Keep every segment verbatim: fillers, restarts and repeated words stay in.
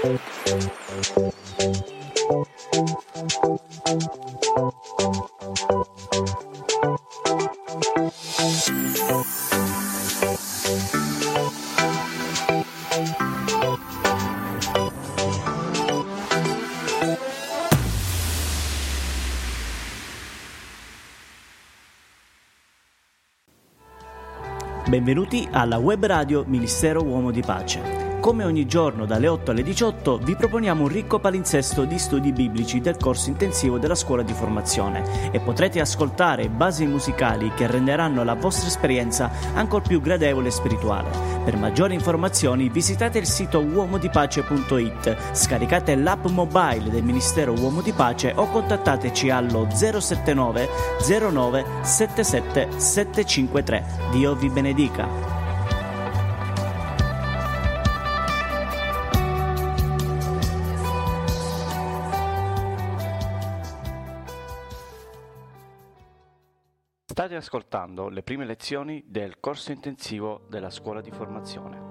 Benvenuti alla web radio Ministero Uomo di Pace. Come ogni giorno dalle otto alle diciotto vi proponiamo un ricco palinsesto di studi biblici del corso intensivo della scuola di formazione e potrete ascoltare basi musicali che renderanno la vostra esperienza ancor più gradevole e spirituale. Per maggiori informazioni visitate il sito uomodipace punto it, scaricate l'app mobile del Ministero Uomo di Pace o contattateci allo zero sette nove zero nove sette sette sette cinque tre. Dio vi benedica. State ascoltando le prime lezioni del corso intensivo della scuola di formazione.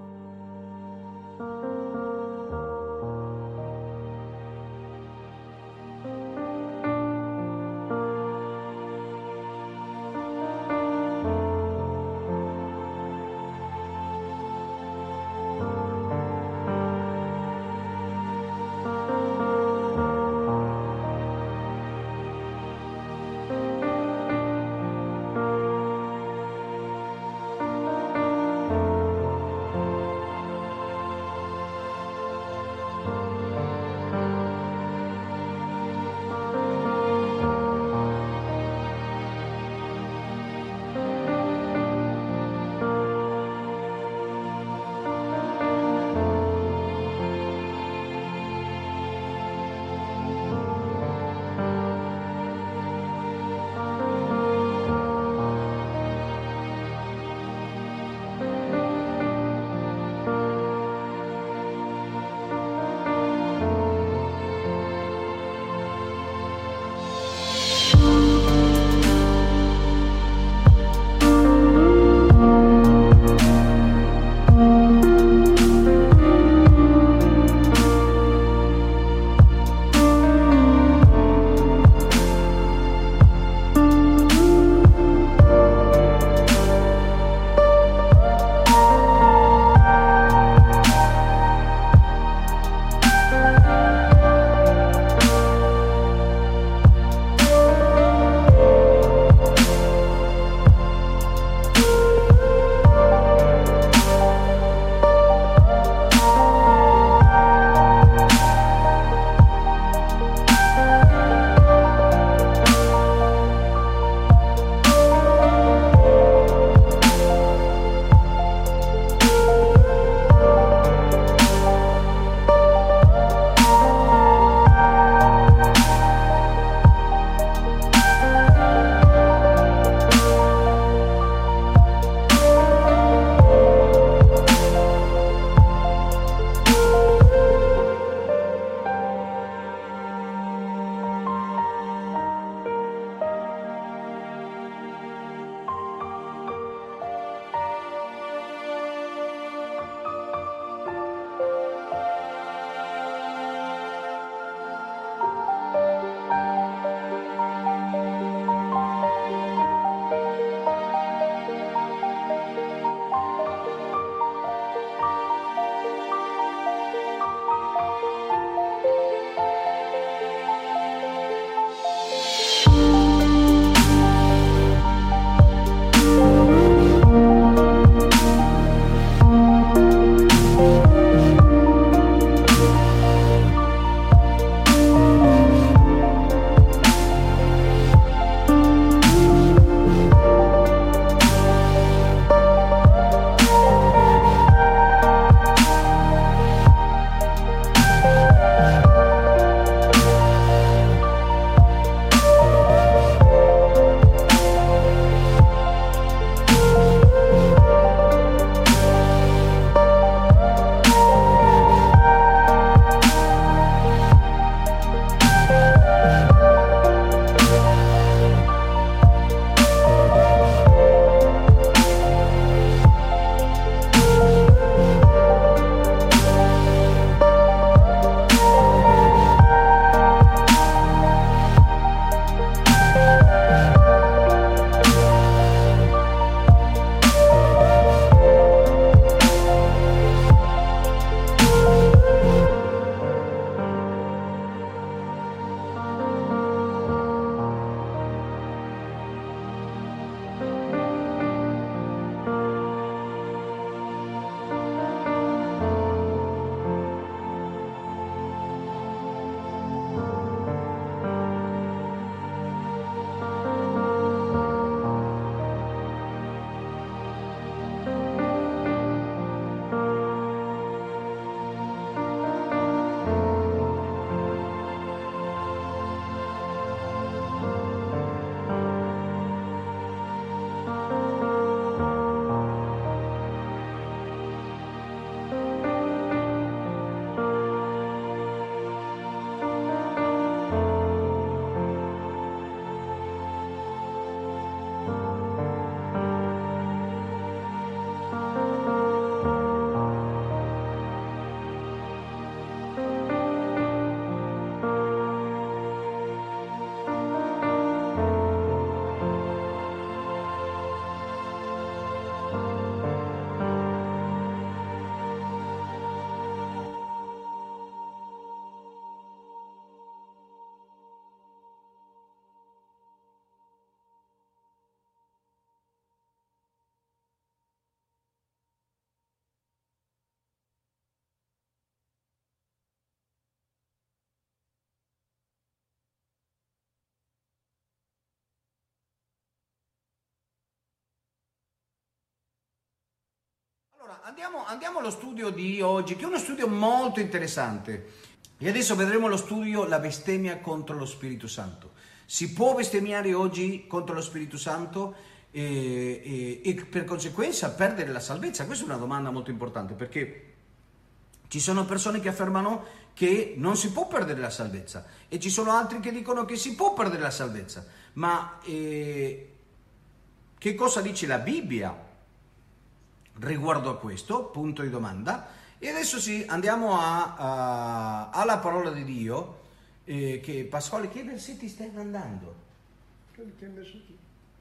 Allora, andiamo, andiamo allo studio di oggi, che è uno studio molto interessante. E adesso vedremo lo studio, la bestemmia contro lo Spirito Santo. Si può bestemmiare oggi contro lo Spirito Santo e, e, e per conseguenza perdere la salvezza? Questa è una domanda molto importante, perché ci sono persone che affermano che non si può perdere la salvezza e ci sono altri che dicono che si può perdere la salvezza. Ma eh, che cosa dice la Bibbia riguardo a questo punto di domanda? E adesso sì, andiamo a, a, alla parola di Dio, eh, che Pasquale, che versetti stai mandando? Quelli che hai messo tu.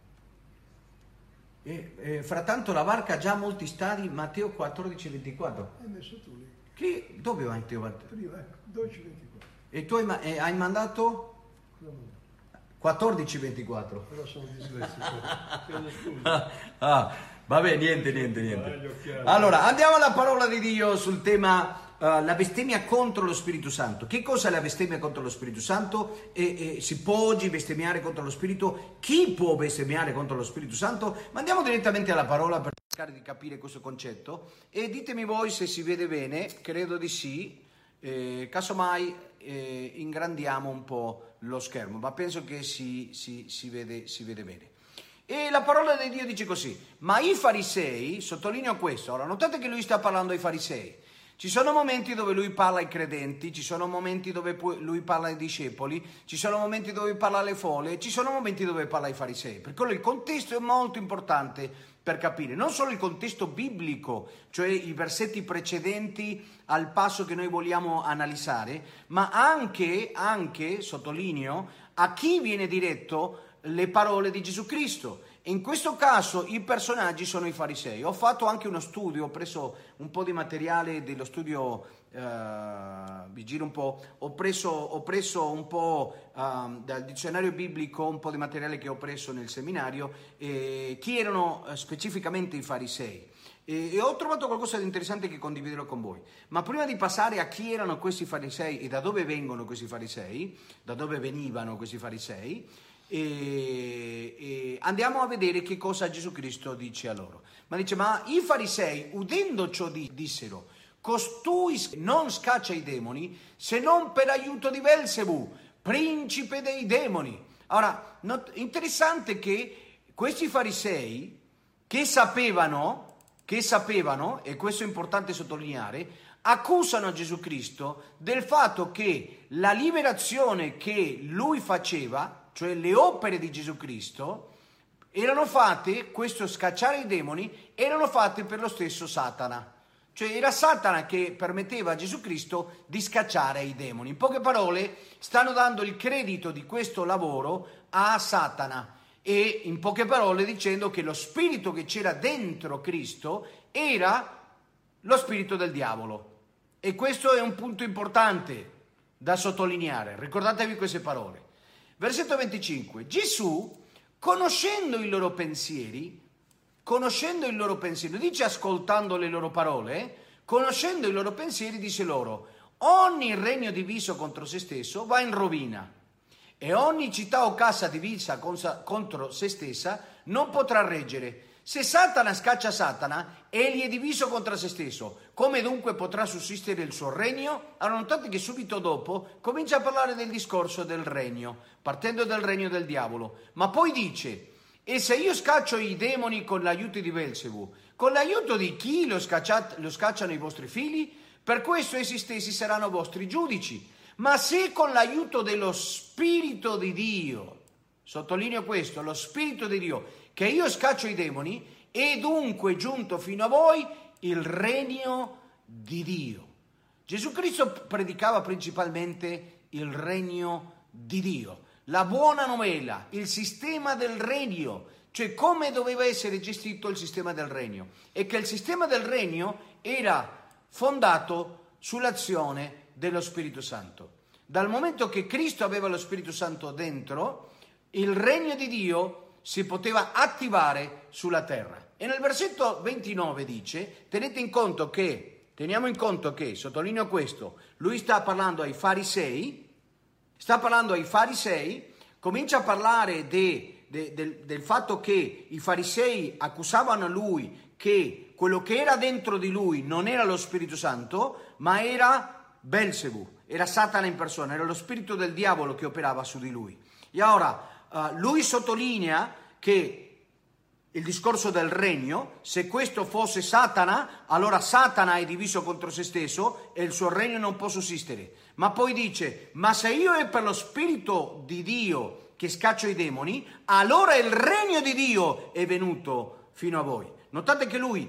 Eh, eh, frattanto la barca ha già molti stadi, Matteo quattordici ventiquattro. Hai messo tu lì. Che, dove vai Matteo? Prima, ecco, dodici ventiquattro. E tu hai, ma- eh, hai mandato? Cosa mandato? quattordici ventiquattro. Però sono dislessico. Chiedo scusa. Ah, ah, vabbè, niente, niente, Eh, gli niente. occhiali. Allora, andiamo alla parola di Dio sul tema uh, la bestemmia contro lo Spirito Santo. Che cosa è la bestemmia contro lo Spirito Santo? E, e si può oggi bestemmiare contro lo Spirito? Chi può bestemmiare contro lo Spirito Santo? Ma andiamo direttamente alla parola per cercare di capire questo concetto e ditemi voi se si vede bene, credo di sì. Eh, casomai eh, ingrandiamo un po' lo schermo, ma penso che si, si, si, vede, si vede bene. E la parola di Dio dice così: ma i farisei, sottolineo questo, ora notate che lui sta parlando ai farisei. Ci sono momenti dove lui parla ai credenti, ci sono momenti dove lui parla ai discepoli, ci sono momenti dove parla alle folle, ci sono momenti dove parla ai farisei. Per quello il contesto è molto importante per capire, non solo il contesto biblico, cioè i versetti precedenti al passo che noi vogliamo analizzare, ma anche, anche, sottolineo, a chi viene diretto le parole di Gesù Cristo. In questo caso i personaggi sono i farisei. Ho fatto anche uno studio, ho preso un po' di materiale dello studio, uh, vi giro un po', ho preso, ho preso un po' uh, dal dizionario biblico, un po' di materiale che ho preso nel seminario, eh, chi erano uh, specificamente i farisei. E, e ho trovato qualcosa di interessante che condividerò con voi. Ma prima di passare a chi erano questi farisei e da dove vengono questi farisei, da dove venivano questi farisei, E, e andiamo a vedere che cosa Gesù Cristo dice a loro. Ma dice: ma i farisei, udendo ciò, dissero: costui non scaccia i demoni se non per aiuto di Belzebù, principe dei demoni. Ora, not- interessante che questi farisei che sapevano, che sapevano, e questo è importante sottolineare, accusano Gesù Cristo del fatto che la liberazione che lui faceva, cioè le opere di Gesù Cristo, erano fatte, questo scacciare i demoni, erano fatte per lo stesso Satana. Cioè era Satana che permetteva a Gesù Cristo di scacciare i demoni. In poche parole, stanno dando il credito di questo lavoro a Satana e in poche parole dicendo che lo spirito che c'era dentro Cristo era lo spirito del diavolo. E questo è un punto importante da sottolineare. Ricordatevi queste parole. Versetto venticinque. Gesù, conoscendo i loro pensieri, conoscendo il loro pensiero, dice ascoltando le loro parole, eh, conoscendo i loro pensieri, dice loro: ogni regno diviso contro se stesso va in rovina, e ogni città o casa divisa contro se stessa non potrà reggere. Se Satana scaccia Satana, egli è diviso contro se stesso. Come dunque potrà sussistere il suo regno? Allora notate che subito dopo comincia a parlare del discorso del regno, partendo dal regno del diavolo. Ma poi dice: e se io scaccio i demoni con l'aiuto di Belzebù, con l'aiuto di chi lo, scacciat- lo scacciano i vostri figli? Per questo essi stessi saranno vostri giudici. Ma se con l'aiuto dello Spirito di Dio, sottolineo questo, lo Spirito di Dio, che io scaccio i demoni, è dunque giunto fino a voi il regno di Dio. Gesù Cristo predicava principalmente il regno di Dio, la buona novella, il sistema del regno, cioè come doveva essere gestito il sistema del regno, e che il sistema del regno era fondato sull'azione dello Spirito Santo. Dal momento che Cristo aveva lo Spirito Santo dentro, il regno di Dio si poteva attivare sulla terra. E nel versetto ventinove dice: tenete in conto che, teniamo in conto che, sottolineo questo, lui sta parlando ai farisei, sta parlando ai farisei, comincia a parlare de, de, de, del fatto che i farisei accusavano lui che quello che era dentro di lui non era lo Spirito Santo, ma era Belzebù, era Satana in persona, era lo spirito del diavolo che operava su di lui. E ora uh, lui sottolinea che il discorso del regno, se questo fosse Satana, allora Satana è diviso contro se stesso e il suo regno non può sussistere. Ma poi dice, ma se io è per lo spirito di Dio che scaccio i demoni, allora il regno di Dio è venuto fino a voi. Notate che lui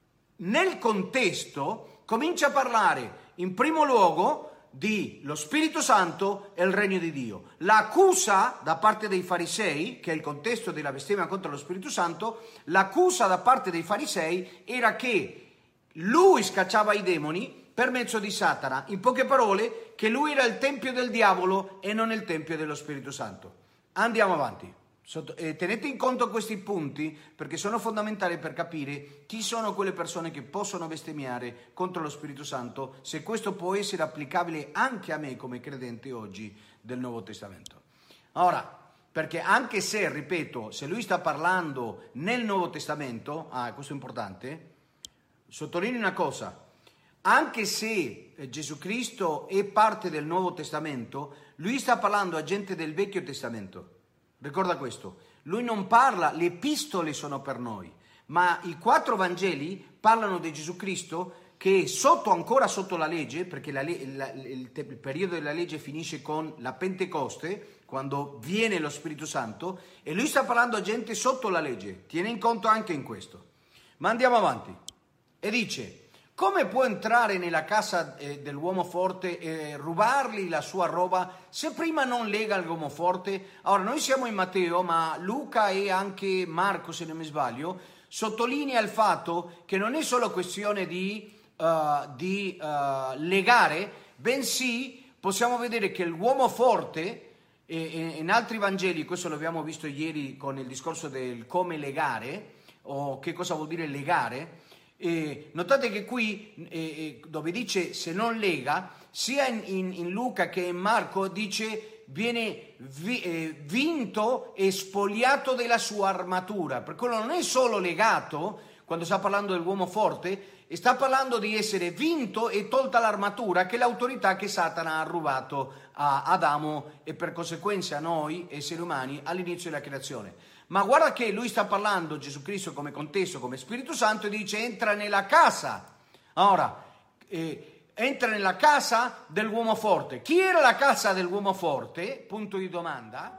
nel contesto comincia a parlare in primo luogo di lo Spirito Santo e il regno di Dio. L'accusa da parte dei farisei, che è il contesto della bestemmia contro lo Spirito Santo, l'accusa da parte dei farisei era che lui scacciava i demoni per mezzo di Satana, in poche parole che lui era il tempio del diavolo e non il tempio dello Spirito Santo. Andiamo avanti. Sotto, eh, tenete in conto questi punti perché sono fondamentali per capire chi sono quelle persone che possono bestemmiare contro lo Spirito Santo, se questo può essere applicabile anche a me come credente oggi del Nuovo Testamento. Ora, perché anche se, ripeto, se lui sta parlando nel Nuovo Testamento, ah, questo è importante, sottolineo una cosa, anche se Gesù Cristo è parte del Nuovo Testamento, lui sta parlando a gente del Vecchio Testamento. Ricorda questo, lui non parla, le epistole sono per noi, ma i quattro Vangeli parlano di Gesù Cristo che è sotto, ancora sotto la legge, perché la, la, il, il periodo della legge finisce con la Pentecoste, quando viene lo Spirito Santo, e lui sta parlando a gente sotto la legge, tiene in conto anche in questo. Ma andiamo avanti, e dice... Come può entrare nella casa eh, dell'uomo forte e rubargli la sua roba se prima non lega l'uomo forte? Ora, noi siamo in Matteo, ma Luca e anche Marco, se non mi sbaglio, sottolinea il fatto che non è solo questione di, uh, di uh, legare, bensì possiamo vedere che l'uomo forte, e, e in altri Vangeli, questo l'abbiamo visto ieri con il discorso del come legare, o che cosa vuol dire legare, Eh, notate che qui eh, dove dice se non lega, sia in, in, in Luca che in Marco dice viene vi, eh, vinto e spogliato della sua armatura, per quello non è solo legato quando sta parlando dell'uomo forte, e sta parlando di essere vinto e tolta l'armatura, che è l'autorità che Satana ha rubato a Adamo e per conseguenza a noi esseri umani all'inizio della creazione. Ma guarda che lui sta parlando, Gesù Cristo come contesto, come Spirito Santo, e dice entra nella casa. Ora, eh, entra nella casa dell'uomo forte. Chi era la casa dell'uomo forte? Punto di domanda.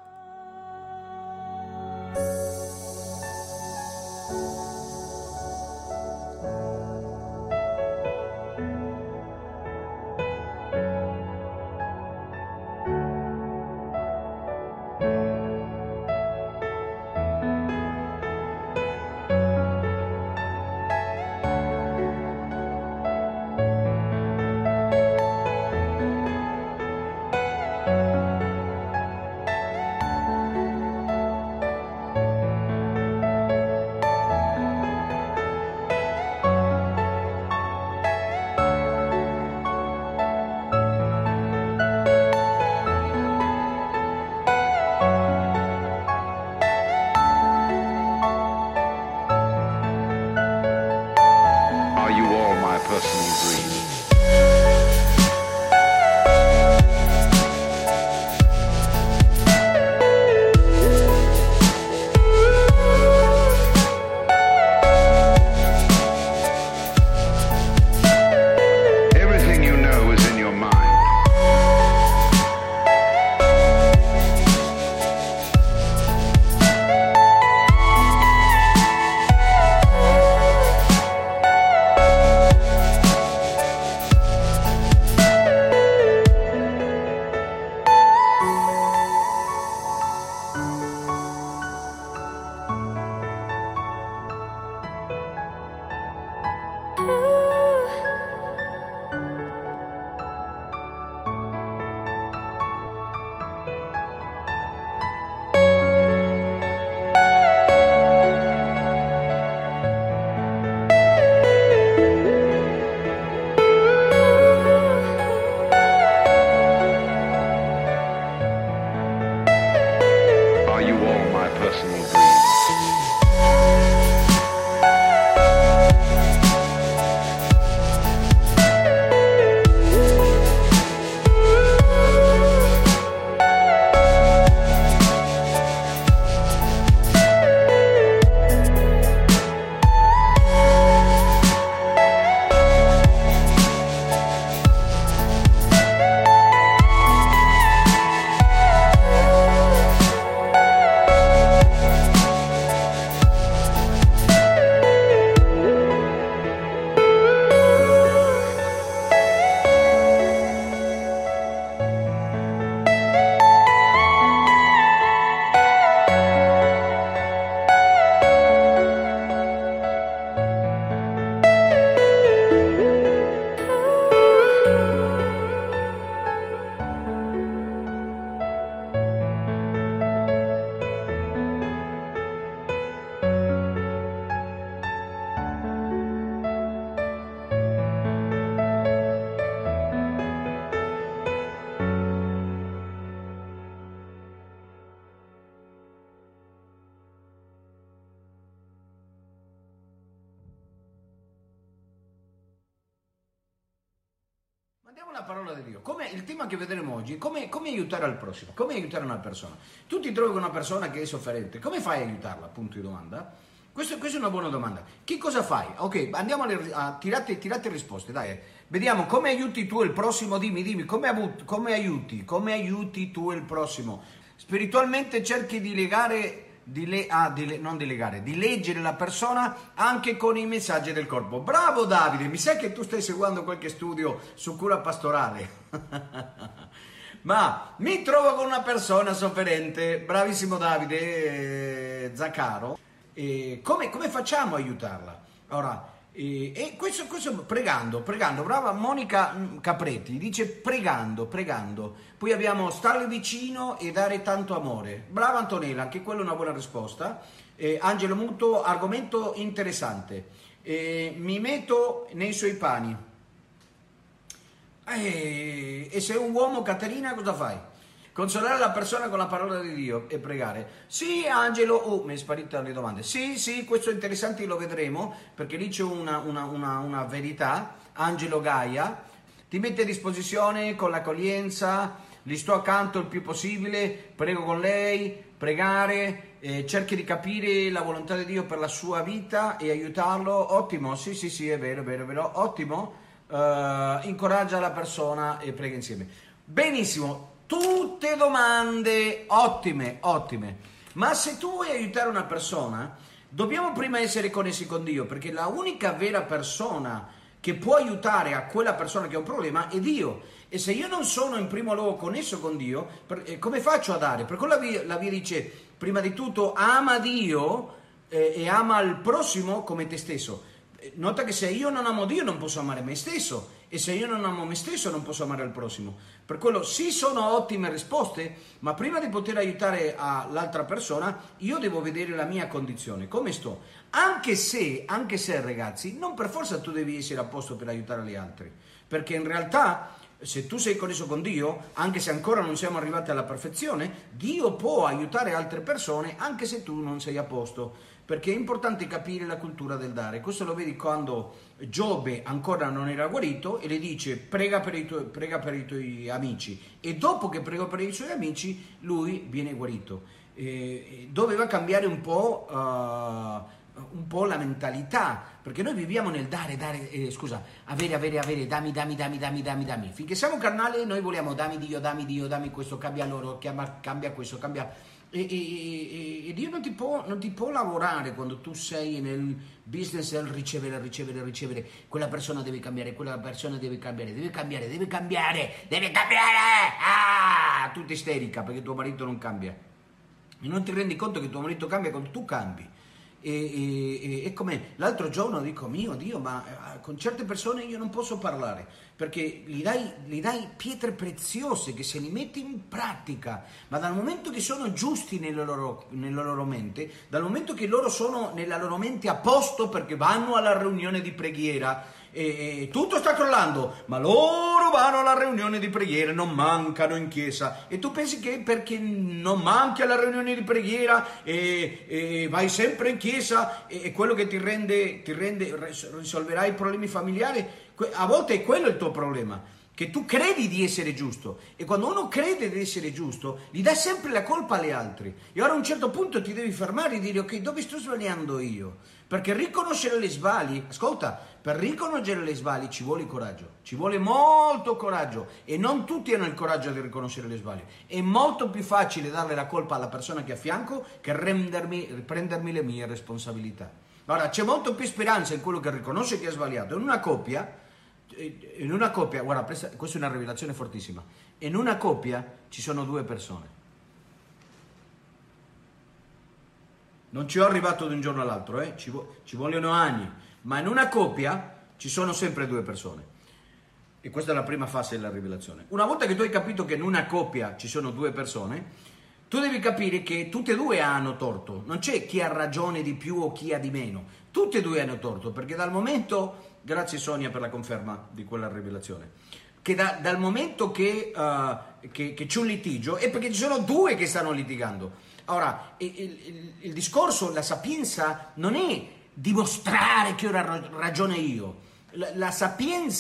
Andiamo alla parola di Dio. Come, il tema che vedremo oggi, come, come aiutare al prossimo, come aiutare una persona. Tu ti trovi con una persona che è sofferente, come fai a aiutarla? Punto di domanda. Questo, questa è una buona domanda. Che cosa fai? Ok, andiamo alle, a tirate, tirate risposte, dai. Vediamo come aiuti tu il prossimo, dimmi, dimmi, come, avu- come aiuti, come aiuti tu il prossimo. Spiritualmente cerchi di legare... Di le, ah, di le, non di legare, di leggere la persona anche con i messaggi del corpo. Bravo Davide, mi sa che tu stai seguendo qualche studio su cura pastorale. Ma mi trovo con una persona sofferente, bravissimo Davide, eh, Zaccaro, eh, come, come facciamo a aiutarla? Ora, eh, e questo, questo pregando, pregando, brava Monica Capretti, dice pregando, pregando, poi abbiamo starle vicino e dare tanto amore, brava Antonella, anche quella è una buona risposta, eh, Angelo Muto, argomento interessante, eh, mi metto nei suoi panni, eh, e sei un uomo Caterina cosa fai? Consolare la persona con la parola di Dio e pregare. Sì, Angelo, oh, mi è sparita le domande. Sì, sì, questo è interessante, lo vedremo, perché lì c'è una, una, una, una verità. Angelo Gaia, ti mette a disposizione con l'accoglienza, gli sto accanto il più possibile, prego con lei, pregare, eh, cerchi di capire la volontà di Dio per la sua vita e aiutarlo. Ottimo, sì, sì, sì, è vero, è vero, è vero, ottimo. Uh, incoraggia la persona e prega insieme. Benissimo. Tutte domande ottime, ottime. Ma se tu vuoi aiutare una persona, dobbiamo prima essere connessi con Dio, perché la unica vera persona che può aiutare a quella persona che ha un problema è Dio. E se io non sono in primo luogo connesso con Dio, per, eh, come faccio a dare? Per quello la via, la via dice, prima di tutto, ama Dio eh, e ama il prossimo come te stesso. Nota che se io non amo Dio non posso amare me stesso, e se io non amo me stesso non posso amare il prossimo. Per quello sì, sono ottime risposte, ma prima di poter aiutare a l'altra persona io devo vedere la mia condizione, come sto. Anche se, anche se ragazzi, non per forza tu devi essere a posto per aiutare gli altri, perché in realtà se tu sei connesso con Dio, anche se ancora non siamo arrivati alla perfezione, Dio può aiutare altre persone anche se tu non sei a posto, perché è importante capire la cultura del dare. Questo lo vedi quando Giobbe ancora non era guarito e le dice prega per i tuoi, prega per i tuoi amici, e dopo che pregò per i suoi amici lui viene guarito. E doveva cambiare un po', uh, un po' la mentalità, perché noi viviamo nel dare, dare, eh, scusa, avere, avere, avere, dammi, dammi, dammi, dammi, dammi, dammi. Finché siamo carnali noi vogliamo dammi Dio, dammi Dio, dammi questo, cambia loro, cambia, cambia questo, cambia... E, e, e Dio non ti, può, non ti può lavorare quando tu sei nel business del ricevere, ricevere, ricevere. Quella persona deve cambiare, quella persona deve cambiare, deve cambiare, deve cambiare, deve cambiare! Ah! Tutta isterica perché tuo marito non cambia. E non ti rendi conto che tuo marito cambia quando tu cambi. E, e, e come l'altro giorno dico, mio Dio, ma con certe persone io non posso parlare, perché gli dai, gli dai pietre preziose che se li metti in pratica, ma dal momento che sono giusti nella loro, nella loro mente, dal momento che loro sono nella loro mente a posto perché vanno alla riunione di preghiera, e, e tutto sta crollando, ma loro vanno alla riunione di preghiera, non mancano in chiesa, e tu pensi che perché non manchi alla riunione di preghiera e, e vai sempre in chiesa e, e quello che ti rende, ti rende risolverà i problemi familiari, a volte è quello il tuo problema, che tu credi di essere giusto, e quando uno crede di essere giusto gli dà sempre la colpa agli altri, e ora a un certo punto ti devi fermare e dire ok, dove sto sbagliando io? Perché riconoscere le sbagli, ascolta, per riconoscere le sbagli ci vuole coraggio, ci vuole molto coraggio, e non tutti hanno il coraggio di riconoscere le sbagli. È molto più facile darle la colpa alla persona che è a fianco che rendermi, prendermi le mie responsabilità. Ora, c'è molto più speranza in quello che riconosce che ha sbagliato. In una coppia, in una coppia, guarda, questa è una rivelazione fortissima, in una coppia ci sono due persone. Non ci ho arrivato da un giorno all'altro, eh? ci, vo- ci vogliono anni, ma in una coppia ci sono sempre due persone. E questa è la prima fase della rivelazione. Una volta che tu hai capito che in una coppia ci sono due persone, tu devi capire che tutte e due hanno torto. Non c'è chi ha ragione di più o chi ha di meno. Tutte e due hanno torto, perché dal momento, grazie Sonia per la conferma di quella rivelazione, che da, dal momento che, uh, che, che c'è un litigio è perché ci sono due che stanno litigando. Ora, il, il, il discorso, la sapienza non è dimostrare che ho ragione io. La, la sapienza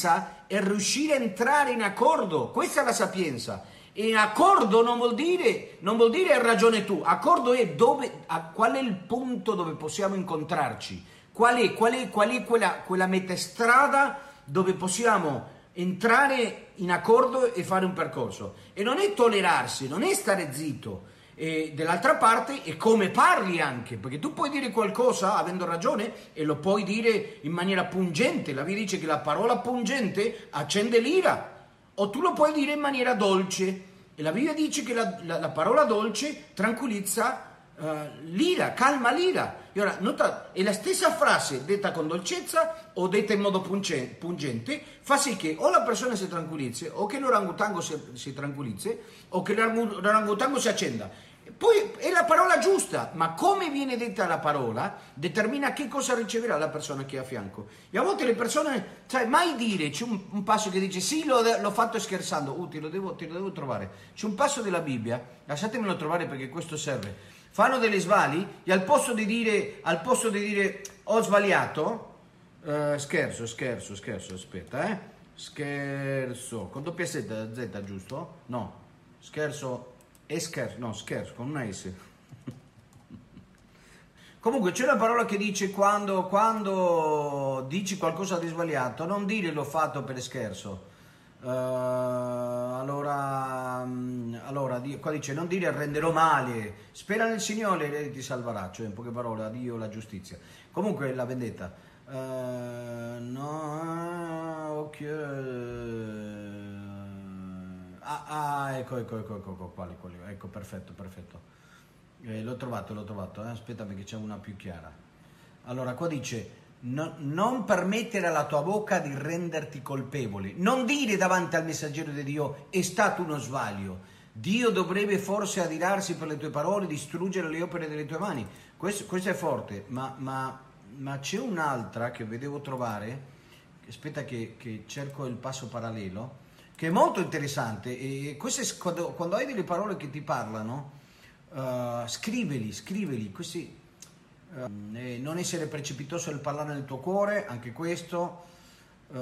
è riuscire a entrare in accordo. Questa è la sapienza. E accordo non vuol dire, non vuol dire hai ragione tu. Accordo è dove, a, qual è il punto dove possiamo incontrarci. Qual è, qual è, qual è quella, quella metastrada dove possiamo entrare in accordo e fare un percorso. E non è tollerarsi, non è stare zitto. E dall'altra parte è come parli anche, perché tu puoi dire qualcosa avendo ragione e lo puoi dire in maniera pungente. La Bibbia dice che la parola pungente accende l'ira, o tu lo puoi dire in maniera dolce, e la Bibbia dice che la, la, la parola dolce tranquillizza uh, l'ira, calma l'ira. E ora, nota, è la stessa frase detta con dolcezza o detta in modo pungente, fa sì che o la persona si tranquillizzi, o che l'orangotango si, si tranquillizzi, o che l'orangotango si accenda. Poi è la parola giusta, ma come viene detta la parola determina che cosa riceverà la persona che è a fianco. E a volte le persone, cioè mai dire, c'è un, un passo che dice sì, l'ho, l'ho fatto scherzando, uh, te, lo devo, te lo devo trovare. C'è un passo della Bibbia, lasciatemelo trovare perché questo serve. Fanno delle svali e al posto di dire, al posto di dire ho sbagliato, uh, scherzo, scherzo, scherzo, aspetta, eh, scherzo, con doppia Z, Z giusto? No, scherzo, è scherzo, no, scherzo, con una S. Comunque c'è una parola che dice quando, quando dici qualcosa di sbagliato, non dire l'ho fatto per scherzo. Uh, allora, allora qua dice non dire renderò male, spera nel Signore e lei ti salverà, cioè in poche parole a Dio la giustizia. Comunque la vendetta. Uh, no, ok. Ah, ah, ecco, ecco, ecco, ecco, ecco, quali, quali, ecco, perfetto, perfetto. Eh, l'ho trovato, l'ho trovato, eh. Aspetta perché c'è una più chiara. Allora, qua dice no, non permettere alla tua bocca di renderti colpevole. Non dire davanti al messaggero di Dio è stato uno sbaglio. Dio dovrebbe forse adirarsi per le tue parole, distruggere le opere delle tue mani. Questo, questo è forte, ma, ma, ma c'è un'altra che vedevo trovare, aspetta che, che cerco il passo parallelo, che è molto interessante. E questo è, quando, quando hai delle parole che ti parlano, uh, scriveli, scriveli, questi, uh, eh, non essere precipitoso nel parlare nel tuo cuore, anche questo, uh,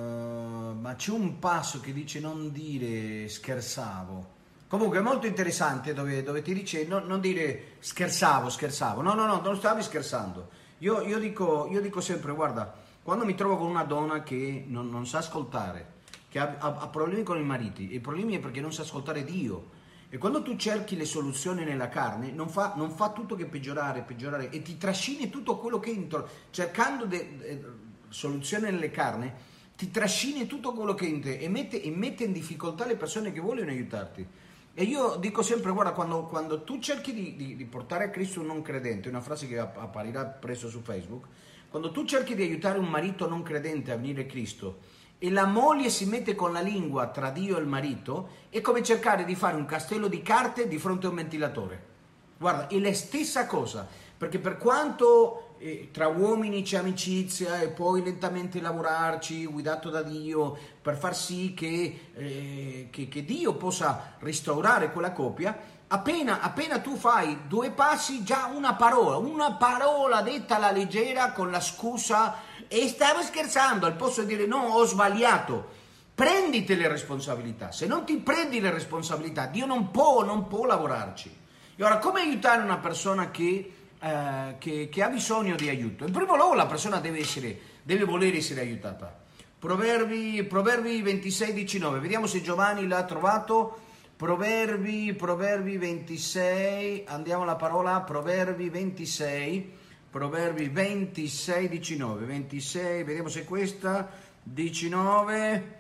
ma c'è un passo che dice non dire scherzavo. Comunque è molto interessante dove, dove ti dice no, non dire scherzavo, scherzavo, no, no, no, non stavi scherzando. Io, io, dico, io dico sempre, guarda, quando mi trovo con una donna che non, non sa ascoltare, che ha, ha, ha problemi con i mariti, e i problemi è perché non sa ascoltare Dio, e quando tu cerchi le soluzioni nella carne non fa, non fa tutto che peggiorare, peggiorare e ti trascini tutto quello che entro, cercando de, de, soluzioni nelle carne, ti trascini tutto quello che in te e mette, e mette in difficoltà le persone che vogliono aiutarti. E io dico sempre, guarda, quando, quando tu cerchi di, di, di portare a Cristo un non credente, una frase che apparirà presto su Facebook, quando tu cerchi di aiutare un marito non credente a venire a Cristo e la moglie si mette con la lingua tra Dio e il marito, è come cercare di fare un castello di carte di fronte a un ventilatore. Guarda, è la stessa cosa, perché per quanto eh, tra uomini c'è amicizia e poi lentamente lavorarci, guidato da Dio, per far sì che, eh, che, che Dio possa restaurare quella coppia, appena, appena tu fai due passi, già una parola, una parola detta alla leggera con la scusa e stavo scherzando, al posto di dire no, ho sbagliato. Prenditi le responsabilità. Se non ti prendi le responsabilità, Dio non può, non può lavorarci. E ora, come aiutare una persona che, eh, che, che ha bisogno di aiuto? In primo luogo la persona deve essere, deve voler essere aiutata. Proverbi, Proverbi ventisei diciannove, vediamo se Giovanni l'ha trovato. Proverbi, Proverbi ventisei, andiamo alla parola, Proverbi ventisei, Proverbi ventisei diciannove, ventisei, vediamo se è questa, diciannove,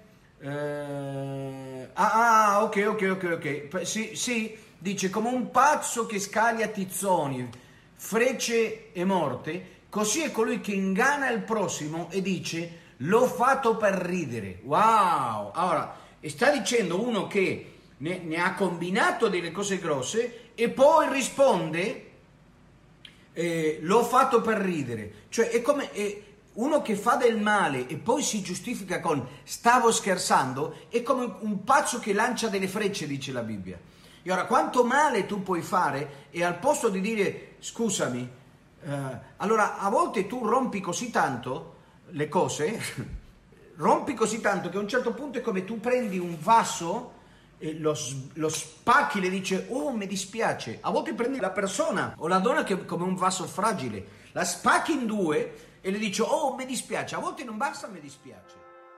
eh, ah, ah, ok, ok, ok, ok, sì, sì, dice come un pazzo che scaglia tizzoni, frecce e morte, così è colui che inganna il prossimo e dice l'ho fatto per ridere. Wow! Allora, sta dicendo uno che ne, ne ha combinato delle cose grosse e poi risponde eh, l'ho fatto per ridere. Cioè è come eh, uno che fa del male e poi si giustifica con stavo scherzando, è come un pazzo che lancia delle frecce, dice la Bibbia. E ora, quanto male tu puoi fare e al posto di dire scusami, eh, allora a volte tu rompi così tanto le cose rompi così tanto che a un certo punto è come tu prendi un vaso e lo, s- lo spacchi e le dici oh mi dispiace. A volte prendi la persona o la donna che è come un vaso fragile, la spacchi in due e le dici oh mi dispiace. A volte non basta mi dispiace.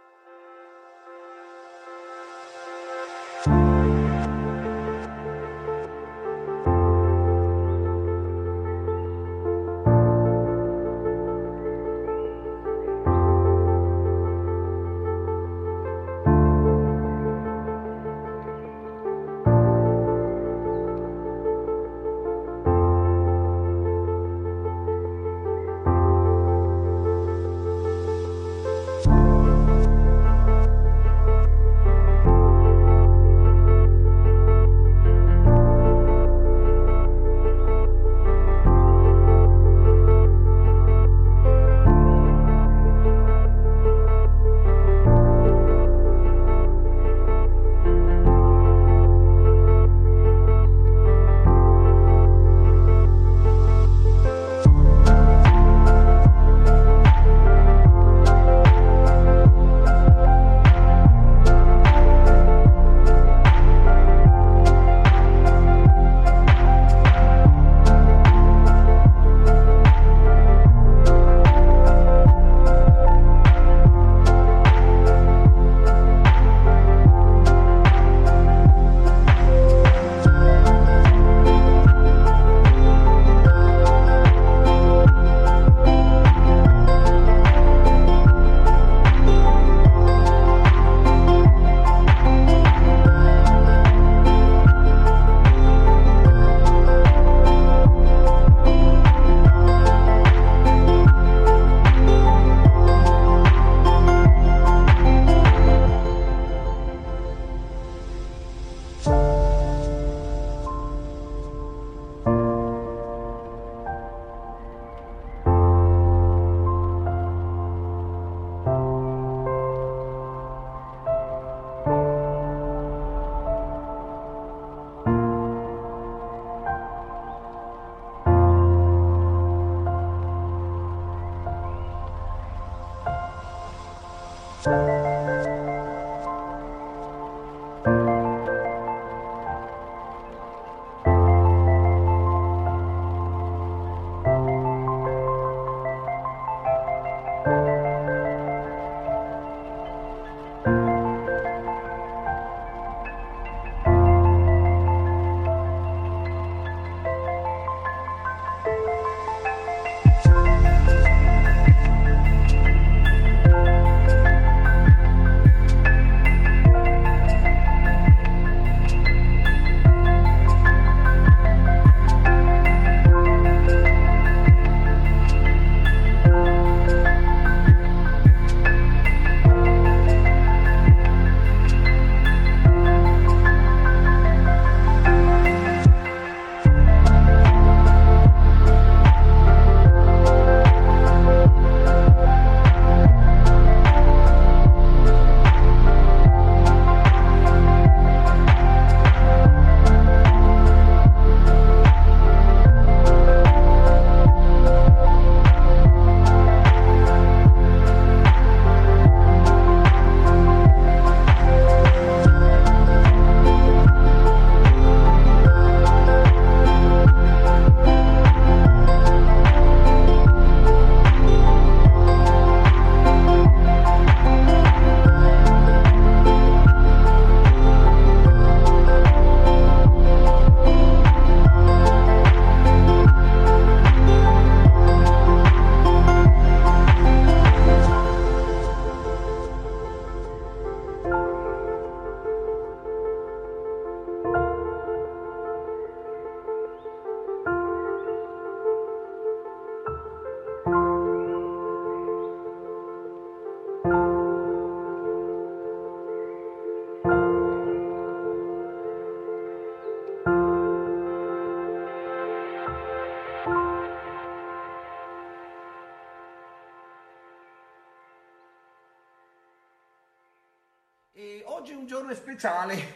E oggi è un giorno speciale,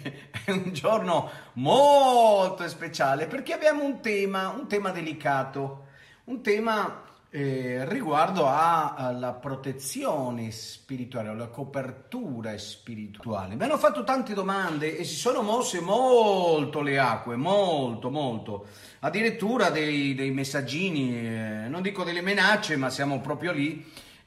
è un giorno molto speciale perché abbiamo un tema, un tema delicato, un tema eh, riguardo a- alla protezione spirituale, alla copertura spirituale. Mi hanno fatto tante domande e si sono mosse molto le acque, molto, molto. Addirittura dei, dei messaggini, eh, non dico delle minacce, ma siamo proprio lì.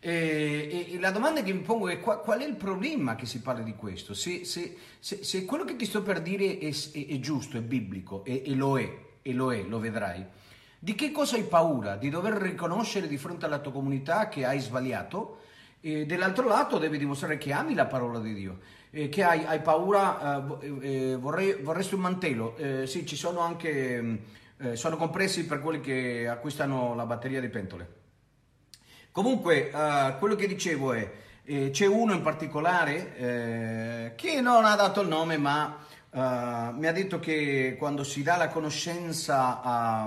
E, e- e la domanda che mi pongo è qua- qual è il problema che si parla di questo? Se, se- se- se quello che ti sto per dire è, è- è giusto, è biblico, e, e lo è, e lo è, lo vedrai, di che cosa hai paura? Di dover riconoscere di fronte alla tua comunità che hai sbagliato e dall'altro lato devi dimostrare che ami la parola di Dio, eh, che hai, hai paura, eh, vo- eh, vorrei- vorresti un mantello, eh, sì, ci sono anche, mh, eh, sono compressi per quelli che acquistano la batteria di pentole. Comunque, eh, quello che dicevo è, eh, c'è uno in particolare eh, che non ha dato il nome, ma eh, mi ha detto che quando si dà la conoscenza a-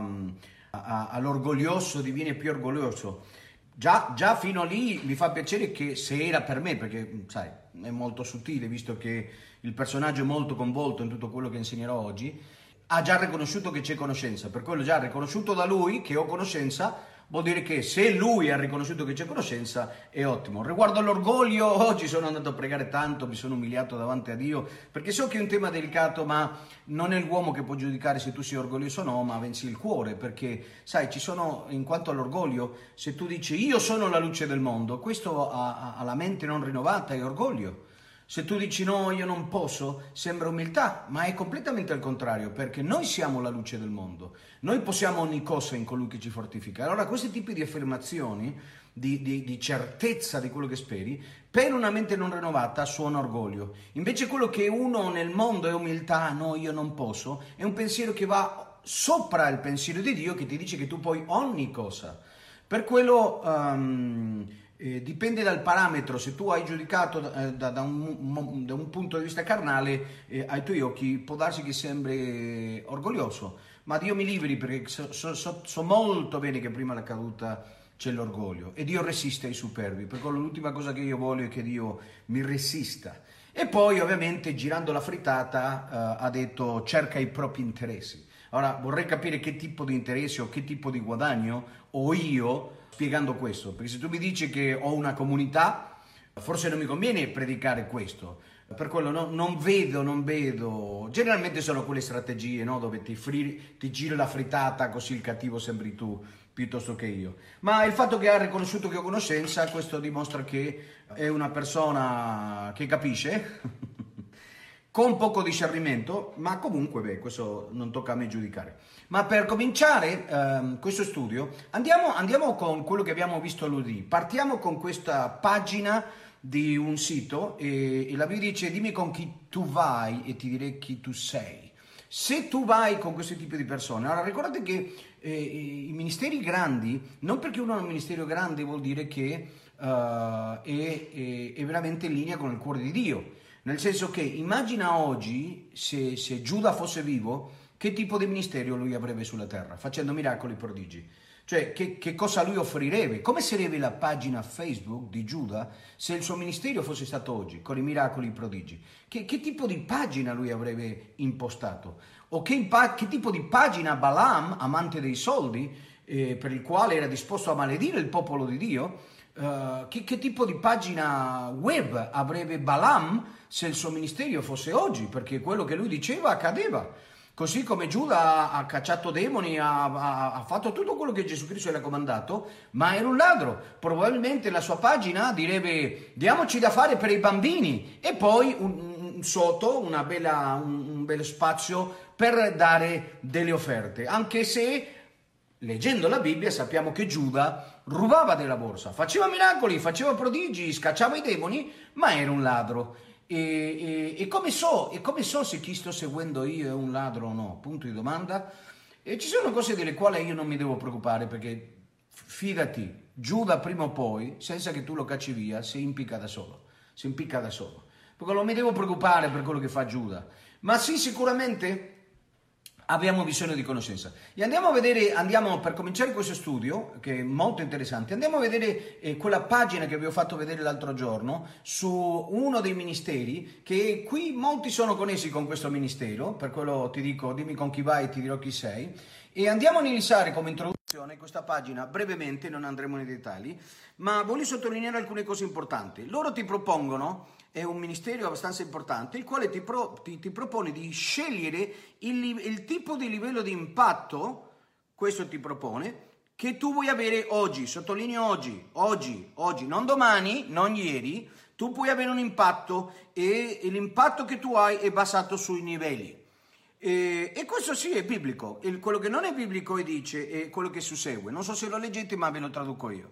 a- all'orgoglioso diviene più orgoglioso. Già, già fino lì mi fa piacere che se era per me, perché sai, è molto sottile, visto che il personaggio è molto coinvolto in tutto quello che insegnerò oggi, ha già riconosciuto che c'è conoscenza, per quello già riconosciuto da lui che ho conoscenza, vuol dire che se lui ha riconosciuto che c'è conoscenza è ottimo. Riguardo all'orgoglio, oggi sono andato a pregare tanto, mi sono umiliato davanti a Dio, perché so che è un tema delicato, ma non è l'uomo che può giudicare se tu sei orgoglioso o no, ma bensì il cuore, perché sai, ci sono, in quanto all'orgoglio, se tu dici io sono la luce del mondo, questo ha, ha la mente non rinnovata, è orgoglio. Se tu dici no, io non posso, sembra umiltà, ma è completamente al contrario, perché noi siamo la luce del mondo, noi possiamo ogni cosa in colui che ci fortifica. Allora questi tipi di affermazioni, di, di- di certezza di quello che speri, per una mente non rinnovata suona orgoglio. Invece quello che uno nel mondo è umiltà, no, io non posso, è un pensiero che va sopra il pensiero di Dio che ti dice che tu puoi ogni cosa. Per quello ehm, eh, dipende dal parametro, se tu hai giudicato eh, da, da un, mo- da un punto di vista carnale, eh, ai tuoi occhi può darsi che sembri orgoglioso, ma Dio mi liberi perché so, so- so- so molto bene che prima della caduta c'è l'orgoglio e Dio resiste ai superbi, per quello l'ultima cosa che io voglio è che Dio mi resista. E poi ovviamente girando la frittata eh, ha detto cerca i propri interessi. Ora vorrei capire che tipo di interessi o che tipo di guadagno ho io spiegando questo, perché se tu mi dici che ho una comunità, forse non mi conviene predicare questo. Per quello no- non vedo, non vedo. Generalmente sono quelle strategie, no? Dove ti, fri- ti giro la frittata così il cattivo sembri tu piuttosto che io. Ma il fatto che ha riconosciuto che ho conoscenza, questo dimostra che è una persona che capisce, con poco discernimento, ma comunque, beh, questo non tocca a me giudicare. Ma per cominciare ehm, questo studio, andiamo, andiamo con quello che abbiamo visto lunedì. Partiamo con questa pagina di un sito e, e la Bibbia dice dimmi con chi tu vai e ti direi chi tu sei. Se tu vai con questo tipo di persone, allora ricordate che eh, i ministeri grandi, non perché uno ha un ministero grande vuol dire che eh, è, è, è veramente in linea con il cuore di Dio. Nel senso che immagina oggi se, se Giuda fosse vivo, che tipo di ministero lui avrebbe sulla terra, facendo miracoli e prodigi. Cioè, che, che cosa lui offrirebbe? Come sarebbe la pagina Facebook di Giuda se il suo ministero fosse stato oggi, con i miracoli e i prodigi? Che, che tipo di pagina lui avrebbe impostato? O che, impa- che tipo di pagina Balaam, amante dei soldi, eh, per il quale era disposto a maledire il popolo di Dio, Uh, che, che tipo di pagina web avrebbe Balaam se il suo ministero fosse oggi? Perché quello che lui diceva accadeva. Così come Giuda ha, ha cacciato demoni, ha, ha, ha fatto tutto quello che Gesù Cristo le ha comandato, ma era un ladro. Probabilmente la sua pagina direbbe diamoci da fare per i bambini e poi un, un sotto una bella, un, un bello spazio per dare delle offerte. Anche se leggendo la Bibbia sappiamo che Giuda rubava della borsa, faceva miracoli, faceva prodigi, scacciava i demoni, ma era un ladro. E, e, e, come so, e come so se chi sto seguendo io è un ladro o no? Punto di domanda. E ci sono cose delle quali io non mi devo preoccupare perché fidati, Giuda prima o poi, senza che tu lo cacci via, si impicca da solo, si impicca da solo. Perché non mi devo preoccupare per quello che fa Giuda. Ma sì, sicuramente abbiamo bisogno di conoscenza. E andiamo a vedere, andiamo per cominciare questo studio, che è molto interessante, andiamo a vedere eh, quella pagina che vi ho fatto vedere l'altro giorno su uno dei ministeri, che qui molti sono connessi con questo ministero, per quello ti dico, dimmi con chi vai e ti dirò chi sei, e andiamo a analizzare come introduzione questa pagina brevemente, non andremo nei dettagli, ma voglio sottolineare alcune cose importanti. Loro ti propongono, è un ministero abbastanza importante, il quale ti, pro, ti, ti propone di scegliere il, il tipo di livello di impatto, questo ti propone, che tu vuoi avere oggi, sottolineo oggi, oggi, oggi, non domani, non ieri, tu puoi avere un impatto e, e l'impatto che tu hai è basato sui livelli. E, e questo sì è biblico, il, quello che non è biblico e dice è quello che sussegue, non so se lo leggete ma ve lo traduco io.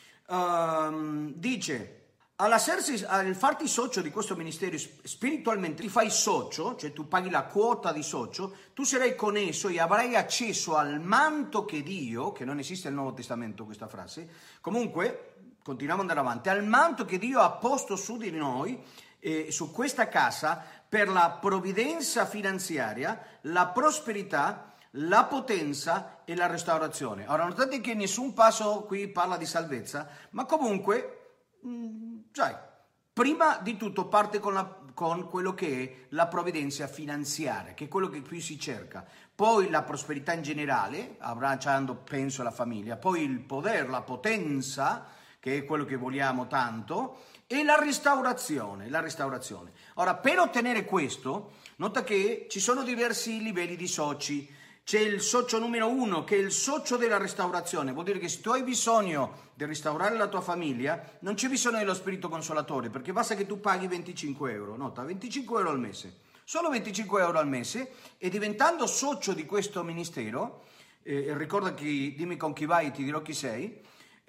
Um, dice... All'essersi, al farti socio di questo ministero spiritualmente, ti fai socio, cioè tu paghi la quota di socio, tu sarai connesso e avrai accesso al manto che Dio, che non esiste nel Nuovo Testamento questa frase, comunque, continuiamo ad andare avanti, al manto che Dio ha posto su di noi, eh, su questa casa, per la provvidenza finanziaria, la prosperità, la potenza e la restaurazione. Ora, notate che nessun passo qui parla di salvezza, ma comunque... Sai, prima di tutto parte con, la, con quello che è la provvidenza finanziaria, che è quello che qui si cerca, poi la prosperità in generale, abbracciando penso la famiglia, poi il potere, la potenza, che è quello che vogliamo tanto, e la restaurazione, la restaurazione. Ora, per ottenere questo, nota che ci sono diversi livelli di soci. C'è il socio numero uno, che è il socio della restaurazione. Vuol dire che se tu hai bisogno di restaurare la tua famiglia, non c'è bisogno dello spirito consolatore, perché basta che tu paghi venticinque euro. Nota, venticinque euro al mese. Solo venticinque euro al mese, e diventando socio di questo ministero, eh, ricorda che dimmi con chi vai e ti dirò chi sei,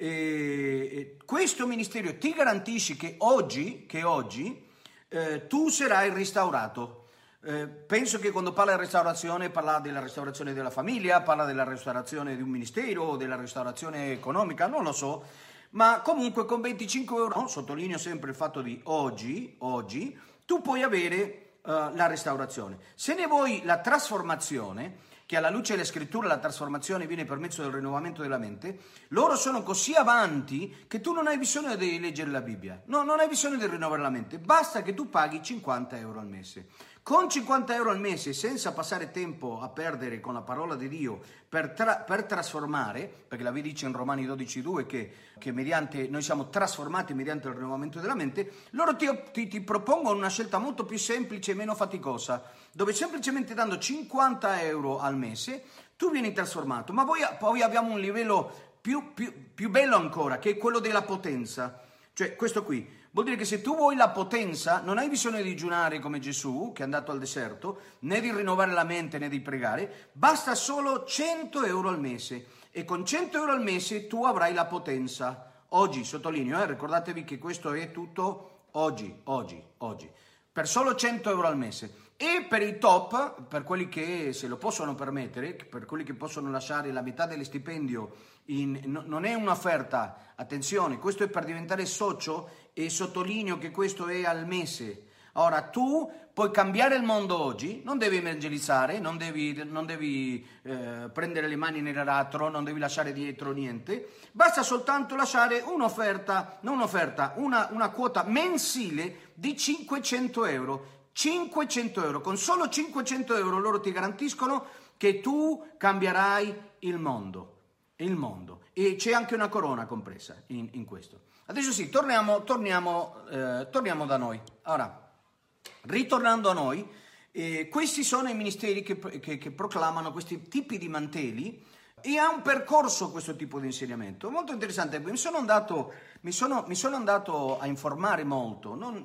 eh, questo ministero ti garantisce che oggi, che oggi eh, tu sarai restaurato. Eh, penso che quando parla di restaurazione parla della restaurazione della famiglia, parla della restaurazione di un ministero, della restaurazione economica, non lo so, ma comunque con venticinque euro, no? Sottolineo sempre il fatto di oggi, oggi, tu puoi avere uh, la restaurazione. Se ne vuoi la trasformazione, che alla luce delle scritture la trasformazione viene per mezzo del rinnovamento della mente, loro sono così avanti che tu non hai bisogno di leggere la Bibbia, no, non hai bisogno di rinnovare la mente, basta che tu paghi cinquanta euro al mese. Con cinquanta euro al mese, senza passare tempo a perdere con la parola di Dio per, tra- per trasformare, perché la Bibbia dice in Romani dodici due che, che mediante, noi siamo trasformati mediante il rinnovamento della mente, loro ti, ti, ti propongono una scelta molto più semplice e meno faticosa, dove semplicemente dando cinquanta euro al mese tu vieni trasformato. Ma poi, poi abbiamo un livello più, più, più bello ancora, che è quello della potenza, cioè questo qui. Vuol dire che se tu vuoi la potenza, non hai bisogno di digiunare come Gesù, che è andato al deserto, né di rinnovare la mente né di pregare, basta solo cento euro al mese. E con cento euro al mese tu avrai la potenza. Oggi, sottolineo, eh, ricordatevi che questo è tutto oggi, oggi, oggi. Per solo cento euro al mese. E per i top, per quelli che se lo possono permettere, per quelli che possono lasciare la metà dello stipendio, in, no, non è un'offerta, attenzione, questo è per diventare socio e sottolineo che questo è al mese. Ora tu puoi cambiare il mondo oggi, non devi evangelizzare, non devi, non devi eh, prendere le mani nell'aratro, non devi lasciare dietro niente, basta soltanto lasciare un'offerta, non un'offerta, una, una quota mensile di cinquecento euro. cinquecento euro, con solo cinquecento euro loro ti garantiscono che tu cambierai il mondo, il mondo, e c'è anche una corona compresa in, in questo. Adesso sì, torniamo, torniamo, eh, torniamo da noi. Ora, ritornando a noi, eh, questi sono i ministeri che, che, che proclamano questi tipi di mantelli, e ha un percorso questo tipo di insegnamento molto interessante. Mi sono andato, mi sono, mi sono andato a informare molto. Non,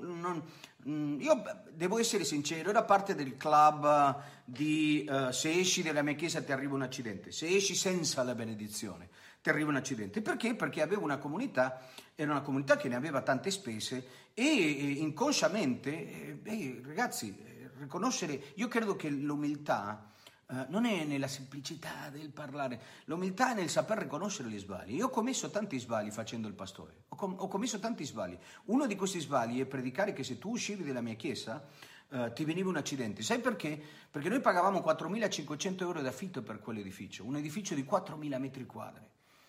non, io devo essere sincero, era parte del club di uh, se esci dalla mia chiesa ti arriva un accidente, se esci senza la benedizione ti arriva un accidente. Perché? Perché avevo una comunità, era una comunità che ne aveva tante spese e, e inconsciamente, eh, ragazzi, eh, riconoscere, io credo che l'umiltà Uh, non è nella semplicità del parlare, l'umiltà è nel saper riconoscere gli sbagli. Io ho commesso tanti sbagli facendo il pastore, ho, com- ho commesso tanti sbagli. Uno di questi sbagli è predicare che se tu uscivi dalla mia chiesa, uh, ti veniva un accidente. Sai perché? Perché noi pagavamo quattromilacinquecento euro d'affitto per quell'edificio, un edificio di quattromila metri quadri.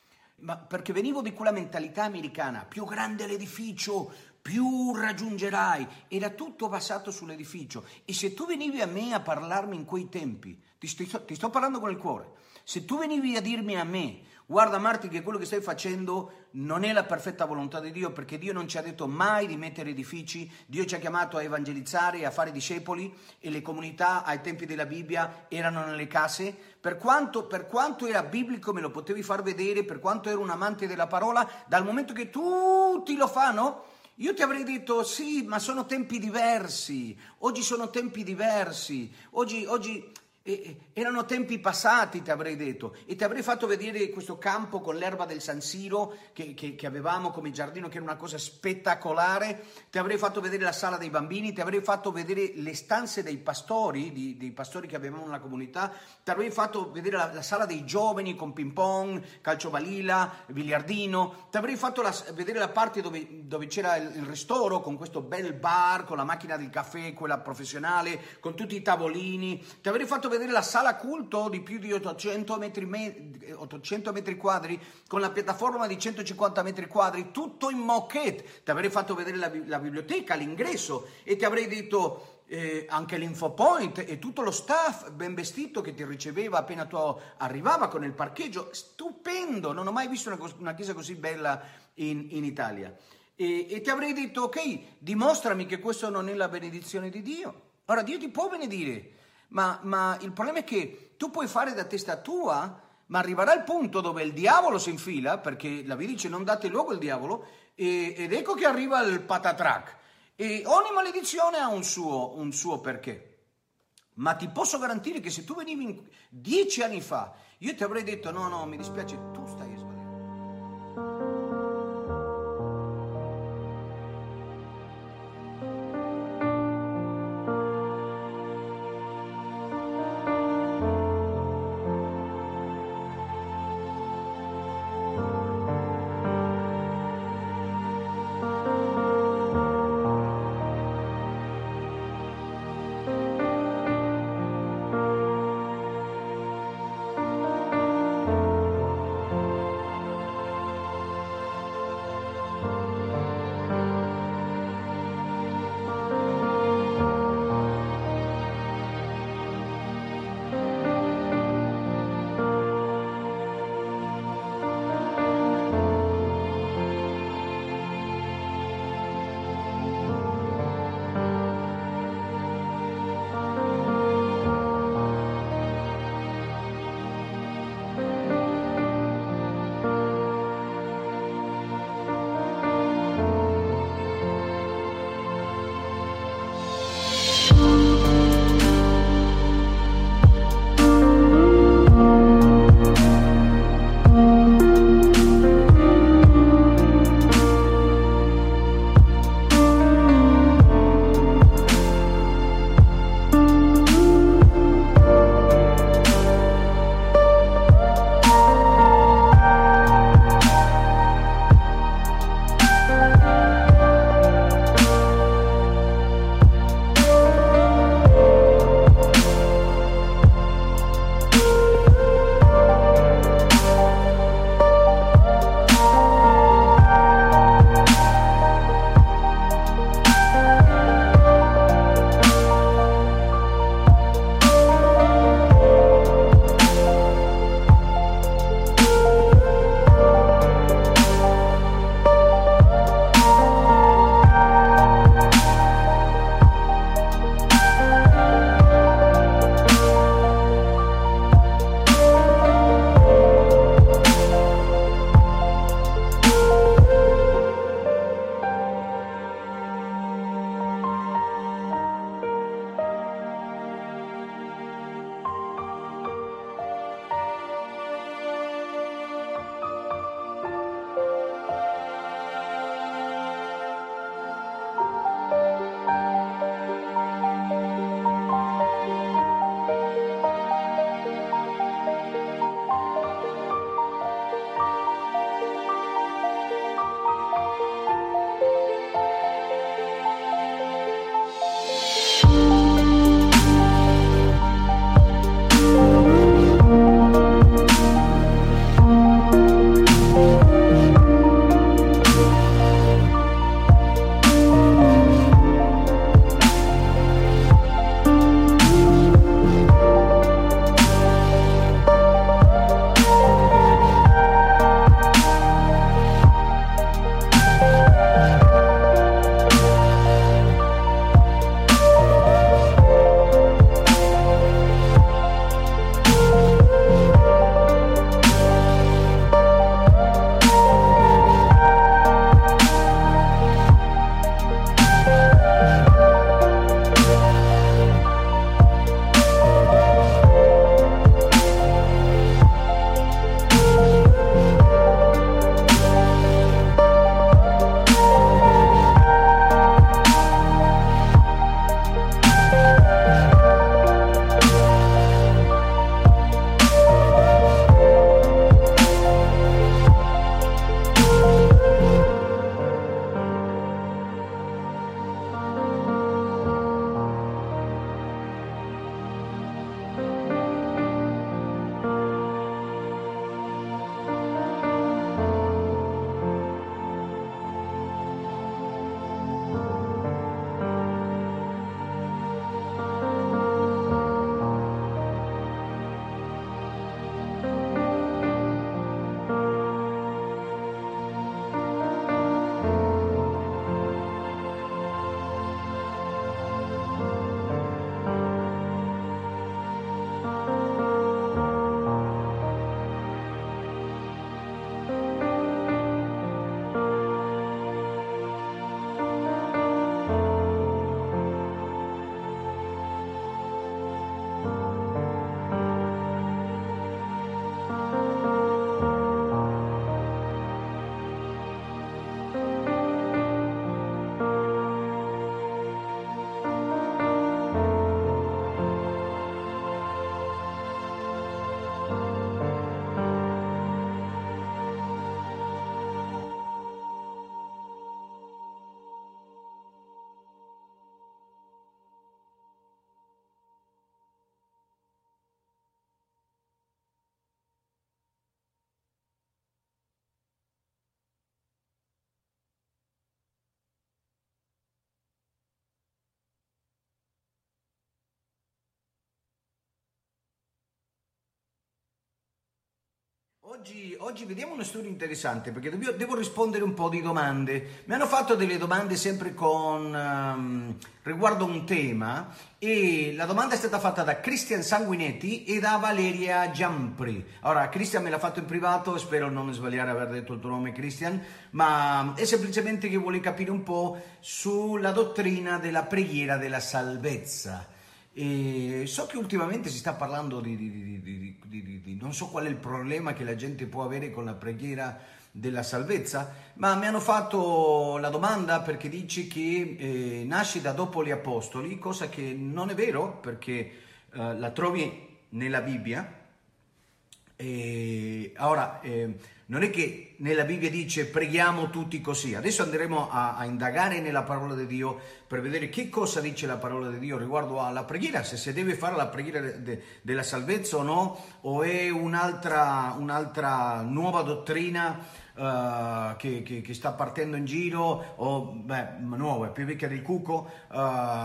Ma perché venivo di quella mentalità americana, più grande l'edificio, più raggiungerai, era tutto basato sull'edificio. E se tu venivi a me a parlarmi in quei tempi, ti sto, ti sto parlando con il cuore, se tu venivi a dirmi a me, guarda Marti che quello che stai facendo non è la perfetta volontà di Dio, perché Dio non ci ha detto mai di mettere edifici, Dio ci ha chiamato a evangelizzare e a fare discepoli, e le comunità ai tempi della Bibbia erano nelle case, per quanto, per quanto era biblico me lo potevi far vedere, per quanto ero un amante della parola, dal momento che tutti lo fanno, io ti avrei detto sì, ma sono tempi diversi, oggi sono tempi diversi, oggi... oggi E erano tempi passati, ti avrei detto, e ti avrei fatto vedere questo campo con l'erba del San Siro che, che, che avevamo come giardino, che era una cosa spettacolare, ti avrei fatto vedere la sala dei bambini, ti avrei fatto vedere le stanze dei pastori, di, dei pastori che avevamo nella comunità, ti avrei fatto vedere la, la sala dei giovani con ping pong, calcio balilla, biliardino, ti avrei fatto la, vedere la parte dove, dove c'era il, il ristoro con questo bel bar, con la macchina del caffè, quella professionale, con tutti i tavolini, ti avrei fatto vedere la sala culto di più di ottocento metri, ottocento metri quadri, con la piattaforma di centocinquanta metri quadri, tutto in moquette. Ti avrei fatto vedere la, la biblioteca, l'ingresso, e ti avrei detto eh, anche l'infopoint e tutto lo staff ben vestito che ti riceveva appena tu arrivava, con il parcheggio stupendo. Non ho mai visto una, una chiesa così bella in, in Italia. E, e ti avrei detto ok, dimostrami che questo non è la benedizione di Dio. Ora Dio ti può benedire, Ma, ma il problema è che tu puoi fare da testa tua, ma arriverà il punto dove il diavolo si infila, perché la Bibbia dice non date luogo al diavolo, e, ed ecco che arriva il patatrac. E ogni maledizione ha un suo, un suo perché. Ma ti posso garantire che se tu venivi in, dieci anni fa, io ti avrei detto no, no, mi dispiace, tu stai sbagliando. Oggi, oggi vediamo uno studio interessante perché devo, devo rispondere un po' di domande. Mi hanno fatto delle domande sempre con um, riguardo un tema e la domanda è stata fatta da Cristian Sanguinetti e da Valeria Giampri. Ora, Cristian me l'ha fatto in privato, spero non sbagliare aver detto il tuo nome, Cristian, ma è semplicemente che vuole capire un po' sulla dottrina della preghiera della salvezza. E so che ultimamente si sta parlando di, di, di, di, di, di, di non so qual è il problema che la gente può avere con la preghiera della salvezza, ma mi hanno fatto la domanda perché dice che eh, nasce da dopo gli apostoli, cosa che non è vero perché eh, la trovi nella Bibbia. E ora eh, non è che nella Bibbia dice preghiamo tutti così. Adesso andremo a, a indagare nella parola di Dio per vedere che cosa dice la parola di Dio riguardo alla preghiera, se si deve fare la preghiera de, de, della salvezza o no, o è un'altra, un'altra nuova dottrina uh, che, che, che sta partendo in giro, o beh, nuova, è più vecchia del cuco. Uh,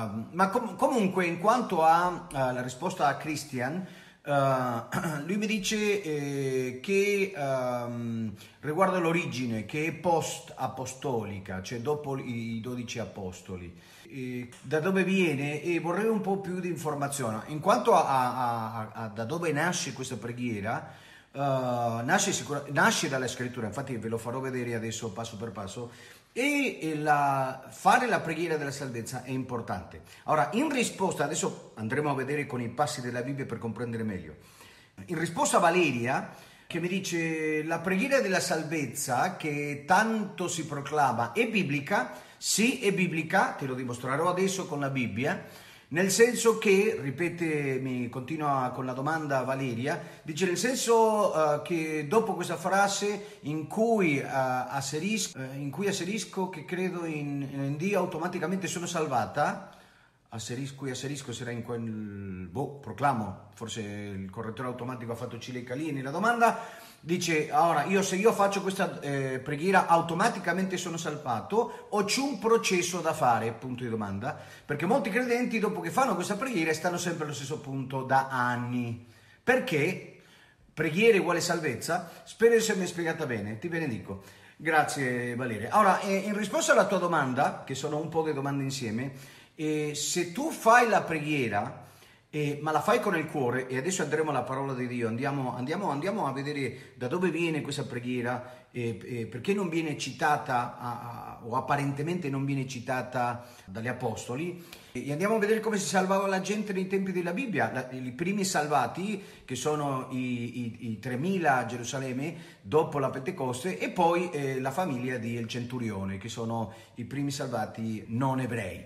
ma com- comunque in quanto a uh, la risposta a Christian, Uh, lui mi dice eh, che um, riguardo all'origine, che è post-apostolica, cioè dopo i dodici apostoli, e da dove viene, e vorrei un po' più di informazione. In quanto a, a, a, a da dove nasce questa preghiera, uh, nasce, sicura, nasce dalla scrittura, infatti ve lo farò vedere adesso passo per passo, e la, fare la preghiera della salvezza è importante. Ora, in risposta, adesso andremo a vedere con i passi della Bibbia per comprendere meglio. In risposta a Valeria, che mi dice la preghiera della salvezza che tanto si proclama è biblica? Sì, è biblica, te lo dimostrerò adesso con la Bibbia. Nel senso che, ripete, mi continua con la domanda Valeria, dice nel senso uh, che dopo questa frase in cui, uh, asserisco, uh, in cui asserisco che credo in, in Dio automaticamente sono salvata, asserisco e asserisco sarà in quel, boh, proclamo, forse il correttore automatico ha fatto Cile Calini, la domanda dice, ora io se io faccio questa eh, preghiera automaticamente sono salvato o c'è un processo da fare, punto di domanda, perché molti credenti dopo che fanno questa preghiera stanno sempre allo stesso punto da anni, perché preghiera uguale salvezza, spero di essermi spiegata bene, ti benedico. Grazie Valeria. Ora, eh, in risposta alla tua domanda, che sono un po' di domande insieme, eh, se tu fai la preghiera Eh, ma la fai con il cuore, e adesso andremo alla parola di Dio, andiamo, andiamo, andiamo a vedere da dove viene questa preghiera, eh, eh, perché non viene citata a, a, o apparentemente non viene citata dagli apostoli, e andiamo a vedere come si salvava la gente nei tempi della Bibbia, la, i primi salvati che sono i, i, i tremila a Gerusalemme dopo la Pentecoste, e poi eh, la famiglia di El Centurione che sono i primi salvati non ebrei.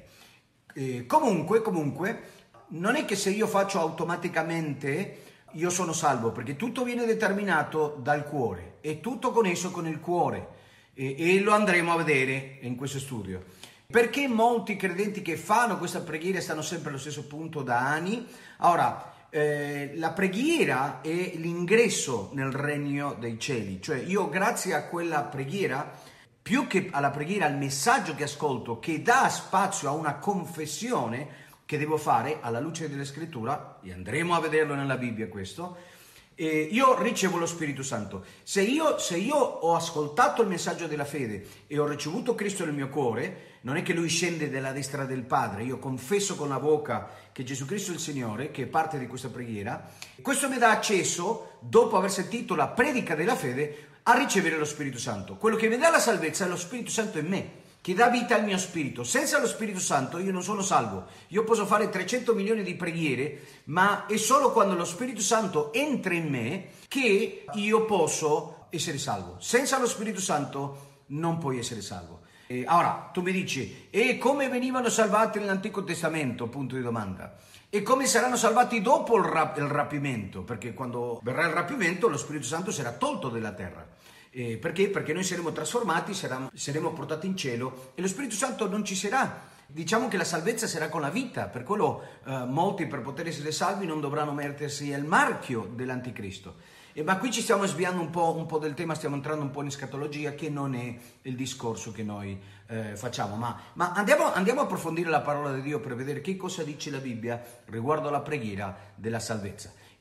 Eh, comunque, comunque non è che se io faccio automaticamente io sono salvo, perché tutto viene determinato dal cuore, è tutto connesso con il cuore, e, e lo andremo a vedere in questo studio. Perché molti credenti che fanno questa preghiera stanno sempre allo stesso punto da anni? Ora, eh, la preghiera è l'ingresso nel regno dei cieli, cioè io grazie a quella preghiera, più che alla preghiera, al messaggio che ascolto, che dà spazio a una confessione che devo fare alla luce della scrittura, e andremo a vederlo nella Bibbia questo, eh, io ricevo lo Spirito Santo. Se io, se io ho ascoltato il messaggio della fede e ho ricevuto Cristo nel mio cuore, non è che Lui scende dalla destra del Padre, io confesso con la bocca che Gesù Cristo è il Signore, che è parte di questa preghiera, questo mi dà accesso, dopo aver sentito la predica della fede, a ricevere lo Spirito Santo. Quello che mi dà la salvezza è lo Spirito Santo in me, che dà vita al mio spirito. Senza lo Spirito Santo io non sono salvo. Io posso fare trecento milioni di preghiere, ma è solo quando lo Spirito Santo entra in me che io posso essere salvo. Senza lo Spirito Santo non puoi essere salvo. E ora, tu mi dici, e come venivano salvati nell'Antico Testamento? Punto di domanda. E come saranno salvati dopo il, rap- il rapimento? Perché quando verrà il rapimento lo Spirito Santo sarà tolto dalla terra. Eh, perché? Perché noi saremo trasformati, saremo, saremo portati in cielo e lo Spirito Santo non ci sarà. Diciamo che la salvezza sarà con la vita, per quello eh, molti per poter essere salvi non dovranno mettersi il marchio dell'anticristo. Eh, ma qui ci stiamo sviando un po', un po' del tema, stiamo entrando un po' in escatologia, che non è il discorso che noi eh, facciamo. Ma, ma andiamo, andiamo a approfondire la parola di Dio per vedere che cosa dice la Bibbia riguardo alla preghiera della salvezza.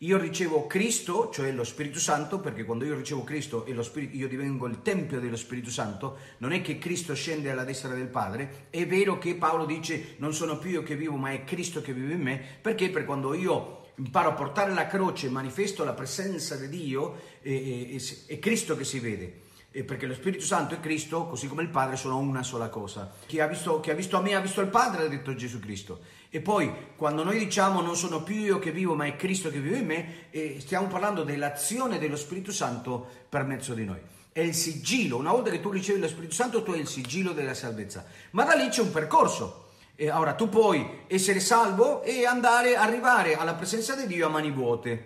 io ricevo Cristo, cioè lo Spirito Santo, perché quando io ricevo Cristo e lo Spirito, io divengo il Tempio dello Spirito Santo, non è che Cristo scende alla destra del Padre. È vero che Paolo dice non sono più io che vivo ma è Cristo che vive in me, perché per quando io imparo a portare la croce, manifesto la presenza di Dio, è, è, è Cristo che si vede. E perché lo Spirito Santo e Cristo, così come il Padre, sono una sola cosa. Chi ha visto, chi ha visto a me ha visto il Padre, ha detto Gesù Cristo. E poi quando noi diciamo non sono più io che vivo ma è Cristo che vive in me, eh, stiamo parlando dell'azione dello Spirito Santo per mezzo di noi. È il sigillo. Una volta che tu ricevi lo Spirito Santo, tu hai il sigillo della salvezza. Ma da lì c'è un percorso. E ora tu puoi essere salvo e andare, arrivare alla presenza di Dio a mani vuote,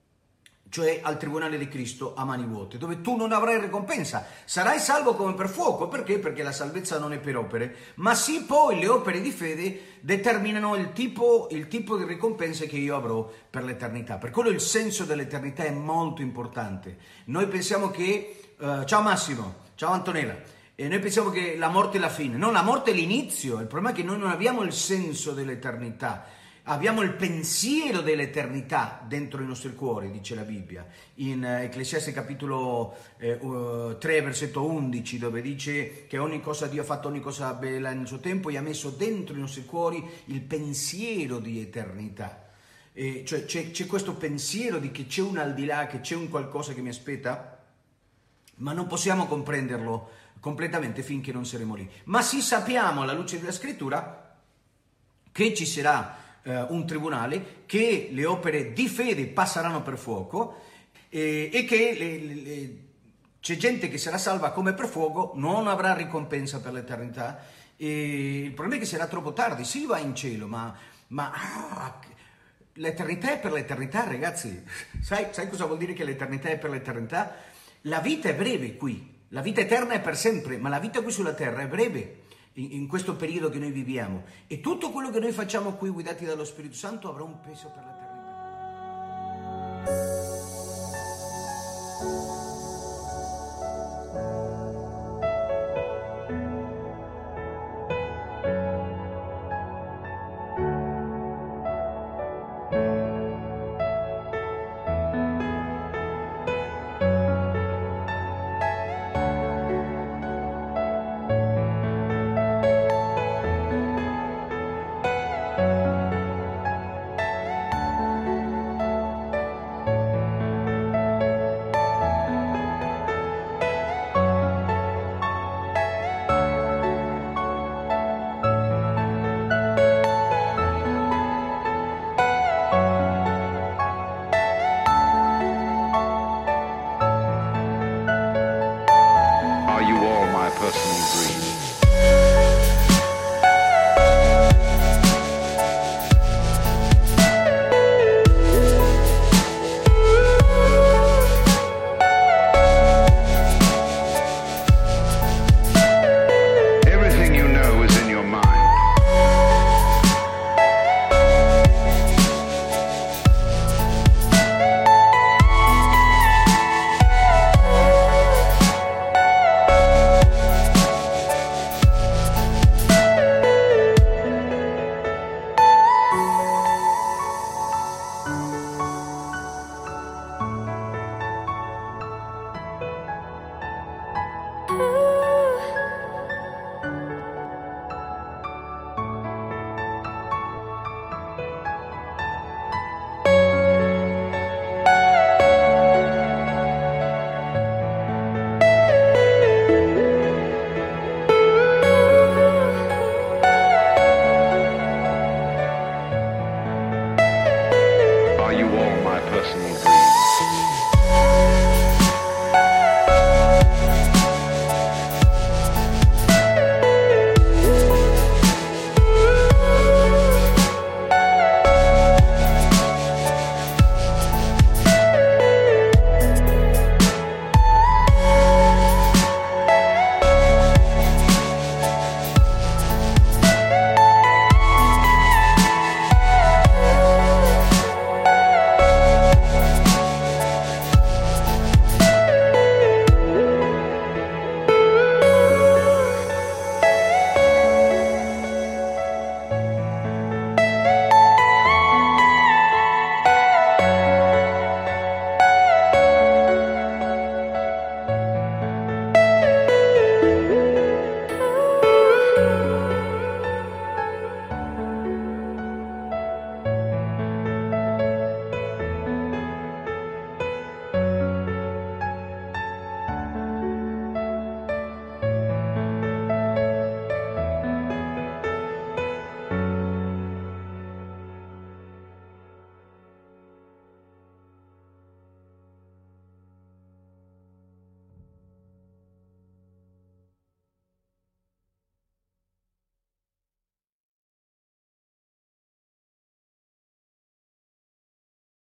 cioè al tribunale di Cristo a mani vuote, dove tu non avrai ricompensa. Sarai salvo come per fuoco. Perché? Perché la salvezza non è per opere, ma sì, poi le opere di fede determinano il tipo, il tipo di ricompense che io avrò per l'eternità. Per quello il senso dell'eternità è molto importante. Noi pensiamo che, uh, ciao Massimo, ciao Antonella, e noi pensiamo che la morte è la fine. No, la morte è l'inizio. Il problema è che noi non abbiamo il senso dell'eternità. Abbiamo il pensiero dell'eternità dentro i nostri cuori, dice la Bibbia, in Ecclesiaste capitolo eh, uh, tre, versetto undici, dove dice che ogni cosa Dio ha fatto, ogni cosa bella nel suo tempo, e ha messo dentro i nostri cuori il pensiero di eternità. E cioè c'è, c'è questo pensiero di che c'è un al di là, che c'è un qualcosa che mi aspetta, ma non possiamo comprenderlo completamente finché non saremo lì. Ma sì, sappiamo alla luce della Scrittura che ci sarà Uh, un tribunale, che le opere di fede passeranno per fuoco eh, e che le, le, le, c'è gente che sarà salva come per fuoco, non avrà ricompensa per l'eternità. E il problema è che sarà troppo tardi. Si va in cielo, ma, ma ah, l'eternità è per l'eternità, ragazzi. Sai, sai cosa vuol dire che l'eternità è per l'eternità? La vita è breve qui, la vita eterna è per sempre, ma la vita qui sulla terra è breve. In questo periodo che noi viviamo, e tutto quello che noi facciamo qui guidati dallo Spirito Santo avrà un peso per l'eternità.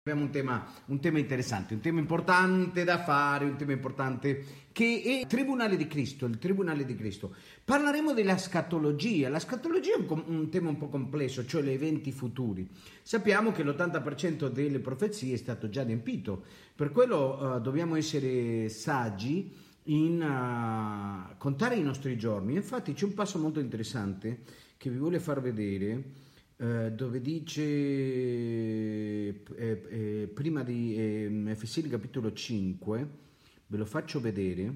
Abbiamo un tema, un tema interessante, un tema importante da fare, un tema importante che è il Tribunale di Cristo, il Tribunale di Cristo. Parleremo della scatologia. La scatologia è un, un tema un po' complesso, cioè gli eventi futuri. Sappiamo che l'ottanta per cento delle profezie è stato già adempito, per quello uh, dobbiamo essere saggi in uh, contare i nostri giorni. Infatti c'è un passo molto interessante che vi voglio far vedere, Uh, dove dice eh, eh, prima di eh, Efesini capitolo cinque, ve lo faccio vedere,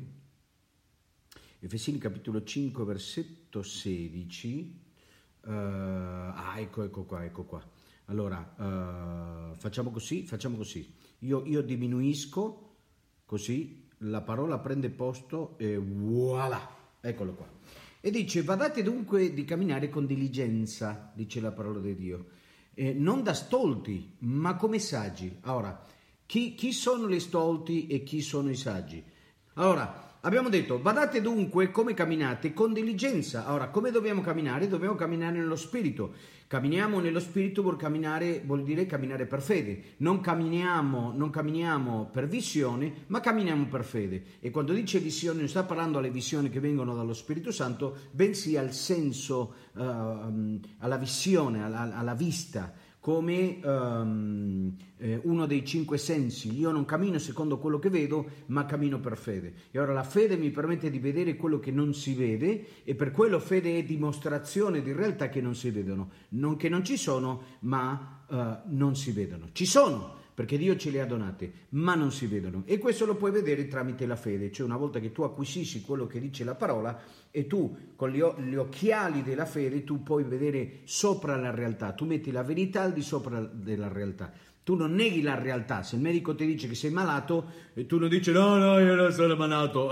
Efesini capitolo cinque versetto sedici, uh, ah ecco ecco qua, ecco qua. Allora uh, facciamo così, facciamo così, io, io diminuisco così, la parola prende posto e voilà, eccolo qua. E dice, badate dunque di camminare con diligenza, dice la parola di Dio, eh, non da stolti, ma come saggi. Ora, chi, chi sono gli stolti e chi sono i saggi? Allora, abbiamo detto, badate dunque come camminate con diligenza. Ora, come dobbiamo camminare? Dobbiamo camminare nello Spirito. Camminiamo nello Spirito vuol, camminare, vuol dire camminare per fede. Non camminiamo, non camminiamo per visione, ma camminiamo per fede. E quando dice visione non sta parlando alle visioni che vengono dallo Spirito Santo, bensì al senso, uh, alla visione, alla, alla vista, come um, eh, uno dei cinque sensi. Io non cammino secondo quello che vedo, ma cammino per fede. E ora la fede mi permette di vedere quello che non si vede, e per quello fede è dimostrazione di realtà che non si vedono, non che non ci sono, ma uh, non si vedono. Ci sono, perché Dio ce le ha donate, ma non si vedono. E questo lo puoi vedere tramite la fede, cioè una volta che tu acquisisci quello che dice la parola e tu con gli, o- gli occhiali della fede tu puoi vedere sopra la realtà, tu metti la verità al di sopra della realtà. Tu non neghi la realtà. Se il medico ti dice che sei malato e tu non dici no, no, io non sono malato.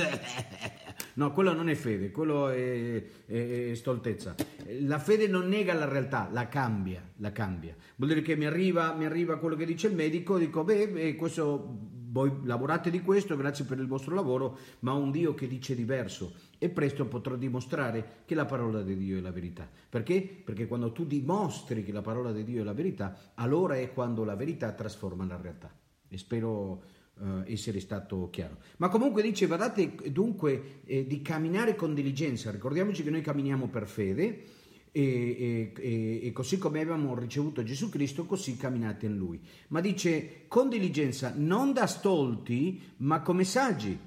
No, quello non è fede, quello è, è, è stoltezza. La fede non nega la realtà, la cambia, la cambia. Vuol dire che mi arriva, mi arriva quello che dice il medico, dico beh, beh, questo, voi lavorate di questo, grazie per il vostro lavoro, ma ho un Dio che dice diverso. E presto potrò dimostrare che la parola di Dio è la verità. Perché? Perché quando tu dimostri che la parola di Dio è la verità, allora è quando la verità trasforma la realtà. E spero uh, essere stato chiaro. Ma comunque dice, badate dunque eh, di camminare con diligenza. Ricordiamoci che noi camminiamo per fede e, e, e così come abbiamo ricevuto Gesù Cristo, così camminate in Lui. Ma dice con diligenza, non da stolti, ma come saggi.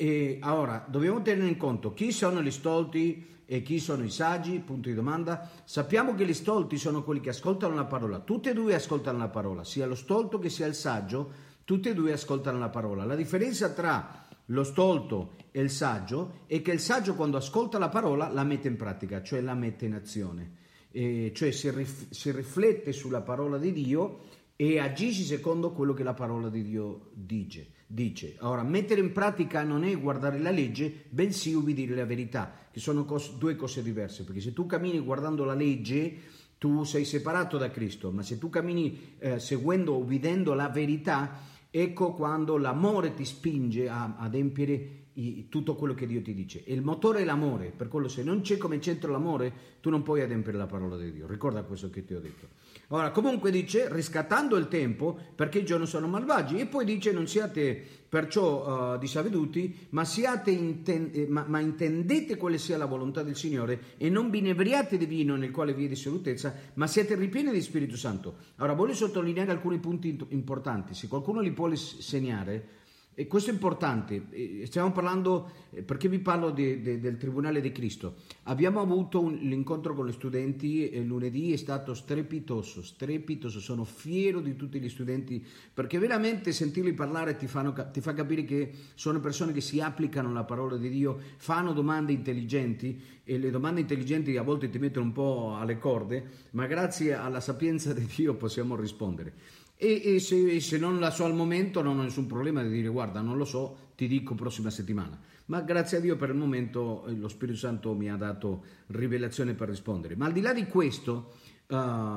E ora dobbiamo tenere in conto chi sono gli stolti e chi sono i saggi, punto di domanda. Sappiamo che gli stolti sono quelli che ascoltano la parola, tutti e due ascoltano la parola, sia lo stolto che sia il saggio, tutti e due ascoltano la parola. La differenza tra lo stolto e il saggio è che il saggio quando ascolta la parola la mette in pratica, cioè la mette in azione, e cioè si, rif- si riflette sulla parola di Dio e agisce secondo quello che la parola di Dio dice. Dice, ora mettere in pratica non è guardare la legge, bensì ubbidire la verità, che sono cos- due cose diverse, perché se tu cammini guardando la legge, tu sei separato da Cristo, ma se tu cammini eh, seguendo, ubbidendo la verità, ecco quando l'amore ti spinge a, ad empiere i, tutto quello che Dio ti dice. E il motore è l'amore, per quello se non c'è come centro l'amore, tu non puoi adempiere la parola di Dio. Ricorda questo che ti ho detto. Ora, comunque dice, riscattando il tempo, perché i giorni sono malvagi, e poi dice, non siate perciò uh, disavveduti, ma, siate inten- eh, ma, ma intendete quale sia la volontà del Signore, e non vi inebriate di vino nel quale vi è dissolutezza, ma siate ripieni di Spirito Santo. Ora, voglio sottolineare alcuni punti importanti, se qualcuno li può segnare. E questo è importante, stiamo parlando, perché vi parlo de, de, del Tribunale di Cristo. Abbiamo avuto un, l'incontro con gli studenti e lunedì è stato strepitoso, strepitoso, sono fiero di tutti gli studenti, perché veramente sentirli parlare ti, fanno, ti fa capire che sono persone che si applicano alla parola di Dio, fanno domande intelligenti, e le domande intelligenti a volte ti mettono un po' alle corde, ma grazie alla sapienza di Dio possiamo rispondere. E, e, se, e se non la so al momento non ho nessun problema di dire guarda non lo so, ti dico prossima settimana, ma grazie a Dio per il momento lo Spirito Santo mi ha dato rivelazione per rispondere. Ma al di là di questo uh,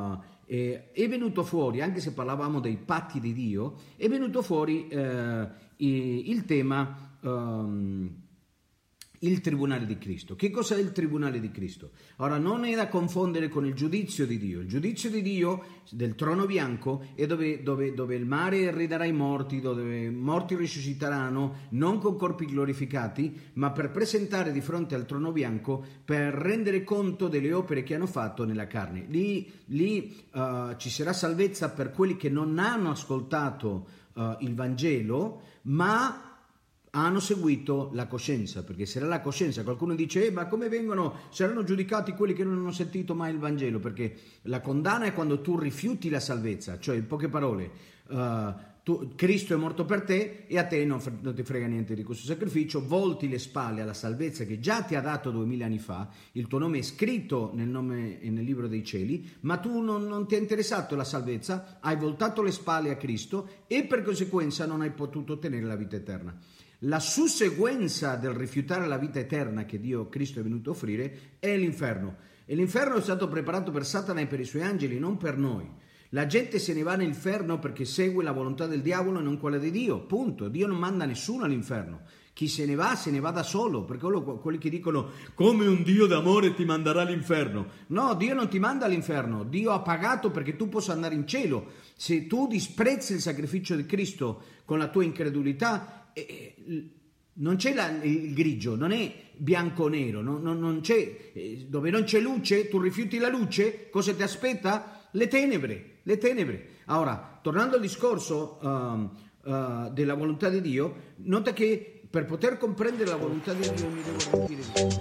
eh, è venuto fuori, anche se parlavamo dei patti di Dio, è venuto fuori uh, il tema um, il tribunale di Cristo. Che cosa è il tribunale di Cristo? Ora, non è da confondere con il giudizio di Dio. Il giudizio di Dio del trono bianco è dove, dove, dove il mare ridarà i morti, dove i morti risusciteranno, non con corpi glorificati, ma per presentare di fronte al trono bianco, per rendere conto delle opere che hanno fatto nella carne. Lì, lì uh, ci sarà salvezza per quelli che non hanno ascoltato uh, il Vangelo, ma hanno seguito la coscienza, perché sarà la coscienza. Qualcuno dice, eh, ma come vengono, saranno giudicati quelli che non hanno sentito mai il Vangelo? Perché la condanna è quando tu rifiuti la salvezza, cioè in poche parole, uh, tu, Cristo è morto per te e a te non, non ti frega niente di questo sacrificio, volti le spalle alla salvezza che già ti ha dato duemila anni fa, il tuo nome è scritto nel, nome, nel libro dei cieli, ma tu non, non ti è interessato la salvezza, hai voltato le spalle a Cristo e per conseguenza non hai potuto ottenere la vita eterna. La susseguenza del rifiutare la vita eterna che Dio Cristo è venuto a offrire è l'inferno. E l'inferno è stato preparato per Satana e per i suoi angeli, non per noi. La gente se ne va all'inferno perché segue la volontà del diavolo e non quella di Dio, punto. Dio non manda nessuno all'inferno. Chi se ne va, se ne va da solo, perché quelli che dicono come un Dio d'amore ti manderà all'inferno. No, Dio non ti manda all'inferno, Dio ha pagato perché tu possa andare in cielo. Se tu disprezzi il sacrificio di Cristo con la tua incredulità, Eh, non c'è la, il grigio, non è bianco o nero, non, non, non c'è, eh, dove non c'è luce, tu rifiuti la luce, cosa ti aspetta? Le tenebre, le tenebre. Ora, tornando al discorso uh, uh, della volontà di Dio, nota che per poter comprendere la volontà di Dio mi devo riempire di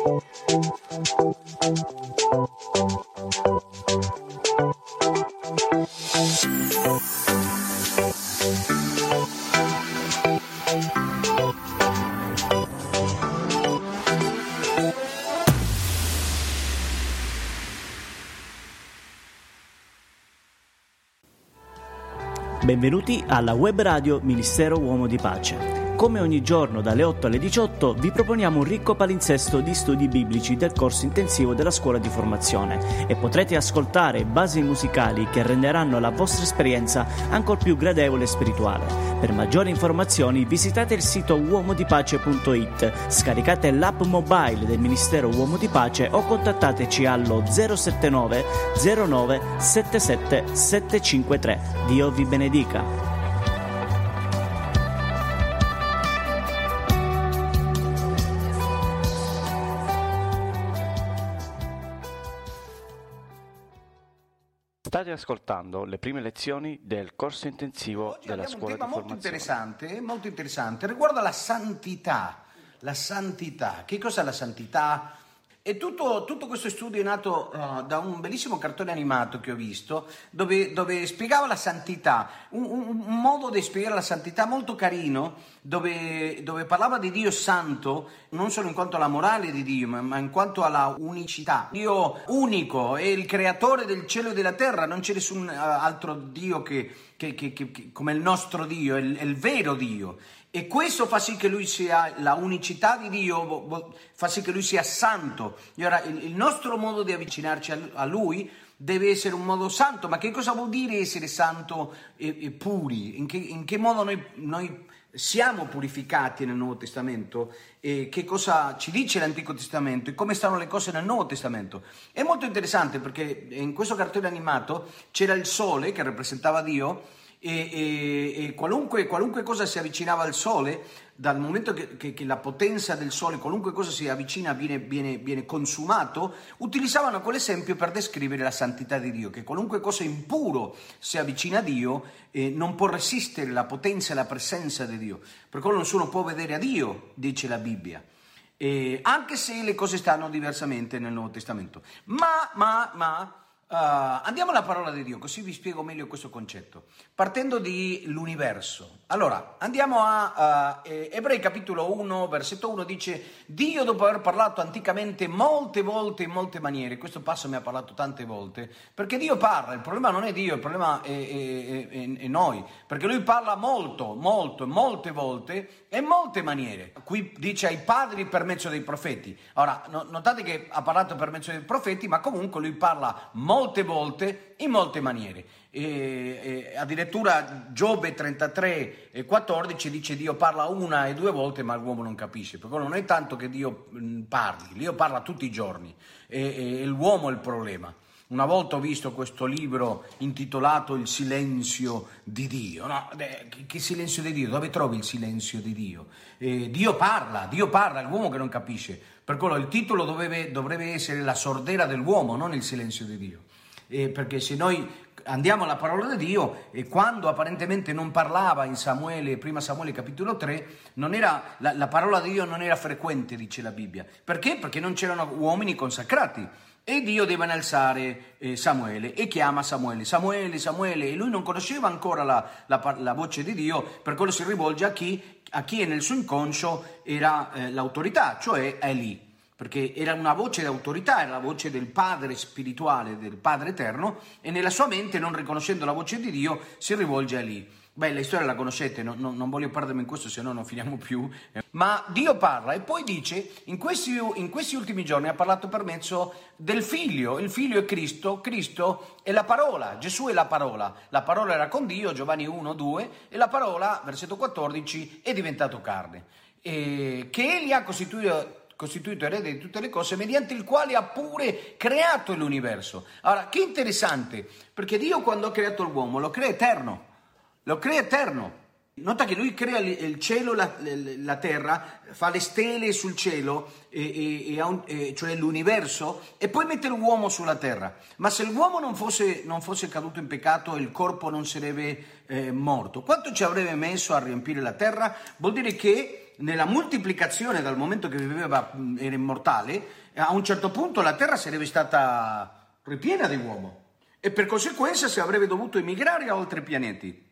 Benvenuti alla web radio Ministero Uomo di Pace. Come ogni giorno dalle otto alle diciotto vi proponiamo un ricco palinsesto di studi biblici del corso intensivo della scuola di formazione e potrete ascoltare basi musicali che renderanno la vostra esperienza ancor più gradevole e spirituale. Per maggiori informazioni visitate il sito uomodipace punto it, scaricate l'app mobile del Ministero Uomo di Pace o contattateci allo zero sette nove zero nove sette sette sette cinque tre. Dio vi benedica. State ascoltando le prime lezioni del corso intensivo Oggi della scuola di formazione. Oggi abbiamo un tema molto interessante, molto interessante, riguarda la santità. La santità. Che cos'è la santità? E tutto, tutto questo studio è nato uh, da un bellissimo cartone animato che ho visto, dove, dove spiegava la santità, un, un, un modo di spiegare la santità molto carino, dove, dove parlava di Dio santo, non solo in quanto alla morale di Dio, ma, ma in quanto alla unicità. Dio unico, è il creatore del cielo e della terra, non c'è nessun uh, altro Dio che, che, che, che, che come il nostro Dio, è il, è il vero Dio. E questo fa sì che lui sia, la unicità di Dio fa sì che lui sia santo. E ora il, il nostro modo di avvicinarci a, a lui deve essere un modo santo. Ma che cosa vuol dire essere santo e, e puri? In che, in che modo noi, noi siamo purificati nel Nuovo Testamento? E che cosa ci dice l'Antico Testamento? E come stanno le cose nel Nuovo Testamento? È molto interessante perché in questo cartone animato c'era il sole che rappresentava Dio. E, e, e qualunque, qualunque cosa si avvicinava al sole, dal momento che, che, che la potenza del sole, qualunque cosa si avvicina viene, viene, viene consumato, utilizzavano quell'esempio per descrivere la santità di Dio, che qualunque cosa impuro si avvicina a Dio eh, non può resistere la potenza e la presenza di Dio, per quello nessuno può vedere a Dio, dice la Bibbia. Eh, anche se le cose stanno diversamente nel Nuovo Testamento, ma, ma, ma Uh, andiamo alla parola di Dio, così vi spiego meglio questo concetto, partendo dall'universo. Allora, andiamo a uh, Ebrei capitolo uno, versetto uno, dice: Dio, dopo aver parlato anticamente molte volte in molte maniere, questo passo mi ha parlato tante volte, perché Dio parla, il problema non è Dio, il problema è, è, è, è noi, perché Lui parla molto, molto, molte volte e in molte maniere. Qui dice ai padri per mezzo dei profeti. Ora, no, notate che ha parlato per mezzo dei profeti, ma comunque Lui parla molto molte volte in molte maniere. E, e addirittura Giobbe trentatré e quattordici dice: Dio parla una e due volte ma l'uomo non capisce, perché non è tanto che Dio parli, Dio parla tutti i giorni e, e l'uomo è il problema. Una volta ho visto questo libro intitolato Il silenzio di Dio. No, che silenzio di Dio? Dove trovi il silenzio di Dio? Eh, Dio parla, Dio parla, è l'uomo che non capisce. Per quello il titolo dovrebbe, dovrebbe essere La sordera dell'uomo, non il silenzio di Dio. Eh, perché se noi andiamo alla parola di Dio, e quando apparentemente non parlava in Samuele, prima Samuele capitolo tre, non era, la, la parola di Dio non era frequente, dice la Bibbia. Perché? Perché non c'erano uomini consacrati. E Dio deve innalzare eh, Samuele e chiama Samuele, Samuele, Samuele, e lui non conosceva ancora la, la, la voce di Dio, per quello si rivolge a chi, a chi nel suo inconscio era eh, l'autorità, cioè a Eli, perché era una voce d'autorità, era la voce del Padre spirituale, del Padre eterno, e nella sua mente, non riconoscendo la voce di Dio, si rivolge a Eli. Beh, la storia la conoscete, no, no, non voglio perdermi in questo, se no non finiamo più. Ma Dio parla e poi dice, in questi, in questi ultimi giorni ha parlato per mezzo del Figlio. Il Figlio è Cristo, Cristo è la parola, Gesù è la parola. La parola era con Dio, Giovanni uno due, e la parola, versetto quattordici, è diventato carne. E che Egli ha costituito... costituito erede di tutte le cose, mediante il quale ha pure creato l'universo. Allora, che interessante, perché Dio quando ha creato l'uomo lo crea eterno, lo crea eterno. Nota che lui crea il cielo, la, la terra, fa le stelle sul cielo, e, e, e, cioè l'universo, e poi mette l'uomo sulla terra. Ma se l'uomo non fosse, non fosse caduto in peccato, il corpo non sarebbe eh, morto. Quanto ci avrebbe messo a riempire la terra? Vuol dire che nella moltiplicazione, dal momento che viveva, era immortale, a un certo punto la terra sarebbe stata ripiena di uomo e per conseguenza si avrebbe dovuto emigrare a altri pianeti.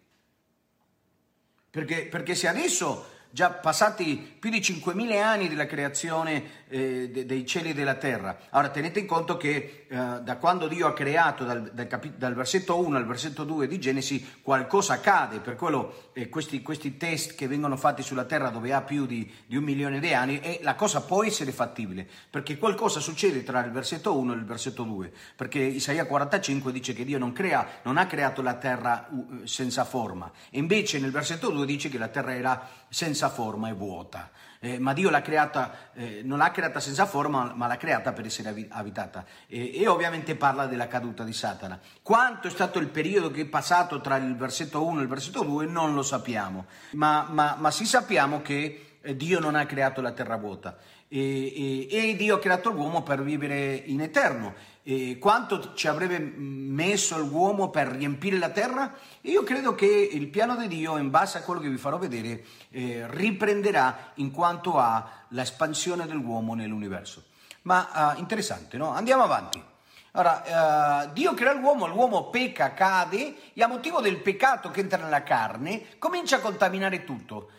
Perché, perché se adesso, già passati più di cinquemila anni della creazione eh, de, dei cieli e della terra, ora tenete in conto che eh, da quando Dio ha creato, dal, dal, capi, dal versetto uno al versetto due di Genesi, qualcosa accade, per quello eh, questi, questi test che vengono fatti sulla terra dove ha più di, di un milione di anni, e la cosa può essere fattibile, perché qualcosa succede tra il versetto uno e il versetto due, perché Isaia quarantacinque dice che Dio non, crea, non ha creato la terra uh, senza forma, e invece nel versetto due dice che la terra era senza forma e vuota, eh, ma Dio l'ha creata, eh, non l'ha creata senza forma, ma l'ha creata per essere abitata, e, e ovviamente parla della caduta di Satana. Quanto è stato il periodo che è passato tra il versetto uno e il versetto due non lo sappiamo, ma, ma, ma sì sappiamo che eh, Dio non ha creato la terra vuota, e, e, e Dio ha creato l'uomo per vivere in eterno. E quanto ci avrebbe messo l'uomo per riempire la terra? Io credo che il piano di Dio, in base a quello che vi farò vedere, eh, riprenderà in quanto a l'espansione dell'uomo nell'universo. Ma uh, interessante, no? Andiamo avanti. Allora, uh, Dio crea l'uomo, l'uomo pecca, cade, e a motivo del peccato che entra nella carne comincia a contaminare tutto.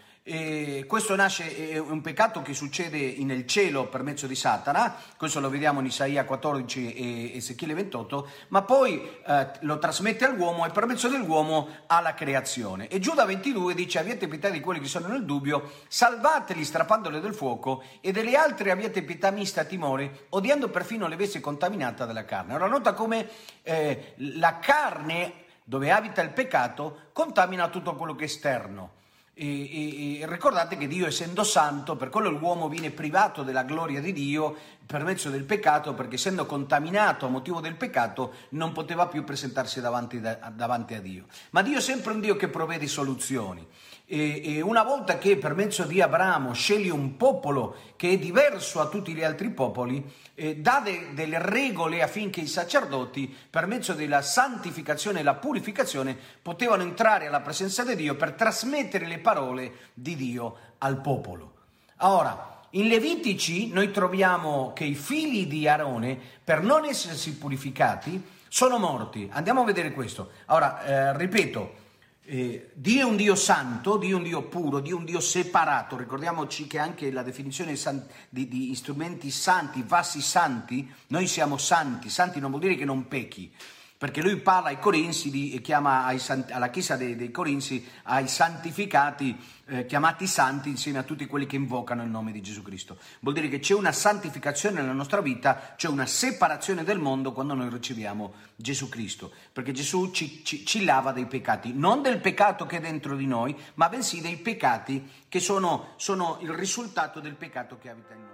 E questo nasce, è un peccato che succede nel cielo per mezzo di Satana, questo lo vediamo in Isaia quattordici e Ezechiele ventotto, ma poi eh, lo trasmette all'uomo e per mezzo dell'uomo alla creazione. E Giuda ventidue dice: abbiate pietà di quelli che sono nel dubbio, salvateli strappandoli del fuoco, e delle altre abbiate pietà mista a timore, odiando perfino le vesti contaminate della carne. Ora nota come eh, la carne, dove abita il peccato, contamina tutto quello che è esterno. E, e, e ricordate che Dio, essendo santo, per quello l'uomo viene privato della gloria di Dio per mezzo del peccato, perché essendo contaminato a motivo del peccato non poteva più presentarsi davanti, da, davanti a Dio. Ma Dio è sempre un Dio che provvede soluzioni, e, e una volta che per mezzo di Abramo sceglie un popolo che è diverso a tutti gli altri popoli, eh, dà de, delle regole affinché i sacerdoti, per mezzo della santificazione e la purificazione, potevano entrare alla presenza di Dio per trasmettere le parole di Dio al popolo. Ora, in Levitici noi troviamo che i figli di Aarone, per non essersi purificati, sono morti. Andiamo a vedere questo. Ora, eh, ripeto, eh, Dio è un Dio santo, Dio è un Dio puro, Dio è un Dio separato. Ricordiamoci che anche la definizione di, di strumenti santi, vasi santi, noi siamo santi. Santi non vuol dire che non pecchi, perché lui parla ai Corinzi, di, e chiama ai, alla chiesa dei, dei Corinzi, ai santificati, eh, chiamati santi insieme a tutti quelli che invocano il nome di Gesù Cristo. Vuol dire che c'è una santificazione nella nostra vita, c'è una separazione del mondo quando noi riceviamo Gesù Cristo, perché Gesù ci, ci, ci lava dei peccati, non del peccato che è dentro di noi, ma bensì dei peccati che sono, sono il risultato del peccato che abita in noi.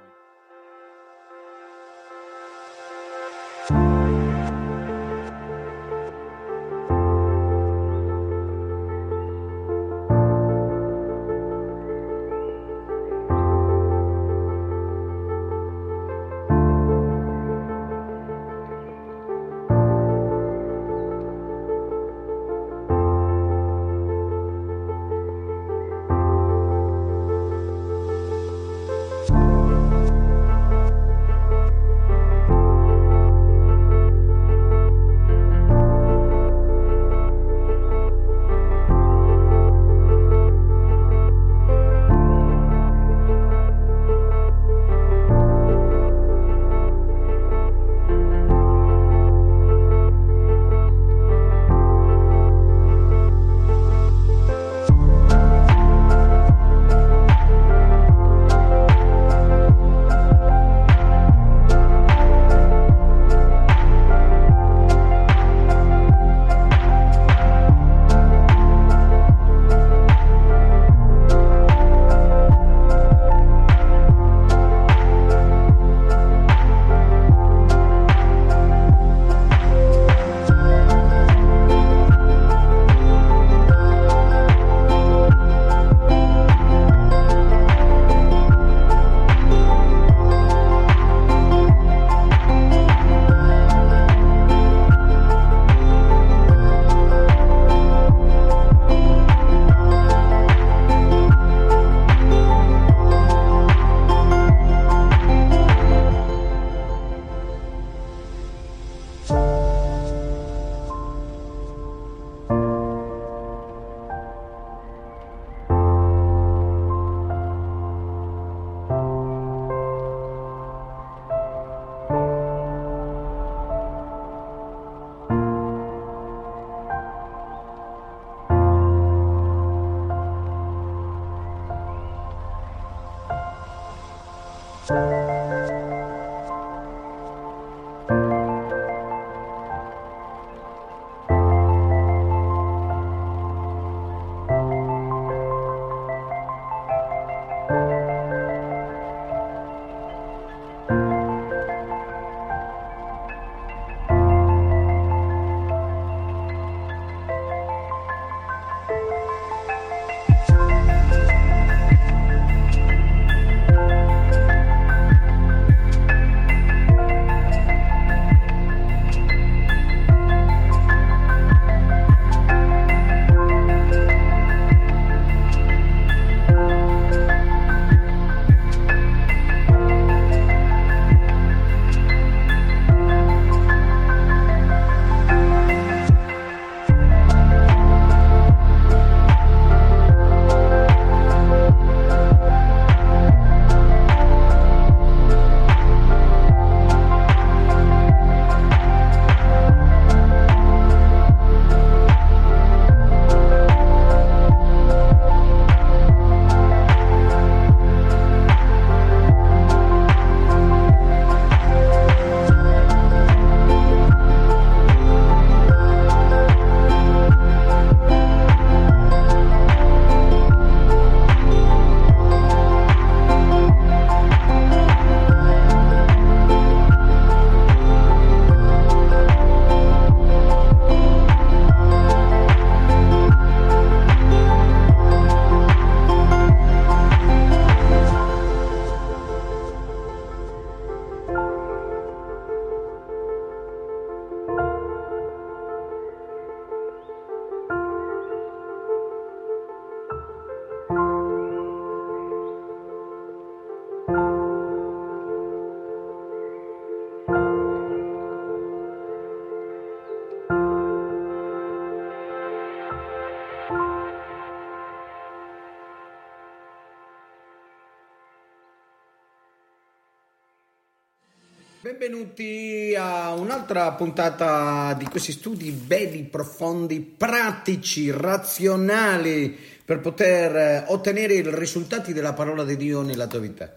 Benvenuti a un'altra puntata di questi studi belli, profondi, pratici, razionali per poter ottenere i risultati della parola di Dio nella tua vita.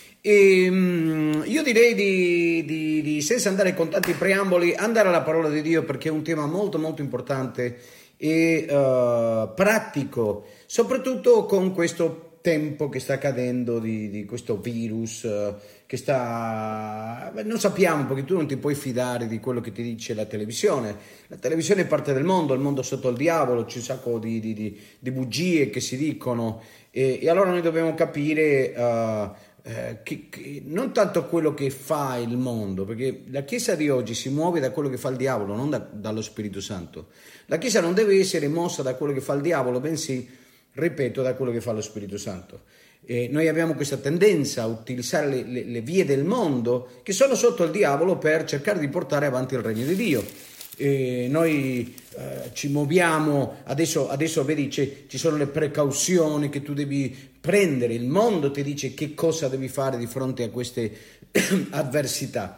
E um, io direi di, di, di, senza andare con tanti preamboli, andare alla parola di Dio, perché è un tema molto molto importante e uh, pratico, soprattutto con questo tempo che sta accadendo di, di questo virus uh, che sta, non sappiamo, perché tu non ti puoi fidare di quello che ti dice la televisione. La televisione è parte del mondo, il mondo è sotto il diavolo, c'è un sacco di, di, di, di bugie che si dicono e, e allora noi dobbiamo capire uh, Eh, che, che, non tanto quello che fa il mondo, perché la Chiesa di oggi si muove da quello che fa il diavolo, non da, dallo Spirito Santo. La Chiesa non deve essere mossa da quello che fa il diavolo, bensì, ripeto, da quello che fa lo Spirito Santo. Eh, noi abbiamo questa tendenza a utilizzare le, le, le vie del mondo che sono sotto il diavolo per cercare di portare avanti il regno di Dio. E noi eh, ci muoviamo adesso, adesso vedi c'è, ci sono le precauzioni che tu devi prendere, il mondo ti dice che cosa devi fare di fronte a queste avversità.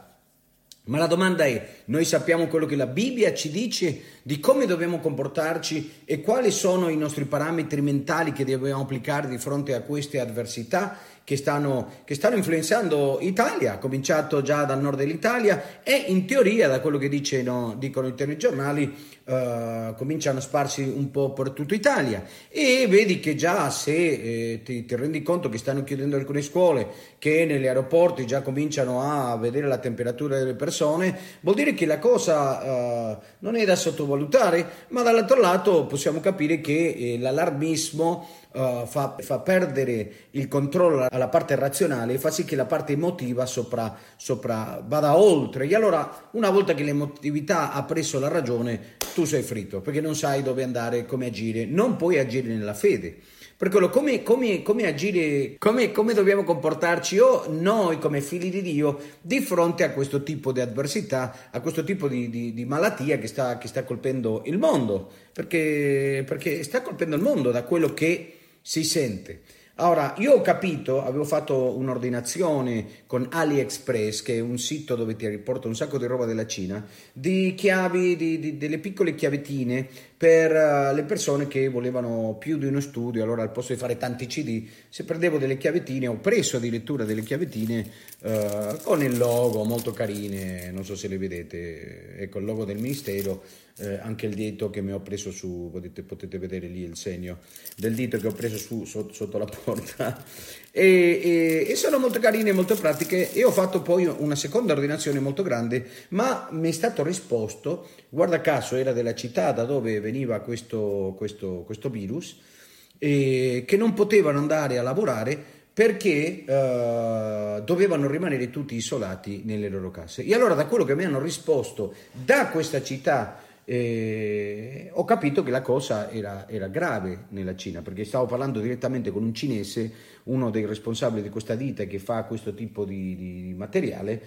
Ma la domanda è, noi sappiamo quello che la Bibbia ci dice di come dobbiamo comportarci e quali sono i nostri parametri mentali che dobbiamo applicare di fronte a queste avversità che stanno, che stanno influenzando Italia, cominciato già dal nord dell'Italia e in teoria, da quello che dice, no, dicono i telegiornali, Uh, cominciano a sparsi un po' per tutta Italia e vedi che già se eh, ti, ti rendi conto che stanno chiudendo alcune scuole, che negli aeroporti già cominciano a vedere la temperatura delle persone, vuol dire che la cosa uh, non è da sottovalutare, ma dall'altro lato possiamo capire che eh, l'allarmismo uh, fa, fa perdere il controllo alla parte razionale e fa sì che la parte emotiva sopra, sopra vada oltre, e allora una volta che l'emotività ha preso la ragione tu sei fritto, perché non sai dove andare, come agire, non puoi agire nella fede. Per quello, come, come, come agire, come, come dobbiamo comportarci o noi come figli di Dio di fronte a questo tipo di avversità, a questo tipo di, di, di malattia che sta, che sta colpendo il mondo, perché, perché sta colpendo il mondo da quello che si sente. Ora, io ho capito, avevo fatto un'ordinazione con AliExpress, che è un sito dove ti riporta un sacco di roba della Cina, di chiavi, di, di, delle piccole chiavettine per uh, le persone che volevano più di uno studio. Allora, al posto di fare tanti C D, se prendevo delle chiavettine, ho preso addirittura delle chiavettine uh, con il logo, molto carine, non so se le vedete, ecco il logo del ministero. Eh, anche il dito che mi ho preso su, potete, potete vedere lì il segno del dito che ho preso su, sotto, sotto la porta e, e, e sono molto carine, molto pratiche, e ho fatto poi una seconda ordinazione molto grande, ma mi è stato risposto, guarda caso era della città da dove veniva questo, questo, questo virus, e che non potevano andare a lavorare perché uh, dovevano rimanere tutti isolati nelle loro case. E allora da quello che mi hanno risposto da questa città Eh, ho capito che la cosa era, era grave nella Cina, perché stavo parlando direttamente con un cinese, uno dei responsabili di questa ditta che fa questo tipo di, di materiale,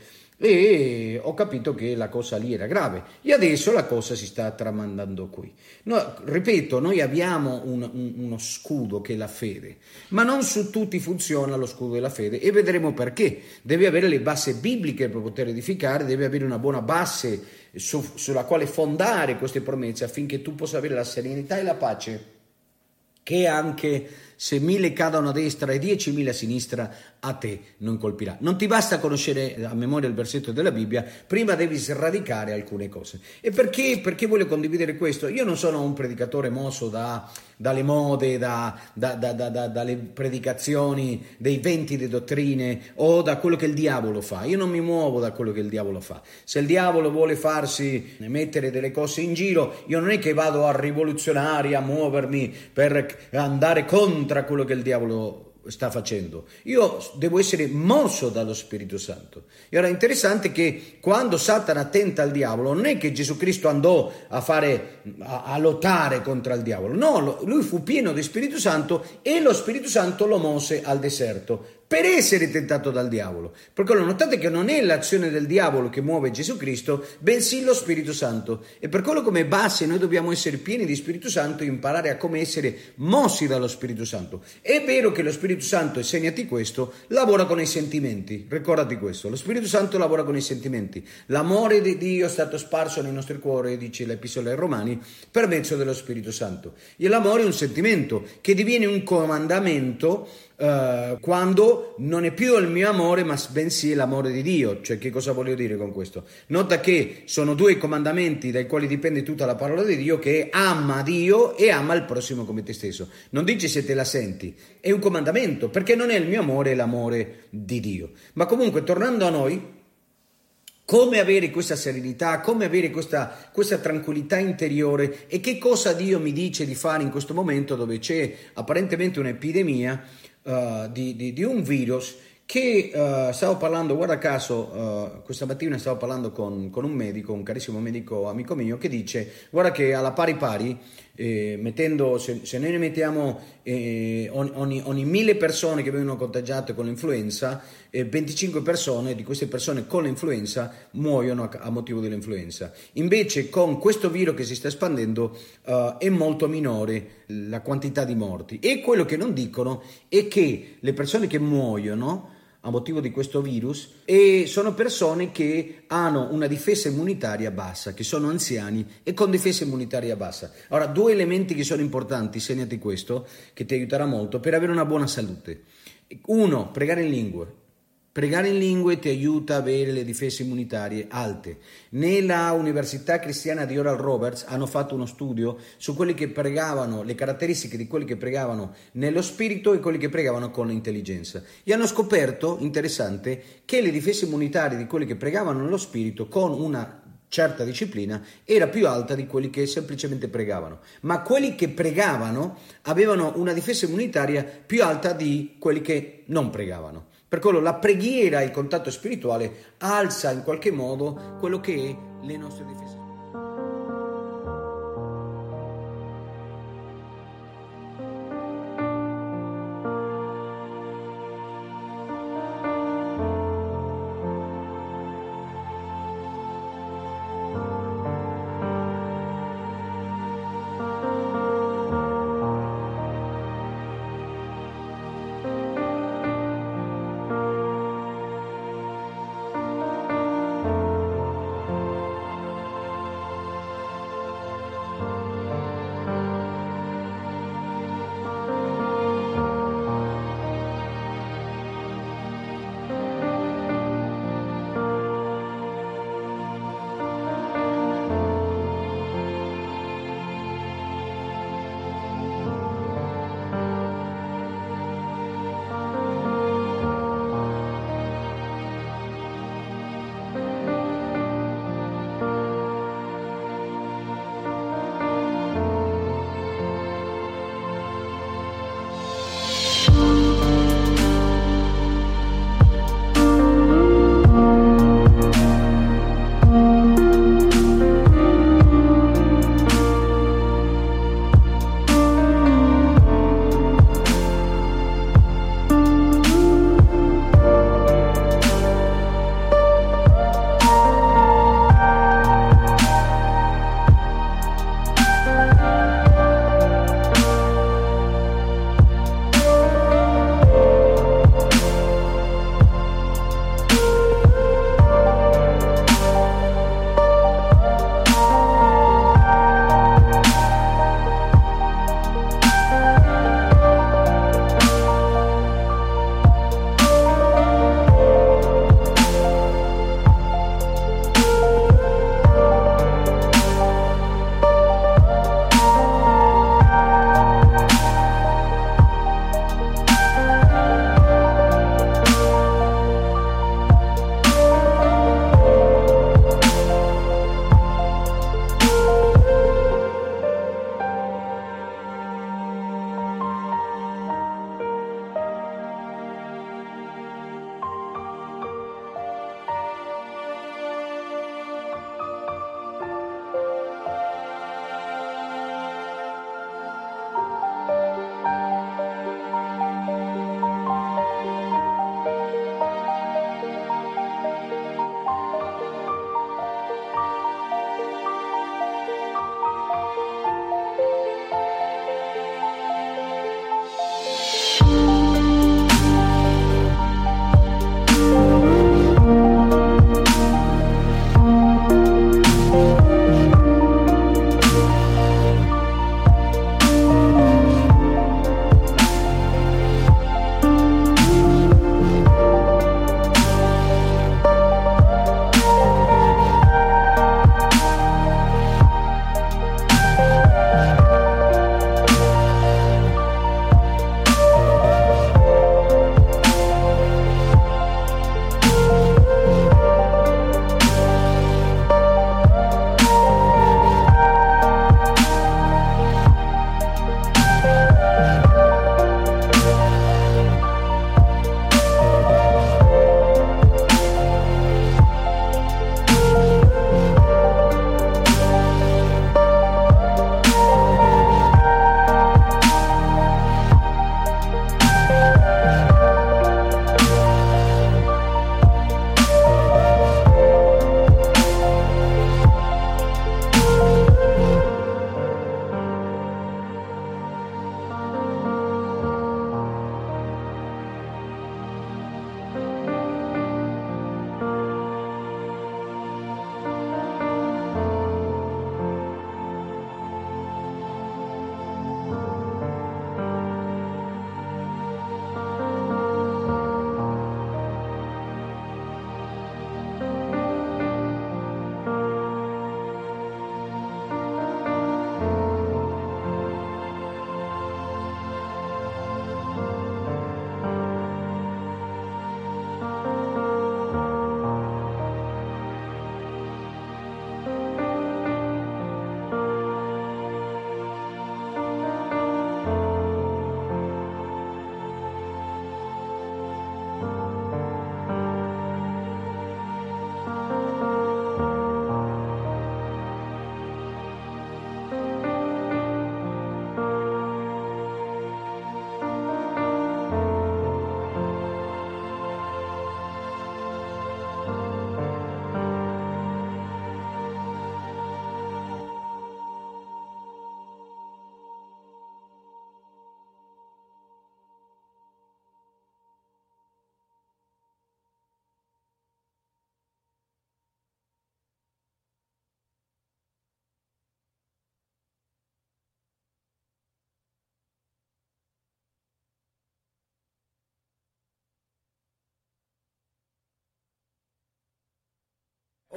e ho capito che la cosa lì era grave e adesso la cosa si sta tramandando qui. No, ripeto, noi abbiamo un, un, uno scudo che è la fede, ma non su tutti funziona lo scudo della fede e vedremo perché. Deve avere le basi bibliche per poter edificare, deve avere una buona base su, sulla quale fondare queste promesse affinché tu possa avere la serenità e la pace che anche se mille cadono a destra e diecimila a sinistra, a te non colpirà. Non ti basta conoscere a memoria il versetto della Bibbia, prima devi sradicare alcune cose. E perché, perché voglio condividere questo? Io non sono un predicatore mosso da, dalle mode, da, da, da, da, da, dalle predicazioni, dei venti di dottrine o da quello che il diavolo fa. Io non mi muovo da quello che il diavolo fa. Se il diavolo vuole farsi mettere delle cose in giro, io non è che vado a rivoluzionare, a muovermi per andare contro a quello che il diavolo sta facendo. Io devo essere mosso dallo Spirito Santo. E ora è interessante che quando Satana tenta il diavolo, non è che Gesù Cristo andò a fare a, a lottare contro il diavolo, no, lui fu pieno di Spirito Santo e lo Spirito Santo lo mosse al deserto per essere tentato dal diavolo. Perché notate che non è l'azione del diavolo che muove Gesù Cristo, bensì lo Spirito Santo. E per quello come base noi dobbiamo essere pieni di Spirito Santo e imparare a come essere mossi dallo Spirito Santo. È vero che lo Spirito Santo, e segnati questo, lavora con i sentimenti. Ricordati questo, lo Spirito Santo lavora con i sentimenti. L'amore di Dio è stato sparso nei nostri cuori, dice l'Epistola ai Romani, per mezzo dello Spirito Santo. E l'amore è un sentimento che diviene un comandamento uh, quando non è più il mio amore, ma bensì l'amore di Dio. Cioè, che cosa voglio dire con questo? Nota che sono due comandamenti dai quali dipende tutta la parola di Dio, che ama Dio e ama il prossimo come te stesso. Non dice se te la senti, è un comandamento, perché non è il mio amore, è l'amore di Dio. Ma comunque, tornando a noi, come avere questa serenità, come avere questa, questa tranquillità interiore, e che cosa Dio mi dice di fare in questo momento dove c'è apparentemente un'epidemia uh, di, di, di un virus che uh, stavo parlando, guarda caso, uh, questa mattina stavo parlando con, con un medico, un carissimo medico amico mio, che dice, guarda che alla pari pari, eh, mettendo, se, se noi ne mettiamo eh, ogni, ogni, ogni mille persone che vengono contagiate con l'influenza, eh, venticinque persone di queste persone con l'influenza muoiono a, a motivo dell'influenza. Invece con questo virus che si sta espandendo uh, è molto minore la quantità di morti. E quello che non dicono è che le persone che muoiono a motivo di questo virus e sono persone che hanno una difesa immunitaria bassa, che sono anziani e con difesa immunitaria bassa. Ora, due elementi che sono importanti, segnati questo, che ti aiuterà molto per avere una buona salute. Uno, pregare in lingue. Pregare in lingue ti aiuta ad avere le difese immunitarie alte. Nella Università Cristiana di Oral Roberts hanno fatto uno studio su quelli che pregavano, le caratteristiche di quelli che pregavano nello spirito e quelli che pregavano con l'intelligenza. E hanno scoperto, interessante, che le difese immunitarie di quelli che pregavano nello spirito con una certa disciplina era più alta di quelli che semplicemente pregavano, ma quelli che pregavano avevano una difesa immunitaria più alta di quelli che non pregavano. Per quello la preghiera e il contatto spirituale alza in qualche modo quello che è le nostre difese.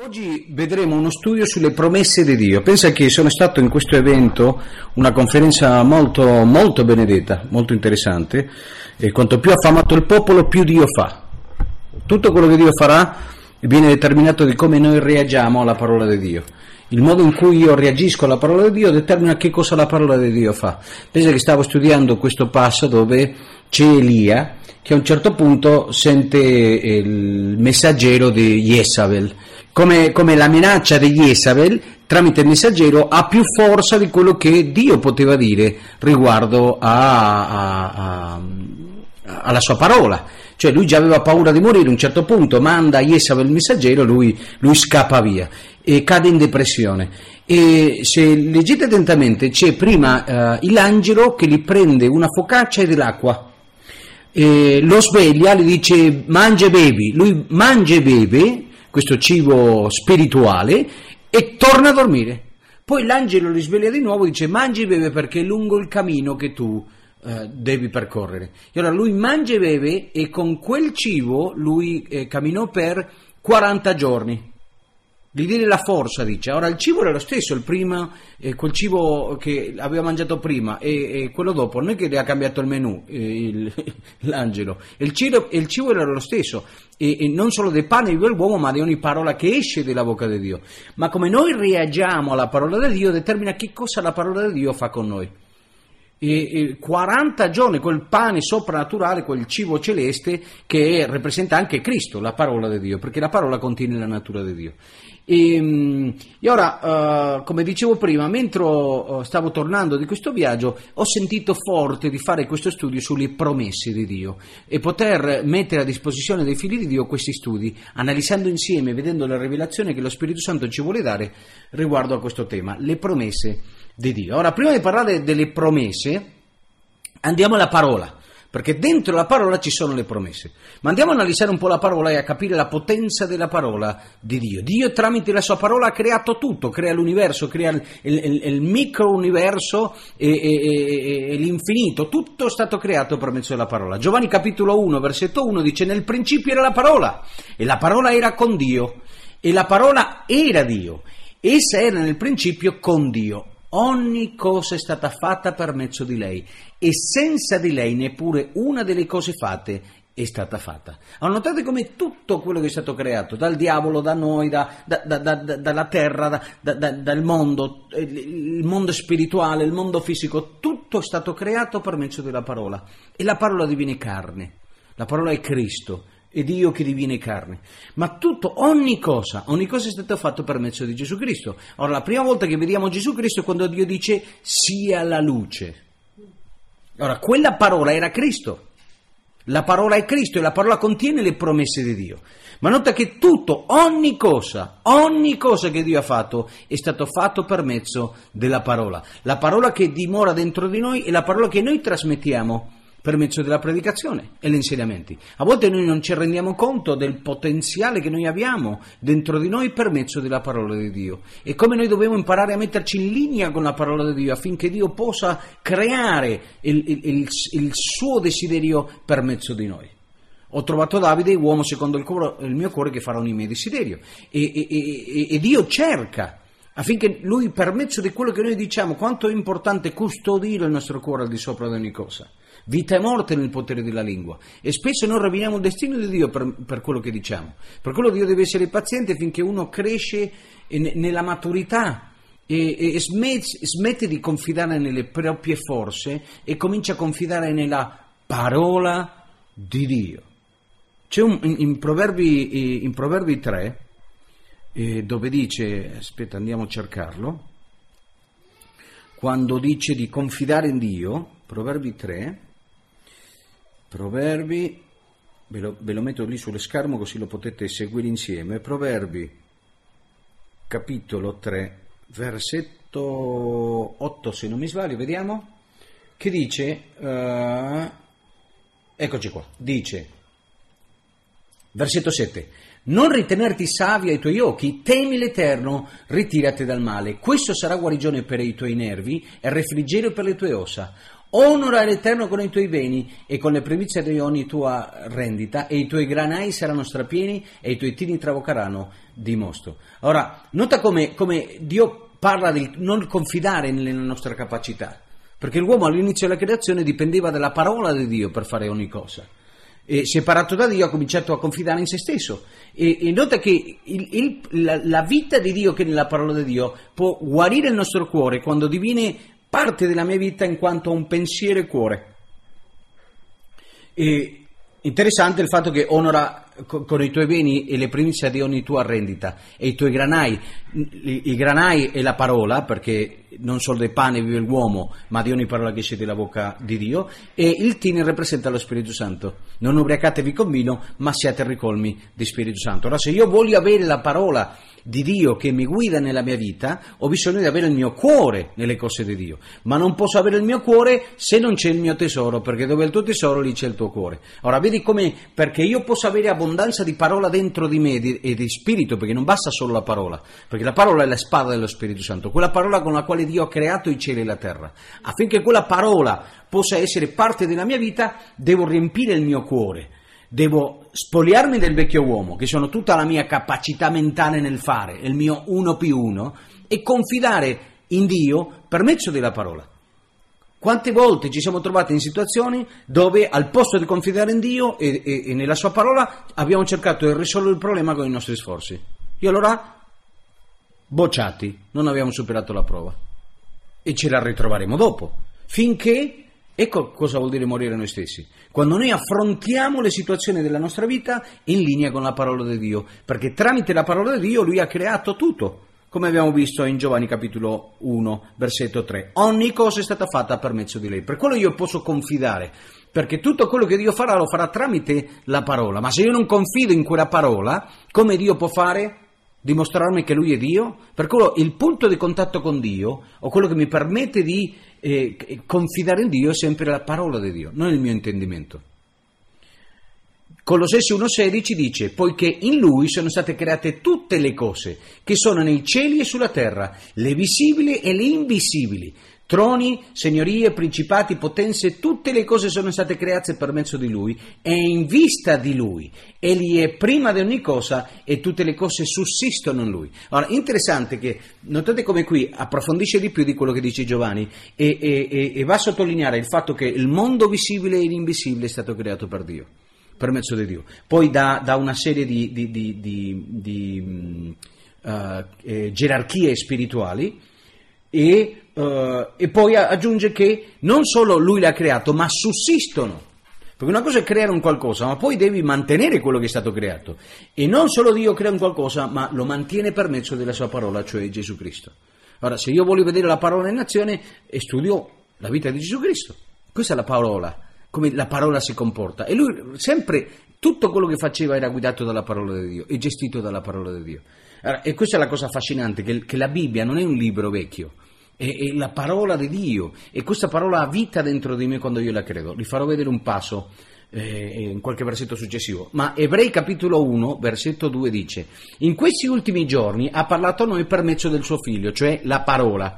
Oggi vedremo uno studio sulle promesse di Dio. Pensa che sono stato in questo evento, una conferenza molto, molto benedetta, molto interessante, e quanto più affamato il popolo, più Dio fa. Tutto quello che Dio farà viene determinato di come noi reagiamo alla parola di Dio. Il modo in cui io reagisco alla parola di Dio determina che cosa la parola di Dio fa. Pensa che stavo studiando questo passo dove c'è Elia, che a un certo punto sente il messaggero di Jezabel. Come, come la minaccia di Jezabel tramite il messaggero ha più forza di quello che Dio poteva dire riguardo a, a, a, alla sua parola. Cioè lui già aveva paura di morire, a un certo punto manda a Jezabel il messaggero, lui, lui scappa via e cade in depressione. E se leggete attentamente c'è prima uh, l'angelo che gli prende una focaccia e dell'acqua. E lo sveglia, gli dice mangia e bevi, lui mangia e beve questo cibo spirituale e torna a dormire. Poi l'angelo li sveglia di nuovo e dice mangia e beve perché è lungo il cammino che tu eh, devi percorrere. E allora lui mangia e beve e con quel cibo lui eh, camminò per quaranta giorni. Gli diede la forza, dice. Ora il cibo era lo stesso, il prima, eh, quel cibo che aveva mangiato prima e, e quello dopo, non è che le ha cambiato il menù, eh, il, l'angelo, il cibo, il cibo era lo stesso, e, e non solo del pane vive l'uomo, ma di ogni parola che esce dalla bocca di Dio. Ma come noi reagiamo alla parola di Dio determina che cosa la parola di Dio fa con noi. E, e quaranta giorni, quel pane soprannaturale, quel cibo celeste che rappresenta anche Cristo, la parola di Dio, perché la parola contiene la natura di Dio. E, e ora, uh, come dicevo prima, mentre uh, stavo tornando di questo viaggio, ho sentito forte di fare questo studio sulle promesse di Dio e poter mettere a disposizione dei figli di Dio questi studi, analizzando insieme, vedendo la rivelazione che lo Spirito Santo ci vuole dare riguardo a questo tema, le promesse di Dio. Ora, prima di parlare delle promesse, andiamo alla parola, perché dentro la parola ci sono le promesse. Ma andiamo a analizzare un po' la parola e a capire la potenza della parola di Dio. Dio tramite la sua parola ha creato tutto, crea l'universo, crea il, il, il micro-universo e, e, e, e l'infinito, tutto è stato creato per mezzo della parola. Giovanni capitolo uno, versetto uno dice: nel principio era la parola, e la parola era con Dio, e la parola era Dio, essa era nel principio con Dio. Ogni cosa è stata fatta per mezzo di lei e senza di lei neppure una delle cose fatte è stata fatta. Allora, notate come tutto quello che è stato creato, dal diavolo, da noi, da, da, da, da, dalla terra, da, da, da, dal mondo, il mondo spirituale, il mondo fisico, tutto è stato creato per mezzo della parola. E la parola diviene carne, la parola è Cristo. E Dio che diviene carne, ma tutto, ogni cosa, ogni cosa è stato fatto per mezzo di Gesù Cristo. Ora, la prima volta che vediamo Gesù Cristo è quando Dio dice sia la luce. Ora, quella parola era Cristo, la parola è Cristo e la parola contiene le promesse di Dio. Ma nota che tutto, ogni cosa, ogni cosa che Dio ha fatto è stato fatto per mezzo della parola. La parola che dimora dentro di noi è la parola che noi trasmettiamo per mezzo della predicazione e gli insegnamenti. A volte noi non ci rendiamo conto del potenziale che noi abbiamo dentro di noi per mezzo della parola di Dio e come noi dobbiamo imparare a metterci in linea con la parola di Dio affinché Dio possa creare il, il, il, il suo desiderio per mezzo di noi. Ho trovato Davide, uomo secondo il, cuore, il mio cuore, che farà ogni mio desiderio e, e, e, e Dio cerca affinché Lui, per mezzo di quello che noi diciamo, quanto è importante custodire il nostro cuore al di sopra di ogni cosa. Vita e morte nel potere della lingua, e spesso noi roviniamo il destino di Dio per, per quello che diciamo. Per quello Dio deve essere paziente finché uno cresce in, nella maturità e, e smette, smette di confidare nelle proprie forze e comincia a confidare nella parola di Dio. C'è un, in, in, Proverbi, in Proverbi tre, eh, dove dice, aspetta, andiamo a cercarlo, quando dice di confidare in Dio, Proverbi tre, Proverbi, ve lo, ve lo metto lì sullo schermo così lo potete seguire insieme, Proverbi capitolo tre, versetto otto se non mi sbaglio, vediamo, che dice, uh, eccoci qua, dice, versetto sette, non ritenerti savio ai tuoi occhi, temi l'Eterno, ritirati dal male, questo sarà guarigione per i tuoi nervi e refrigerio per le tue ossa. Onora l'Eterno con i tuoi beni e con le primizie di ogni tua rendita, e i tuoi granai saranno strapieni e i tuoi tini trabocheranno di mosto. Ora, nota come, come Dio parla di non confidare nelle nostre capacità, perché l'uomo all'inizio della creazione dipendeva dalla parola di Dio per fare ogni cosa. E separato da Dio ha cominciato a confidare in se stesso, e, e nota che il, il, la, la vita di Dio che è nella parola di Dio può guarire il nostro cuore quando diviene parte della mia vita in quanto un pensiero e cuore. E interessante il fatto che onora con i tuoi beni e le primizie di ogni tua rendita e i tuoi granai. I granai è la parola, perché non solo del pane vive l'uomo, ma di ogni parola che esce dalla bocca di Dio, e il tine rappresenta lo Spirito Santo. Non ubriacatevi con vino, ma siate ricolmi di Spirito Santo. Ora, se io voglio avere la parola di Dio che mi guida nella mia vita, ho bisogno di avere il mio cuore nelle cose di Dio, ma non posso avere il mio cuore se non c'è il mio tesoro, perché dove è il tuo tesoro lì c'è il tuo cuore. Ora vedi come, perché io posso avere abbondanza di parola dentro di me e di spirito, perché non basta solo la parola, perché la parola è la spada dello Spirito Santo, quella parola con la quale Dio ha creato i cieli e la terra. Affinché quella parola possa essere parte della mia vita, devo riempire il mio cuore. Devo spogliarmi del vecchio uomo, che sono tutta la mia capacità mentale nel fare, il mio uno più uno, e confidare in Dio per mezzo della parola. Quante volte ci siamo trovati in situazioni dove al posto di confidare in Dio e, e, e nella sua parola abbiamo cercato di risolvere il problema con i nostri sforzi. E allora, bocciati, non abbiamo superato la prova. E ce la ritroveremo dopo, finché... Ecco cosa vuol dire morire noi stessi, quando noi affrontiamo le situazioni della nostra vita in linea con la parola di Dio, perché tramite la parola di Dio Lui ha creato tutto, come abbiamo visto in Giovanni capitolo uno, versetto tre. Ogni cosa è stata fatta per mezzo di Lei, per quello io posso confidare, perché tutto quello che Dio farà lo farà tramite la parola, ma se io non confido in quella parola, come Dio può fare? Dimostrarmi che Lui è Dio? Per quello il punto di contatto con Dio, o quello che mi permette di eh, confidare in Dio, è sempre la parola di Dio, non il mio intendimento. Colossesi uno sedici dice: poiché in Lui sono state create tutte le cose che sono nei cieli e sulla terra, le visibili e le invisibili, troni, signorie, principati, potenze, tutte le cose sono state create per mezzo di Lui e in vista di Lui. Egli è prima di ogni cosa e tutte le cose sussistono in Lui. Ora, interessante che, notate come qui approfondisce di più di quello che dice Giovanni e, e, e, e va a sottolineare il fatto che il mondo visibile e l'invisibile è stato creato per Dio, per mezzo di Dio. Poi da, da una serie di, di, di, di, di uh, eh, gerarchie spirituali e... Uh, e poi aggiunge che non solo Lui l'ha creato, ma sussistono. Perché una cosa è creare un qualcosa, ma poi devi mantenere quello che è stato creato. E non solo Dio crea un qualcosa, ma lo mantiene per mezzo della sua parola, cioè Gesù Cristo. Ora, se io voglio vedere la parola in azione, studio la vita di Gesù Cristo. Questa è la parola, come la parola si comporta. E Lui sempre, tutto quello che faceva era guidato dalla parola di Dio e gestito dalla parola di Dio. Allora, e questa è la cosa affascinante, che, che la Bibbia non è un libro vecchio. È la parola di Dio, e questa parola ha vita dentro di me quando io la credo. Vi farò vedere un passo eh, in qualche versetto successivo, ma Ebrei capitolo uno versetto due dice: in questi ultimi giorni ha parlato a noi per mezzo del suo figlio, cioè la parola,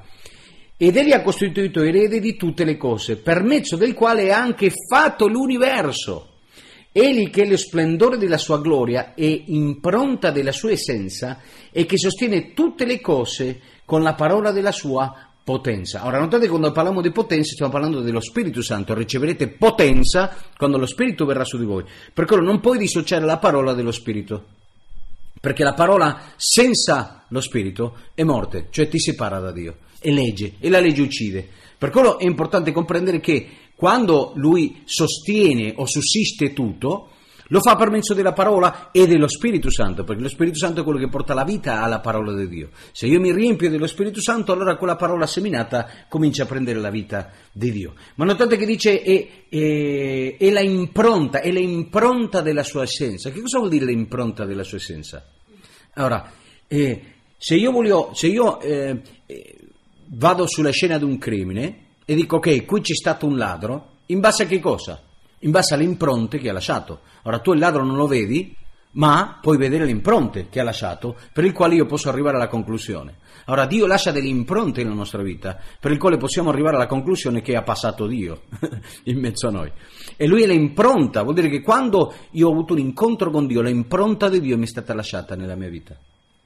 ed egli ha costituito erede di tutte le cose, per mezzo del quale ha anche fatto l'universo. Egli che è lo splendore della sua gloria e impronta della sua essenza, e che sostiene tutte le cose con la parola della sua potenza. Ora, notate, quando parliamo di potenza stiamo parlando dello Spirito Santo. Riceverete potenza quando lo Spirito verrà su di voi. Per quello non puoi dissociare la parola dello Spirito, perché la parola senza lo Spirito è morte, cioè ti separa da Dio, è legge, e la legge uccide. Per quello è importante comprendere che quando Lui sostiene o sussiste tutto, lo fa per mezzo della parola e dello Spirito Santo, perché lo Spirito Santo è quello che porta la vita alla parola di Dio. Se io mi riempio dello Spirito Santo, allora quella parola seminata comincia a prendere la vita di Dio. Ma notate che dice è, è, è la impronta, è l'impronta della sua essenza. Che cosa vuol dire l'impronta della sua essenza? Allora, eh, se io voglio, se io eh, vado sulla scena di un crimine e dico ok, qui c'è stato un ladro, in base a che cosa? In base alle impronte che ha lasciato. Ora, tu il ladro non lo vedi, ma puoi vedere le impronte che ha lasciato, per il quale io posso arrivare alla conclusione. Ora, Dio lascia delle impronte nella nostra vita, per il quale possiamo arrivare alla conclusione che ha passato Dio in mezzo a noi. E Lui è l'impronta, vuol dire che quando io ho avuto un incontro con Dio, l'impronta di Dio mi è stata lasciata nella mia vita.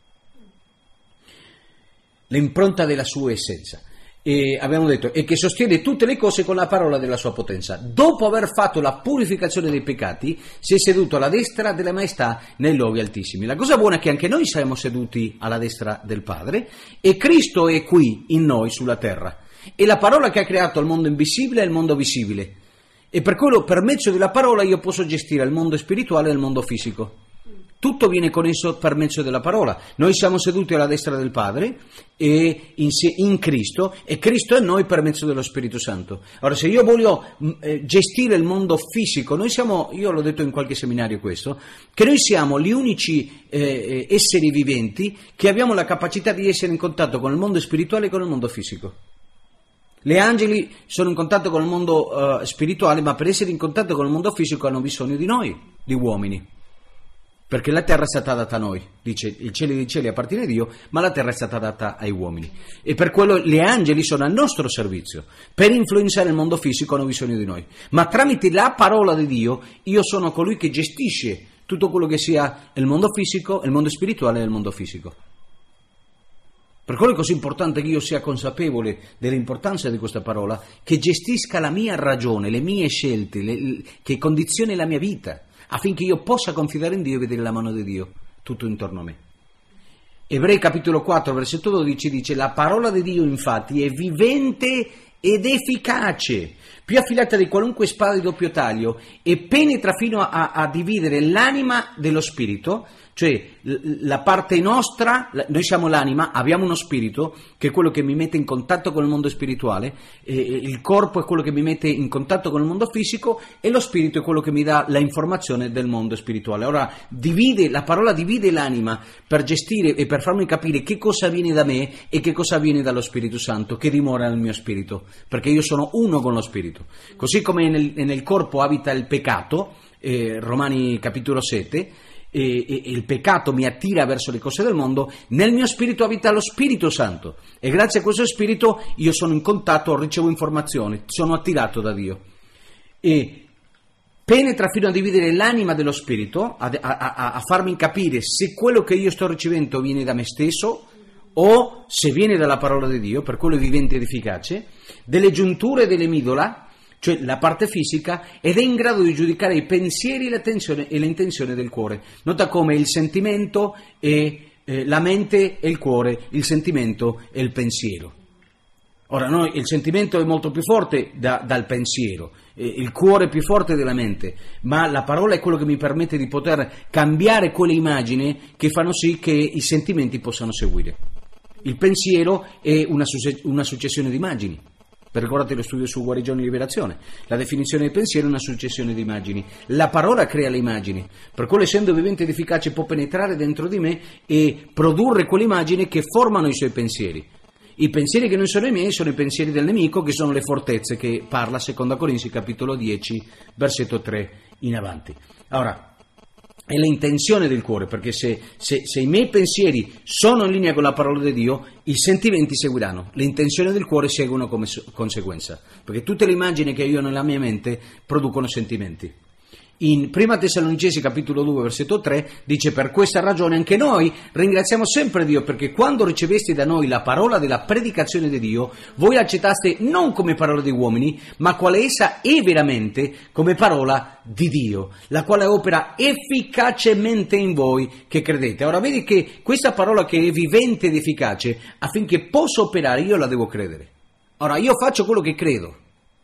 L'impronta della sua essenza. E abbiamo detto, e che sostiene tutte le cose con la parola della sua potenza. Dopo aver fatto la purificazione dei peccati, si è seduto alla destra della maestà nei luoghi altissimi. La cosa buona è che anche noi siamo seduti alla destra del Padre e Cristo è qui in noi sulla terra. È la parola che ha creato il mondo invisibile e il mondo visibile. E per quello, per mezzo della parola, io posso gestire il mondo spirituale e il mondo fisico. Tutto viene connesso per mezzo della parola. Noi siamo seduti alla destra del Padre e in, in Cristo, e Cristo è noi per mezzo dello Spirito Santo. Ora, se io voglio eh, gestire il mondo fisico, noi siamo, io l'ho detto in qualche seminario questo, che noi siamo gli unici eh, esseri viventi che abbiamo la capacità di essere in contatto con il mondo spirituale e con il mondo fisico. Le angeli sono in contatto con il mondo uh, spirituale, ma per essere in contatto con il mondo fisico hanno bisogno di noi, di uomini. Perché la terra è stata data a noi, dice il cielo dei cieli appartiene a Dio, ma la terra è stata data ai uomini. E per quello gli angeli sono al nostro servizio, per influenzare il mondo fisico hanno bisogno di noi. Ma tramite la parola di Dio io sono colui che gestisce tutto quello che sia il mondo fisico, il mondo spirituale e il mondo fisico. Per quello è così importante che io sia consapevole dell'importanza di questa parola, che gestisca la mia ragione, le mie scelte, le, che condizioni la mia vita, affinché io possa confidare in Dio e vedere la mano di Dio tutto intorno a me. Ebrei capitolo quattro, versetto dodici dice: la parola di Dio infatti è vivente ed efficace, più affilata di qualunque spada di doppio taglio, e penetra fino a, a dividere l'anima dello spirito, cioè la parte nostra, noi siamo l'anima, abbiamo uno spirito che è quello che mi mette in contatto con il mondo spirituale, e il corpo è quello che mi mette in contatto con il mondo fisico e lo spirito è quello che mi dà la informazione del mondo spirituale. Ora divide, la parola divide l'anima per gestire e per farmi capire che cosa viene da me e che cosa viene dallo Spirito Santo che dimora nel mio spirito, perché io sono uno con lo spirito. Così come nel, nel corpo abita il peccato, eh, Romani capitolo sette, E, e, e il peccato mi attira verso le cose del mondo, nel mio spirito abita lo Spirito Santo e grazie a questo spirito io sono in contatto, ricevo informazioni, sono attirato da Dio e penetra fino a dividere l'anima dello spirito, a, a, a, a farmi capire se quello che io sto ricevendo viene da me stesso o se viene dalla parola di Dio, per quello è vivente ed efficace, delle giunture e delle midola, cioè la parte fisica, ed è in grado di giudicare i pensieri, l'attenzione e le intenzioni del cuore. Nota come il sentimento e eh, la mente e il cuore, il sentimento e il pensiero. Ora, noi, il sentimento è molto più forte da, dal pensiero, eh, il cuore è più forte della mente, ma la parola è quello che mi permette di poter cambiare quelle immagini che fanno sì che i sentimenti possano seguire. Il pensiero è una, una successione di immagini. Ricordate lo studio su guarigione e liberazione. La definizione del pensiero è una successione di immagini. La parola crea le immagini, per quello essendo vivente ed efficace può penetrare dentro di me e produrre quelle immagini che formano i suoi pensieri. I pensieri che non sono i miei sono i pensieri del nemico, che sono le fortezze che parla seconda Corinzi capitolo dieci versetto tre in avanti. Ora, è l'intenzione del cuore, perché se, se, se i miei pensieri sono in linea con la parola di Dio, i sentimenti seguiranno, le intenzioni del cuore seguono come conseguenza, perché tutte le immagini che io ho nella mia mente producono sentimenti. In prima Tessalonicesi capitolo due versetto tre dice: per questa ragione anche noi ringraziamo sempre Dio, perché quando riceveste da noi la parola della predicazione di Dio, voi l'accettaste non come parola di uomini, ma quale essa è veramente, come parola di Dio, la quale opera efficacemente in voi che credete. Ora vedi che questa parola che è vivente ed efficace, affinché possa operare io la devo credere. Ora io faccio quello che credo.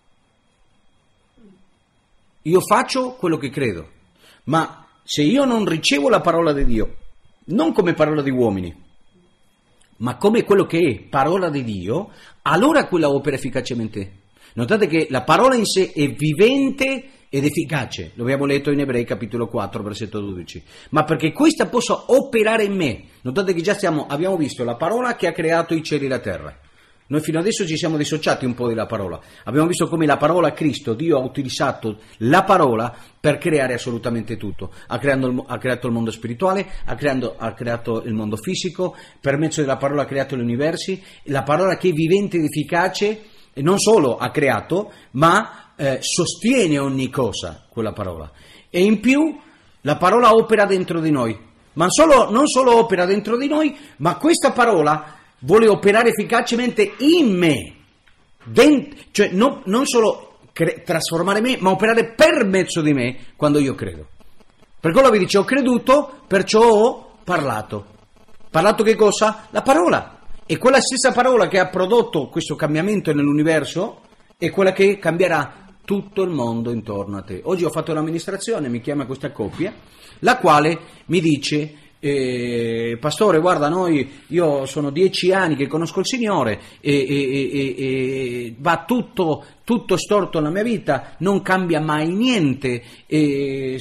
Io faccio quello che credo, ma se io non ricevo la parola di Dio, non come parola di uomini, ma come quello che è parola di Dio, allora quella opera efficacemente. Notate che la parola in sé è vivente ed efficace, lo abbiamo letto in Ebrei capitolo quattro versetto dodici, ma perché questa possa operare in me, notate che già stiamo, abbiamo visto la parola che ha creato i cieli e la terra. Noi fino adesso ci siamo dissociati un po' dalla parola. Abbiamo visto come la parola Cristo, Dio ha utilizzato la parola per creare assolutamente tutto. Ha, creando, ha creato il mondo spirituale, ha, creando, ha creato il mondo fisico, per mezzo della parola ha creato gli universi. La parola che è vivente ed efficace non solo ha creato, ma eh, sostiene ogni cosa, quella parola. E in più la parola opera dentro di noi. Ma solo, non solo opera dentro di noi, ma questa parola vuole operare efficacemente in me, Dent- cioè non, non solo cre- trasformare me, ma operare per mezzo di me quando io credo. Per quello vi dice: ho creduto, perciò ho parlato. Parlato che cosa? La parola. E quella stessa parola che ha prodotto questo cambiamento nell'universo è quella che cambierà tutto il mondo intorno a te. Oggi ho fatto un'amministrazione, mi chiama questa coppia, la quale mi dice: Eh, pastore, guarda, noi, io sono dieci anni che conosco il Signore e, e, e, e va tutto, tutto storto nella mia vita, non cambia mai niente, e,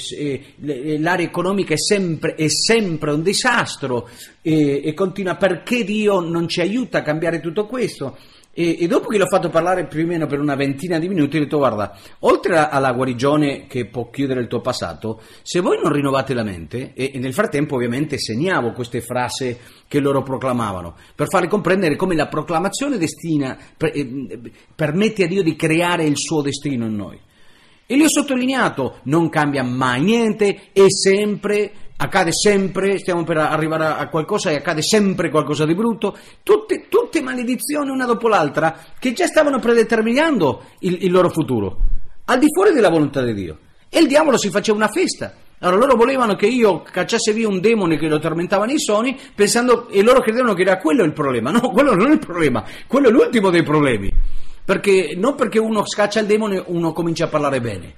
e, l'area economica è sempre, è sempre un disastro e, e continua, perché Dio non ci aiuta a cambiare tutto questo? E, e dopo che l'ho fatto parlare più o meno per una ventina di minuti, ho detto: guarda, oltre alla guarigione che può chiudere il tuo passato, se voi non rinnovate la mente, e, e nel frattempo ovviamente segnavo queste frasi che loro proclamavano, per farle comprendere come la proclamazione destina, per, eh, permette a Dio di creare il suo destino in noi. E gli ho sottolineato: non cambia mai niente, è sempre... accade sempre, stiamo per arrivare a qualcosa e accade sempre qualcosa di brutto, tutte, tutte maledizioni una dopo l'altra che già stavano predeterminando il, il loro futuro, al di fuori della volontà di Dio. E il diavolo si faceva una festa. Allora loro volevano che io cacciasse via un demone che lo tormentava nei sogni, pensando, e loro credevano che era quello il problema. No, quello non è il problema, quello è l'ultimo dei problemi, perché non perché uno scaccia il demone uno comincia a parlare bene.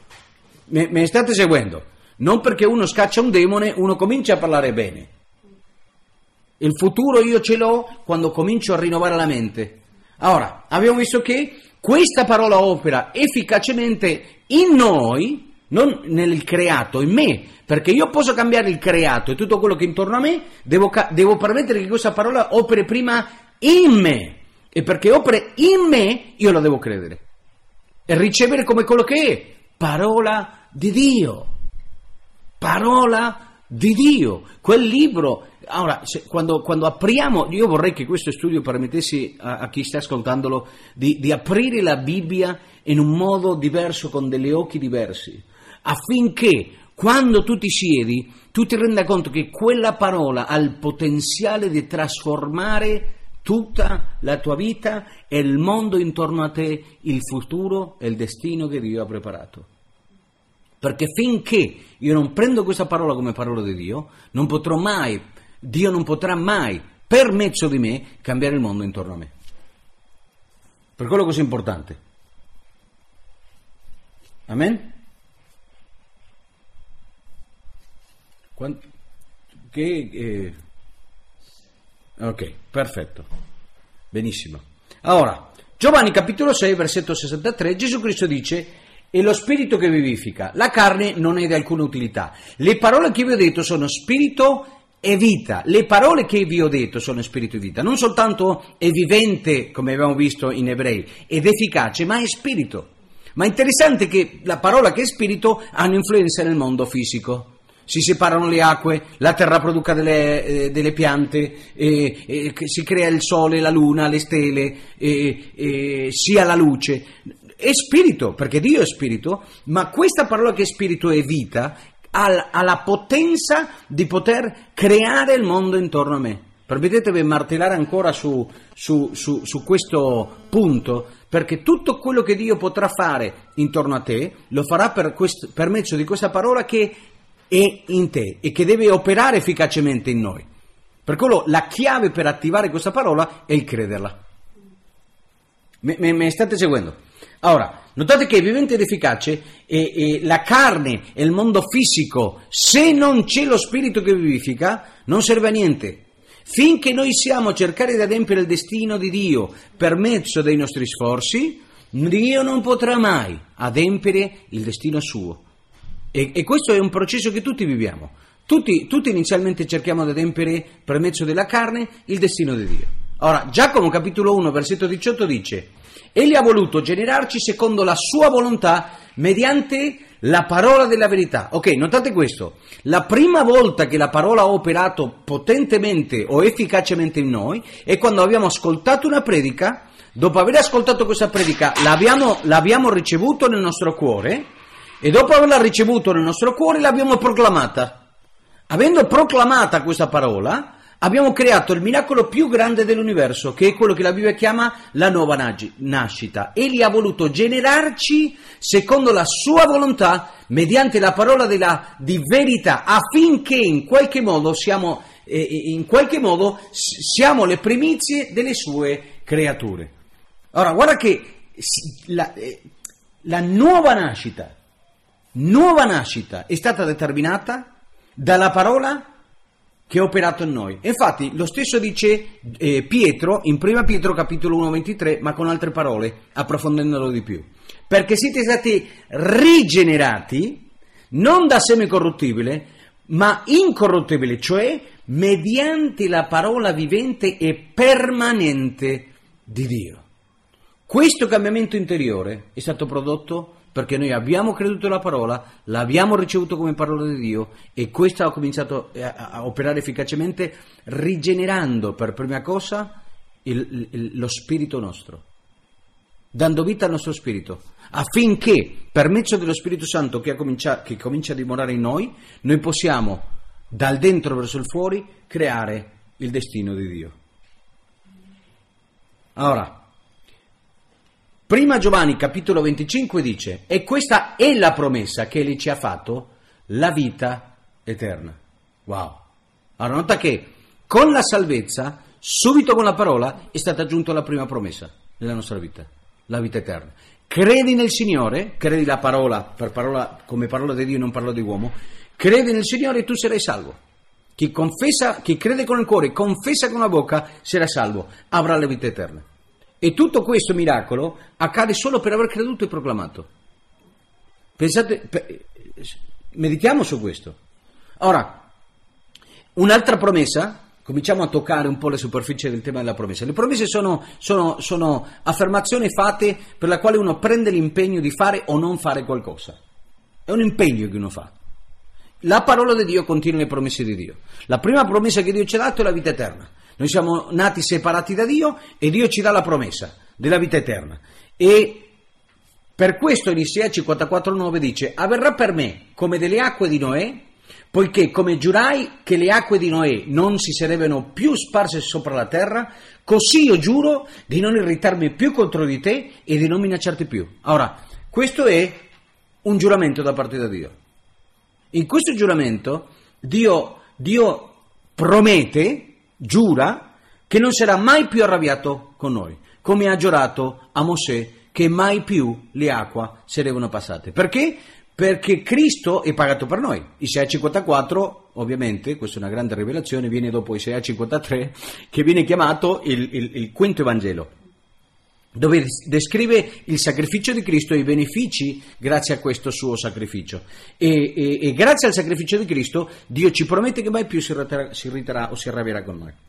Me, me state seguendo? Non perché uno scaccia un demone uno comincia a parlare bene. Il futuro io ce l'ho quando comincio a rinnovare la mente. Ora, abbiamo visto che questa parola opera efficacemente in noi, non nel creato, in me, perché io posso cambiare il creato e tutto quello che è intorno a me, devo, devo permettere che questa parola operi prima in me, e perché operi in me io la devo credere e ricevere come quello che è, parola di Dio. Parola di Dio, quel libro. Ora, se, quando, quando apriamo, io vorrei che questo studio permettesse a, a chi sta ascoltandolo di, di aprire la Bibbia in un modo diverso, con degli occhi diversi, affinché quando tu ti siedi tu ti renda conto che quella parola ha il potenziale di trasformare tutta la tua vita e il mondo intorno a te, il futuro e il destino che Dio ha preparato. Perché finché io non prendo questa parola come parola di Dio, non potrò mai, Dio non potrà mai, per mezzo di me, cambiare il mondo intorno a me. Per quello così importante. Amen? Quanto, che, eh, ok, perfetto. Benissimo. Allora, Giovanni capitolo sei, versetto sessantatré, Gesù Cristo dice: è lo spirito che vivifica, la carne non è di alcuna utilità. Le parole che vi ho detto sono spirito e vita. Le parole che vi ho detto sono spirito e vita. Non soltanto è vivente, come abbiamo visto in Ebrei, ed efficace, ma è spirito. Ma è interessante che la parola che è spirito ha un'influenza nel mondo fisico. Si separano le acque, la terra produca delle, eh, delle piante, eh, eh, si crea il sole, la luna, le stelle, eh, eh, sia la luce. È spirito, perché Dio è spirito, ma questa parola che è spirito e vita ha, ha la potenza di poter creare il mondo intorno a me. Permettetemi di martellare ancora su, su, su, su questo punto, perché tutto quello che Dio potrà fare intorno a te lo farà per, questo, per mezzo di questa parola che è in te e che deve operare efficacemente in noi. Per quello la chiave per attivare questa parola è il crederla. Mi state seguendo? Ora, notate che è vivente ed efficace e, e la carne e il mondo fisico, se non c'è lo spirito che vivifica, non serve a niente. Finché noi siamo a cercare di adempiere il destino di Dio per mezzo dei nostri sforzi, Dio non potrà mai adempiere il destino suo. E, e questo è un processo che tutti viviamo. Tutti, tutti inizialmente cerchiamo di adempiere per mezzo della carne il destino di Dio. Ora, Giacomo capitolo uno, versetto diciotto dice: Egli ha voluto generarci secondo la sua volontà mediante la parola della verità. Ok, notate questo. La prima volta che la parola ha operato potentemente o efficacemente in noi è quando abbiamo ascoltato una predica. Dopo aver ascoltato questa predica l'abbiamo, l'abbiamo ricevuto nel nostro cuore e dopo averla ricevuto nel nostro cuore l'abbiamo proclamata. Avendo proclamata questa parola abbiamo creato il miracolo più grande dell'universo, che è quello che la Bibbia chiama la nuova nascita. Egli ha voluto generarci secondo la sua volontà mediante la parola della, di verità, affinché in qualche modo siamo, eh, in qualche modo siamo le primizie delle sue creature. Ora, guarda che la, eh, la nuova nascita, nuova nascita è stata determinata dalla parola che ha operato in noi. Infatti lo stesso dice eh, Pietro in prima Pietro capitolo uno ventitré, ma con altre parole, approfondendolo di più. Perché siete stati rigenerati non da seme corruttibile, ma incorruttibile, cioè mediante la parola vivente e permanente di Dio. Questo cambiamento interiore è stato prodotto perché noi abbiamo creduto alla parola, l'abbiamo ricevuto come parola di Dio e questo ha cominciato a, a operare efficacemente rigenerando per prima cosa il, il, lo spirito nostro, dando vita al nostro spirito, affinché per mezzo dello Spirito Santo che, ha comincia, che comincia a dimorare in noi, noi possiamo dal dentro verso il fuori creare il destino di Dio. Ora, prima Giovanni capitolo venticinque dice: e questa è la promessa che Egli ci ha fatto, la vita eterna. Wow! Allora nota che con la salvezza, subito con la parola, è stata aggiunta la prima promessa nella nostra vita, la vita eterna. Credi nel Signore, credi la parola, per parola come parola di Dio, non parola di uomo, credi nel Signore e tu sarai salvo. Chi confessa, chi crede con il cuore, confessa con la bocca, sarà salvo, avrà la vita eterna. E tutto questo miracolo accade solo per aver creduto e proclamato. Pensate, per, meditiamo su questo. Ora, un'altra promessa, cominciamo a toccare un po' la superficie del tema della promessa. Le promesse sono, sono, sono affermazioni fatte per la quale uno prende l'impegno di fare o non fare qualcosa. È un impegno che uno fa. La parola di Dio contiene le promesse di Dio. La prima promessa che Dio ci ha dato è la vita eterna. Noi siamo nati separati da Dio e Dio ci dà la promessa della vita eterna. E per questo in Isaia cinquantaquattro nove dice: avverrà per me come delle acque di Noè, poiché come giurai che le acque di Noè non si sarebbero più sparse sopra la terra, così io giuro di non irritarmi più contro di te e di non minacciarti più. Ora, questo è un giuramento da parte da Dio. In questo giuramento Dio, Dio promette, giura, che non sarà mai più arrabbiato con noi, come ha giurato a Mosè che mai più le acque sarebbero passate. Perché? Perché Cristo è pagato per noi. Isaia cinquantaquattro, ovviamente, questa è una grande rivelazione, viene dopo Isaia cinquantatré, che viene chiamato il, il, il quinto Evangelo, dove descrive il sacrificio di Cristo e i benefici grazie a questo suo sacrificio. E, e, e grazie al sacrificio di Cristo Dio ci promette che mai più si irriterà, si irriterà o si arrabbierà con noi.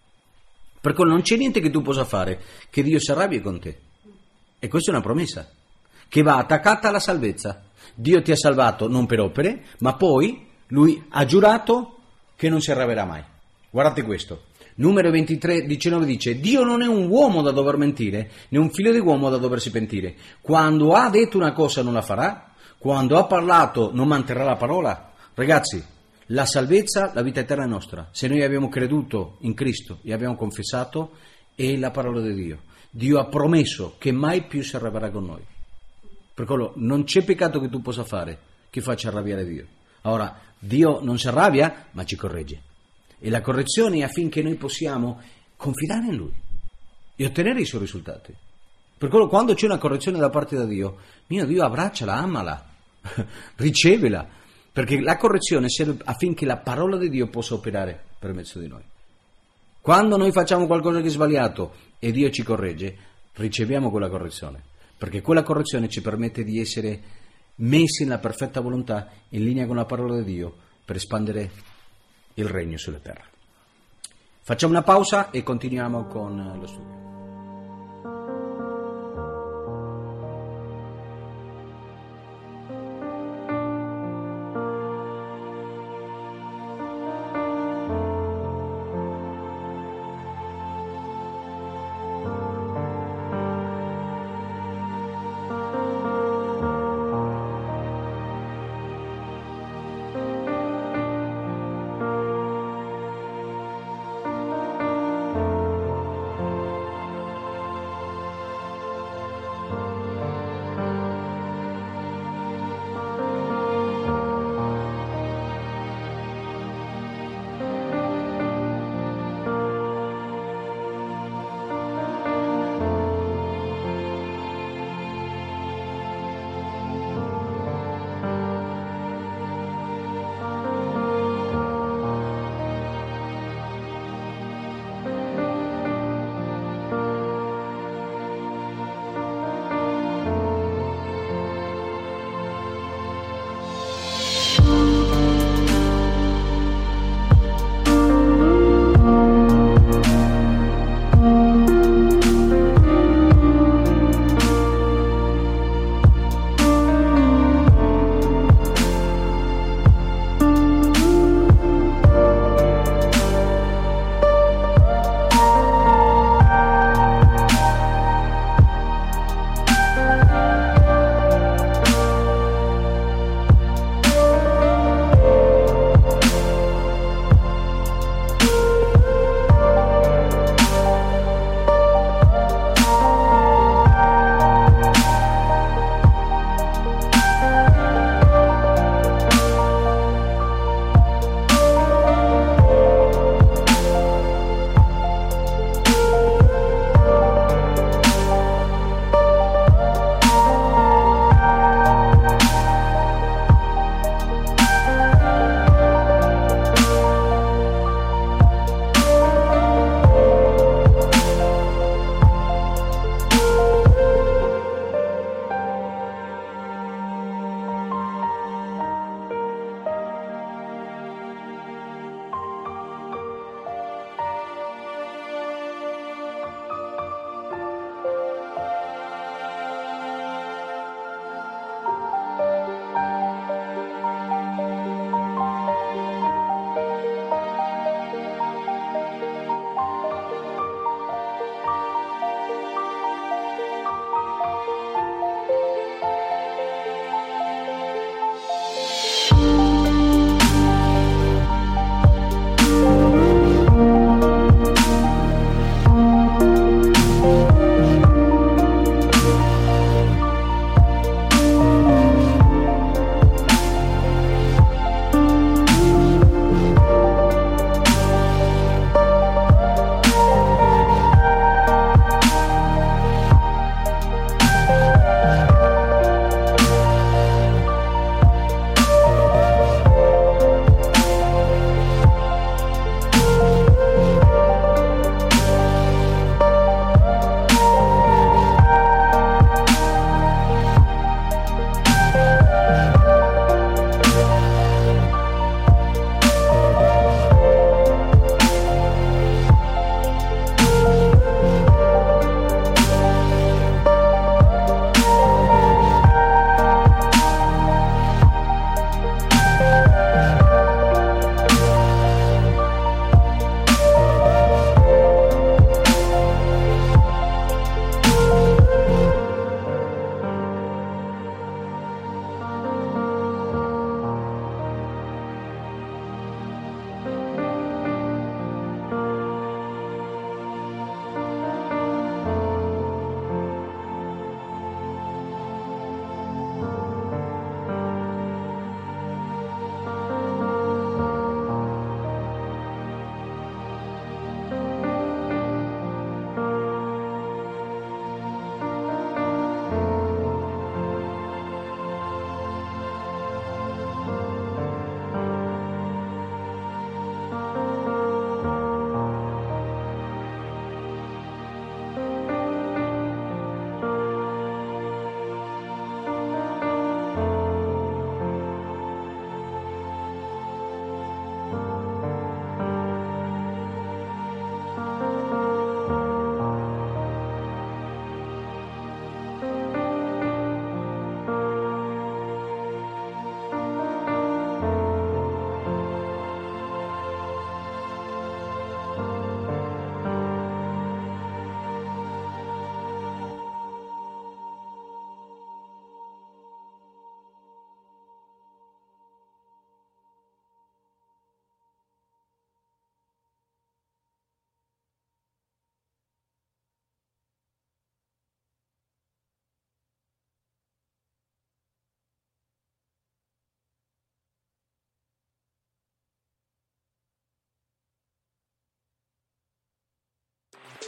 Perché non c'è niente che tu possa fare che Dio si arrabbi con te. E questa è una promessa che va attaccata alla salvezza. Dio ti ha salvato non per opere, ma poi Lui ha giurato che non si arrabbierà mai. Guardate questo. Numero ventitré diciannove dice: Dio non è un uomo da dover mentire, né un figlio di uomo da doversi pentire. Quando ha detto una cosa non la farà, quando ha parlato non manterrà la parola. Ragazzi, la salvezza, la vita eterna è nostra. Se noi abbiamo creduto in Cristo e abbiamo confessato, è la parola di Dio. Dio ha promesso che mai più si arrabbierà con noi. Per quello non c'è peccato che tu possa fare che faccia arrabbiare Dio. Ora, Dio non si arrabbia, ma ci corregge. E la correzione è affinché noi possiamo confidare in Lui e ottenere i suoi risultati. Per quello quando c'è una correzione da parte da Dio, mio Dio, abbracciala, amala, ricevela, perché la correzione serve affinché la parola di Dio possa operare per mezzo di noi. Quando noi facciamo qualcosa che è sbagliato e Dio ci corregge, riceviamo quella correzione, perché quella correzione ci permette di essere messi nella perfetta volontà, in linea con la parola di Dio, per espandere il regno sulla terra. Facciamo una pausa e continuiamo con lo studio.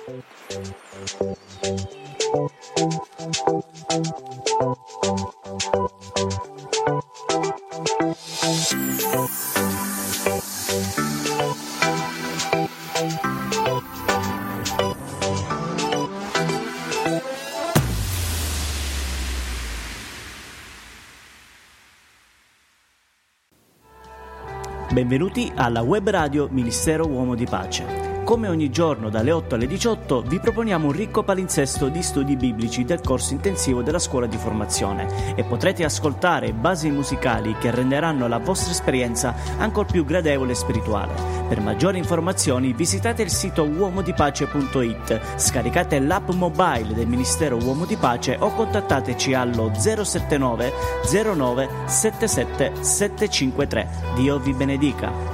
Benvenuti alla web radio Ministero Uomo di Pace. Come ogni giorno dalle otto alle diciotto vi proponiamo un ricco palinsesto di studi biblici del corso intensivo della scuola di formazione e potrete ascoltare basi musicali che renderanno la vostra esperienza ancor più gradevole e spirituale. Per maggiori informazioni visitate il sito uomodipace punto it, scaricate l'app mobile del Ministero Uomo di Pace o contattateci allo zero sette nove zero nove sette sette sette cinque tre. Dio vi benedica.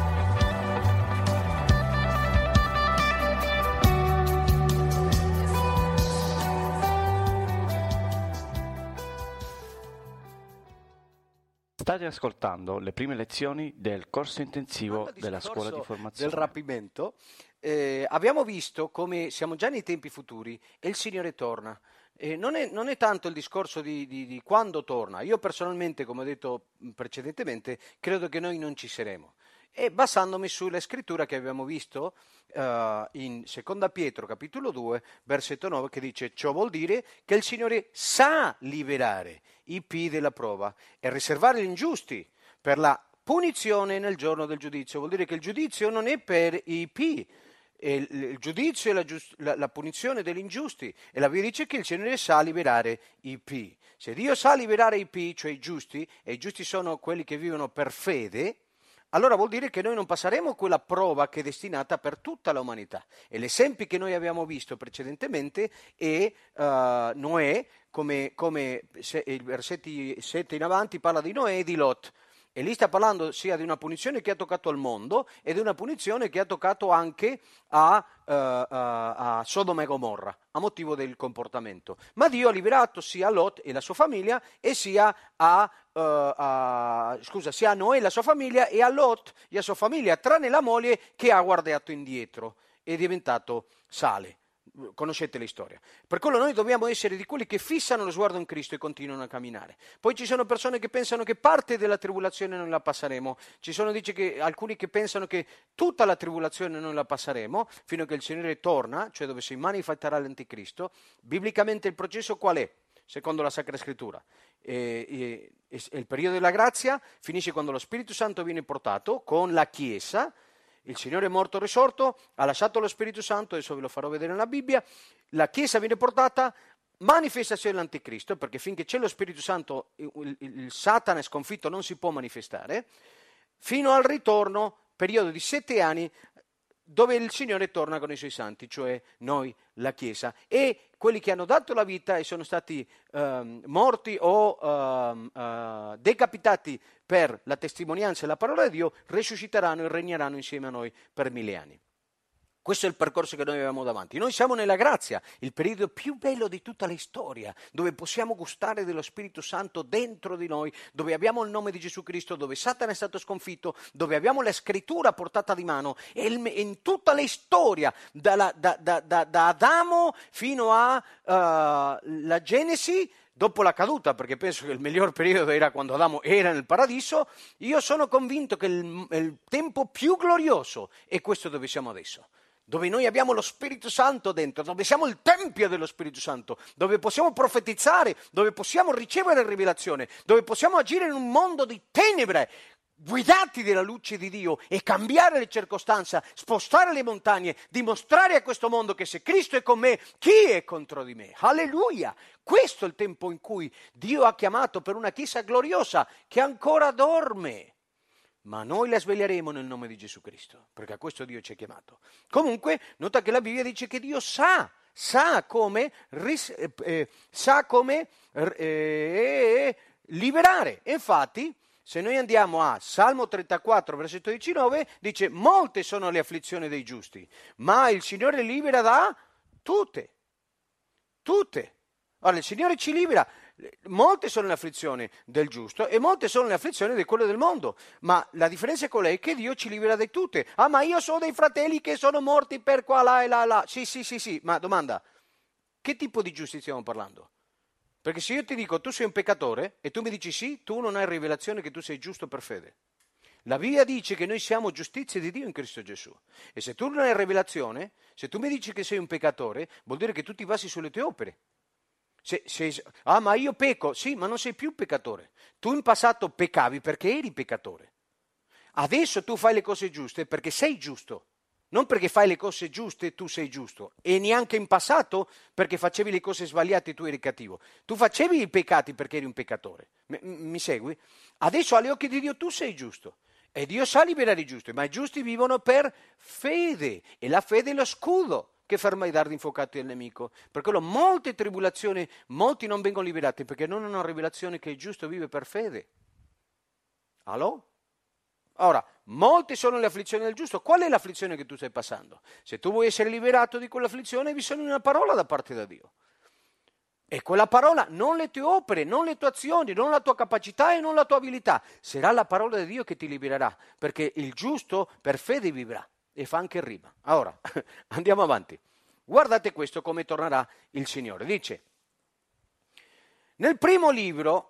State ascoltando le prime lezioni del corso intensivo della scuola di formazione. Del rapimento, eh, abbiamo visto come siamo già nei tempi futuri e il Signore torna. Eh, non, è, non è tanto il discorso di, di, di quando torna. Io personalmente, come ho detto precedentemente, credo che noi non ci saremo. E basandomi sulla scrittura che abbiamo visto uh, in Seconda Pietro capitolo due, versetto nove, che dice: ciò vuol dire che il Signore sa liberare i P della prova e riservare gli ingiusti per la punizione nel giorno del giudizio. Vuol dire che il giudizio non è per i P, il, il giudizio è la, giust- la, la punizione degli ingiusti, e la Bibbia dice che il Signore sa liberare i P. Se Dio sa liberare i P, cioè i giusti, e i giusti sono quelli che vivono per fede, allora vuol dire che noi non passeremo quella prova che è destinata per tutta l'umanità. E l'esempio che noi abbiamo visto precedentemente è uh, Noè, come, come se, il versetti sette in avanti parla di Noè e di Lot. E lì sta parlando sia di una punizione che ha toccato al mondo e di una punizione che ha toccato anche a, uh, uh, a Sodoma e Gomorra, a motivo del comportamento. Ma Dio ha liberato sia Lot e la sua famiglia e sia a, uh, a, scusa, sia a Noè e la sua famiglia e a Lot e a sua famiglia, tranne la moglie che ha guardato indietro e è diventato sale. Conoscete la storia. Per quello noi dobbiamo essere di quelli che fissano lo sguardo in Cristo e continuano a camminare. Poi ci sono persone che pensano che parte della tribolazione noi la passeremo. Ci sono dice che, alcuni che pensano che tutta la tribolazione noi la passeremo fino a che il Signore torna, cioè dove si manifesterà l'anticristo. Biblicamente il processo qual è? Secondo la Sacra Scrittura. E, e, e il periodo della grazia finisce quando lo Spirito Santo viene portato con la Chiesa. Il Signore è morto e risorto, ha lasciato lo Spirito Santo, adesso ve lo farò vedere nella Bibbia, la Chiesa viene portata, manifestazione dell'anticristo, perché finché c'è lo Spirito Santo il, il, il Satana è sconfitto, non si può manifestare, fino al ritorno, periodo di sette anni, dove il Signore torna con i suoi santi, cioè noi, la Chiesa, e quelli che hanno dato la vita e sono stati um, morti o um, uh, decapitati per la testimonianza e la parola di Dio, risusciteranno e regneranno insieme a noi per mille anni. Questo è il percorso che noi abbiamo davanti. Noi siamo nella grazia, il periodo più bello di tutta la storia, dove possiamo gustare dello Spirito Santo dentro di noi, dove abbiamo il nome di Gesù Cristo, dove Satana è stato sconfitto, dove abbiamo la scrittura portata di mano, e in tutta la storia, dalla, da, da, da, da Adamo fino alla uh, Genesi, dopo la caduta, perché penso che il miglior periodo era quando Adamo era nel paradiso, io sono convinto che il, il tempo più glorioso è questo dove siamo adesso. Dove noi abbiamo lo Spirito Santo dentro, dove siamo il Tempio dello Spirito Santo, dove possiamo profetizzare, dove possiamo ricevere rivelazione, dove possiamo agire in un mondo di tenebre, guidati dalla luce di Dio e cambiare le circostanze, spostare le montagne, dimostrare a questo mondo che se Cristo è con me, chi è contro di me? Alleluia! Questo è il tempo in cui Dio ha chiamato per una Chiesa gloriosa che ancora dorme. Ma noi la sveglieremo nel nome di Gesù Cristo, perché a questo Dio ci ha chiamato. Comunque, nota che la Bibbia dice che Dio sa, sa come, ris- eh, sa come eh, liberare. Infatti, se noi andiamo a Salmo trentaquattro, versetto diciannove, dice: molte sono le afflizioni dei giusti, ma il Signore libera da tutte, tutte. Allora, il Signore ci libera. Molte sono le afflizioni del giusto e molte sono le afflizioni di quello del mondo, ma la differenza è qual è? Che Dio ci libera da tutte. Ah, ma io so dei fratelli che sono morti per qua, là e là, là. Sì, sì, sì, sì, ma domanda, che tipo di giusti stiamo parlando? Perché se io ti dico tu sei un peccatore e tu mi dici sì, tu non hai rivelazione che tu sei giusto per fede. La Bibbia dice che noi siamo giustizia di Dio in Cristo Gesù. E se tu non hai rivelazione, se tu mi dici che sei un peccatore, vuol dire che tu ti basi sulle tue opere. Se, se, ah, ma io pecco. Sì, ma non sei più peccatore. Tu in passato peccavi perché eri peccatore. Adesso tu fai le cose giuste perché sei giusto. Non perché fai le cose giuste e tu sei giusto. E neanche in passato perché facevi le cose sbagliate e tu eri cattivo. Tu facevi i peccati perché eri un peccatore. Mi, mi segui? Adesso agli occhi di Dio tu sei giusto. E Dio sa liberare i giusti, ma i giusti vivono per fede. E la fede è lo scudo che ferma i dardi infuocati del nemico. Per quello molte tribulazioni, molti non vengono liberati perché non hanno una rivelazione che il giusto vive per fede. Allo? Ora, molte sono le afflizioni del giusto. Qual è l'afflizione che tu stai passando? Se tu vuoi essere liberato di quell'afflizione, hai bisogno di una parola da parte da Dio. E quella parola, non le tue opere, non le tue azioni, non la tua capacità e non la tua abilità. Sarà la parola di Dio che ti libererà, perché il giusto per fede vivrà. E fa anche rima. Ora, andiamo avanti. Guardate questo come tornerà il Signore. Dice, nel primo libro,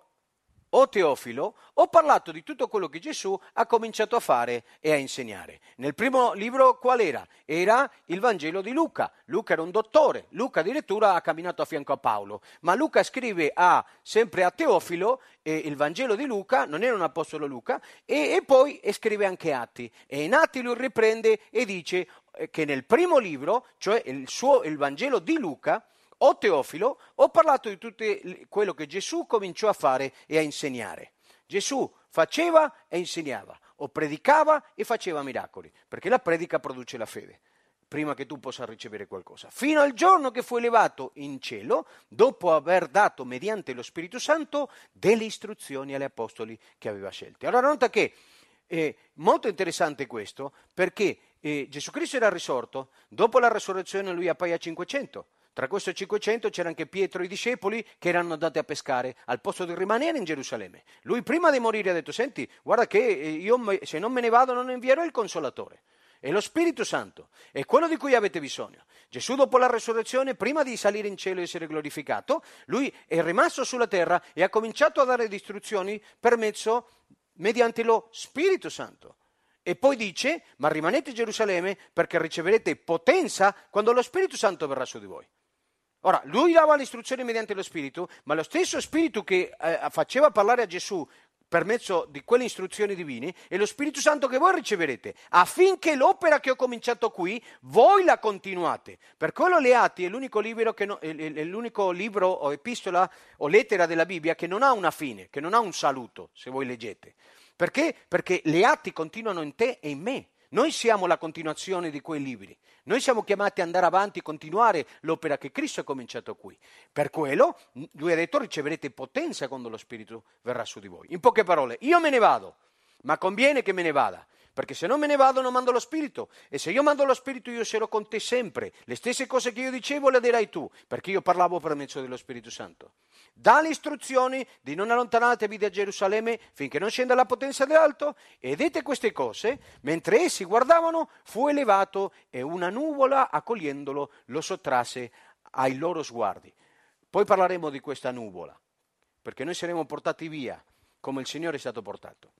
o Teofilo, ho parlato di tutto quello che Gesù ha cominciato a fare e a insegnare. Nel primo libro qual era? Era il Vangelo di Luca. Luca era un dottore, Luca addirittura ha camminato a fianco a Paolo, ma Luca scrive a, sempre a Teofilo eh, il Vangelo di Luca, non era un apostolo Luca, e, e poi e scrive anche Atti. E in Atti lui riprende e dice eh, che nel primo libro, cioè il, suo, il Vangelo di Luca, o Teofilo, ho parlato di tutto quello che Gesù cominciò a fare e a insegnare. Gesù faceva e insegnava, o predicava e faceva miracoli, perché la predica produce la fede, prima che tu possa ricevere qualcosa. Fino al giorno che fu elevato in cielo, dopo aver dato mediante lo Spirito Santo delle istruzioni agli apostoli che aveva scelti. Allora nota che è molto interessante questo, perché eh, Gesù Cristo era risorto, dopo la resurrezione lui appaia a cinquecento. Tra questi cinquecento c'era anche Pietro e i discepoli che erano andati a pescare al posto di rimanere in Gerusalemme. Lui prima di morire ha detto, senti, guarda che io se non me ne vado non invierò il Consolatore. È lo Spirito Santo, è quello di cui avete bisogno. Gesù dopo la resurrezione, prima di salire in cielo e essere glorificato, lui è rimasto sulla terra e ha cominciato a dare istruzioni per mezzo, mediante lo Spirito Santo. E poi dice, ma rimanete in Gerusalemme perché riceverete potenza quando lo Spirito Santo verrà su di voi. Ora, lui dava le istruzioni mediante lo Spirito, ma lo stesso Spirito che eh, faceva parlare a Gesù per mezzo di quelle istruzioni divine è lo Spirito Santo che voi riceverete, affinché l'opera che ho cominciato qui, voi la continuate. Per quello le Atti è l'unico libro, che no, è l'unico libro o epistola o lettera della Bibbia che non ha una fine, che non ha un saluto, se voi leggete. Perché? Perché le Atti continuano in te e in me. Noi siamo la continuazione di quei libri. Noi siamo chiamati ad andare avanti e continuare l'opera che Cristo ha cominciato qui. Per quello, lui ha detto, riceverete potenza quando lo Spirito verrà su di voi. In poche parole, io me ne vado, ma conviene che me ne vada. Perché se non me ne vado non mando lo Spirito. E se io mando lo Spirito io sarò con te sempre. Le stesse cose che io dicevo le dirai tu, perché io parlavo per mezzo dello Spirito Santo. Dà le istruzioni di non allontanatevi da Gerusalemme finché non scenda la potenza dall'alto, e dette queste cose, mentre essi guardavano, fu elevato e una nuvola, accogliendolo, lo sottrasse ai loro sguardi. Poi parleremo di questa nuvola, perché noi saremo portati via come il Signore è stato portato.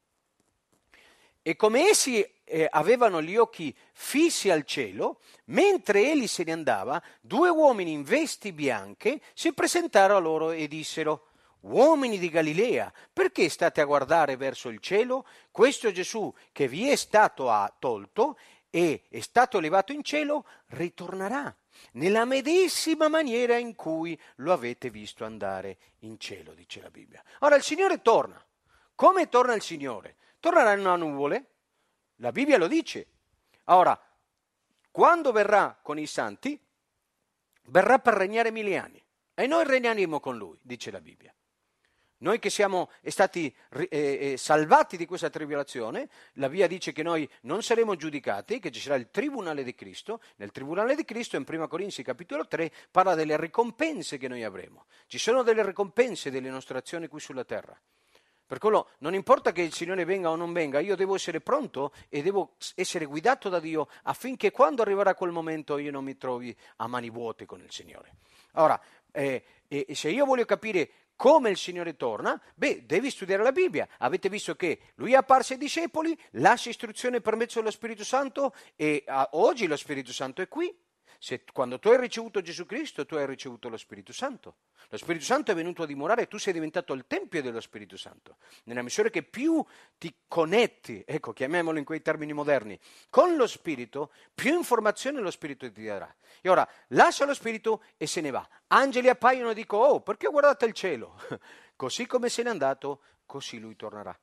E come essi eh, avevano gli occhi fissi al cielo, mentre egli se ne andava, due uomini in vesti bianche si presentarono a loro e dissero: uomini di Galilea, perché state a guardare verso il cielo? Questo Gesù che vi è stato tolto e è stato elevato in cielo, ritornerà nella medesima maniera in cui lo avete visto andare in cielo, dice la Bibbia. Ora il Signore torna. Come torna il Signore? Tornerà in una nuvole, la Bibbia lo dice. Ora, quando verrà con i santi, verrà per regnare mille anni. E noi regneremo con lui, dice la Bibbia. Noi che siamo stati eh, eh, salvati di questa tribolazione, la Bibbia dice che noi non saremo giudicati, che ci sarà il tribunale di Cristo. Nel tribunale di Cristo, in prima Corinzi capitolo tre, parla delle ricompense che noi avremo. Ci sono delle ricompense delle nostre azioni qui sulla terra. Per quello non importa che il Signore venga o non venga, io devo essere pronto e devo essere guidato da Dio affinché quando arriverà quel momento io non mi trovi a mani vuote con il Signore. Ora, eh, eh, se io voglio capire come il Signore torna, beh, devi studiare la Bibbia. Avete visto che Lui è apparso ai discepoli, lascia istruzione per mezzo dello Spirito Santo e a, oggi lo Spirito Santo è qui. Se, quando tu hai ricevuto Gesù Cristo, tu hai ricevuto lo Spirito Santo. Lo Spirito Santo è venuto a dimorare e tu sei diventato il Tempio dello Spirito Santo. Nella misura che più ti connetti, ecco, chiamiamolo in quei termini moderni, con lo Spirito, più informazione lo Spirito ti darà. E ora, lascia lo Spirito e se ne va. Angeli appaiono e dicono, oh, perché guardate il cielo? Così come se n'è andato, così lui tornerà.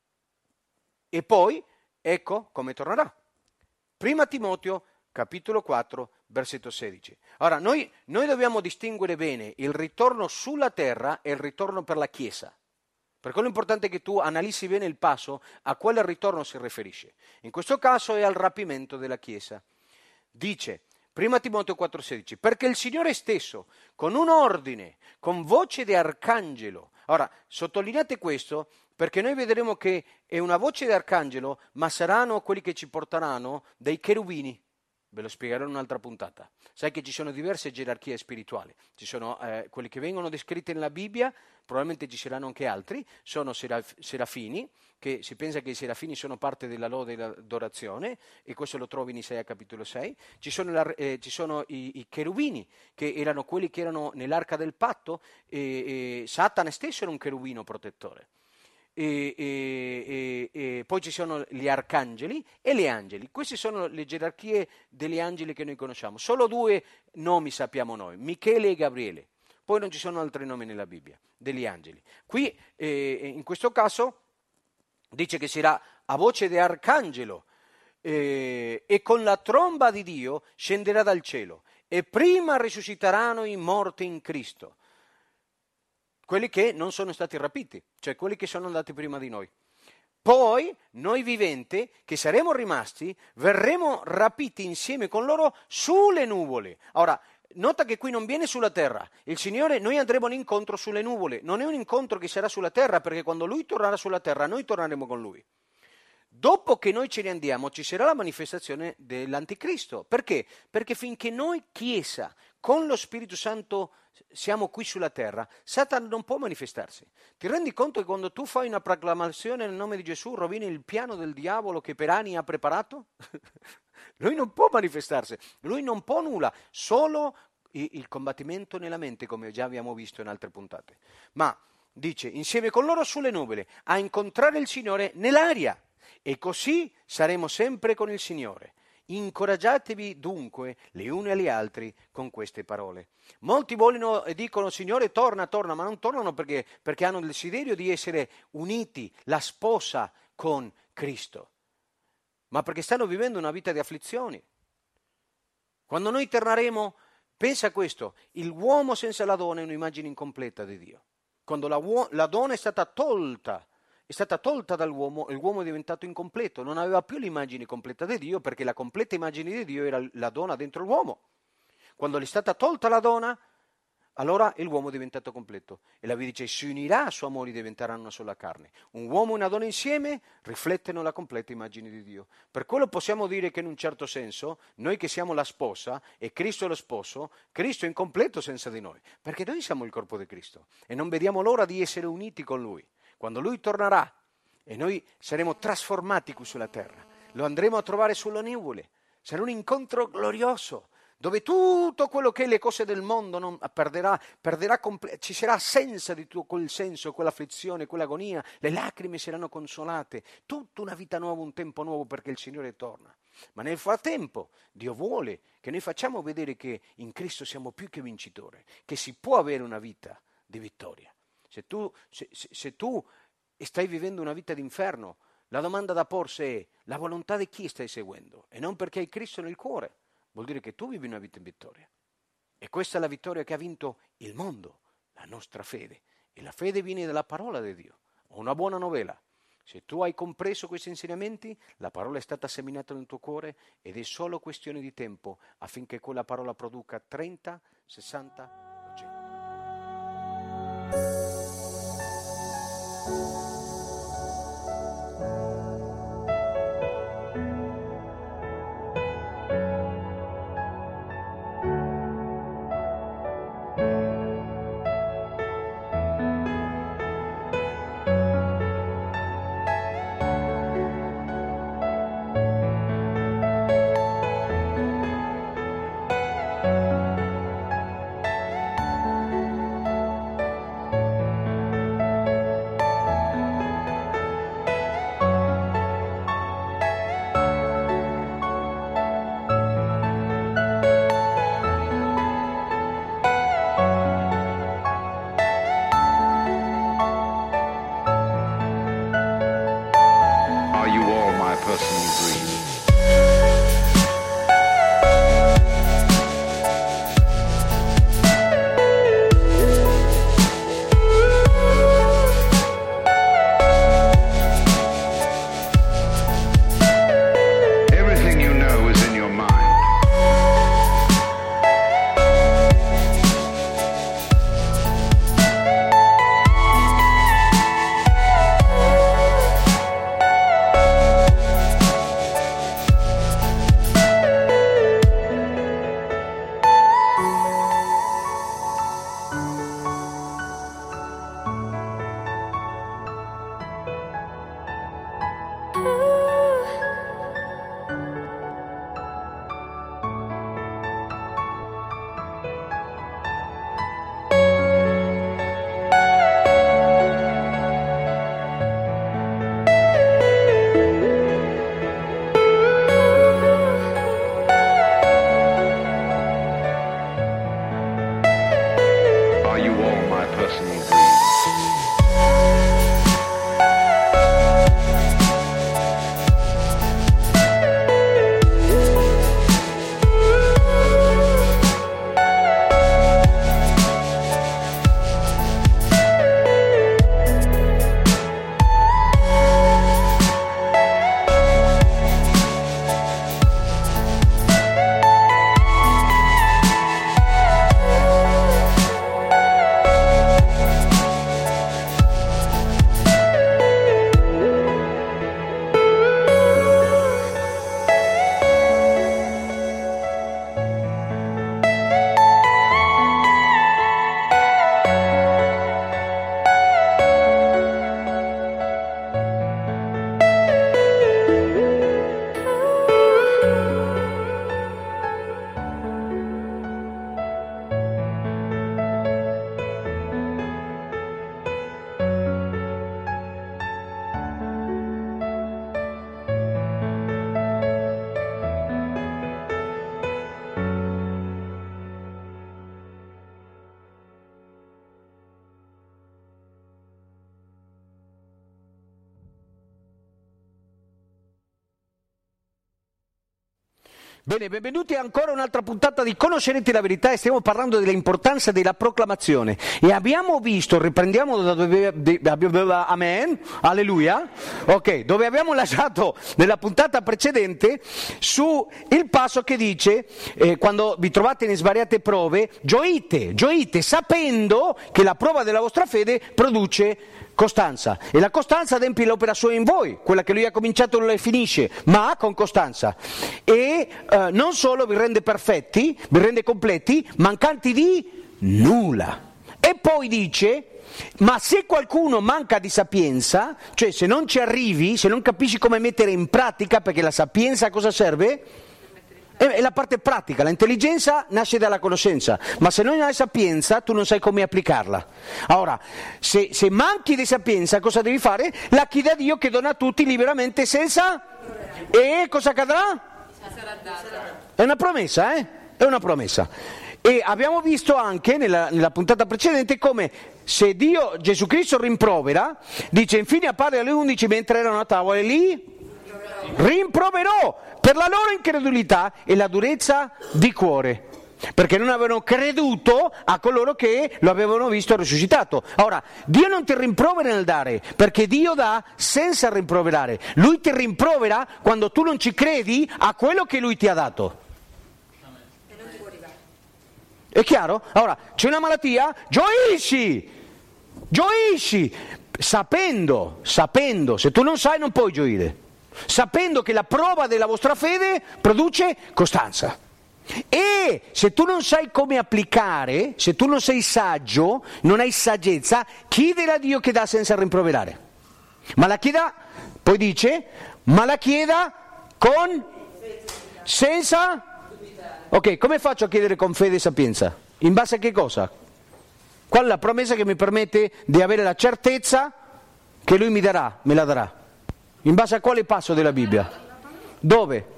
E poi, ecco come tornerà. Prima Timoteo, capitolo quattro, versetto sedici. Ora, noi, noi dobbiamo distinguere bene il ritorno sulla terra e il ritorno per la Chiesa. Per quello è importante che tu analizzi bene il passo a quale ritorno si riferisce. In questo caso è al rapimento della Chiesa. Dice, prima Timoteo quattro sedici, perché il Signore stesso, con un ordine, con voce di arcangelo. Ora, sottolineate questo, perché noi vedremo che è una voce di arcangelo, ma saranno quelli che ci porteranno dei cherubini. Ve lo spiegherò in un'altra puntata. Sai che ci sono diverse gerarchie spirituali. Ci sono eh, quelli che vengono descritti nella Bibbia, probabilmente ci saranno anche altri, sono seraf- serafini, che si pensa che i serafini sono parte della lode dell'adorazione, e questo lo trovi in Isaia capitolo sei. Ci sono, la, eh, ci sono i, i cherubini, che erano quelli che erano nell'arca del patto, e, e Satana stesso era un cherubino protettore. E, e, e, e poi ci sono gli arcangeli e gli angeli. Queste sono le gerarchie degli angeli che noi conosciamo. Solo due nomi sappiamo noi, Michele e Gabriele. Poi non ci sono altri nomi nella Bibbia degli angeli. Qui eh, in questo caso dice che sarà a voce di arcangelo eh, e con la tromba di Dio scenderà dal cielo e prima risusciteranno i morti in Cristo, quelli che non sono stati rapiti, cioè quelli che sono andati prima di noi. Poi noi viventi, che saremo rimasti, verremo rapiti insieme con loro sulle nuvole. Ora, nota che qui non viene sulla terra. Il Signore, noi andremo all'incontro sulle nuvole. Non è un incontro che sarà sulla terra, perché quando Lui tornerà sulla terra, noi torneremo con Lui. Dopo che noi ce ne andiamo, ci sarà la manifestazione dell'Anticristo. Perché? Perché finché noi, Chiesa, con lo Spirito Santo siamo qui sulla terra, Satana non può manifestarsi. Ti rendi conto che quando tu fai una proclamazione nel nome di Gesù rovini il piano del diavolo che per anni ha preparato? Lui non può manifestarsi, lui non può nulla, solo il combattimento nella mente, come già abbiamo visto in altre puntate. Ma dice, insieme con loro sulle nuvole, a incontrare il Signore nell'aria, e così saremo sempre con il Signore. Incoraggiatevi dunque gli uni agli altri con queste parole. Molti vogliono e dicono, Signore, torna, torna, ma non tornano perché, perché hanno il desiderio di essere uniti, la sposa con Cristo, ma perché stanno vivendo una vita di afflizioni. Quando noi torneremo, pensa a questo, l'uomo senza la donna è un'immagine incompleta di Dio. Quando la, uo- la donna è stata tolta, è stata tolta dall'uomo, e l'uomo è diventato incompleto, non aveva più l'immagine completa di Dio, perché la completa immagine di Dio era la donna dentro l'uomo. Quando gli è stata tolta la donna, allora l'uomo è diventato completo. E la Bibbia dice, si unirà a sua moglie, diventeranno una sola carne. Un uomo e una donna insieme riflettono la completa immagine di Dio. Per quello possiamo dire che in un certo senso, noi che siamo la sposa e Cristo è lo sposo, Cristo è incompleto senza di noi, perché noi siamo il corpo di Cristo e non vediamo l'ora di essere uniti con Lui. Quando Lui tornerà e noi saremo trasformati qui sulla terra, lo andremo a trovare sulle nuvole. Sarà un incontro glorioso, dove tutto quello che è le cose del mondo non perderà, perderà comple- ci sarà assenza di tutto quel senso, quell'afflizione, quell'agonia, le lacrime saranno consolate, tutta una vita nuova, un tempo nuovo, perché il Signore torna. Ma nel frattempo Dio vuole che noi facciamo vedere che in Cristo siamo più che vincitori, che si può avere una vita di vittoria. Se tu, se, se, se tu stai vivendo una vita d'inferno, la domanda da porsi è: la volontà di chi stai seguendo? E non perché hai Cristo nel cuore. Vuol dire che tu vivi una vita in vittoria. E questa è la vittoria che ha vinto il mondo, la nostra fede. E la fede viene dalla parola di Dio. Ho una buona novella. Se tu hai compreso questi insegnamenti, la parola è stata seminata nel tuo cuore ed è solo questione di tempo affinché quella parola produca trenta, sessanta o cento. Bene, benvenuti ancora a un'altra puntata di Conoscerete la Verità e stiamo parlando dell'importanza della proclamazione. E abbiamo visto, riprendiamo da dove, amen, alleluia, ok, dove abbiamo lasciato nella puntata precedente su il passo che dice, eh, quando vi trovate in svariate prove, gioite, gioite, sapendo che la prova della vostra fede produce costanza, e la costanza adempie l'opera sua in voi, quella che lui ha cominciato non la finisce, ma con costanza, e eh, non solo vi rende perfetti, vi rende completi, mancanti di nulla. E poi dice, ma se qualcuno manca di sapienza, cioè se non ci arrivi, se non capisci come mettere in pratica, perché la sapienza a cosa serve? È la parte pratica, l'intelligenza nasce dalla conoscenza, ma se non hai sapienza tu non sai come applicarla. Ora, se, se manchi di sapienza cosa devi fare? La chiedi a Dio che dona a tutti liberamente senza... E cosa accadrà? È una promessa, eh? È una promessa. E abbiamo visto anche nella, nella puntata precedente come se Dio, Gesù Cristo rimprovera, dice infine apparve alle undici mentre erano a tavola e lì rimproverò per la loro incredulità e la durezza di cuore. perché non avevano creduto a coloro che lo avevano visto risuscitato. Ora, Dio non ti rimprovera nel dare, perché Dio dà senza rimproverare. Lui ti rimprovera quando tu non ci credi a quello che Lui ti ha dato. E non ti può arrivare. È chiaro? Ora, c'è una malattia? Gioisci! Gioisci! Sapendo, sapendo, se tu non sai non puoi gioire, sapendo che la prova della vostra fede produce costanza. E se tu non sai come applicare, se tu non sei saggio, non hai saggezza, chiedela a Dio che dà senza rimproverare. Ma la chieda, poi dice, ma la chieda con, senza? Ok, come faccio a chiedere con fede e sapienza? In base a che cosa? Qual è la promessa che mi permette di avere la certezza che Lui mi darà, me la darà? In base a quale passo della Bibbia? Dove?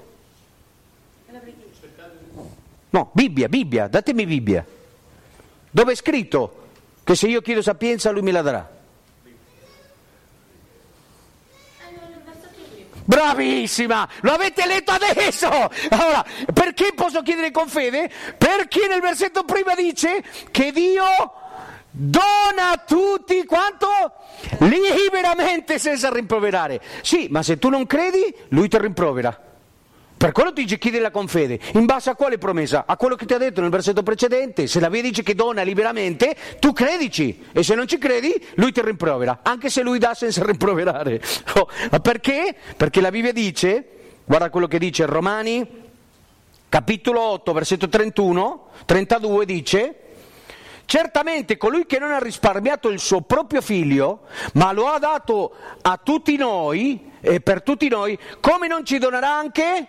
No, Bibbia, Bibbia, datemi Bibbia. Dove è scritto che se io chiedo sapienza Lui me la darà? Bravissima! Lo avete letto adesso! Allora, perché posso chiedere con fede? Perché nel versetto prima dice che Dio dona a tutti quanto? Liberamente senza rimproverare. Sì, ma se tu non credi, Lui ti rimprovera. Per quello ti dice chiedila con fede. In base a quale promessa? A quello che ti ha detto nel versetto precedente. Se la Bibbia dice che dona liberamente, tu credici. E se non ci credi, Lui ti rimprovera. Anche se Lui dà senza rimproverare. Oh, ma perché? Perché la Bibbia dice, guarda quello che dice Romani, capitolo otto, versetto trentuno, trentadue, dice: certamente colui che non ha risparmiato il suo proprio figlio, ma lo ha dato a tutti noi, e per tutti noi, come non ci donerà anche?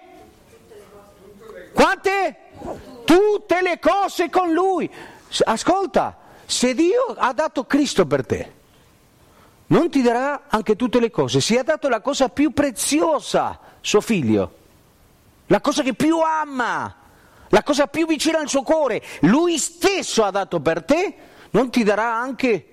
Quante? Tutte le cose con Lui. Ascolta, se Dio ha dato Cristo per te, non ti darà anche tutte le cose? Si è dato la cosa più preziosa, suo figlio, la cosa che più ama, la cosa più vicina al suo cuore, Lui stesso ha dato per te, non ti darà anche?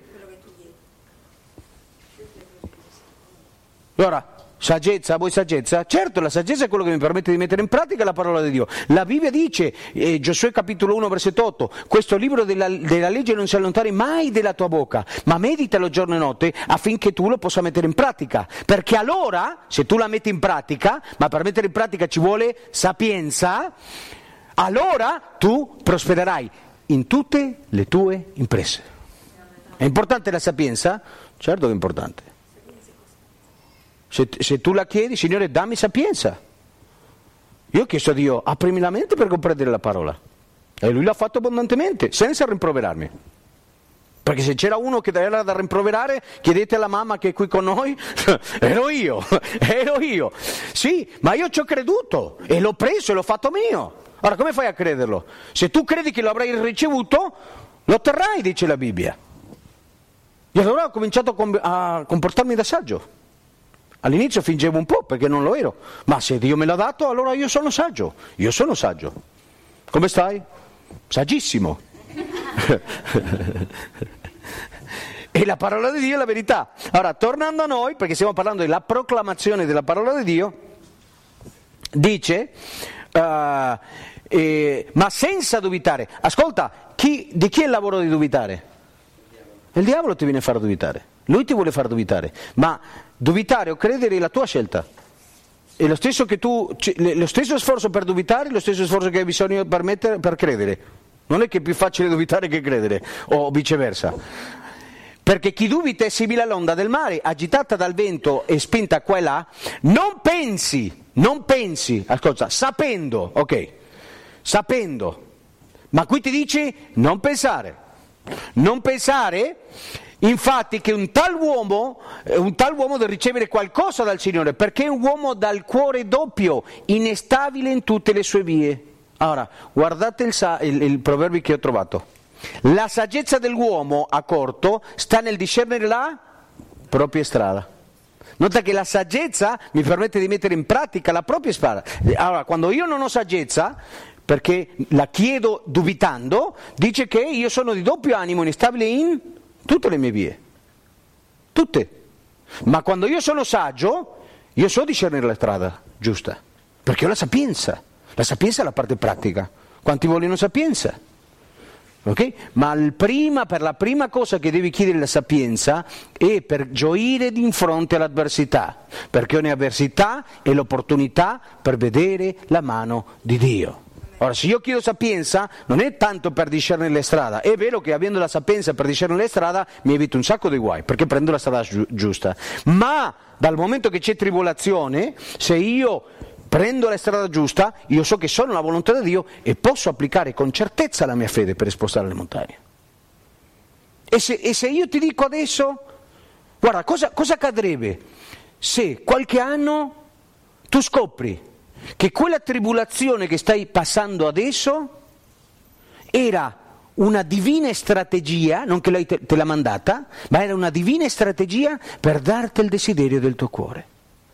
Allora, saggezza, vuoi saggezza? Certo, la saggezza è quello che mi permette di mettere in pratica la parola di Dio. La Bibbia dice, eh, Giosuè capitolo uno, versetto otto, questo libro della, della legge non si allontani mai dalla tua bocca, ma meditalo giorno e notte affinché tu lo possa mettere in pratica. Perché allora, se tu la metti in pratica, ma per mettere in pratica ci vuole sapienza, allora tu prospererai in tutte le tue imprese. È importante la sapienza? Certo che è importante. Se, se tu la chiedi, Signore, dammi sapienza. Io ho chiesto a Dio, aprimi la mente per comprendere la parola. E Lui l'ha fatto abbondantemente, senza rimproverarmi. Perché se c'era uno che era da rimproverare, chiedete alla mamma che è qui con noi, ero io, ero io. Sì, ma io ci ho creduto e l'ho preso e l'ho fatto mio. Ora, come fai a crederlo? Se tu credi che lo avrai ricevuto, lo otterrai, dice la Bibbia. E allora ho cominciato a, com- a comportarmi da saggio. All'inizio fingevo un po' perché non lo ero, ma se Dio me l'ha dato, allora io sono saggio. Io sono saggio. Come stai? Saggissimo. E la parola di Dio è la verità. Ora, tornando a noi, perché stiamo parlando della proclamazione della parola di Dio, dice, uh, eh, ma senza dubitare. Ascolta, chi, di chi è il lavoro di dubitare? Il diavolo ti viene a far dubitare. Lui ti vuole far dubitare, ma dubitare o credere è la tua scelta. È lo stesso che tu, lo stesso sforzo per dubitare, lo stesso sforzo che hai bisogno per, mettere, per credere. Non è che è più facile dubitare che credere, o viceversa. Perché chi dubita è simile all'onda del mare, agitata dal vento e spinta qua e là. Non pensi, non pensi, ascolta, sapendo, ok, sapendo. Ma qui ti dice non pensare. Non pensare, infatti, che un tal uomo, un tal uomo deve ricevere qualcosa dal Signore, perché è un uomo dal cuore doppio, inestabile in tutte le sue vie. Ora, guardate il, il, il proverbio che ho trovato. La saggezza dell'uomo accorto sta nel discernere la propria strada. Nota che la saggezza mi permette di mettere in pratica la propria strada. Allora, quando io non ho saggezza, perché la chiedo dubitando, dice che io sono di doppio animo, instabile in tutte le mie vie. Tutte. Ma quando io sono saggio, io so discernere la strada giusta, perché ho la sapienza. La sapienza è la parte pratica. Quanti vogliono sapienza? Ok? Ma il prima, per la prima cosa che devi chiedere la sapienza è per gioire di fronte all'avversità, perché ogni avversità è l'opportunità per vedere la mano di Dio. Ora, se io chiedo sapienza, non è tanto per discernere le strade, è vero che avendo la sapienza per discernere le strade mi evito un sacco di guai, perché prendo la strada giu- giusta, ma dal momento che c'è tribolazione, se io prendo la strada giusta, io so che sono la volontà di Dio e posso applicare con certezza la mia fede per spostare le montagne. E se, e se io ti dico adesso, guarda, cosa, cosa accadrebbe se qualche anno tu scopri che quella tribolazione che stai passando adesso era una divina strategia, non che lei te, te l'ha mandata, ma era una divina strategia per darti il desiderio del tuo cuore.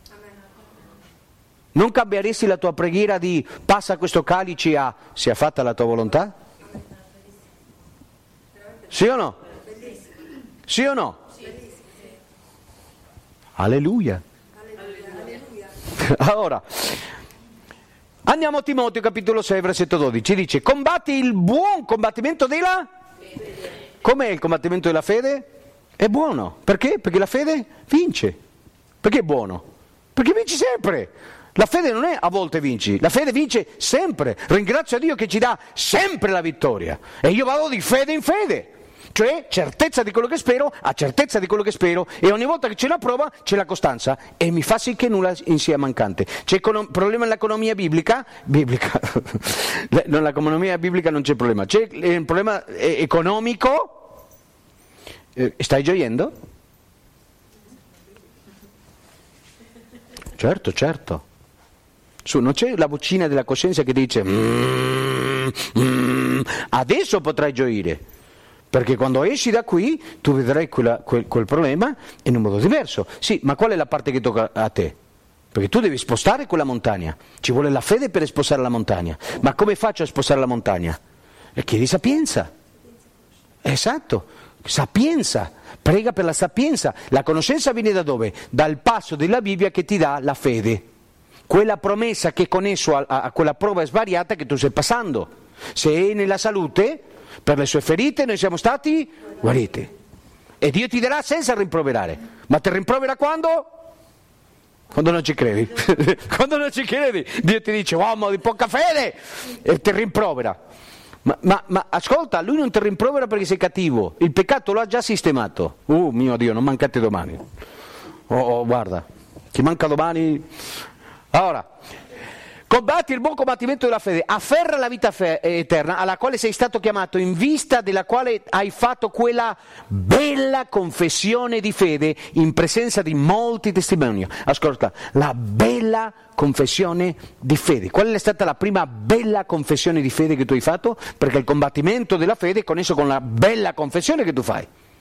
Non cambieresti la tua preghiera di passa questo calice a sia fatta la tua volontà? Sì o no? Sì o no? Alleluia. Allora, andiamo a Timoteo capitolo sei versetto dodici, dice combatti il buon combattimento della fede. Com'è il combattimento della fede? È buono. Perché? Perché la fede vince. Perché è buono? Perché vinci sempre. La fede non è a volte vinci, la fede vince sempre. Ringrazio Dio che ci dà sempre la vittoria. E io vado di fede in fede. Cioè certezza di quello che spero, a certezza di quello che spero, e ogni volta che c'è la prova c'è la costanza e mi fa sì che nulla in sia mancante. C'è un problema nell'economia biblica? Biblica. Nell'economia biblica non c'è problema. C'è un problema economico? Eh, stai gioiendo? Certo, certo. Su, non c'è la vocina della coscienza che dice mm, mm, adesso potrai gioire, perché quando esci da qui tu vedrai quella, quel, quel problema in un modo diverso. Sì, ma qual è la parte che tocca a te? Perché tu devi spostare quella montagna, ci vuole la fede per spostare la montagna. Ma come faccio a spostare la montagna? E chiedi sapienza. Esatto, sapienza, prega per la sapienza. La conoscenza viene da dove? Dal passo della Bibbia che ti dà la fede. Quella promessa che è connesso a, a, a quella prova svariata che tu stai passando. Se è nella salute, per le sue ferite noi siamo stati guariti. E Dio ti darà senza rimproverare. Ma ti rimprovera quando? Quando non ci credi. Quando non ci credi, Dio ti dice uomo di poca fede e ti rimprovera. Ma, ma, ma ascolta, lui non ti rimprovera perché sei cattivo. Il peccato lo ha già sistemato. Uh, mio Dio, non mancate domani. Oh, oh guarda, chi manca domani... Allora, combatti il buon combattimento della fede, afferra la vita fe- eterna alla quale sei stato chiamato, in vista della quale hai fatto quella bella confessione di fede in presenza di molti testimoni. Ascolta, la bella confessione di fede. Qual è stata la prima bella confessione di fede che tu hai fatto? Perché il combattimento della fede è connesso con la bella confessione che tu fai.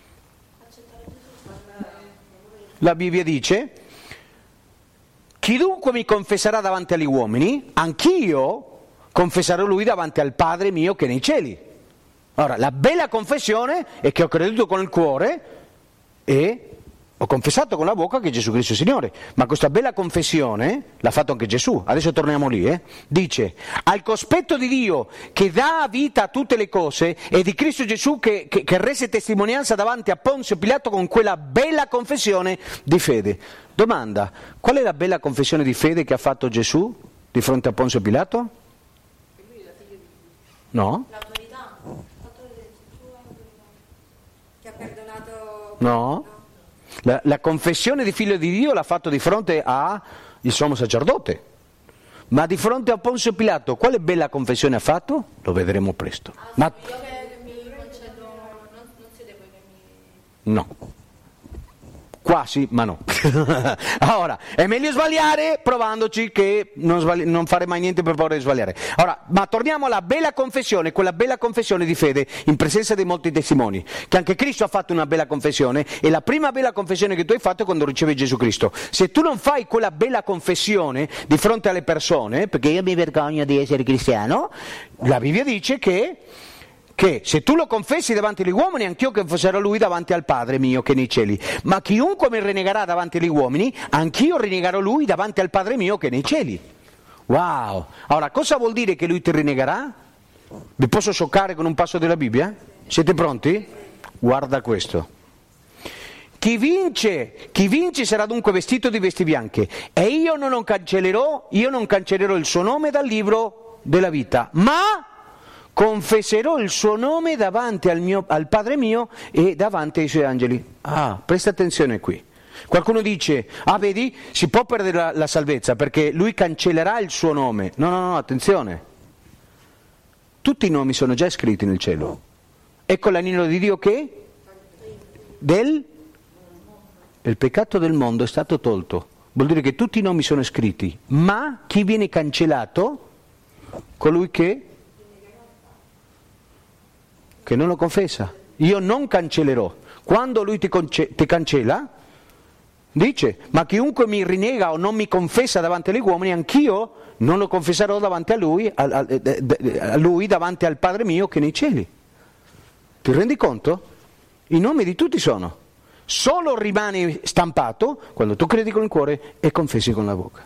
La Bibbia dice... Chiunque mi confesserà davanti agli uomini, anch'io confesserò lui davanti al Padre mio che è nei cieli. Ora, la bella confessione è che ho creduto con il cuore e ho confessato con la bocca che Gesù Cristo è Signore. Ma questa bella confessione l'ha fatto anche Gesù. Adesso torniamo lì, eh? Dice, al cospetto di Dio che dà vita a tutte le cose e di Cristo Gesù che, che, che rese testimonianza davanti a Ponzio Pilato con quella bella confessione di fede. Domanda, qual è la bella confessione di fede che ha fatto Gesù di fronte a Ponzio Pilato? No? L'autorità. Che ha perdonato... No? La, la confessione di figlio di Dio l'ha fatto di fronte al sommo sacerdote. Ma di fronte a Ponzio Pilato, quale bella confessione ha fatto? Lo vedremo presto. Ah, Ma... Io che mi concedo... Non, non siete voi che mi... No. Quasi, ma no. Ora, è meglio sbagliare provandoci che non, sbagli- non fare mai niente per paura di sbagliare. Ora, ma torniamo alla bella confessione, quella bella confessione di fede in presenza di molti testimoni, che anche Cristo ha fatto una bella confessione e la prima bella confessione che tu hai fatto è quando ricevi Gesù Cristo. Se tu non fai quella bella confessione di fronte alle persone, perché io mi vergogno di essere cristiano, la Bibbia dice che che se tu lo confessi davanti agli uomini, anch'io confesserò lui davanti al Padre mio che è nei cieli. Ma chiunque mi rinnegherà davanti agli uomini, anch'io rinnegherò lui davanti al Padre mio che è nei cieli. Wow! Ora, cosa vuol dire che lui ti rinnegherà? Vi posso scioccare con un passo della Bibbia? Siete pronti? Guarda questo. Chi vince, chi vince sarà dunque vestito di vesti bianche, e io non lo cancellerò, io non cancellerò il suo nome dal libro della vita, ma confesserò il suo nome davanti al, mio, al Padre mio e davanti ai suoi angeli. Ah, presta attenzione qui. Qualcuno dice, ah vedi, si può perdere la, la salvezza perché lui cancellerà il suo nome. No, no, no, attenzione. Tutti i nomi sono già scritti nel cielo. Ecco l'anello di Dio che del il peccato del mondo è stato tolto. Vuol dire che tutti i nomi sono scritti, ma chi viene cancellato? Colui che che non lo confessa. Io non cancellerò. Quando lui ti, conce- ti cancella, dice, ma chiunque mi rinnega o non mi confessa davanti agli uomini, anch'io non lo confesserò davanti a lui, a, a, a lui davanti al Padre mio che è nei cieli. Ti rendi conto? I nomi di tutti sono. Solo rimane stampato quando tu credi con il cuore e confessi con la bocca.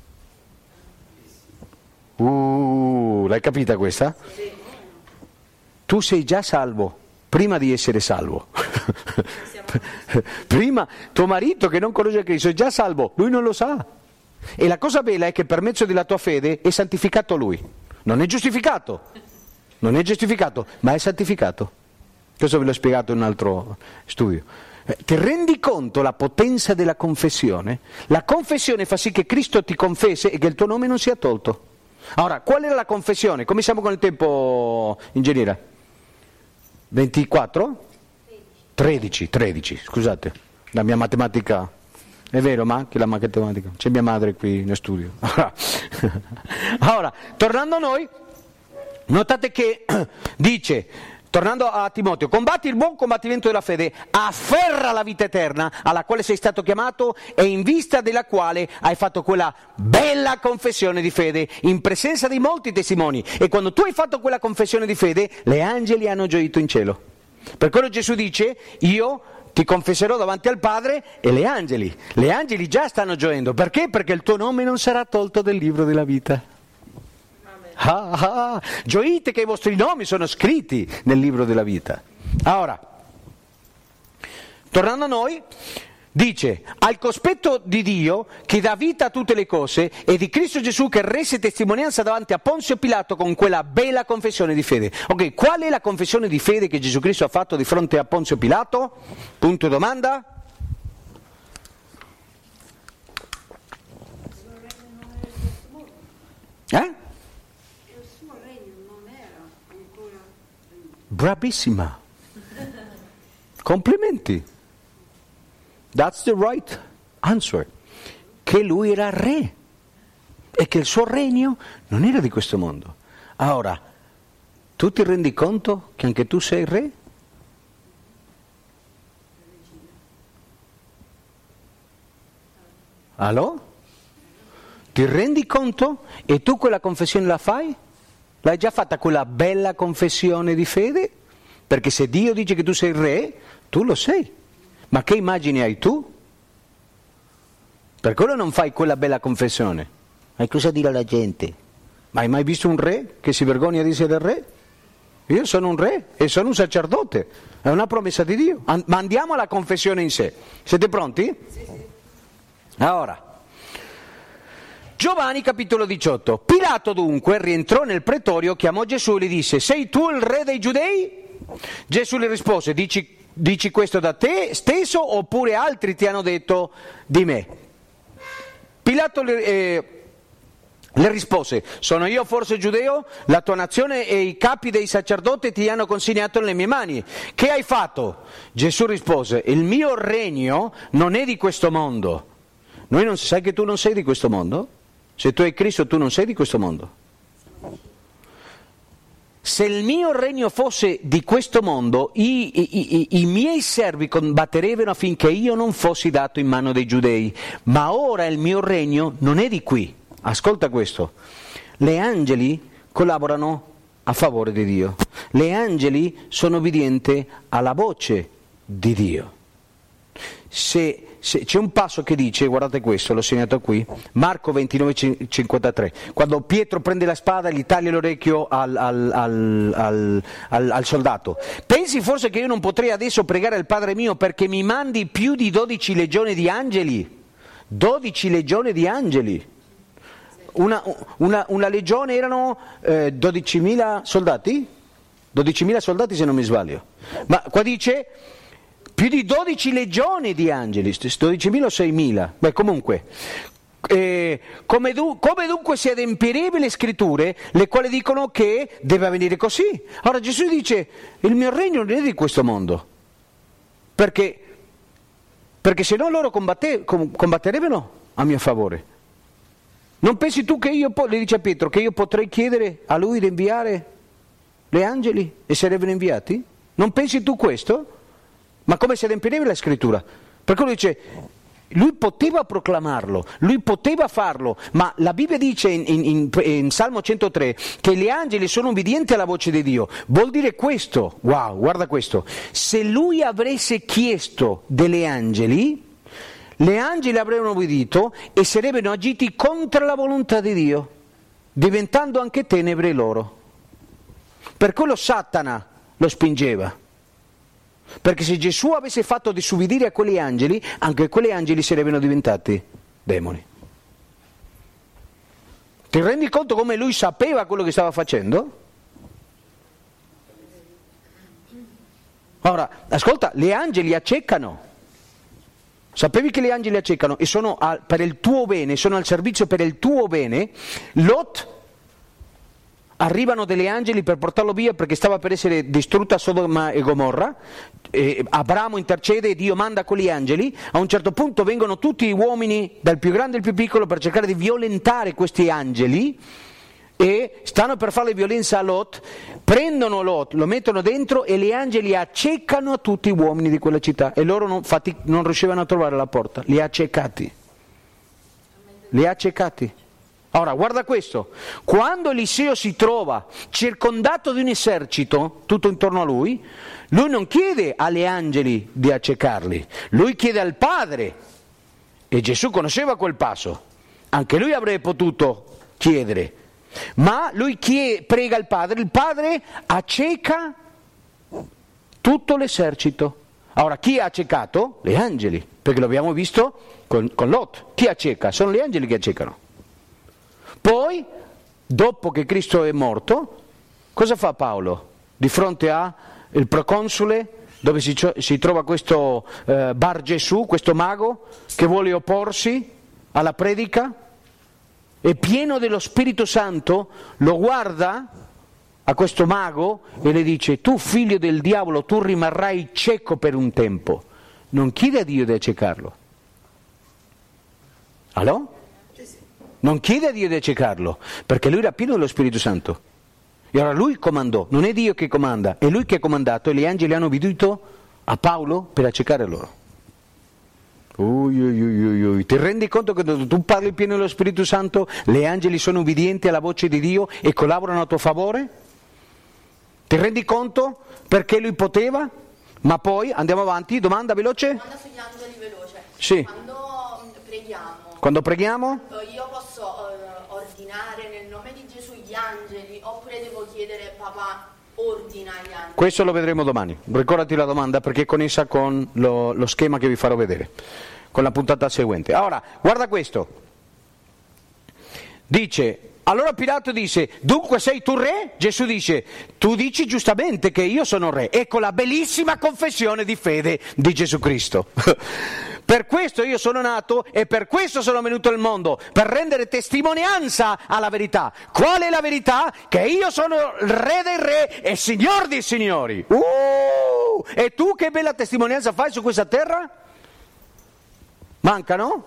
Uh, l'hai capita questa? Tu sei già salvo prima di essere salvo. Prima tuo marito che non conosce Cristo è già salvo, lui non lo sa. E la cosa bella è che per mezzo della tua fede è santificato lui. Non è giustificato, non è giustificato, ma è santificato. Questo ve l'ho spiegato in un altro studio. Eh, ti rendi conto la potenza della confessione? La confessione fa sì che Cristo ti confessi e che il tuo nome non sia tolto. Ora, qual era la confessione? Come siamo con il tempo, ingegnere? ventiquattro? tredici, tredici, scusate, la mia matematica, è vero, ma anche la matematica, c'è mia madre qui in studio. Ora, tornando a noi, notate che dice, tornando a Timoteo, combatti il buon combattimento della fede, afferra la vita eterna alla quale sei stato chiamato e in vista della quale hai fatto quella bella confessione di fede in presenza di molti testimoni. E quando tu hai fatto quella confessione di fede, le angeli hanno gioito in cielo. Per quello Gesù dice, io ti confesserò davanti al Padre e le angeli. Le angeli già stanno gioendo. Perché? Perché il tuo nome non sarà tolto dal libro della vita. Ah, ah, gioite che i vostri nomi sono scritti nel libro della vita. Ora, tornando a noi, dice, al cospetto di Dio che dà vita a tutte le cose e di Cristo Gesù che rese testimonianza davanti a Ponzio Pilato con quella bella confessione di fede. Ok, qual è la confessione di fede che Gesù Cristo ha fatto di fronte a Ponzio Pilato? Punto domanda. Eh? Bravissima. Complimenti. That's the right answer. Che lui era re e che il suo regno non era di questo mondo. Ora, tu ti rendi conto che anche tu sei re? Allo? Ti rendi conto? E tu quella confessione la fai? L'hai già fatta quella bella confessione di fede? Perché se Dio dice che tu sei re, tu lo sei. Ma che immagini hai tu? Per quello non fai quella bella confessione. Hai cosa dire alla gente? Ma hai mai visto un re che si vergogna di essere re? Io sono un re e sono un sacerdote. È una promessa di Dio. An- ma andiamo alla confessione in sé. Siete pronti? Sì, sì. Ora. Giovanni capitolo diciotto. Pilato dunque rientrò nel pretorio, chiamò Gesù e gli disse, sei tu il re dei giudei? Gesù le rispose, dici, dici questo da te stesso oppure altri ti hanno detto di me? Pilato le, eh, le rispose, sono io forse giudeo? La tua nazione e i capi dei sacerdoti ti hanno consegnato nelle mie mani. Che hai fatto? Gesù rispose, il mio regno non è di questo mondo. Noi non sai che tu non sei di questo mondo? Se tu hai Cristo tu non sei di questo mondo. Se il mio regno fosse di questo mondo, i, i, i, i miei servi combatterebbero affinché io non fossi dato in mano dei giudei. Ma ora il mio regno non è di qui. Ascolta questo. Le angeli collaborano a favore di Dio. Le angeli sono obbedienti alla voce di Dio. Se se, c'è un passo che dice, guardate questo, l'ho segnato qui, Marco ventinove cinquantatré, quando Pietro prende la spada e gli taglia l'orecchio al, al, al, al, al, al soldato. Pensi forse che io non potrei adesso pregare al Padre mio perché mi mandi più di dodici legioni di angeli? dodici legioni di angeli. Una, una, una legione erano eh, dodicimila soldati? dodicimila soldati se non mi sbaglio. Ma qua dice più di dodici legioni di angeli, dodicimila o seimila? Beh, comunque, eh, come, du- come dunque si adempirebbe le scritture, le quali dicono che deve avvenire così? Ora Gesù dice, il mio regno non è di questo mondo, perché, perché se no loro combatte- com- combatterebbero a mio favore. Non pensi tu che io, po- le dice a Pietro, che io potrei chiedere a lui di inviare gli angeli e sarebbero inviati? Non pensi tu questo? Ma come si adempirebbe la scrittura? Perché lui dice, lui poteva proclamarlo, lui poteva farlo, ma la Bibbia dice in, in, in, in Salmo centotré che gli angeli sono ubbidienti alla voce di Dio. Vuol dire questo, wow, guarda questo, se lui avesse chiesto degli angeli, gli angeli avrebbero obbedito e sarebbero agiti contro la volontà di Dio, diventando anche tenebre loro. Per quello Satana lo spingeva. Perché se Gesù avesse fatto disubbidire a quegli angeli, anche quegli angeli sarebbero diventati demoni. Ti rendi conto come lui sapeva quello che stava facendo? Ora, ascolta, gli angeli accecano. Sapevi che gli angeli accecano e sono a, per il tuo bene, sono al servizio per il tuo bene? Lot, arrivano degli angeli per portarlo via perché stava per essere distrutta Sodoma e Gomorra, e Abramo intercede e Dio manda quegli angeli, a un certo punto vengono tutti gli uomini, dal più grande al più piccolo, per cercare di violentare questi angeli, e stanno per fare violenza a Lot, prendono Lot, lo mettono dentro e gli angeli accecano a tutti gli uomini di quella città e loro non, fatti, non riuscivano a trovare la porta, li ha accecati, li ha accecati. Ora guarda questo, quando Eliseo si trova circondato di un esercito tutto intorno a lui, lui non chiede agli angeli di accecarli, lui chiede al Padre, e Gesù conosceva quel passo, anche lui avrebbe potuto chiedere, ma lui chiede, prega il Padre, il Padre acceca tutto l'esercito. Ora chi ha accecato? Gli angeli, perché lo abbiamo visto con, con Lot, chi acceca? Sono gli angeli che accecano. Poi, dopo che Cristo è morto, cosa fa Paolo? Di fronte al proconsole, dove si, si trova questo eh, Bar Gesù, questo mago, che vuole opporsi alla predica, è pieno dello Spirito Santo, lo guarda a questo mago e le dice, tu figlio del diavolo, tu rimarrai cieco per un tempo. Non chiede a Dio di accecarlo. Allora? Non chiede a Dio di accecarlo, perché lui era pieno dello Spirito Santo. E ora lui comandò, non è Dio che comanda, è lui che ha comandato e gli angeli hanno obbedito a Paolo per accecare loro. Ui, ui, ui, ui. Ti rendi conto che quando tu parli pieno dello Spirito Santo, gli angeli sono ubbidienti alla voce di Dio e collaborano a tuo favore? Ti rendi conto perché lui poteva? Ma poi, andiamo avanti, domanda veloce? Domanda sugli angeli veloce. Sì. Quando preghiamo, Quando preghiamo? io posso eh, ordinare nel nome di Gesù gli angeli oppure devo chiedere papà ordina gli angeli? Questo lo vedremo domani. Ricordati la domanda perché è connessa con lo, lo schema che vi farò vedere, con la puntata seguente. Ora, guarda questo. Dice, allora Pilato dice, dunque sei tu re? Gesù dice, tu dici giustamente che io sono re. Ecco la bellissima confessione di fede di Gesù Cristo. Per questo io sono nato e per questo sono venuto al mondo, per rendere testimonianza alla verità. Qual è la verità? Che io sono il re dei re e signor dei signori. Uh! E tu che bella testimonianza fai su questa terra? Mancano?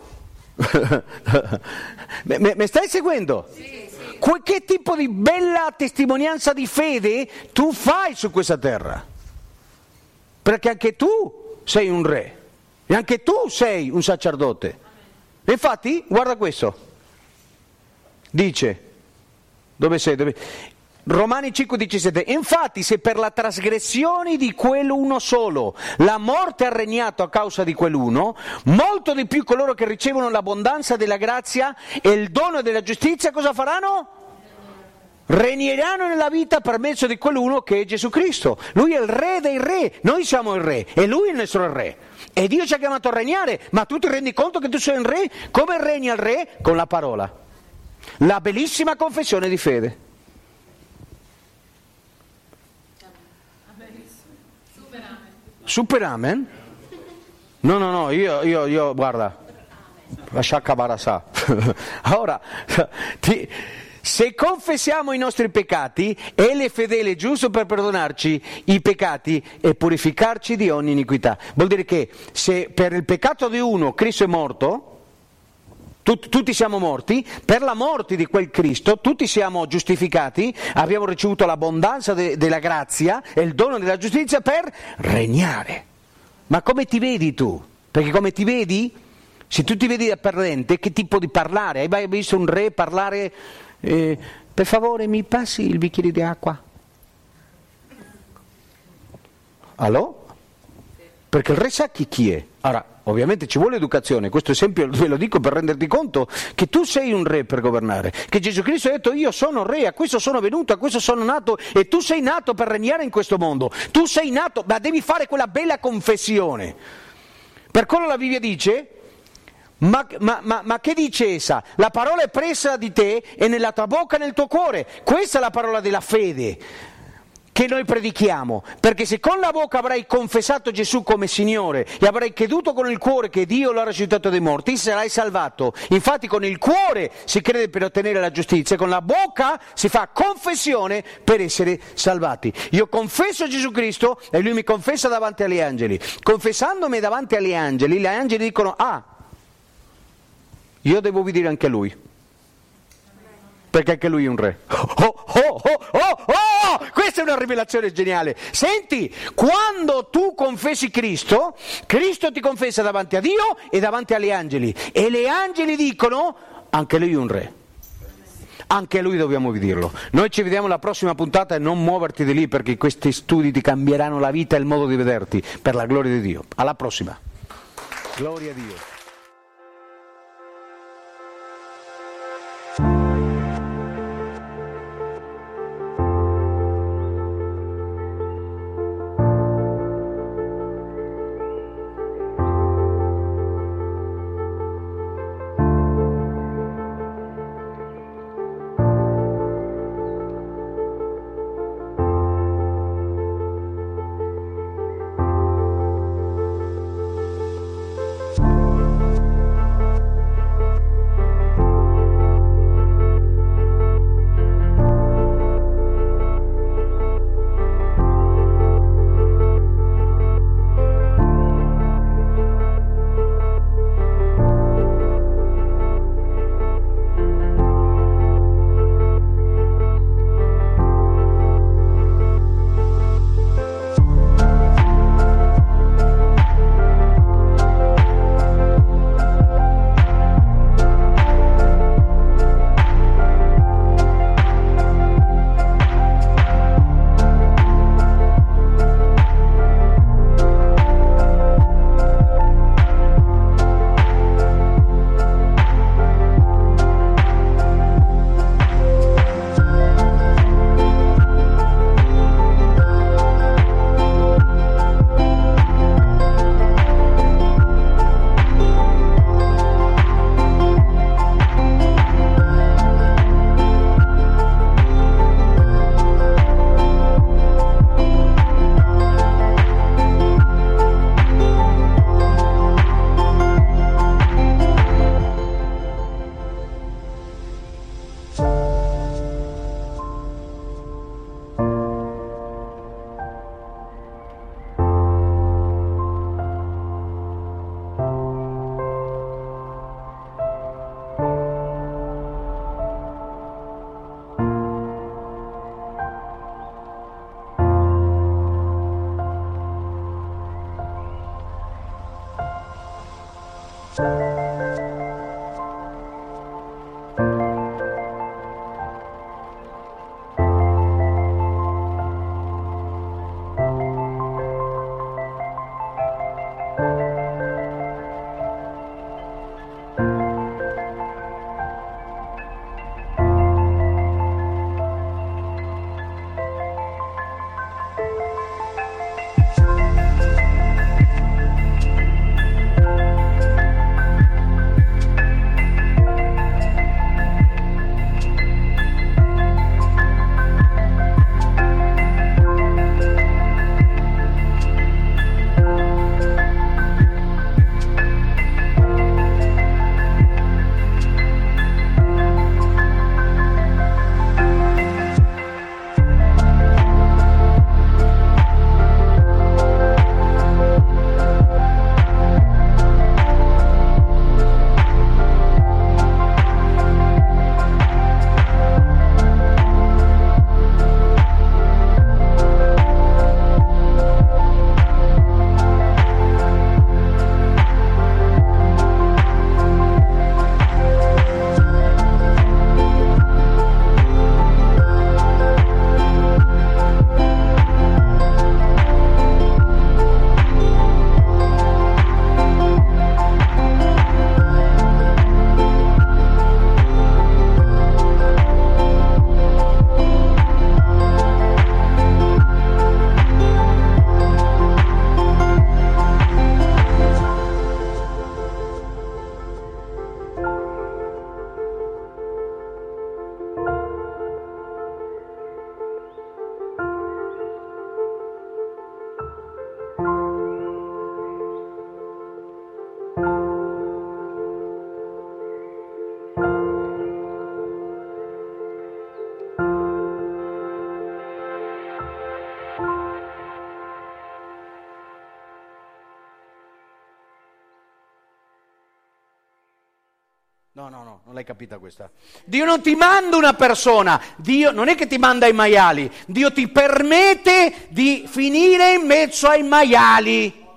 Mi stai seguendo? Sì, sì. Que- che tipo di bella testimonianza di fede tu fai su questa terra? Perché anche tu sei un re. E anche tu sei un sacerdote. E infatti, guarda questo. Dice, dove sei? Dove... Romani cinque diciassette. Infatti, se per la trasgressione di quell'uno solo la morte ha regnato a causa di quell'uno, molto di più coloro che ricevono l'abbondanza della grazia e il dono della giustizia cosa faranno? Regneranno nella vita per mezzo di quell'uno che è Gesù Cristo. Lui è il re dei re, noi siamo il re e lui è il nostro re. E Dio ci ha chiamato a regnare, ma tu ti rendi conto che tu sei il re? Come regna il re? Con la parola. La bellissima confessione di fede. Super amen? No, no, no, io, io, io guarda, lascia barasà. Ora, ti, se confessiamo i nostri peccati, Egli è fedele e giusto per perdonarci i peccati e purificarci di ogni iniquità. Vuol dire che se per il peccato di uno Cristo è morto, Tut, tutti siamo morti, per la morte di quel Cristo tutti siamo giustificati, abbiamo ricevuto l'abbondanza de, della grazia e il dono della giustizia per regnare. Ma come ti vedi tu? Perché come ti vedi, se tu ti vedi da perdente, che tipo di parlare? Hai mai visto un re parlare, eh, per favore mi passi il bicchiere di acqua? Allo? Perché il re sa chi, chi è. Ora, ovviamente ci vuole educazione, questo esempio ve lo dico per renderti conto che tu sei un re per governare, che Gesù Cristo ha detto io sono re, a questo sono venuto, a questo sono nato e tu sei nato per regnare in questo mondo, tu sei nato, ma devi fare quella bella confessione. Per quello la Bibbia dice, ma, ma, ma, ma che dice essa? La parola è presa di te e nella tua bocca e nel tuo cuore, questa è la parola della fede che noi predichiamo, perché se con la bocca avrai confessato Gesù come Signore e avrai creduto con il cuore che Dio lo ha risuscitato dai morti, sarai salvato. Infatti con il cuore si crede per ottenere la giustizia, con la bocca si fa confessione per essere salvati. Io confesso Gesù Cristo e Lui mi confessa davanti agli angeli. Confessandomi davanti agli angeli, gli angeli dicono, ah, io devo obbedire anche a Lui, perché anche Lui è un re. Oh, oh, oh, oh, oh! Questa è una rivelazione geniale. Senti, quando tu confessi Cristo, Cristo ti confessa davanti a Dio e davanti agli angeli. E gli angeli dicono, anche Lui è un re. Anche a Lui dobbiamo obbedirlo. Noi ci vediamo alla prossima puntata e non muoverti di lì, perché questi studi ti cambieranno la vita e il modo di vederti, per la gloria di Dio. Alla prossima. Gloria a Dio. capita questa. Dio non ti manda una persona, Dio non è che ti manda i maiali, Dio ti permette di finire in mezzo ai maiali.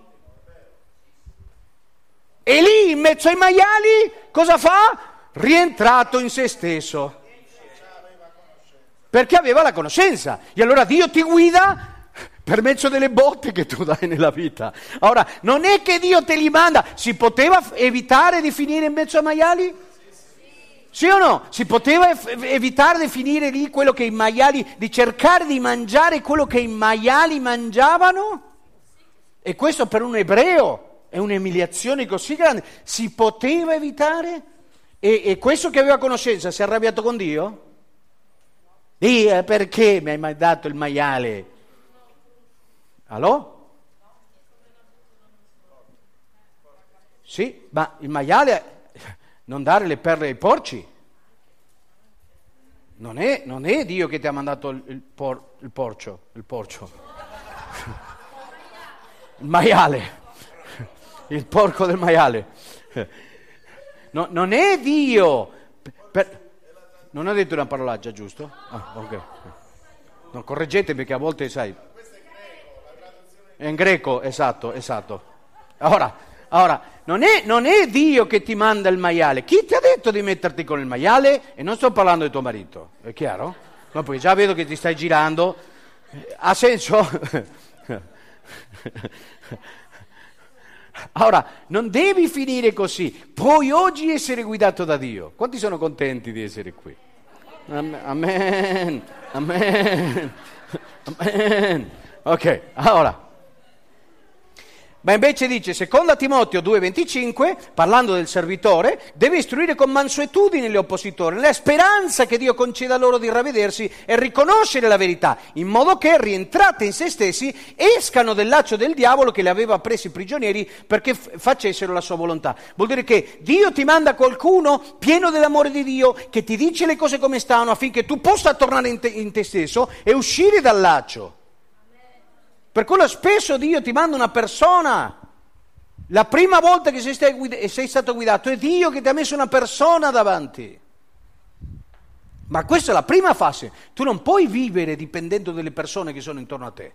E lì, in mezzo ai maiali, cosa fa? Rientrato in se stesso. Perché aveva la conoscenza. E allora Dio ti guida per mezzo delle botte che tu dai nella vita. Ora, non è che Dio te li manda. Si poteva evitare di finire in mezzo ai maiali? Sì o no? Si poteva evitare di finire lì quello che i maiali, di cercare di mangiare quello che i maiali mangiavano? E questo per un ebreo è un'umiliazione così grande. Si poteva evitare? E, e questo che aveva conoscenza si è arrabbiato con Dio? Dio, perché mi hai mai dato il maiale? Allò? Sì, ma il maiale, non dare le perle ai porci. Non è, non è Dio che ti ha mandato il, il, por, il porcio, il porcio. Il maiale, il porco del maiale. No, non è Dio. Per, non ho detto una parolaccia, giusto? Ah, ok. No, correggetemi che a volte, sai... È in greco, esatto, esatto. Ora, ora non, è, non è Dio che ti manda il maiale. Chi ti ha detto di metterti con il maiale? E non sto parlando di tuo marito, è chiaro? Ma poi già vedo che ti stai girando. Ha senso? Ora, non devi finire così. Puoi oggi essere guidato da Dio. Quanti sono contenti di essere qui? Amen, amen, amen. Amen. Ok, ora... Ma invece dice, secondo Timoteo due venticinque, parlando del servitore, deve istruire con mansuetudine l'oppositore, nella speranza che Dio conceda loro di ravvedersi e riconoscere la verità, in modo che, rientrate in se stessi, escano del laccio del diavolo che li aveva presi prigionieri perché f- facessero la sua volontà. Vuol dire che Dio ti manda qualcuno pieno dell'amore di Dio, che ti dice le cose come stanno, affinché tu possa tornare in te, in te stesso e uscire dal laccio. Per quello spesso Dio ti manda una persona. La prima volta che sei, stai guida- sei stato guidato è Dio che ti ha messo una persona davanti. Ma questa è la prima fase. Tu non puoi vivere dipendendo dalle persone che sono intorno a te.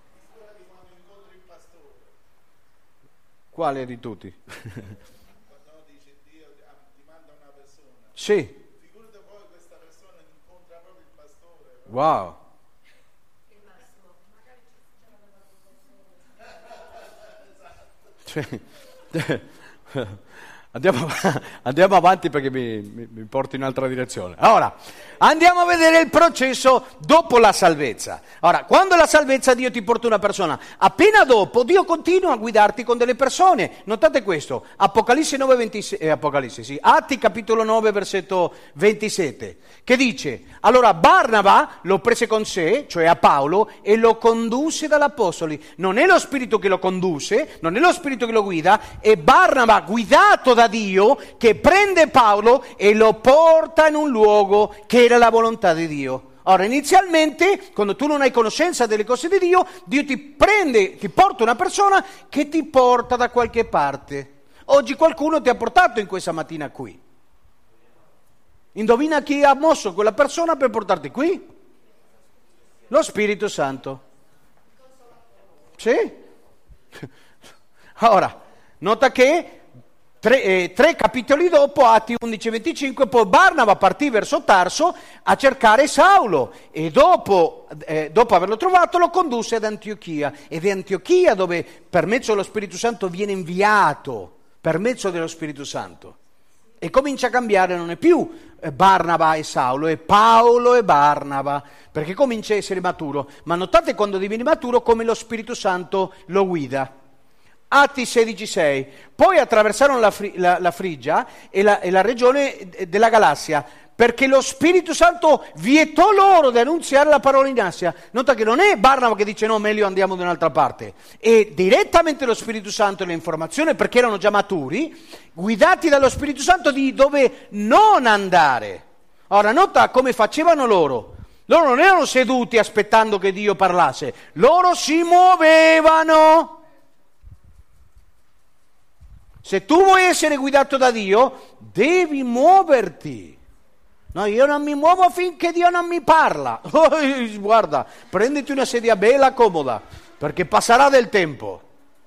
Quale di tutti? Quando dice Dio ti manda una persona. Sì. Figurati poi questa persona incontra proprio il pastore. Wow. Andiamo, andiamo avanti perché mi, mi, mi porto in un'altra direzione. Ora, andiamo a vedere il processo dopo la salvezza. Ora, quando la salvezza Dio ti porta una persona, appena dopo Dio continua a guidarti con delle persone. Notate questo, Apocalisse nove ventisei, eh, Apocalisse, sì, Atti capitolo nove versetto ventisette, che dice, allora Barnaba lo prese con sé, cioè a Paolo, e lo condusse dall'apostoli. Non è lo Spirito che lo condusse, non è lo Spirito che lo guida, è Barnaba guidato da Dio che prende Paolo e lo porta in un luogo che era la volontà di Dio. Ora, inizialmente, quando tu non hai conoscenza delle cose di Dio, Dio ti prende, ti porta una persona che ti porta da qualche parte. Oggi qualcuno ti ha portato in questa mattina qui. Indovina chi ha mosso quella persona per portarti qui? Lo Spirito Santo. Sì? Ora, nota che Tre, eh, tre capitoli dopo, Atti undici venticinque, poi Barnaba partì verso Tarso a cercare Saulo e dopo, eh, dopo averlo trovato lo condusse ad Antiochia. Ed è Antiochia dove per mezzo dello Spirito Santo viene inviato, per mezzo dello Spirito Santo. E comincia a cambiare, non è più Barnaba e Saulo, è Paolo e Barnaba, perché comincia a essere maturo. Ma notate quando divieni maturo come lo Spirito Santo lo guida. Atti sedici sei, poi attraversarono la, Fri- la, la Frigia e la, e la regione della Galassia, perché lo Spirito Santo vietò loro di annunziare la parola in Asia. Nota che non è Barnaba che dice no, meglio andiamo da un'altra parte, è direttamente lo Spirito Santo le informazioni, perché erano già maturi, guidati dallo Spirito Santo di dove non andare. Ora nota come facevano loro. Loro non erano seduti aspettando che Dio parlasse, loro si muovevano. Se tu vuoi essere guidato da Dio, devi muoverti. No, io non mi muovo finché Dio non mi parla. Oh, guarda, prenditi una sedia bella comoda, perché passerà del tempo.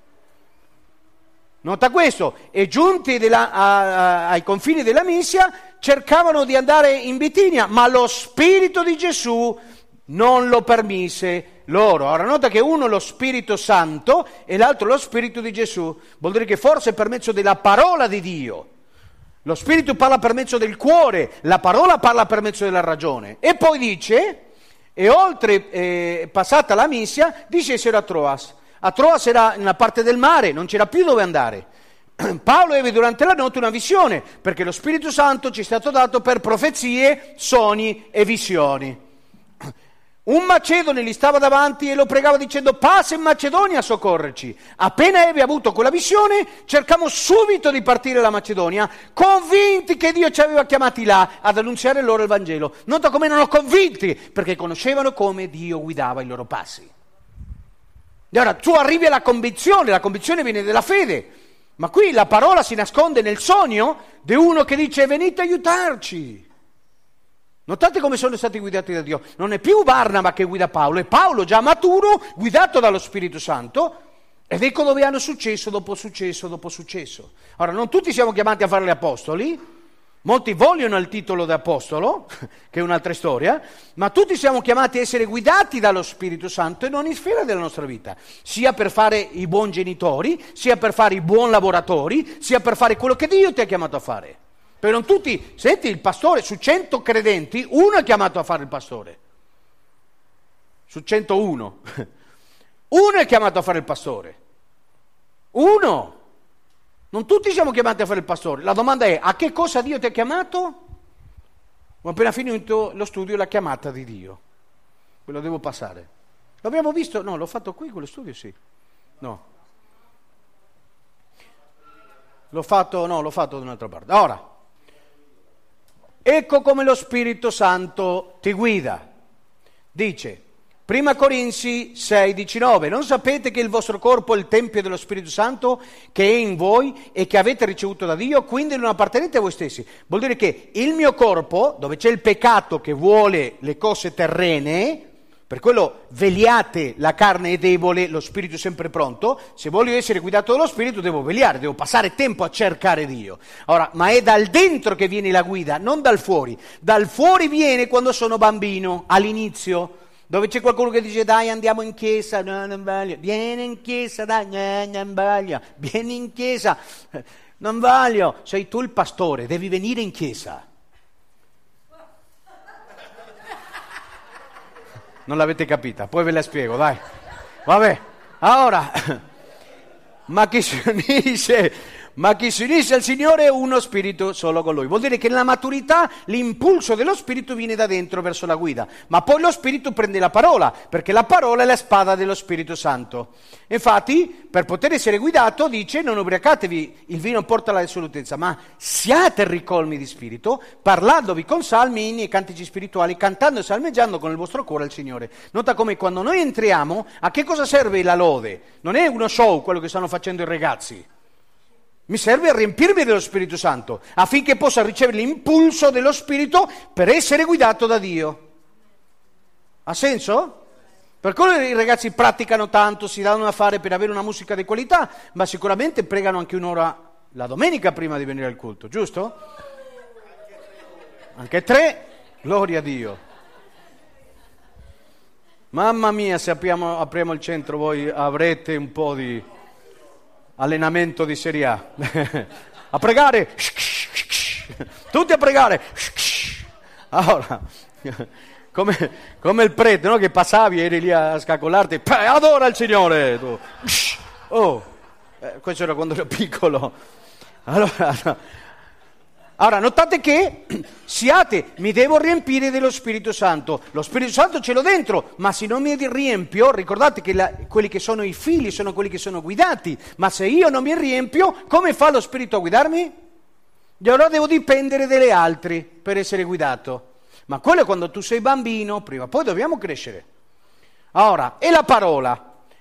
Nota questo, e giunti della, a, a, ai confini della Misia, cercavano di andare in Bitinia, ma lo Spirito di Gesù non lo permise loro. Ora nota che uno è lo Spirito Santo e l'altro lo Spirito di Gesù. Vuol dire che forse per mezzo della parola di Dio. Lo Spirito parla per mezzo del cuore, la parola parla per mezzo della ragione. E poi dice, e oltre eh, passata la Misia, discesero a Troas. A Troas era in una parte del mare, non c'era più dove andare. Paolo ebbe durante la notte una visione, perché lo Spirito Santo ci è stato dato per profezie, sogni e visioni. Un macedone gli stava davanti e lo pregava dicendo: passa in Macedonia a soccorrerci. Appena ebbe avuto quella visione, cercammo subito di partire la Macedonia, convinti che Dio ci aveva chiamati là ad annunziare loro il Vangelo. Nota come erano convinti, perché conoscevano come Dio guidava i loro passi. E ora tu arrivi alla convinzione, la convinzione viene dalla fede, ma qui la parola si nasconde nel sogno di uno che dice: venite a aiutarci. Notate come sono stati guidati da Dio. Non è più Barnaba che guida Paolo, è Paolo già maturo, guidato dallo Spirito Santo, ed ecco dove hanno successo dopo successo dopo successo. Ora, non tutti siamo chiamati a fare gli apostoli, molti vogliono il titolo di apostolo, che è un'altra storia, ma tutti siamo chiamati a essere guidati dallo Spirito Santo in ogni sfera della nostra vita, sia per fare i buoni genitori, sia per fare i buoni lavoratori, sia per fare quello che Dio ti ha chiamato a fare. Perché non tutti, senti, il pastore, su cento credenti, uno è chiamato a fare il pastore. Su centouno. Uno è chiamato a fare il pastore. Uno. Non tutti siamo chiamati a fare il pastore. La domanda è: a che cosa Dio ti ha chiamato? Ho appena finito lo studio, la chiamata di Dio. Ve lo devo passare. L'abbiamo visto? No, l'ho fatto qui, quello studio, sì. No. L'ho fatto, no, l'ho fatto da un'altra parte. Ora. Ecco come lo Spirito Santo ti guida. Dice, prima Corinzi sei diciannove, non sapete che il vostro corpo è il tempio dello Spirito Santo che è in voi e che avete ricevuto da Dio, quindi non appartenete a voi stessi. Vuol dire che il mio corpo, dove c'è il peccato che vuole le cose terrene, per quello veliate, la carne è debole, lo spirito è sempre pronto. Se voglio essere guidato dallo spirito devo veliare, devo passare tempo a cercare Dio. Ora, ma è dal dentro che viene la guida, non dal fuori. Dal fuori viene quando sono bambino, all'inizio, dove c'è qualcuno che dice: dai, andiamo in chiesa, no, non voglio. Vieni in chiesa, dai, no, non voglio. Vieni in chiesa, non voglio. Sei tu il pastore, devi venire in chiesa. Non l'avete capita, poi ve la spiego, dai. Vabbè, ora, ma chi si unisce, ma chi si unisce al Signore è uno spirito solo con Lui. Vuol dire che nella maturità l'impulso dello spirito viene da dentro verso la guida, ma poi lo spirito prende la parola, perché la parola è la spada dello Spirito Santo. Infatti, per poter essere guidato, dice: non ubriacatevi, il vino porta alla risolutezza, ma siate ricolmi di spirito, parlandovi con salmi, inni e cantici spirituali, cantando e salmeggiando con il vostro cuore al Signore. Nota come quando noi entriamo, a che cosa serve la lode? Non è uno show quello che stanno facendo i ragazzi. Mi serve a riempirmi dello Spirito Santo, affinché possa ricevere l'impulso dello Spirito per essere guidato da Dio. Ha senso? Per quello i ragazzi praticano tanto, si danno a fare per avere una musica di qualità, ma sicuramente pregano anche un'ora la domenica prima di venire al culto, giusto? Anche tre? Gloria a Dio. Mamma mia, se apriamo, apriamo il centro voi avrete un po' di allenamento di Serie A. A pregare, tutti a pregare. Allora, come, come il prete, no? Che passavi, eri lì a scaccolarti, adora il Signore. Tu. Oh, eh, questo era quando ero piccolo. Allora, Allora, notate che siate, mi devo riempire dello Spirito Santo. Lo Spirito Santo ce l'ho dentro, ma se non mi riempio, ricordate che la, quelli che sono i figli sono quelli che sono guidati, ma se io non mi riempio, come fa lo Spirito a guidarmi? E allora devo dipendere dagli altri per essere guidato. Ma quello è quando tu sei bambino, prima o poi dobbiamo crescere. Ora, e la parola?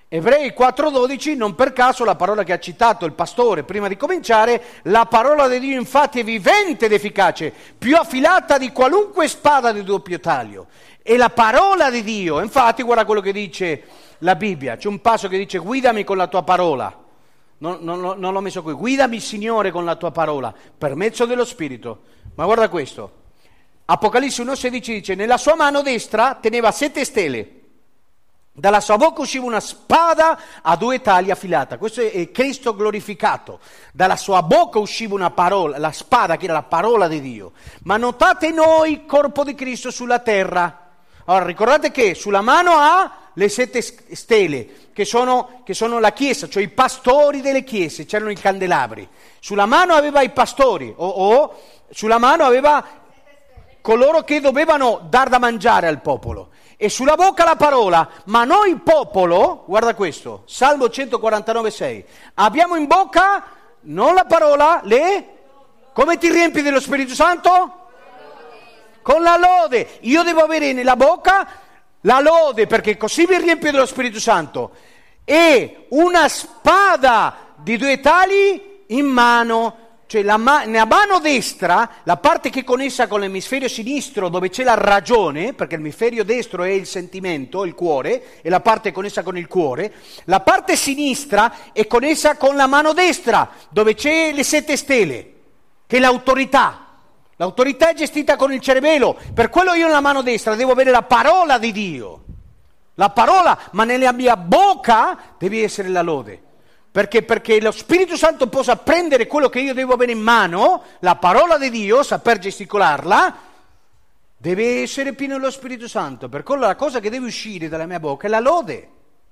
Ebrei quattro dodici, non per caso la parola che ha citato il pastore prima di cominciare, la parola di Dio infatti è vivente ed efficace, più affilata di qualunque spada di doppio taglio. E la parola di Dio, infatti guarda quello che dice la Bibbia, c'è un passo che dice guidami con la tua parola, non, non, non l'ho messo qui, guidami Signore con la tua parola, per mezzo dello Spirito. Ma guarda questo, Apocalisse uno sedici dice, nella sua mano destra teneva sette stelle, dalla sua bocca usciva una spada a due tagli affilata. Questo è Cristo glorificato. Dalla sua bocca usciva una parola, la spada che era la parola di Dio. Ma notate noi, corpo di Cristo sulla terra. Allora ricordate che sulla mano ha le sette stelle, che sono, che sono la chiesa, cioè i pastori delle chiese, c'erano i candelabri. Sulla mano aveva i pastori, o, o sulla mano aveva coloro che dovevano dar da mangiare al popolo. E sulla bocca la parola, ma noi popolo, guarda questo, Salmo centoquarantanove sei, abbiamo in bocca non la parola, le... Come ti riempi dello Spirito Santo? Con la lode. Io devo avere nella bocca la lode, perché così mi riempio dello Spirito Santo. E una spada di due tagli in mano. Cioè la ma- nella mano destra, la parte che è connessa con l'emisferio sinistro dove c'è la ragione, perché l'emisferio destro è il sentimento, il cuore, e la parte è connessa con il cuore, la parte sinistra è connessa con la mano destra, dove c'è le sette stelle, che è l'autorità. L'autorità è gestita con il cervello, per quello io nella mano destra devo avere la parola di Dio, la parola, ma nella mia bocca deve essere la lode. Perché? Perché lo Spirito Santo possa prendere quello che io devo avere in mano, la parola di Dio, saper gesticolarla, deve essere pieno dello Spirito Santo. Per quello la cosa che deve uscire dalla mia bocca è la lode.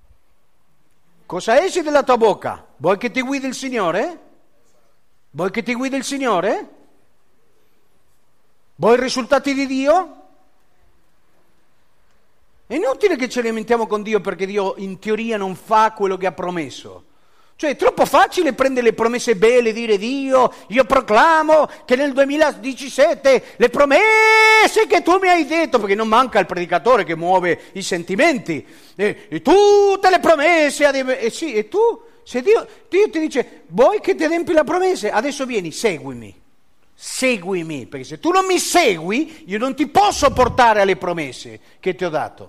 Cosa esce dalla tua bocca? Vuoi che ti guidi il Signore? Vuoi che ti guidi il Signore? Vuoi i risultati di Dio? È inutile che ci lamentiamo con Dio perché Dio in teoria non fa quello che ha promesso. Cioè è troppo facile prendere le promesse belle e dire Dio, io proclamo che nel duemiladiciassette le promesse che tu mi hai detto, perché non manca il predicatore che muove i sentimenti, e, e tutte le promesse, e sì, e tu, se Dio, Dio ti dice, vuoi che ti adempi la promessa? Adesso vieni, seguimi, seguimi, perché se tu non mi segui, io non ti posso portare alle promesse che ti ho dato.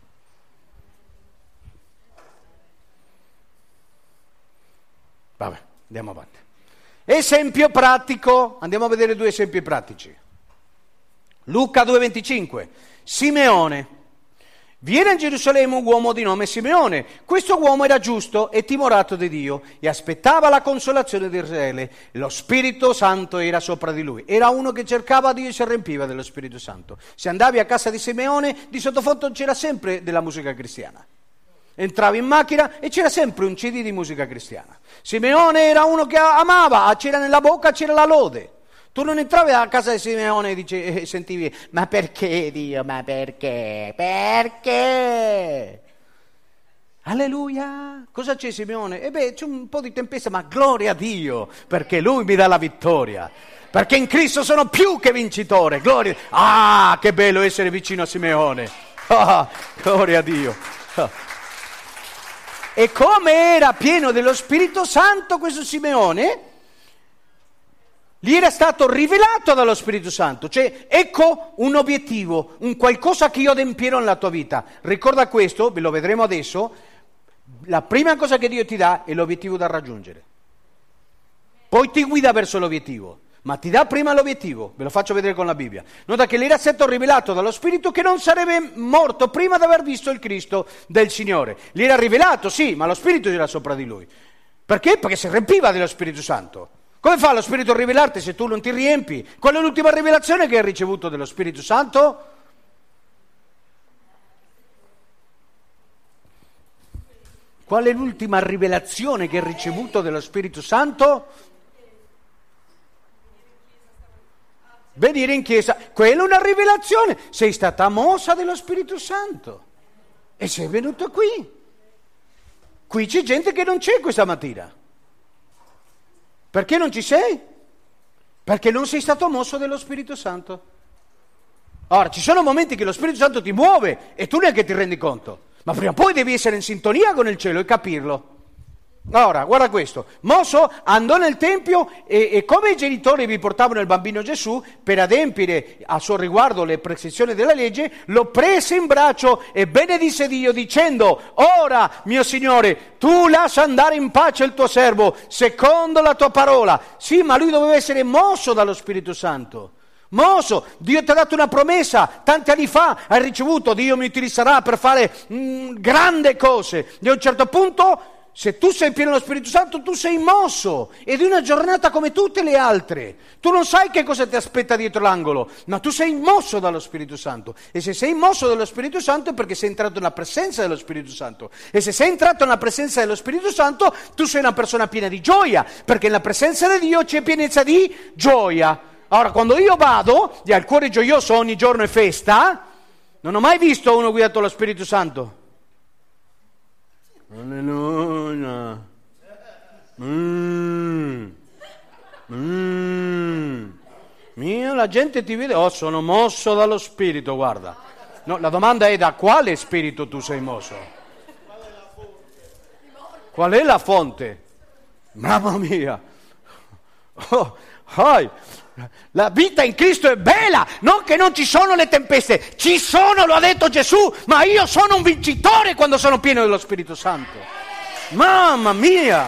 Vabbè, andiamo avanti. Esempio pratico, andiamo a vedere due esempi pratici. Luca due venticinque, Simeone. Vi era in Gerusalemme un uomo di nome Simeone. Questo uomo era giusto e timorato di Dio e aspettava la consolazione di Israele. Lo Spirito Santo era sopra di lui. Era uno che cercava Dio e si riempiva dello Spirito Santo. Se andavi a casa di Simeone, di sottofondo c'era sempre della musica cristiana. Entravi in macchina e c'era sempre un C D di musica cristiana. Simeone era uno che amava, c'era nella bocca, c'era la lode. Tu non entravi a casa di Simeone e, dice, e sentivi, ma perché Dio, ma perché, perché? Alleluia! Cosa c'è Simeone? E beh, c'è un po' di tempesta, ma gloria a Dio, perché Lui mi dà la vittoria. Perché in Cristo sono più che vincitore, gloria. Ah, che bello essere vicino a Simeone. Ah, gloria a Dio. Ah. E come era pieno dello Spirito Santo questo Simeone, gli era stato rivelato dallo Spirito Santo. Cioè, ecco un obiettivo, un qualcosa che io adempierò nella tua vita. Ricorda questo, ve lo vedremo adesso, la prima cosa che Dio ti dà è l'obiettivo da raggiungere. Poi ti guida verso l'obiettivo. Ma ti dà prima l'obiettivo, ve lo faccio vedere con la Bibbia. Nota che gli era stato rivelato dallo Spirito che non sarebbe morto prima di aver visto il Cristo del Signore. Gli era rivelato, sì, ma lo Spirito era sopra di lui. Perché? Perché si riempiva dello Spirito Santo. Come fa lo Spirito a rivelarti se tu non ti riempi? Qual è l'ultima rivelazione che hai ricevuto dello Spirito Santo? Qual è l'ultima rivelazione che hai ricevuto dello Spirito Santo? Venire in chiesa, quella è una rivelazione, sei stata mossa dello Spirito Santo e sei venuto qui. Qui c'è gente che non c'è questa mattina. Perché non ci sei? Perché non sei stato mosso dello Spirito Santo. Ora, ci sono momenti che lo Spirito Santo ti muove e tu neanche ti rendi conto. Ma prima o poi devi essere in sintonia con il cielo e capirlo. Ora, guarda questo, Mosè andò nel Tempio e, e come i genitori vi portavano il bambino Gesù per adempiere a suo riguardo le prescrizioni della legge, lo prese in braccio e benedisse Dio dicendo: ora, mio Signore, tu lascia andare in pace il tuo servo, secondo la tua parola. Sì, ma lui doveva essere mosso dallo Spirito Santo. Mosso, Dio ti ha dato una promessa, tanti anni fa hai ricevuto, Dio mi utilizzerà per fare mm, grandi cose. E a un certo punto, se tu sei pieno dello Spirito Santo, tu sei mosso ed è una giornata come tutte le altre. Tu non sai che cosa ti aspetta dietro l'angolo, ma tu sei mosso dallo Spirito Santo. E se sei mosso dallo Spirito Santo è perché sei entrato nella presenza dello Spirito Santo. E se sei entrato nella presenza dello Spirito Santo, tu sei una persona piena di gioia, perché nella presenza di Dio c'è pienezza di gioia. Ora, quando io vado, e al cuore gioioso ogni giorno è festa, non ho mai visto uno guidato dallo Spirito Santo. Alleluia. Mm. Mm. Mia, la gente ti vede, oh, sono mosso dallo Spirito, guarda. No, la domanda è: da quale Spirito tu sei mosso? Qual è la fonte? Mamma mia. Oh, oh. La vita in Cristo è bella, non che non ci sono le tempeste, ci sono, lo ha detto Gesù, ma io sono un vincitore quando sono pieno dello Spirito Santo. Mamma mia!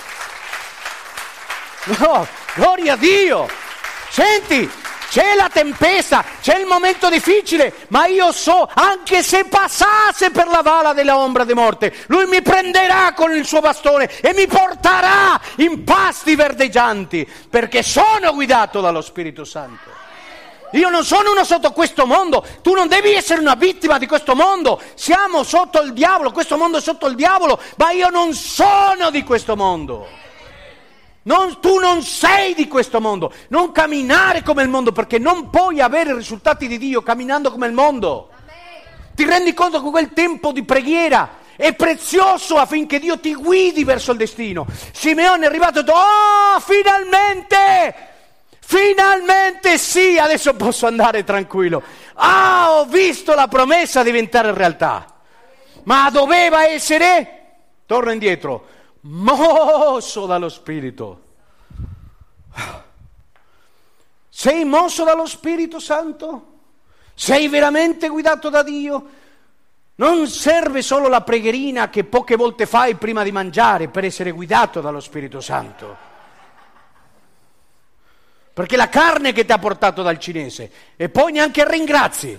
No, gloria a Dio! Senti, c'è la tempesta, c'è il momento difficile, ma io so, anche se passasse per la vala della ombra di morte, Lui mi prenderà con il suo bastone e mi porterà in pasti verdeggianti, perché sono guidato dallo Spirito Santo. Io non sono uno sotto questo mondo, tu non devi essere una vittima di questo mondo, siamo sotto il diavolo, questo mondo è sotto il diavolo, ma io non sono di questo mondo. Non, tu non sei di questo mondo, non camminare come il mondo, perché non puoi avere i risultati di Dio camminando come il mondo. Amen. Ti rendi conto che quel tempo di preghiera è prezioso affinché Dio ti guidi verso il destino. Simeone è arrivato e ha detto: oh, finalmente, finalmente sì, adesso posso andare tranquillo. Ah, ho visto la promessa diventare realtà. Ma doveva essere, torno indietro, mosso dallo Spirito. Sei mosso dallo Spirito Santo? Sei veramente guidato da Dio? Non serve solo la pregherina che poche volte fai prima di mangiare per essere guidato dallo Spirito Santo, perché la carne che ti ha portato dal cinese e poi neanche ringrazi.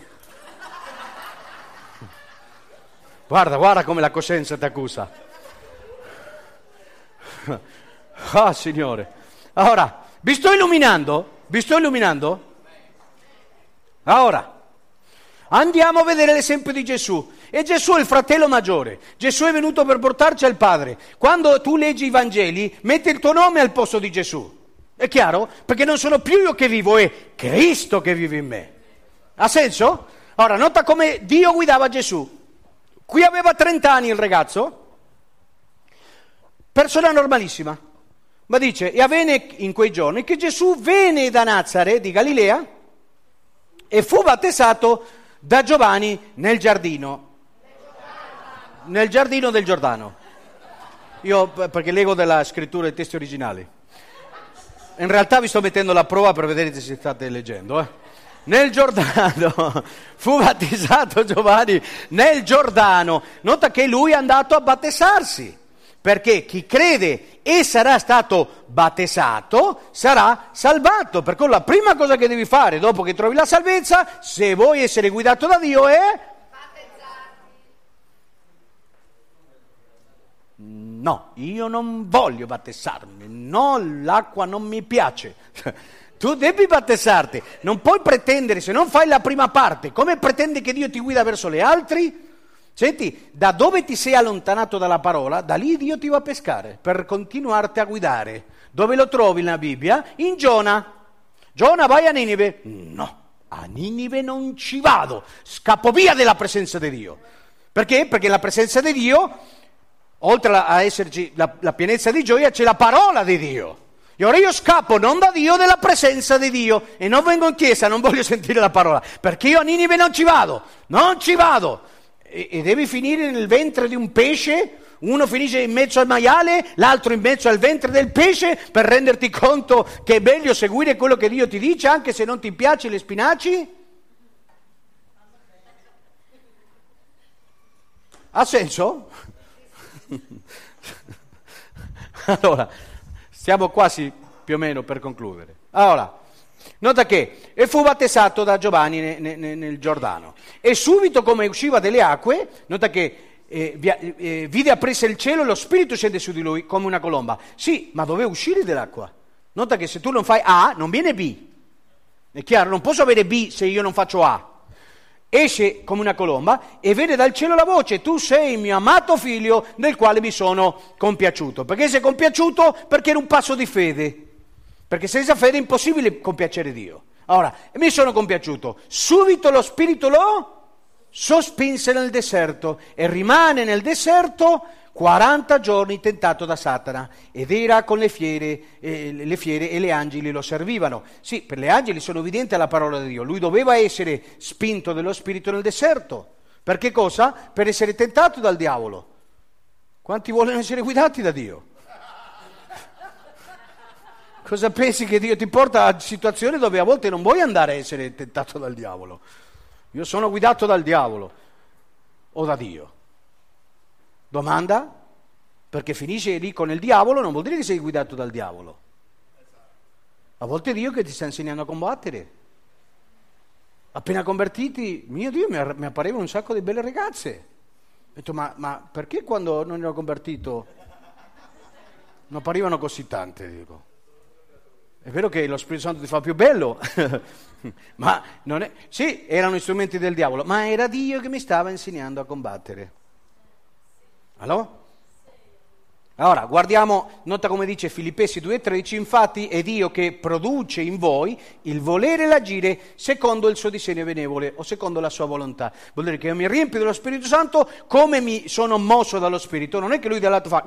Guarda, guarda come la coscienza ti accusa. Ah, Signore. Ora, vi sto illuminando? Vi sto illuminando? Ora, andiamo a vedere l'esempio di Gesù. E Gesù è il fratello maggiore. Gesù è venuto per portarci al Padre. Quando tu leggi i Vangeli, metti il tuo nome al posto di Gesù. È chiaro? Perché non sono più io che vivo, è Cristo che vive in me. Ha senso? Ora, nota come Dio guidava Gesù. Qui aveva trenta anni il ragazzo, persona normalissima, ma dice: e avvenne in quei giorni che Gesù venne da Nazare di Galilea e fu battezzato da Giovanni nel giardino, nel giardino del Giordano. Io perché leggo della scrittura i testi originali. In realtà vi sto mettendo la prova per vedere se state leggendo, eh. Nel Giordano, fu battezzato Giovanni nel Giordano. Nota che lui è andato a battezzarsi, perché chi crede e sarà stato battezzato sarà salvato. Per cui la prima cosa che devi fare dopo che trovi la salvezza, se vuoi essere guidato da Dio, è battezzarti. No, io non voglio battezzarmi, no, l'acqua non mi piace. Tu devi battezzarti, non puoi pretendere, se non fai la prima parte, come pretendi che Dio ti guida verso le altre? Senti, da dove ti sei allontanato dalla parola, da lì Dio ti va a pescare per continuarti a guidare. Dove lo trovi nella Bibbia? In Giona. Giona, vai a Ninive. No, a Ninive non ci vado, scappo via dalla presenza di Dio. Perché? Perché la presenza di Dio, oltre a esserci la, la pienezza di gioia, c'è la parola di Dio. E ora io scappo non da Dio, dalla presenza di Dio, e non vengo in chiesa, non voglio sentire la parola, perché io a Ninive non ci vado, non ci vado. e, e devi finire nel ventre di un pesce, uno finisce in mezzo al maiale, l'altro in mezzo al ventre del pesce, per renderti conto che è meglio seguire quello che Dio ti dice, anche se non ti piace le spinaci? Ha senso? Allora, siamo quasi più o meno per concludere. Allora, nota che e fu battezzato da Giovanni ne, ne, nel Giordano, e subito come usciva dalle acque, nota che eh, via, eh, vide aprirsi il cielo e lo Spirito scende su di lui come una colomba. Sì, ma doveva uscire dall'acqua. Nota che se tu non fai A, non viene B. È chiaro? Non posso avere B se io non faccio A. Esce come una colomba e vede dal cielo la voce: tu sei il mio amato figlio nel quale mi sono compiaciuto. Perché sei compiaciuto? Perché era un passo di fede. Perché senza fede è impossibile compiacere Dio. Ora, mi sono compiaciuto. Subito lo Spirito lo sospinse nel deserto e rimane nel deserto quaranta giorni tentato da Satana, ed era con le fiere, eh, le fiere e le angeli lo servivano. Sì, per le angeli sono obbedienti alla parola di Dio. Lui doveva essere spinto dello Spirito nel deserto. Per che cosa? Per essere tentato dal diavolo. Quanti vogliono essere guidati da Dio? Cosa pensi che Dio ti porta a situazioni dove a volte non vuoi andare a essere tentato dal diavolo? Io sono guidato dal diavolo o da Dio? Domanda? Perché finisce lì con il diavolo non vuol dire che sei guidato dal diavolo. A volte è Dio che ti sta insegnando a combattere. Appena convertiti, mio Dio, mi, mi apparivano un sacco di belle ragazze. Ho detto, ma, ma perché quando non ero convertito non apparivano così tante? Dico. È vero che lo Spirito Santo ti fa più bello, ma non è... Sì, erano strumenti del diavolo, ma era Dio che mi stava insegnando a combattere. Allora? Allora, guardiamo, nota come dice Filippesi due tredici, infatti è Dio che produce in voi il volere e l'agire secondo il suo disegno benevole o secondo la sua volontà. Vuol dire che io mi riempio dello Spirito Santo come mi sono mosso dallo Spirito, non è che lui dall'alto fa...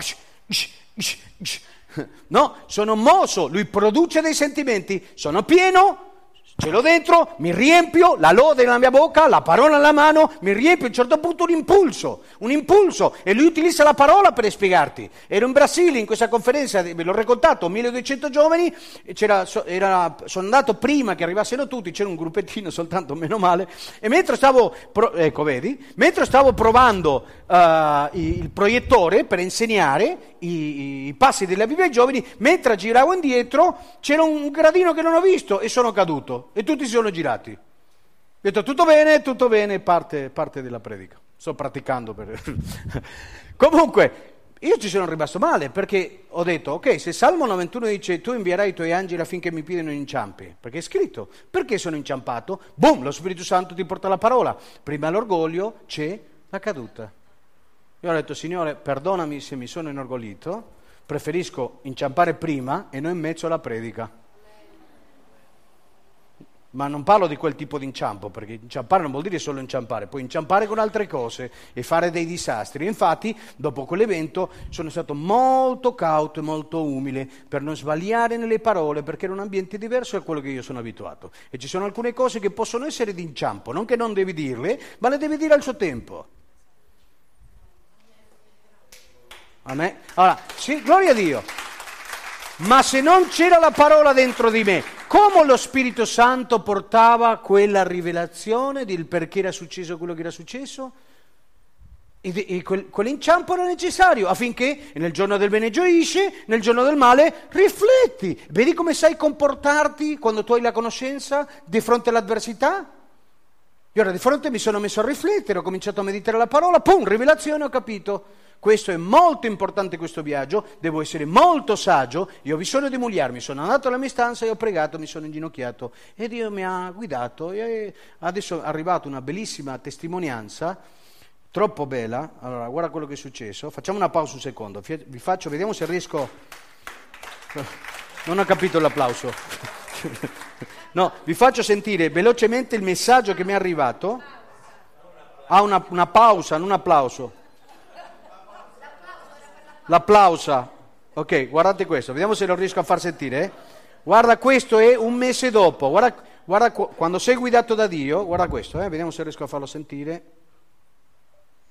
No, sono mosso, lui produce dei sentimenti, sono pieno, ce l'ho dentro, mi riempio, la lode nella mia bocca, la parola nella mano, mi riempio a un certo punto un impulso, un impulso, e lui utilizza la parola per spiegarti. Ero in Brasile in questa conferenza, ve l'ho raccontato, milleduecento giovani, c'era, era, sono andato prima che arrivassero tutti, c'era un gruppettino soltanto, meno male, e mentre stavo, ecco vedi, mentre stavo provando uh, il proiettore per insegnare i, i passi della Bibbia ai giovani, mentre giravo indietro c'era un gradino che non ho visto e sono caduto. E tutti si sono girati. Ho detto tutto bene, tutto bene, parte, parte della predica. Sto praticando per... Comunque, io ci sono rimasto male perché ho detto, ok, se Salmo novantuno dice tu invierai i tuoi angeli affinché mi piedino in inciampi, perché è scritto, perché sono inciampato? Boom, lo Spirito Santo ti porta la parola. Prima l'orgoglio, c'è la caduta. Io ho detto, Signore, perdonami se mi sono inorgoglito, preferisco inciampare prima e non in mezzo alla predica. Ma non parlo di quel tipo di inciampo, perché inciampare non vuol dire solo inciampare, puoi inciampare con altre cose e fare dei disastri. Infatti, dopo quell'evento, sono stato molto cauto e molto umile per non sbagliare nelle parole, perché era un ambiente diverso da quello che io sono abituato. E ci sono alcune cose che possono essere di inciampo, non che non devi dirle, ma le devi dire al suo tempo. Amen? Allora, sì, gloria a Dio. Ma se non c'era la parola dentro di me, come lo Spirito Santo portava quella rivelazione del perché era successo quello che era successo? E, e quel, quell'inciampo era necessario affinché nel giorno del bene gioisce, nel giorno del male rifletti. Vedi come sai comportarti quando tu hai la conoscenza di fronte all'avversità? Io ora di fronte mi sono messo a riflettere, ho cominciato a meditare la parola, pum, rivelazione, ho capito. Questo è molto importante, questo viaggio, devo essere molto saggio, io ho bisogno di mugliarmi, sono andato alla mia stanza e ho pregato, mi sono inginocchiato e Dio mi ha guidato e adesso è arrivata una bellissima testimonianza, troppo bella. Allora, guarda quello che è successo, facciamo una pausa un secondo, vi faccio, vediamo se riesco, non ho capito l'applauso, no, vi faccio sentire velocemente il messaggio che mi è arrivato, ha ah, una, una pausa, non un applauso. L'applausa, ok, guardate questo, vediamo se lo riesco a far sentire. Eh? Guarda, questo è un mese dopo. Guarda, guarda quando sei guidato da Dio, guarda questo, eh? Vediamo se riesco a farlo sentire.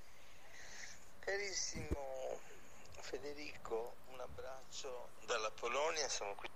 Polonia, sono qui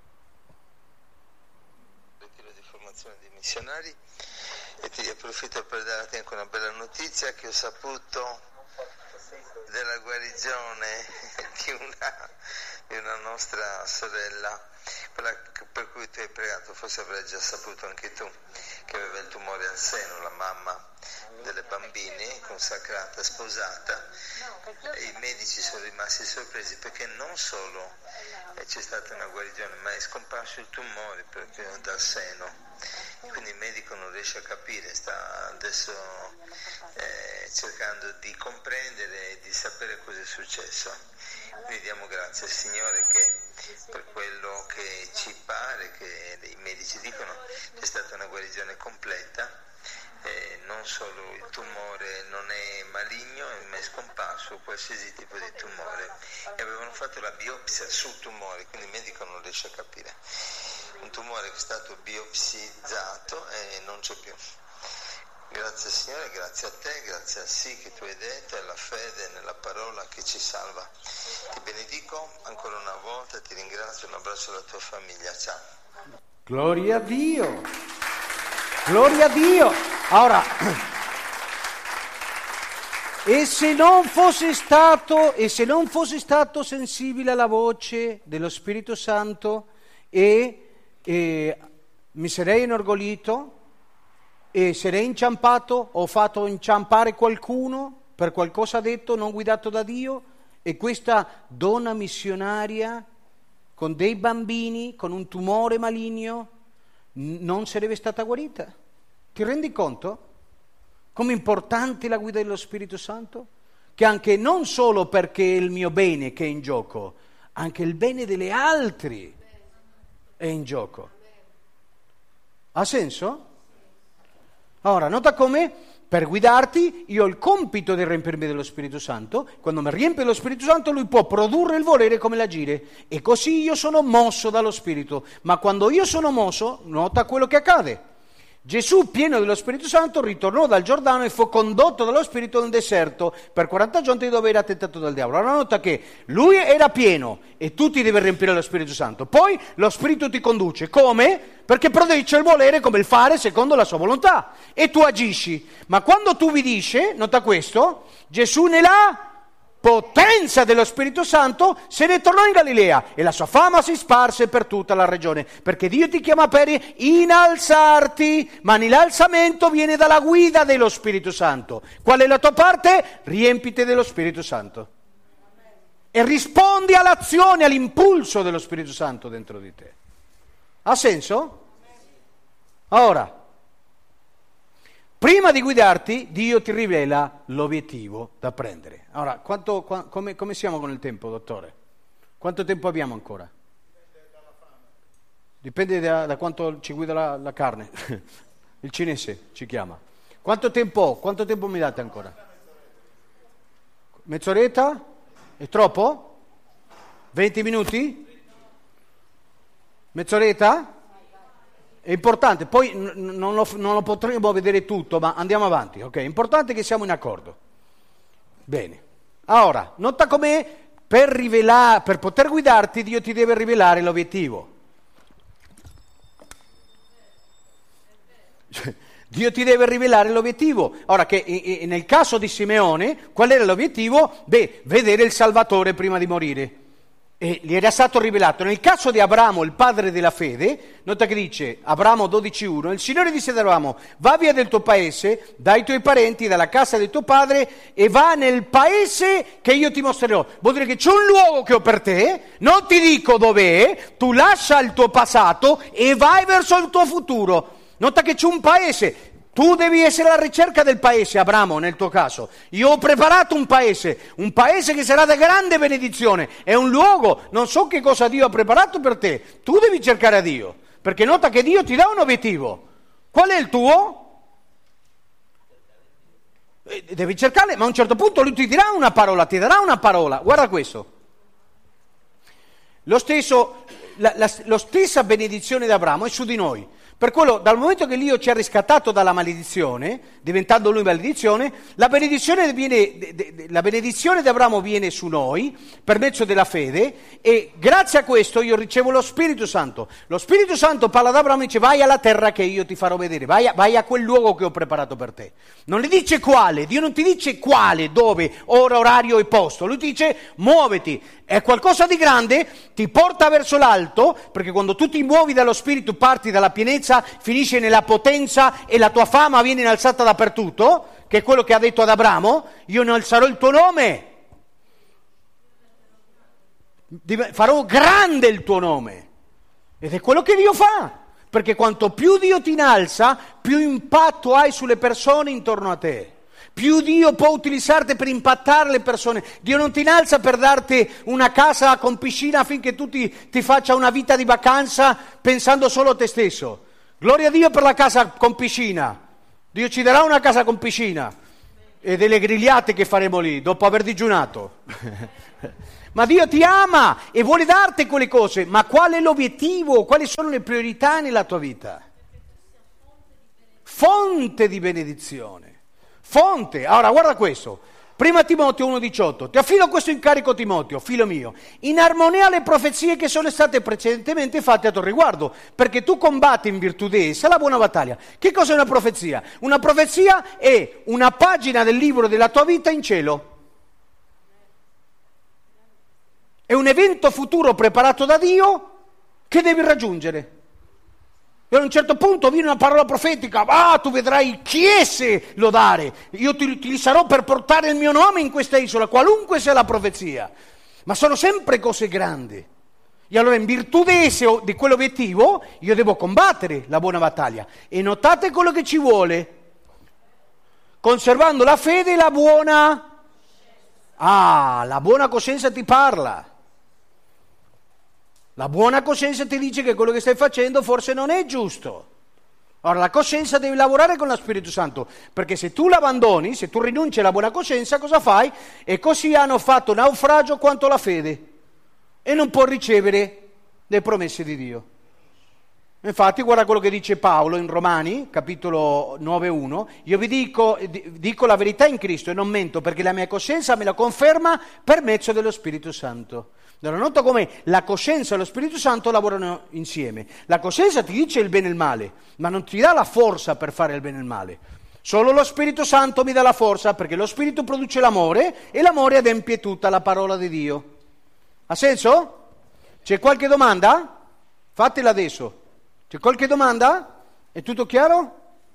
ritiro di formazione dei missionari e ti approfitto per darti anche una bella notizia che ho saputo della guarigione di una, di una nostra sorella, quella per cui tu hai pregato, forse avrai già saputo anche tu, che aveva il tumore al seno, la mamma delle bambine, consacrata, sposata, e i medici sono rimasti sorpresi perché non solo eh, c'è stata una guarigione, ma è scomparso il tumore proprio dal seno. Quindi il medico non riesce a capire, sta adesso eh, cercando di comprendere e di sapere cosa è successo. Quindi diamo grazie al Signore che per quello che ci pare, che i medici dicono, è stata una guarigione completa. Eh, non solo il tumore non è maligno, ma è scomparso qualsiasi tipo di tumore, e avevano fatto la biopsia sul tumore, quindi il medico non riesce a capire. Un tumore che è stato biopsizzato e non c'è più. Grazie Signore, grazie a te, grazie al sì che tu hai detto, alla fede nella parola che ci salva. Ti benedico ancora una volta, ti ringrazio, un abbraccio alla tua famiglia, ciao. Gloria a Dio, gloria a Dio. Ora, e se non fosse stato, e se non fosse stato sensibile alla voce dello Spirito Santo, e, e mi sarei inorgoglito e sarei inciampato, ho fatto inciampare qualcuno per qualcosa detto non guidato da Dio, e questa donna missionaria con dei bambini, con un tumore maligno, non sarebbe stata guarita. Ti rendi conto? Come importante la guida dello Spirito Santo? Che anche non solo perché è il mio bene che è in gioco, anche il bene delle altri è in gioco. Ha senso? Ora, nota come per guidarti io ho il compito di riempirmi dello Spirito Santo. Quando mi riempie dello Spirito Santo lui può produrre il volere come l'agire, e così io sono mosso dallo Spirito. Ma quando io sono mosso, nota quello che accade. Gesù, pieno dello Spirito Santo, ritornò dal Giordano e fu condotto dallo Spirito nel deserto per quaranta giorni, dove era tentato dal diavolo. Allora nota che lui era pieno e tu ti devi riempire dello Spirito Santo. Poi lo Spirito ti conduce. Come? Perché produce il volere come il fare secondo la sua volontà. E tu agisci. Ma quando tu ubbidisci, nota questo, Gesù nella potenza dello Spirito Santo se ne tornò in Galilea e la sua fama si sparse per tutta la regione, perché Dio ti chiama per innalzarti, ma l'innalzamento viene dalla guida dello Spirito Santo. Qual è la tua parte? Riempiti dello Spirito Santo e rispondi all'azione, all'impulso dello Spirito Santo dentro di te. Ha senso? Ora, prima di guidarti, Dio ti rivela l'obiettivo da prendere. Ora, quanto, qua, come, come siamo con il tempo, dottore? Quanto tempo abbiamo ancora? Dipende da, da quanto ci guida la, la carne. Il cinese ci chiama. Quanto tempo? Quanto tempo mi date ancora? Mezz'oretta? È troppo? venti minuti? Mezz'oretta? È importante, poi n- non, lo, non lo potremo vedere tutto, ma andiamo avanti, ok? È importante che siamo in accordo. Bene. Ora, nota come per rivelare, per poter guidarti, Dio ti deve rivelare l'obiettivo. Dio ti deve rivelare l'obiettivo. Ora, che e, e nel caso di Simeone, qual era l'obiettivo? Beh, vedere il Salvatore prima di morire. E gli era stato rivelato. Nel caso di Abramo, il padre della fede, nota che dice, Abramo dodici uno, il Signore disse ad Abramo, va via del tuo paese, dai tuoi parenti, dalla casa del tuo padre, e va nel paese che io ti mostrerò. Vuol dire che c'è un luogo che ho per te, non ti dico dov'è, tu lascia il tuo passato e vai verso il tuo futuro. Nota che c'è un paese. Tu devi essere alla ricerca del paese, Abramo, nel tuo caso. Io ho preparato un paese, un paese che sarà di grande benedizione. È un luogo, non so che cosa Dio ha preparato per te. Tu devi cercare a Dio, perché nota che Dio ti dà un obiettivo. Qual è il tuo? Devi cercarle, ma a un certo punto lui ti dirà una parola, ti darà una parola. Guarda questo. Lo stesso, la, la lo stessa benedizione di Abramo è su di noi. Per quello, dal momento che Dio ci ha riscattato dalla maledizione, diventando Lui maledizione, la benedizione, viene, de, de, la benedizione di Abramo viene su noi per mezzo della fede e grazie a questo io ricevo lo Spirito Santo. Lo Spirito Santo parla ad Abramo e dice vai alla terra che io ti farò vedere, vai a, vai a quel luogo che ho preparato per te. Non gli dice quale, Dio non ti dice quale, dove, ora, orario e posto, Lui ti dice muoviti. È qualcosa di grande, ti porta verso l'alto, perché quando tu ti muovi dallo Spirito parti dalla pienezza, finisci nella potenza e la tua fama viene innalzata dappertutto, che è quello che ha detto ad Abramo, io innalzerò il tuo nome, farò grande il tuo nome, ed è quello che Dio fa, perché quanto più Dio ti innalza, più impatto hai sulle persone intorno a te. Più Dio può utilizzarti per impattare le persone. Dio non ti innalza per darti una casa con piscina affinché tu ti, ti faccia una vita di vacanza pensando solo a te stesso. Gloria a Dio per la casa con piscina. Dio ci darà una casa con piscina e delle grigliate che faremo lì dopo aver digiunato. Ma Dio ti ama e vuole darti quelle cose. Ma qual è l'obiettivo? Quali sono le priorità nella tua vita? Fonte di benedizione. Fonte, allora guarda questo, prima Timoteo uno diciotto, ti affido questo incarico Timoteo, figlio mio, in armonia alle profezie che sono state precedentemente fatte a tuo riguardo, perché tu combatti in virtù di essa la buona battaglia. Che cos'è una profezia? Una profezia è una pagina del libro della tua vita in cielo. È un evento futuro preparato da Dio che devi raggiungere. E a un certo punto viene una parola profetica, ah, tu vedrai chiese lodare, io ti utilizzerò per portare il mio nome in questa isola, qualunque sia la profezia. Ma sono sempre cose grandi. E allora in virtù di, esse, di quell'obiettivo io devo combattere la buona battaglia. E notate quello che ci vuole, conservando la fede e la buona... Ah, la buona coscienza ti parla. La buona coscienza ti dice che quello che stai facendo forse non è giusto. Ora la coscienza devi lavorare con lo Spirito Santo, perché se tu l'abbandoni, se tu rinunci alla buona coscienza, cosa fai? E così hanno fatto naufragio quanto la fede e non può ricevere le promesse di Dio. Infatti guarda quello che dice Paolo in Romani, capitolo nove uno, io vi dico, dico la verità in Cristo e non mento, perché la mia coscienza me la conferma per mezzo dello Spirito Santo. Allora nota come la coscienza e lo Spirito Santo lavorano insieme. La coscienza ti dice il bene e il male, ma non ti dà la forza per fare il bene e il male. Solo lo Spirito Santo mi dà la forza, perché lo Spirito produce l'amore e l'amore adempie tutta la parola di Dio. Ha senso? C'è qualche domanda? Fatela adesso. C'è qualche domanda? È tutto chiaro?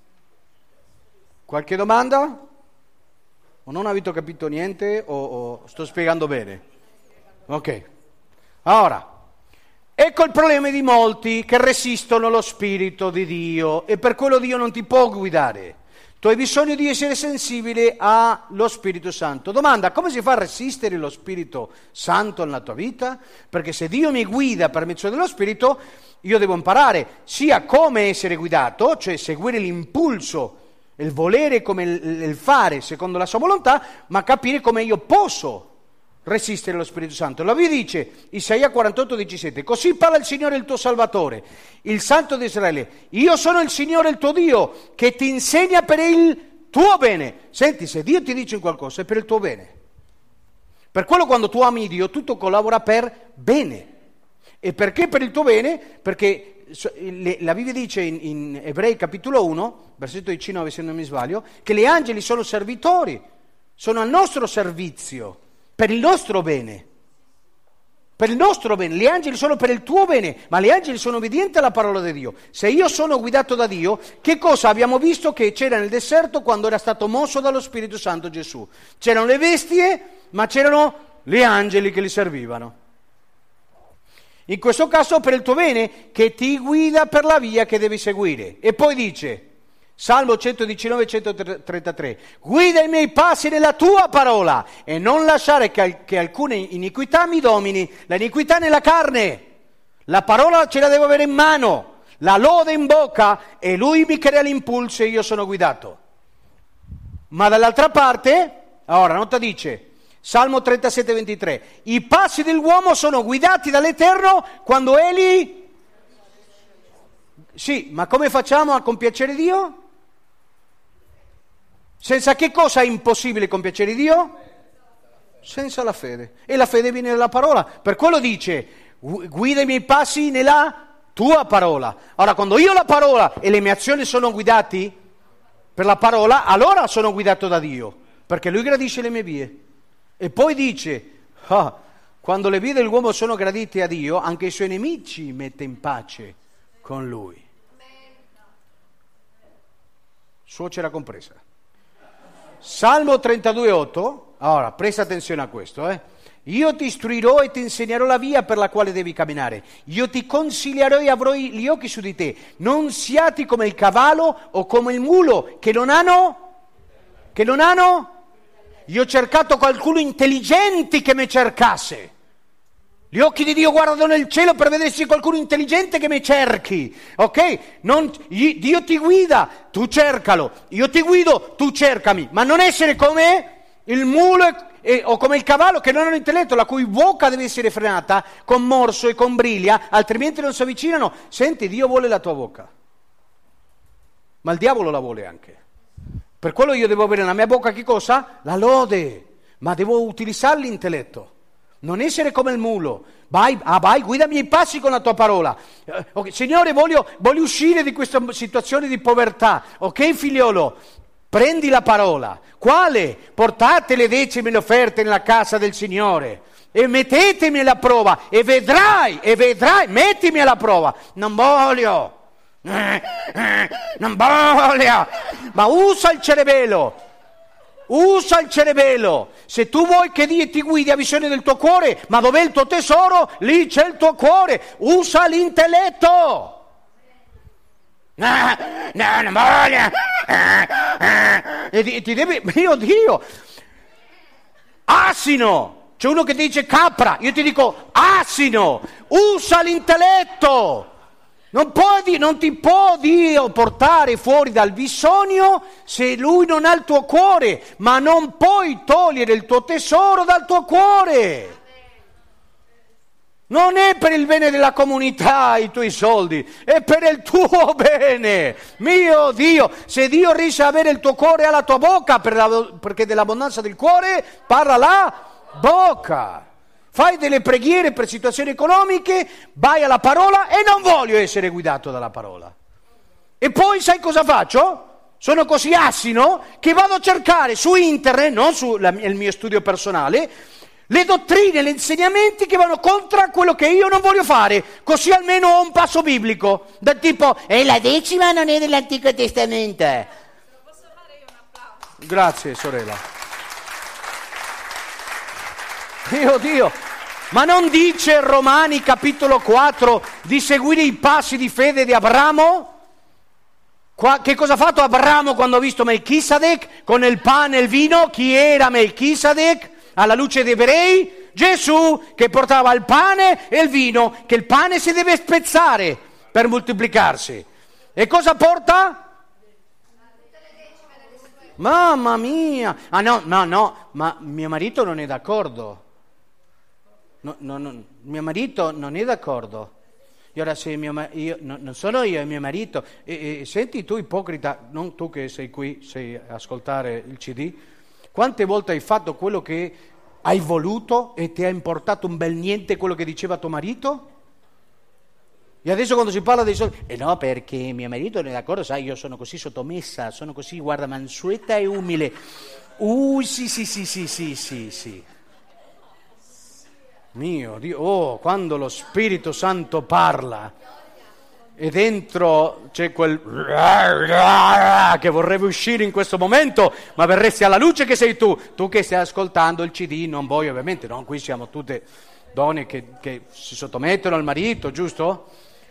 Qualche domanda? O non avete capito niente o, o sto spiegando bene? Ok. Ora, ecco il problema di molti che resistono allo Spirito di Dio e per quello Dio non ti può guidare. Tu hai bisogno di essere sensibile allo Spirito Santo. Domanda, come si fa a resistere lo Spirito Santo nella tua vita? Perché se Dio mi guida per mezzo dello Spirito, io devo imparare sia come essere guidato, cioè seguire l'impulso, il volere come il, il fare secondo la sua volontà, ma capire come io posso resistere allo Spirito Santo. La Bibbia dice, Isaia quarantotto diciassette, così parla il Signore il tuo Salvatore, il Santo di Israele, io sono il Signore il tuo Dio, che ti insegna per il tuo bene. Senti, se Dio ti dice qualcosa è per il tuo bene. Per quello quando tu ami Dio, tutto collabora per bene. E perché per il tuo bene? Perché la Bibbia dice in, in Ebrei capitolo uno, versetto diciannove se non mi sbaglio, che gli angeli sono servitori, sono al nostro servizio, per il nostro bene, per il nostro bene. Gli angeli sono per il tuo bene, ma gli angeli sono obbedienti alla parola di Dio. Se io sono guidato da Dio, che cosa abbiamo visto che c'era nel deserto quando era stato mosso dallo Spirito Santo Gesù? C'erano le bestie, ma c'erano gli angeli che li servivano. In questo caso per il tuo bene, che ti guida per la via che devi seguire. E poi dice, Salmo centodiciannove centotrentatré, guida i miei passi nella tua parola e non lasciare che, che alcune iniquità mi domini. La iniquità nella carne, la parola ce la devo avere in mano, la lode in bocca e lui mi crea l'impulso e io sono guidato. Ma dall'altra parte, ora nota dice, Salmo trentasette ventitré, i passi dell'uomo sono guidati dall'Eterno quando egli Sì, ma come facciamo a compiacere Dio? Senza che cosa è impossibile compiacere Dio? Senza la fede. E la fede viene dalla parola. Per quello dice, guida i miei passi nella tua parola. Ora, quando io ho la parola e le mie azioni sono guidati per la parola, allora sono guidato da Dio, perché Lui gradisce le mie vie. E poi dice, ah, quando le vie dell'uomo sono gradite a Dio, anche i suoi nemici mette in pace con Lui. Suocera compresa. Salmo trentadue otto, ora presta attenzione a questo, eh. Io ti istruirò e ti insegnerò la via per la quale devi camminare. Io ti consiglierò e avrò gli occhi su di te. Non siati come il cavallo o come il mulo che non hanno... Che non hanno... Io ho cercato qualcuno intelligente che mi cercasse. Gli occhi di Dio guardano nel cielo per vedere se c'è qualcuno intelligente che mi cerchi. Ok? Non, Dio ti guida, tu cercalo. Io ti guido, tu cercami. Ma non essere come il mulo e, e, o come il cavallo che non hanno intelletto, la cui bocca deve essere frenata con morso e con briglia, altrimenti non si avvicinano. Senti, Dio vuole la tua bocca. Ma il diavolo la vuole anche. Per quello io devo avere nella mia bocca che cosa? La lode, ma devo utilizzare l'intelletto, non essere come il mulo. Vai, ah, vai, guidami i passi con la tua parola. Eh, okay. Signore, voglio, voglio uscire di questa situazione di povertà. Ok, figliolo, prendi la parola. Quale? Portate le decime e le offerte nella casa del Signore e mettetemi alla prova e vedrai, e vedrai, mettimi alla prova. Non voglio. Non voglio, ma usa il cervello, usa il cervello. Se tu vuoi che Dio ti guidi a visione del tuo cuore, ma dov'è il tuo tesoro? Lì c'è il tuo cuore. Usa l'intelletto. No, no, non voglio. E ti devi, mio Dio, asino. C'è uno che ti dice capra, io ti dico asino. Usa l'intelletto. Non, puoi, non ti può Dio portare fuori dal bisogno se Lui non ha il tuo cuore, ma non puoi togliere il tuo tesoro dal tuo cuore. Non è per il bene della comunità i tuoi soldi, è per il tuo bene. Mio Dio, se Dio riesce a avere il tuo cuore alla tua bocca, per la, perché dell'abbondanza del cuore parla la bocca. Fai delle preghiere per situazioni economiche, vai alla parola e non voglio essere guidato dalla parola. E poi sai cosa faccio? Sono così assino che vado a cercare su internet, non sul mio studio personale, le dottrine, gli insegnamenti che vanno contro quello che io non voglio fare, così almeno ho un passo biblico, del tipo, e la decima non è dell'Antico Testamento. Posso fare io un applauso? Grazie, sorella. Mio Dio, ma non dice Romani capitolo quattro di seguire i passi di fede di Abramo? Qua, che cosa ha fatto Abramo quando ha visto Melchisedec con il pane e il vino? Chi era Melchisedec? Alla luce dei ebrei? Gesù, che portava il pane e il vino, che il pane si deve spezzare per moltiplicarsi. E cosa porta? Mamma mia! Ah no, no, no, ma mio marito non è d'accordo. No, no, no, mio marito non è d'accordo. E ora se mio io no, non sono io, è mio marito. E, e, senti tu ipocrita, non tu che sei qui, sei a ascoltare il C D, quante volte hai fatto quello che hai voluto e ti ha importato un bel niente quello che diceva tuo marito? E adesso quando si parla dei soldi, eh no, perché mio marito non è d'accordo, sai, io sono così sottomessa, sono così, guarda, mansueta e umile. Uh, sì, sì, sì, sì, sì, sì, sì. Mio Dio, oh, quando lo Spirito Santo parla e dentro c'è quel che vorrebbe uscire in questo momento, ma verresti alla luce che sei tu, tu che stai ascoltando il C D, non voi ovviamente, no, qui siamo tutte donne che, che si sottomettono al marito, giusto?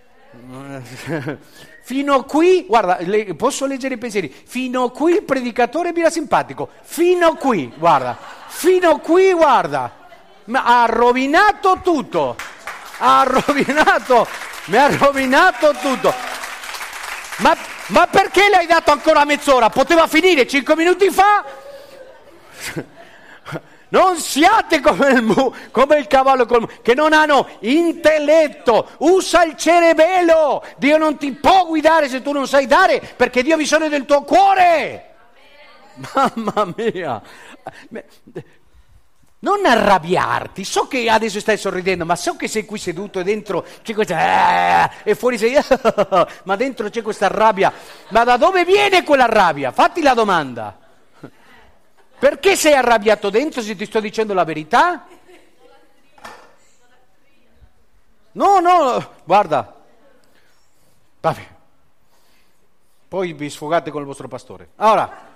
Fino a qui, guarda, le, posso leggere i pensieri, fino a qui il predicatore mi era simpatico, fino a qui, guarda, fino a qui, guarda. Ma ha rovinato tutto, ha rovinato, mi ha rovinato tutto. Ma, ma perché le hai dato ancora mezz'ora? Poteva finire cinque minuti fa? Non siate come il, mu, come il cavallo col mu, che non hanno intelletto. Usa il cervello. Dio non ti può guidare se tu non sai dare, perché Dio ha bisogno del tuo cuore. Mamma mia. Non arrabbiarti, so che adesso stai sorridendo, ma so che sei qui seduto e dentro c'è questa... e fuori sei... ma dentro c'è questa rabbia. Ma da dove viene quella rabbia? Fatti la domanda. Perché sei arrabbiato dentro se ti sto dicendo la verità? No, no, guarda. Vabbè. Poi vi sfogate con il vostro pastore. Ora...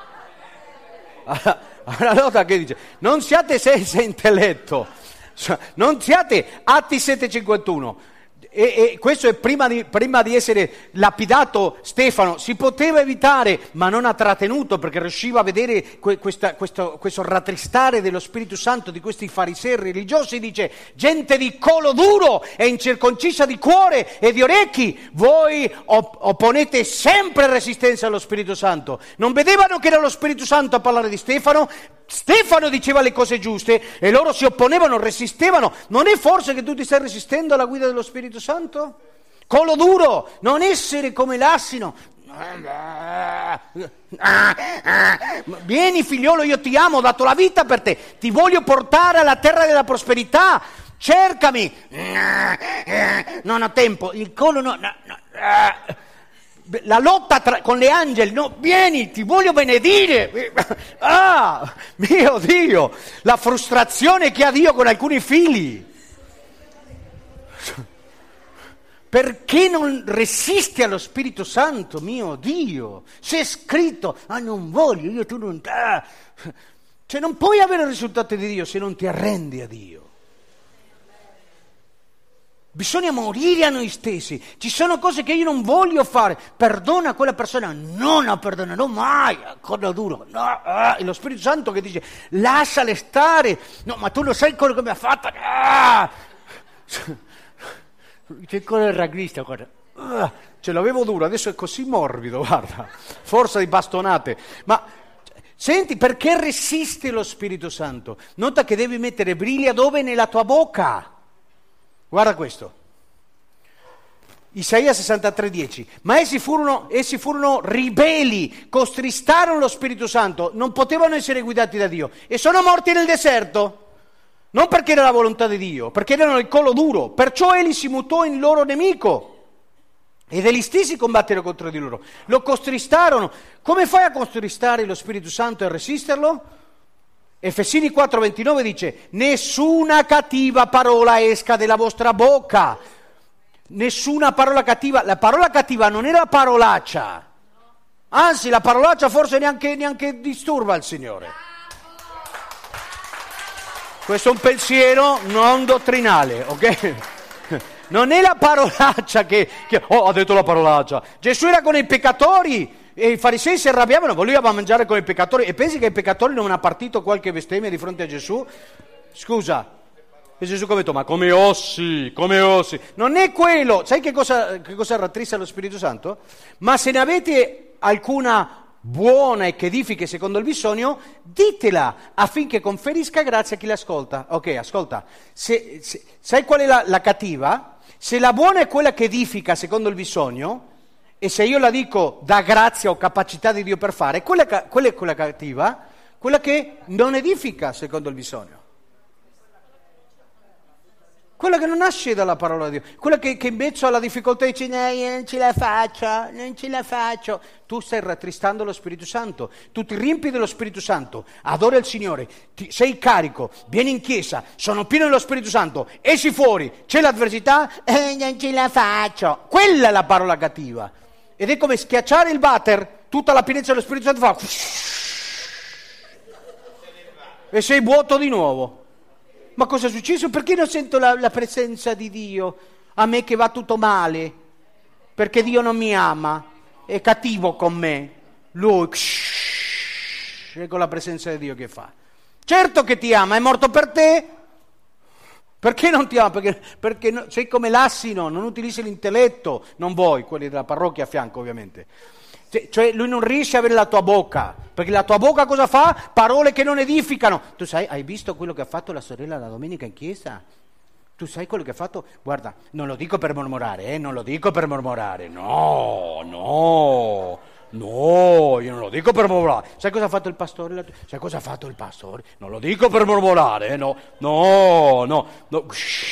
Allora che dice? Non siate senza intelletto, non siate Atti sette cinquantuno. E, e questo è prima di, prima di essere lapidato Stefano, si poteva evitare, ma non ha trattenuto, perché riusciva a vedere que, questa, questo, questo rattristare dello Spirito Santo di questi farisei religiosi. Dice: gente di collo duro e incirconcisa di cuore e di orecchi, voi op- opponete sempre resistenza allo Spirito Santo. Non vedevano che era lo Spirito Santo a parlare di Stefano? Stefano diceva le cose giuste e loro si opponevano, resistevano. Non è forse che tu ti stai resistendo alla guida dello Spirito Santo? Collo duro, non essere come l'assino. Vieni figliolo, io ti amo, ho dato la vita per te, ti voglio portare alla terra della prosperità, cercami. Non ho tempo, il collo no, no, no. La lotta tra, con le angeli, no, vieni, ti voglio benedire. Ah, mio Dio, la frustrazione che ha Dio con alcuni figli. Perché non resisti allo Spirito Santo, mio Dio? Se è scritto, ah, non voglio, io tu non... Ah. Cioè non puoi avere il risultato di Dio se non ti arrendi a Dio. Bisogna morire a noi stessi. Ci sono cose che io non voglio fare. Perdona quella persona, non la perdonerò mai. Cosa duro. No, ah, e lo Spirito Santo che dice: lasciale stare. No, ma tu lo sai quello che mi ha fatto. Ah. Che cosa il ragrista? Ah. Ce l'avevo duro, adesso è così morbido, guarda. Forza di bastonate. Ma senti, perché resiste lo Spirito Santo? Nota che devi mettere briglia dove? Nella tua bocca. Guarda questo, Isaia sessantatré dieci. Ma essi furono, essi furono ribelli, costristarono lo Spirito Santo, non potevano essere guidati da Dio e sono morti nel deserto. Non perché era la volontà di Dio, perché erano il collo duro. Perciò egli si mutò in loro nemico ed egli stessi combatterono contro di loro. Lo costristarono. Come fai a costristare lo Spirito Santo e a resisterlo? Efesini quattro ventinove dice: nessuna cattiva parola esca dalla vostra bocca. Nessuna parola cattiva. La parola cattiva non era parolaccia, anzi la parolaccia forse neanche, neanche disturba il Signore. Questo è un pensiero non dottrinale, ok? Non è la parolaccia che, che oh, ha detto la parolaccia. Gesù era con i peccatori e i farisei si arrabbiavano, voleva mangiare con i peccatori. E pensi che i peccatori non ha partito qualche bestemmia di fronte a Gesù? Scusa, e Gesù come ha detto: ma come ossi, come ossi. Non è quello. Sai che cosa, che cosa rattrista lo Spirito Santo? Ma se ne avete alcuna buona e che edifichi secondo il bisogno, ditela affinché conferisca grazia a chi l'ascolta. Ok, ascolta, se, se, sai qual è la, la cattiva? Se la buona è quella che edifica secondo il bisogno, e se io la dico da grazia o capacità di Dio per fare, quella, quella è quella cattiva, quella che non edifica secondo il bisogno. Quella che non nasce dalla parola di Dio, quella che, che invece ha la difficoltà e dice: no, io non ce la faccio, non ce la faccio. Tu stai rattristando lo Spirito Santo, tu ti riempi dello Spirito Santo, adora il Signore, ti, sei carico, vieni in chiesa, sono pieno dello Spirito Santo, esci fuori, c'è l'avversità, eh, non ce la faccio. Quella è la parola cattiva. Ed è come schiacciare il water, tutta la pienezza dello Spirito Santo fa e sei vuoto di nuovo. Ma cosa è successo? Perché non sento la, la presenza di Dio? A me che va tutto male, perché Dio non mi ama, è cattivo con me. Lui, ecco la presenza di Dio che fa. Certo che ti ama, è morto per te. Perché non ti ama? Perché, perché no, sei come l'assino, non utilizzi l'intelletto, non voi, quelli della parrocchia a fianco ovviamente. Cioè lui non riesce a avere la tua bocca, perché la tua bocca cosa fa? Parole che non edificano. Tu sai, hai visto quello che ha fatto la sorella la domenica in chiesa? Tu sai quello che ha fatto? Guarda, non lo dico per mormorare, eh, non lo dico per mormorare, no, no, no, io non lo dico per mormorare. Sai cosa ha fatto il pastore? Sai cosa ha fatto il pastore? Non lo dico per mormorare, eh, no, no, no, no.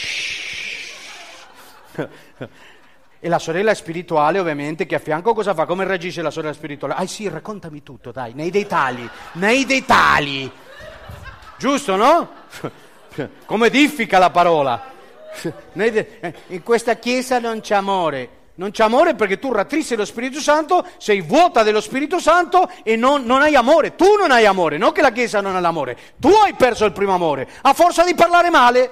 E la sorella spirituale, ovviamente, che a fianco cosa fa? Come reagisce la sorella spirituale? Ah sì, raccontami tutto, dai, nei dettagli, nei dettagli. Giusto, no? Come edifica la parola. In questa chiesa non c'è amore. Non c'è amore perché tu rattrissi lo Spirito Santo, sei vuota dello Spirito Santo e non, non hai amore. Tu non hai amore, non che la chiesa non ha l'amore. Tu hai perso il primo amore, a forza di parlare male.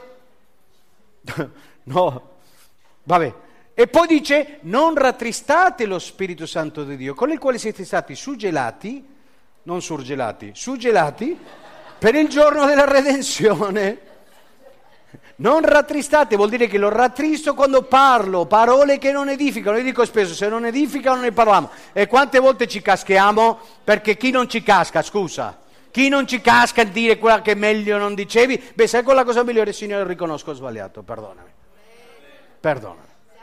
No, vabbè. E poi dice, non rattristate lo Spirito Santo di Dio, con il quale siete stati suggelati, non surgelati, suggelati, per il giorno della redenzione. Non rattristate, vuol dire che lo rattristo quando parlo, parole che non edificano. Io dico spesso, se non edificano ne parliamo. E quante volte ci caschiamo? Perché chi non ci casca, scusa, chi non ci casca a dire quella che meglio non dicevi, beh, sai quella cosa migliore, Signore, riconosco ho sbagliato, perdonami, perdonami.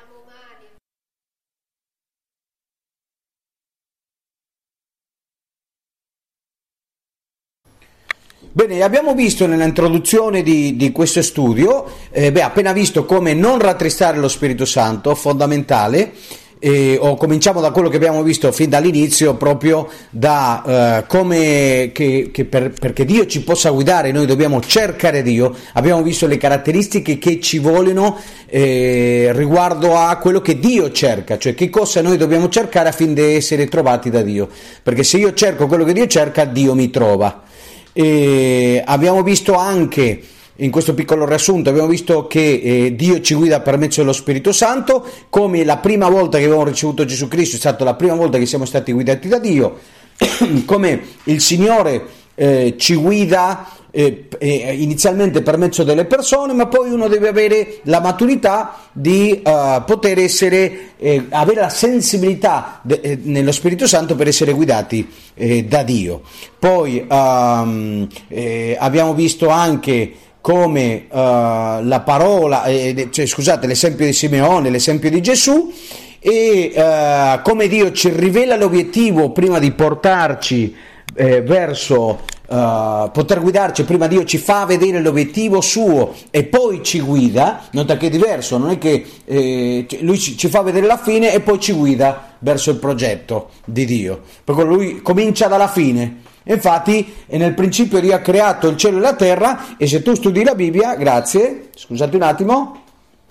Bene, abbiamo visto nell'introduzione di, di questo studio, eh, beh, appena visto come non rattristare lo Spirito Santo, fondamentale, eh, o cominciamo da quello che abbiamo visto fin dall'inizio, proprio da eh, come che, che per, perché Dio ci possa guidare noi dobbiamo cercare Dio. Abbiamo visto le caratteristiche che ci vogliono eh, riguardo a quello che Dio cerca, cioè che cosa noi dobbiamo cercare affinché essere trovati da Dio, perché se io cerco quello che Dio cerca, Dio mi trova. E abbiamo visto anche in questo piccolo riassunto, abbiamo visto che eh, Dio ci guida per mezzo dello Spirito Santo, come la prima volta che abbiamo ricevuto Gesù Cristo è stata la prima volta che siamo stati guidati da Dio, come il Signore eh, ci guida eh, eh, inizialmente per mezzo delle persone, ma poi uno deve avere la maturità di uh, poter essere, eh, avere la sensibilità de, eh, nello Spirito Santo per essere guidati eh, da Dio. Poi um, eh, abbiamo visto anche come uh, la parola, eh, cioè, scusate, l'esempio di Simeone, l'esempio di Gesù, e uh, come Dio ci rivela l'obiettivo prima di portarci eh, verso Uh, poter guidarci. Prima Dio ci fa vedere l'obiettivo suo e poi ci guida. Nota che è diverso, non è che eh, lui ci, ci fa vedere la fine e poi ci guida verso il progetto di Dio, perché lui comincia dalla fine. Infatti nel principio Dio ha creato il cielo e la terra, e se tu studi la Bibbia, grazie, scusate un attimo,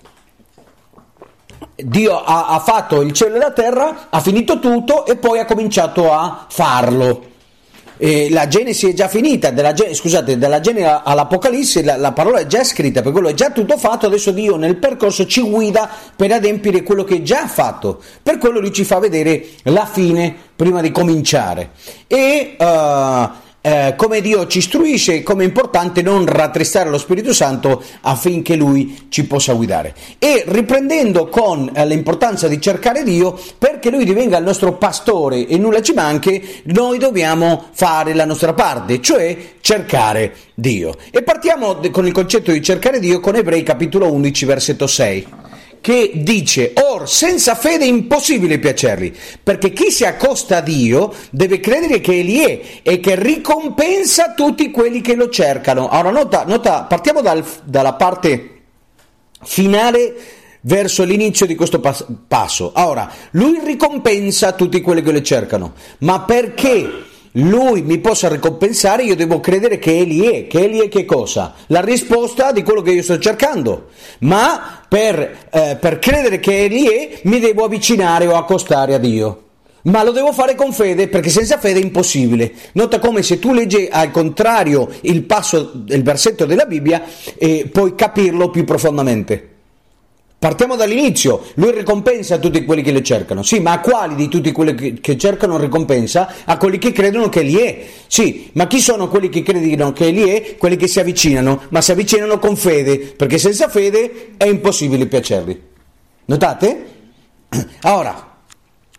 Dio ha, ha fatto il cielo e la terra, ha finito tutto e poi ha cominciato a farlo. Eh, la Genesi è già finita, dalla, scusate, dalla Genesi all'Apocalisse la, la parola è già scritta, per quello è già tutto fatto. Adesso Dio nel percorso ci guida per adempiere quello che è già fatto, per quello lui ci fa vedere la fine prima di cominciare. E uh, eh, come Dio ci istruisce, come è importante non rattristare lo Spirito Santo affinché Lui ci possa guidare. E riprendendo con eh, l'importanza di cercare Dio, perché Lui divenga il nostro pastore e nulla ci manchi, noi dobbiamo fare la nostra parte, cioè cercare Dio. E partiamo con il concetto di cercare Dio con Ebrei capitolo undici versetto sei. Che dice: or senza fede è impossibile piacergli, perché chi si accosta a Dio deve credere che Egli è e che ricompensa tutti quelli che lo cercano. Ora nota, nota partiamo dal, dalla parte finale verso l'inizio di questo pas- passo. Ora, lui ricompensa tutti quelli che lo cercano, ma perché Lui mi possa ricompensare, io devo credere che Egli è. Che Egli è che cosa? La risposta di quello che io sto cercando. Ma per, eh, per credere che Egli è, mi devo avvicinare o accostare a Dio. Ma lo devo fare con fede, perché senza fede è impossibile. Nota come se tu leggi al contrario il passo, il versetto della Bibbia, eh, puoi capirlo più profondamente. Partiamo dall'inizio. Lui ricompensa a tutti quelli che lo cercano. Sì, ma a quali di tutti quelli che, che cercano ricompensa? A quelli che credono che Egli è. Sì, ma chi sono quelli che credono che Egli è? Quelli che si avvicinano, ma si avvicinano con fede, perché senza fede è impossibile piacerli. Notate? Ora,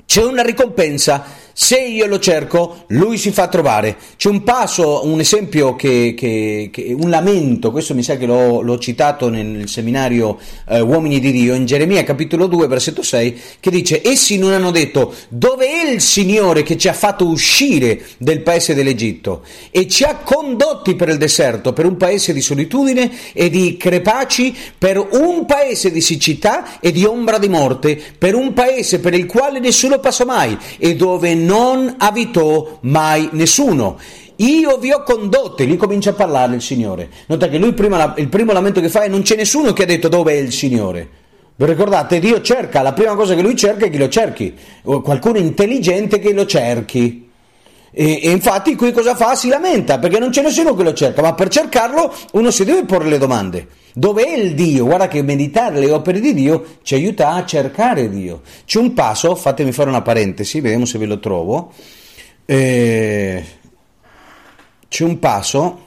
c'è una ricompensa. Se io lo cerco, lui si fa trovare. C'è un passo, un esempio, che, che, che un lamento, questo mi sa che l'ho, l'ho citato nel seminario eh, Uomini di Dio, in Geremia capitolo due, versetto sei, che dice: essi non hanno detto: dove è il Signore che ci ha fatto uscire del paese dell'Egitto e ci ha condotti per il deserto, per un paese di solitudine e di crepaci, per un paese di siccità e di ombra di morte, per un paese per il quale nessuno passò mai e dove non abitò mai nessuno. Io vi ho condotti. Lì comincia a parlare il Signore. Nota che lui prima, il primo lamento che fa è: non c'è nessuno che ha detto dove è il Signore. Vi ricordate? Dio cerca, la prima cosa che lui cerca è che lo cerchi, o qualcuno intelligente che lo cerchi. E, e infatti qui cosa fa? Si lamenta perché non c'è nessuno che lo cerca, ma per cercarlo uno si deve porre le domande. Dove è il Dio? Guarda che meditare le opere di Dio ci aiuta a cercare Dio. C'è un passo, fatemi fare una parentesi, vediamo se ve lo trovo. Eh, c'è un passo,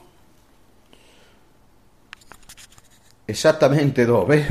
esattamente dove?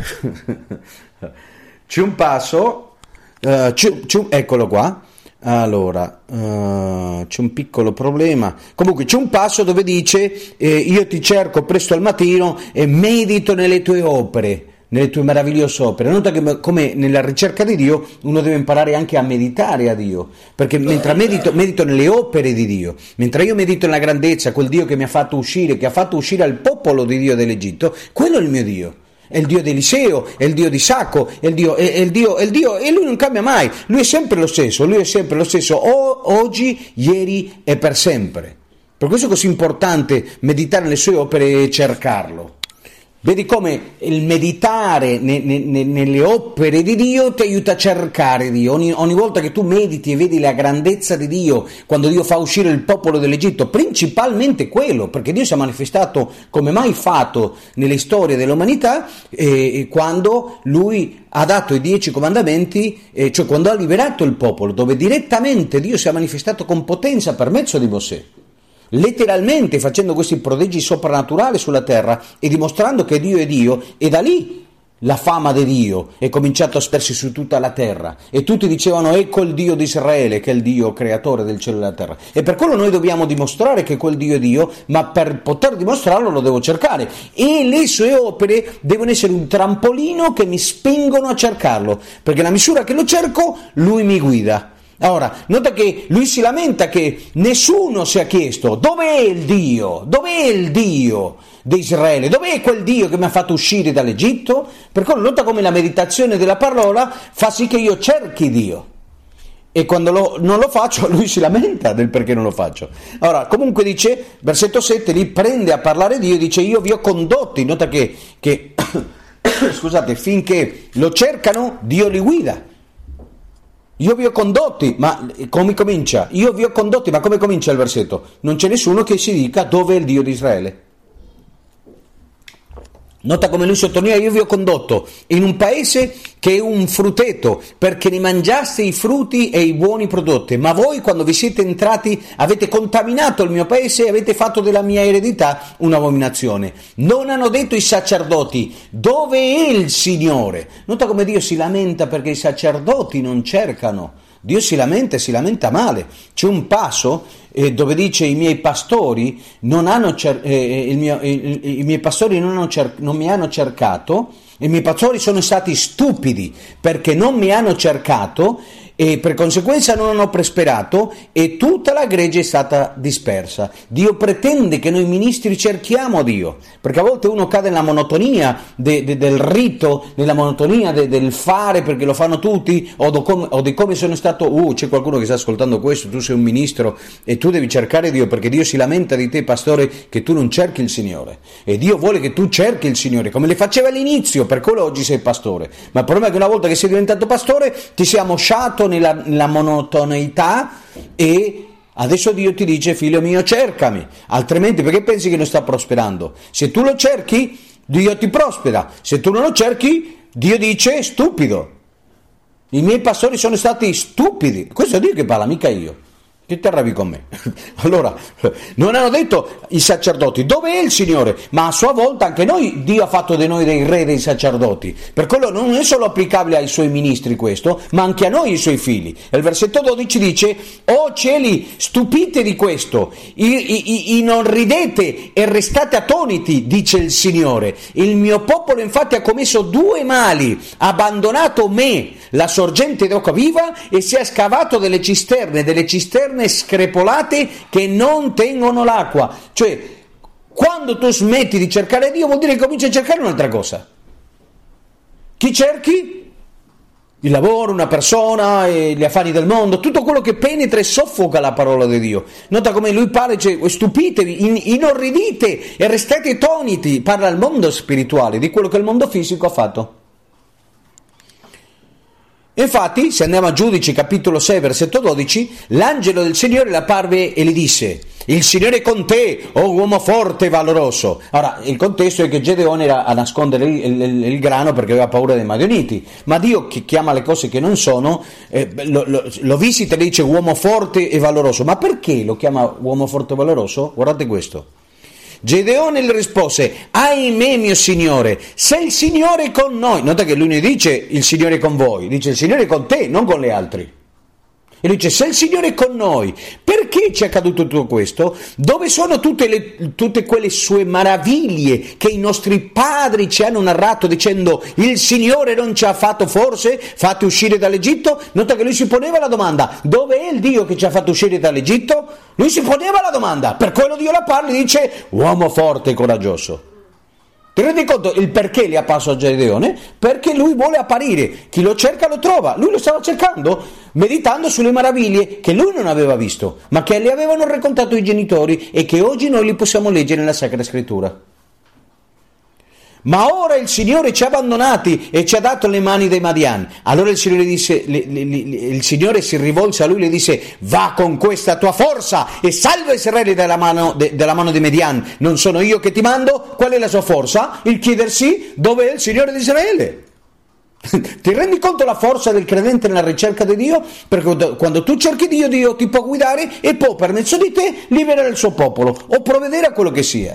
C'è un passo, uh, c'è, c'è, eccolo qua. Allora, uh, c'è un piccolo problema. Comunque c'è un passo dove dice eh, io ti cerco presto al mattino e medito nelle tue opere, nelle tue meravigliose opere. Nota che come nella ricerca di Dio uno deve imparare anche a meditare a Dio, perché mentre medito, medito nelle opere di Dio, mentre io medito nella grandezza, quel Dio che mi ha fatto uscire, che ha fatto uscire il popolo di Dio dall'Egitto, quello è il mio Dio. È il Dio di Eliseo, è il Dio di Isacco, è il Dio, è, è il Dio, è il Dio, e lui non cambia mai, lui è sempre lo stesso, lui è sempre lo stesso, o, oggi, ieri e per sempre. Per questo è così importante meditare nelle sue opere e cercarlo. Vedi come il meditare ne, ne, ne, nelle opere di Dio ti aiuta a cercare Dio. Ogni, ogni volta che tu mediti e vedi la grandezza di Dio, quando Dio fa uscire il popolo dell'Egitto, principalmente quello, perché Dio si è manifestato come mai fatto nelle storie dell'umanità, eh, quando Lui ha dato i dieci comandamenti, eh, cioè quando ha liberato il popolo, dove direttamente Dio si è manifestato con potenza per mezzo di Mosè. Letteralmente facendo questi prodigi soprannaturali sulla terra e dimostrando che Dio è Dio, e da lì la fama di Dio è cominciata a spersi su tutta la terra e tutti dicevano: ecco il Dio di Israele, che è il Dio creatore del cielo e della terra. E per quello noi dobbiamo dimostrare che quel Dio è Dio, ma per poter dimostrarlo lo devo cercare, e le sue opere devono essere un trampolino che mi spingono a cercarlo, perché nella misura che lo cerco lui mi guida. Ora, nota che lui si lamenta che nessuno si è chiesto: dov'è il Dio? Dov'è il Dio di Israele? Dov'è quel Dio che mi ha fatto uscire dall'Egitto? Perché nota come la meditazione della parola fa sì che io cerchi Dio. E quando lo, non lo faccio, lui si lamenta del perché non lo faccio. Ora, comunque dice, versetto sette, lì prende a parlare Dio e dice: io vi ho condotti. Nota che, che scusate, finché lo cercano, Dio li guida. Io vi ho condotti, ma come comincia? Io vi ho condotti, ma come comincia il versetto? Non c'è nessuno che si dica dove è il Dio di Israele. Nota come lui sottolinea: io vi ho condotto in un paese che è un frutteto, perché ne mangiaste i frutti e i buoni prodotti, ma voi quando vi siete entrati avete contaminato il mio paese e avete fatto della mia eredità un'abominazione. Non hanno detto i sacerdoti: dove è il Signore? Nota come Dio si lamenta perché i sacerdoti non cercano. Dio si lamenta e si lamenta male. C'è un passo eh, dove dice: i miei pastori non hanno cer- eh, il mio, il, i miei pastori non, hanno cer- non mi hanno cercato, i miei pastori sono stati stupidi perché non mi hanno cercato e per conseguenza non hanno prosperato e tutta la gregge è stata dispersa. Dio pretende che noi ministri cerchiamo Dio, perché a volte uno cade nella monotonia de, de, del rito, nella monotonia de, del fare perché lo fanno tutti, o, do com, o di come sono stato, uh, c'è qualcuno che sta ascoltando questo, tu sei un ministro e tu devi cercare Dio, perché Dio si lamenta di te, pastore, che tu non cerchi il Signore, e Dio vuole che tu cerchi il Signore, come le faceva all'inizio, per quello oggi sei pastore. Ma il problema è che una volta che sei diventato pastore ti sei ammosciato nella, nella monotoneità e adesso Dio ti dice: figlio mio, cercami, altrimenti perché pensi che non sta prosperando? Se tu lo cerchi, Dio ti prospera, se tu non lo cerchi, Dio dice: stupido, i miei pastori sono stati stupidi. Questo è Dio che parla, mica io. Che ti arrabbi con me? Allora, non hanno detto i sacerdoti, dove è il Signore? Ma a sua volta anche noi, Dio ha fatto di noi dei re, dei sacerdoti. Per quello non è solo applicabile ai suoi ministri questo, ma anche a noi, i suoi figli. E il versetto dodici dice, oh cieli, stupite di questo, inorridete e restate attoniti, dice il Signore. Il mio popolo infatti ha commesso due mali, ha abbandonato me, la sorgente d'acqua viva, e si è scavato delle cisterne, delle cisterne screpolate che non tengono l'acqua. Cioè, quando tu smetti di cercare Dio vuol dire che cominci a cercare un'altra cosa. Chi cerchi? Il lavoro, una persona, gli affari del mondo, tutto quello che penetra e soffoca la parola di Dio. Nota come lui parla, dice, stupitevi, inorridite e restate attoniti. Parla al mondo spirituale di quello che il mondo fisico ha fatto. Infatti, se andiamo a Giudici capitolo sei versetto dodici, l'angelo del Signore le apparve e le disse, il Signore è con te, oh uomo forte e valoroso. Ora, il contesto è che Gedeone era a nascondere il, il, il grano perché aveva paura dei Madianiti, ma Dio, che chiama le cose che non sono, eh, lo, lo, lo visita e le dice uomo forte e valoroso. Ma perché lo chiama uomo forte e valoroso? Guardate questo. Gedeone le rispose, ahimè mio Signore, se il Signore è con noi, nota che lui ne dice il Signore è con voi, dice il Signore è con te, non con le altri. E lui dice, se il Signore è con noi, perché ci è accaduto tutto questo? Dove sono tutte, le, tutte quelle sue meraviglie che i nostri padri ci hanno narrato dicendo, il Signore non ci ha fatto forse fatti uscire dall'Egitto? Nota che lui si poneva la domanda, dove è il Dio che ci ha fatto uscire dall'Egitto? Lui si poneva la domanda, per quello Dio la parla e dice, uomo forte e coraggioso. Ti rendi conto il perché li ha passato a Gedeone? Perché lui vuole apparire, chi lo cerca lo trova, lui lo stava cercando, meditando sulle meraviglie che lui non aveva visto, ma che le avevano raccontato i genitori e che oggi noi li possiamo leggere nella Sacra Scrittura. Ma ora il Signore ci ha abbandonati e ci ha dato le mani dei Madian. Allora il Signore disse, le, le, le, il Signore si rivolse a lui e le disse, va con questa tua forza e salva Israele dalla mano, de, dalla mano dei Madian. Non sono io che ti mando? Qual è la sua forza? Il chiedersi dove è il Signore di Israele. Ti rendi conto la forza del credente nella ricerca di Dio? Perché quando tu cerchi Dio, Dio ti può guidare e può per mezzo di te liberare il suo popolo o provvedere a quello che sia.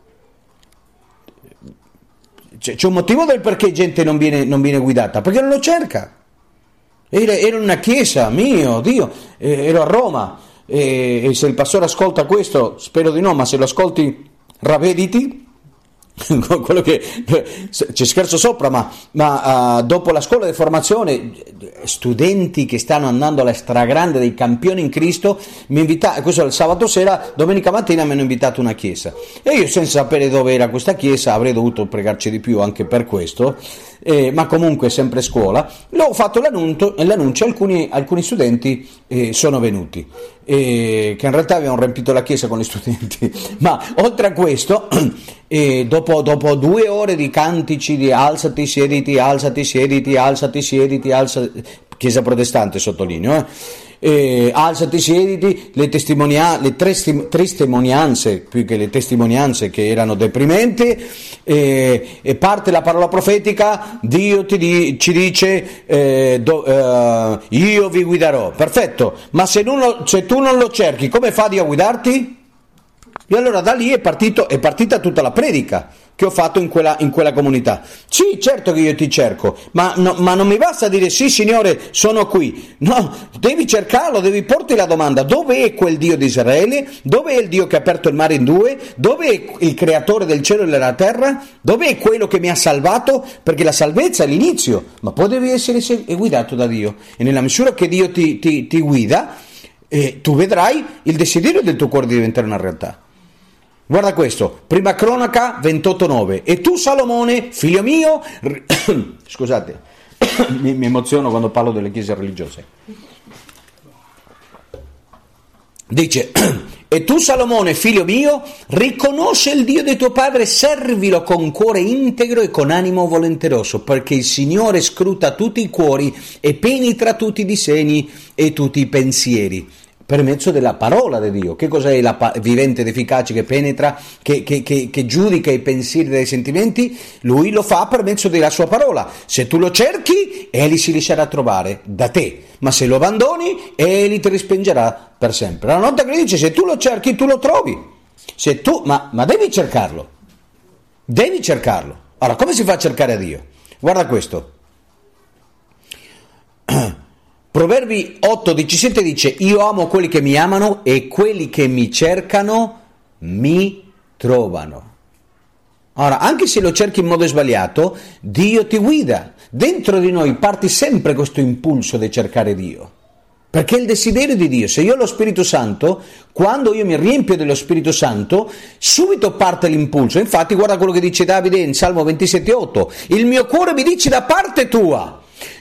C'è un motivo del perché gente non viene, non viene guidata, perché non lo cerca. Era, era una chiesa, mio Dio, eh, ero a Roma e, e se il pastore ascolta questo, spero di no, ma se lo ascolti ravvediti, quello che ci scherzo sopra, ma, ma uh, dopo la scuola di formazione studenti che stanno andando alla stragrande dei campioni in Cristo mi invita, questo è il sabato sera, domenica mattina mi hanno invitato a una chiesa e io senza sapere dove era questa chiesa avrei dovuto pregarci di più anche per questo, eh, ma comunque sempre scuola, l'ho fatto l'annuncio e l'annuncio alcuni, alcuni studenti eh, sono venuti eh, che in realtà avevano riempito la chiesa con gli studenti, ma oltre a questo e dopo, dopo due ore di cantici di alzati, siediti, alzati, siediti, alzati, siediti, alzati, chiesa protestante sottolineo, eh? E alzati, siediti, le, testimonia- le testi- testimonianze, più che le testimonianze che erano deprimenti, e, e parte la parola profetica, Dio ti di- ci dice eh, do- eh, io vi guiderò, perfetto, ma se, non lo- se tu non lo cerchi, come fa Dio a guidarti? E allora da lì è, partito, è partita tutta la predica che ho fatto in quella, in quella comunità. Sì, certo che io ti cerco, ma, no, ma non mi basta dire sì Signore, sono qui. No, devi cercarlo, devi porti la domanda, dove è quel Dio di Israele? Dove è il Dio che ha aperto il mare in due? Dove è il creatore del cielo e della terra? Dove è quello che mi ha salvato? Perché la salvezza è l'inizio, ma poi devi essere guidato da Dio. E nella misura che Dio ti, ti, ti guida, eh, tu vedrai il desiderio del tuo cuore di diventare una realtà. Guarda questo, prima cronaca ventotto nove, e tu Salomone, figlio mio, scusate, mi, mi emoziono quando parlo delle chiese religiose, dice, e tu Salomone, figlio mio, riconosce il Dio di tuo padre, servilo con cuore integro e con animo volenteroso, perché il Signore scruta tutti i cuori e penetra tutti i disegni e tutti i pensieri. Per mezzo della parola di Dio. Che cos'è la pa- vivente ed efficace che penetra, che, che, che, che giudica i pensieri dei sentimenti? Lui lo fa per mezzo della sua parola. Se tu lo cerchi, egli si lascerà trovare da te, ma se lo abbandoni, egli ti respingerà per sempre. La nota che dice: se tu lo cerchi, tu lo trovi. Se tu, ma, ma devi cercarlo. Devi cercarlo. Allora, come si fa a cercare a Dio? Guarda questo. Proverbi otto diciassette dice: io amo quelli che mi amano e quelli che mi cercano mi trovano. Ora, anche se lo cerchi in modo sbagliato, Dio ti guida. Dentro di noi parte sempre questo impulso di cercare Dio, perché è il desiderio di Dio. Se io ho lo Spirito Santo, quando io mi riempio dello Spirito Santo, subito parte l'impulso. Infatti guarda quello che dice Davide in Salmo ventisette otto: il mio cuore mi dice da parte tua,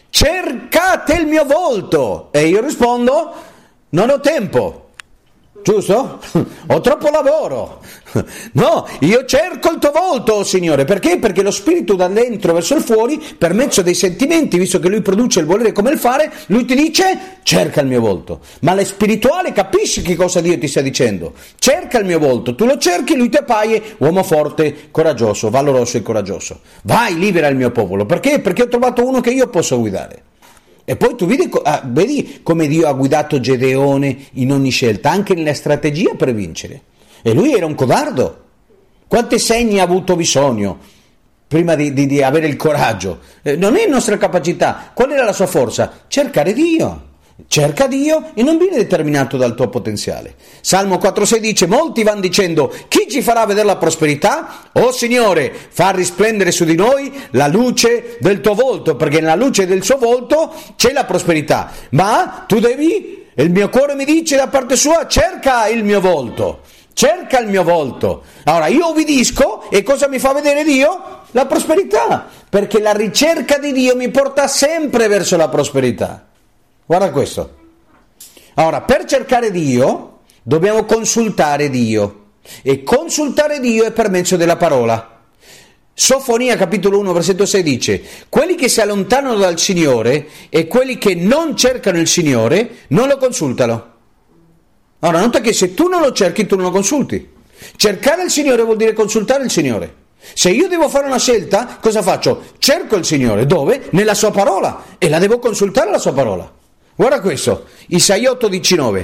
cercate il mio volto. E io rispondo: non ho tempo. Giusto? Ho troppo lavoro. No, io cerco il tuo volto, oh Signore. Perché? Perché lo Spirito da dentro verso il fuori, per mezzo dei sentimenti, visto che Lui produce il volere come il fare, Lui ti dice: cerca il mio volto. Ma le spirituale capisci che cosa Dio ti sta dicendo? Cerca il mio volto. Tu lo cerchi, Lui ti appaia uomo forte, coraggioso, valoroso e coraggioso. Vai, libera il mio popolo. Perché? Perché ho trovato uno che io posso guidare. E poi tu vedi, ah, vedi come Dio ha guidato Gedeone in ogni scelta, anche nella strategia per vincere. E lui era un codardo. Quanti segni ha avuto bisogno prima di, di, di avere il coraggio? Eh, non è nostra capacità. Qual era la sua forza? Cercare Dio. Cerca Dio e non viene determinato dal tuo potenziale. Salmo quattro sei dice: molti vanno dicendo: chi ci farà vedere la prosperità? Oh Signore, fa risplendere su di noi la luce del tuo volto, perché nella luce del suo volto c'è la prosperità. Ma tu devi, il mio cuore mi dice da parte sua: cerca il mio volto, cerca il mio volto. Allora io obbedisco e cosa mi fa vedere Dio? La prosperità, perché la ricerca di Dio mi porta sempre verso la prosperità. Guarda questo. Ora, per cercare Dio dobbiamo consultare Dio, e consultare Dio è per mezzo della parola. Sofonia capitolo uno versetto sei dice: quelli che si allontanano dal Signore e quelli che non cercano il Signore non lo consultano. Ora, nota che se tu non lo cerchi, tu non lo consulti. Cercare il Signore vuol dire consultare il Signore. Se io devo fare una scelta, cosa faccio? Cerco il Signore. Dove? Nella sua parola, e la devo consultare la sua parola. Guarda questo, Isaia otto diciannove.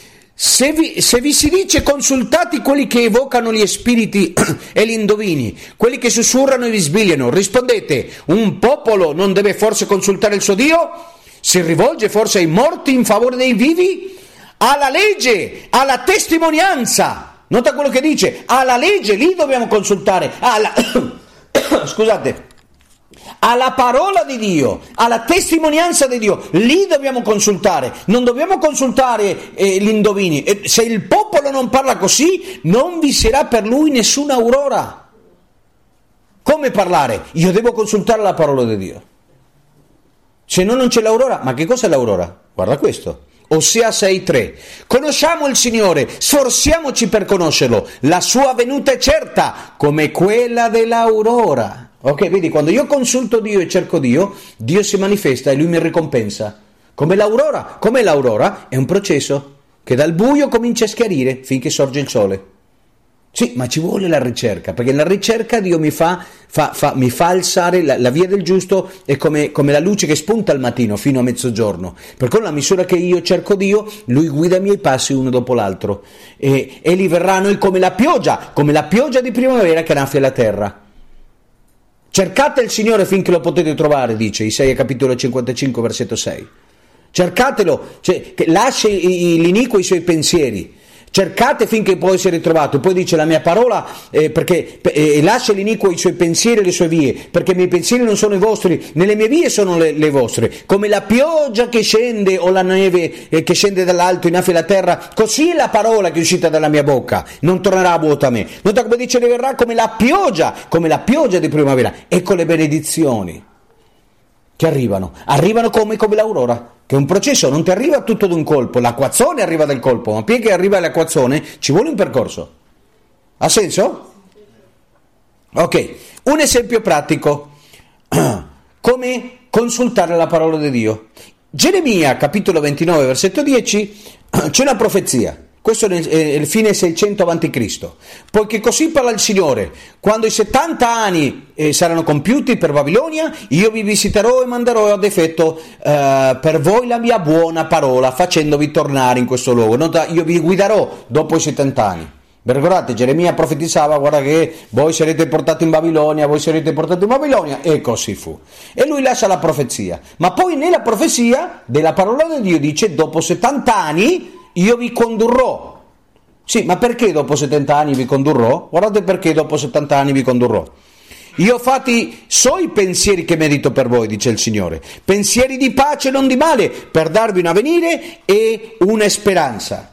Se vi, se vi si dice: consultate quelli che evocano gli spiriti e gli indovini, quelli che sussurrano e vi sbigliano, rispondete: un popolo non deve forse consultare il suo Dio? Si rivolge forse ai morti in favore dei vivi? Alla legge, alla testimonianza. Nota quello che dice: alla legge, lì dobbiamo consultare, alla... scusate, alla parola di Dio, alla testimonianza di Dio, lì dobbiamo consultare. Non dobbiamo consultare eh, gli indovini. E se il popolo non parla così, non vi sarà per lui nessuna aurora. Come parlare? Io devo consultare la parola di Dio. Se no non c'è l'aurora. Ma che cos'è l'aurora? Guarda questo, Ossia sei tre. Conosciamo il Signore, sforziamoci per conoscerlo. La sua venuta è certa, come quella dell'aurora. Ok, vedi, quando io consulto Dio e cerco Dio, Dio si manifesta e Lui mi ricompensa. Come l'aurora. Come l'aurora? È un processo che dal buio comincia a schiarire finché sorge il sole. Sì, ma ci vuole la ricerca, perché nella ricerca Dio mi fa, fa, fa, mi fa alzare la, la via del giusto, è come, come la luce che spunta al mattino fino a mezzogiorno. Per cui, nella misura che io cerco Dio, Lui guida i miei passi uno dopo l'altro. E, e li verrà a noi come la pioggia, come la pioggia di primavera che annaffia la terra. Cercate il Signore finché lo potete trovare, dice Isaia capitolo cinquantacinque versetto sei. Cercatelo, cioè, che lasci l'iniquo i suoi pensieri. Cercate finché può essere trovato. Poi dice la mia parola, eh, perché eh, lascia l'iniquo i suoi pensieri e le sue vie, perché i miei pensieri non sono i vostri, né le mie vie sono le, le vostre. Come la pioggia che scende o la neve eh, che scende dall'alto innaffia la terra, così è la parola che è uscita dalla mia bocca, non tornerà a vuota a me. Nota come dice, ne verrà come la pioggia, come la pioggia di primavera. Ecco le benedizioni che arrivano, arrivano come, come l'aurora. Che è un processo, non ti arriva tutto d'un colpo, l'acquazzone arriva dal colpo, ma prima che arriva l'acquazzone ci vuole un percorso. Ha senso? Ok, un esempio pratico, come consultare la parola di Dio. Geremia capitolo ventinove versetto dieci c'è una profezia. Questo è il fine seicento avanti Cristo. Poiché così parla il Signore: quando i settanta anni eh, saranno compiuti per Babilonia, io vi visiterò e manderò ad effetto eh, per voi la mia buona parola, facendovi tornare in questo luogo. Nota, io vi guiderò dopo i settanta anni. Vi ricordate? Geremia profetizzava: guarda che voi sarete portati in Babilonia, voi sarete portati in Babilonia, e così fu. E lui lascia la profezia. Ma poi nella profezia della parola di Dio dice: dopo settanta anni io vi condurrò. Sì, ma perché dopo settanta anni vi condurrò? Guardate perché dopo settanta anni vi condurrò. Io fatti so i pensieri che medito per voi, dice il Signore, pensieri di pace e non di male, per darvi un avvenire e una speranza.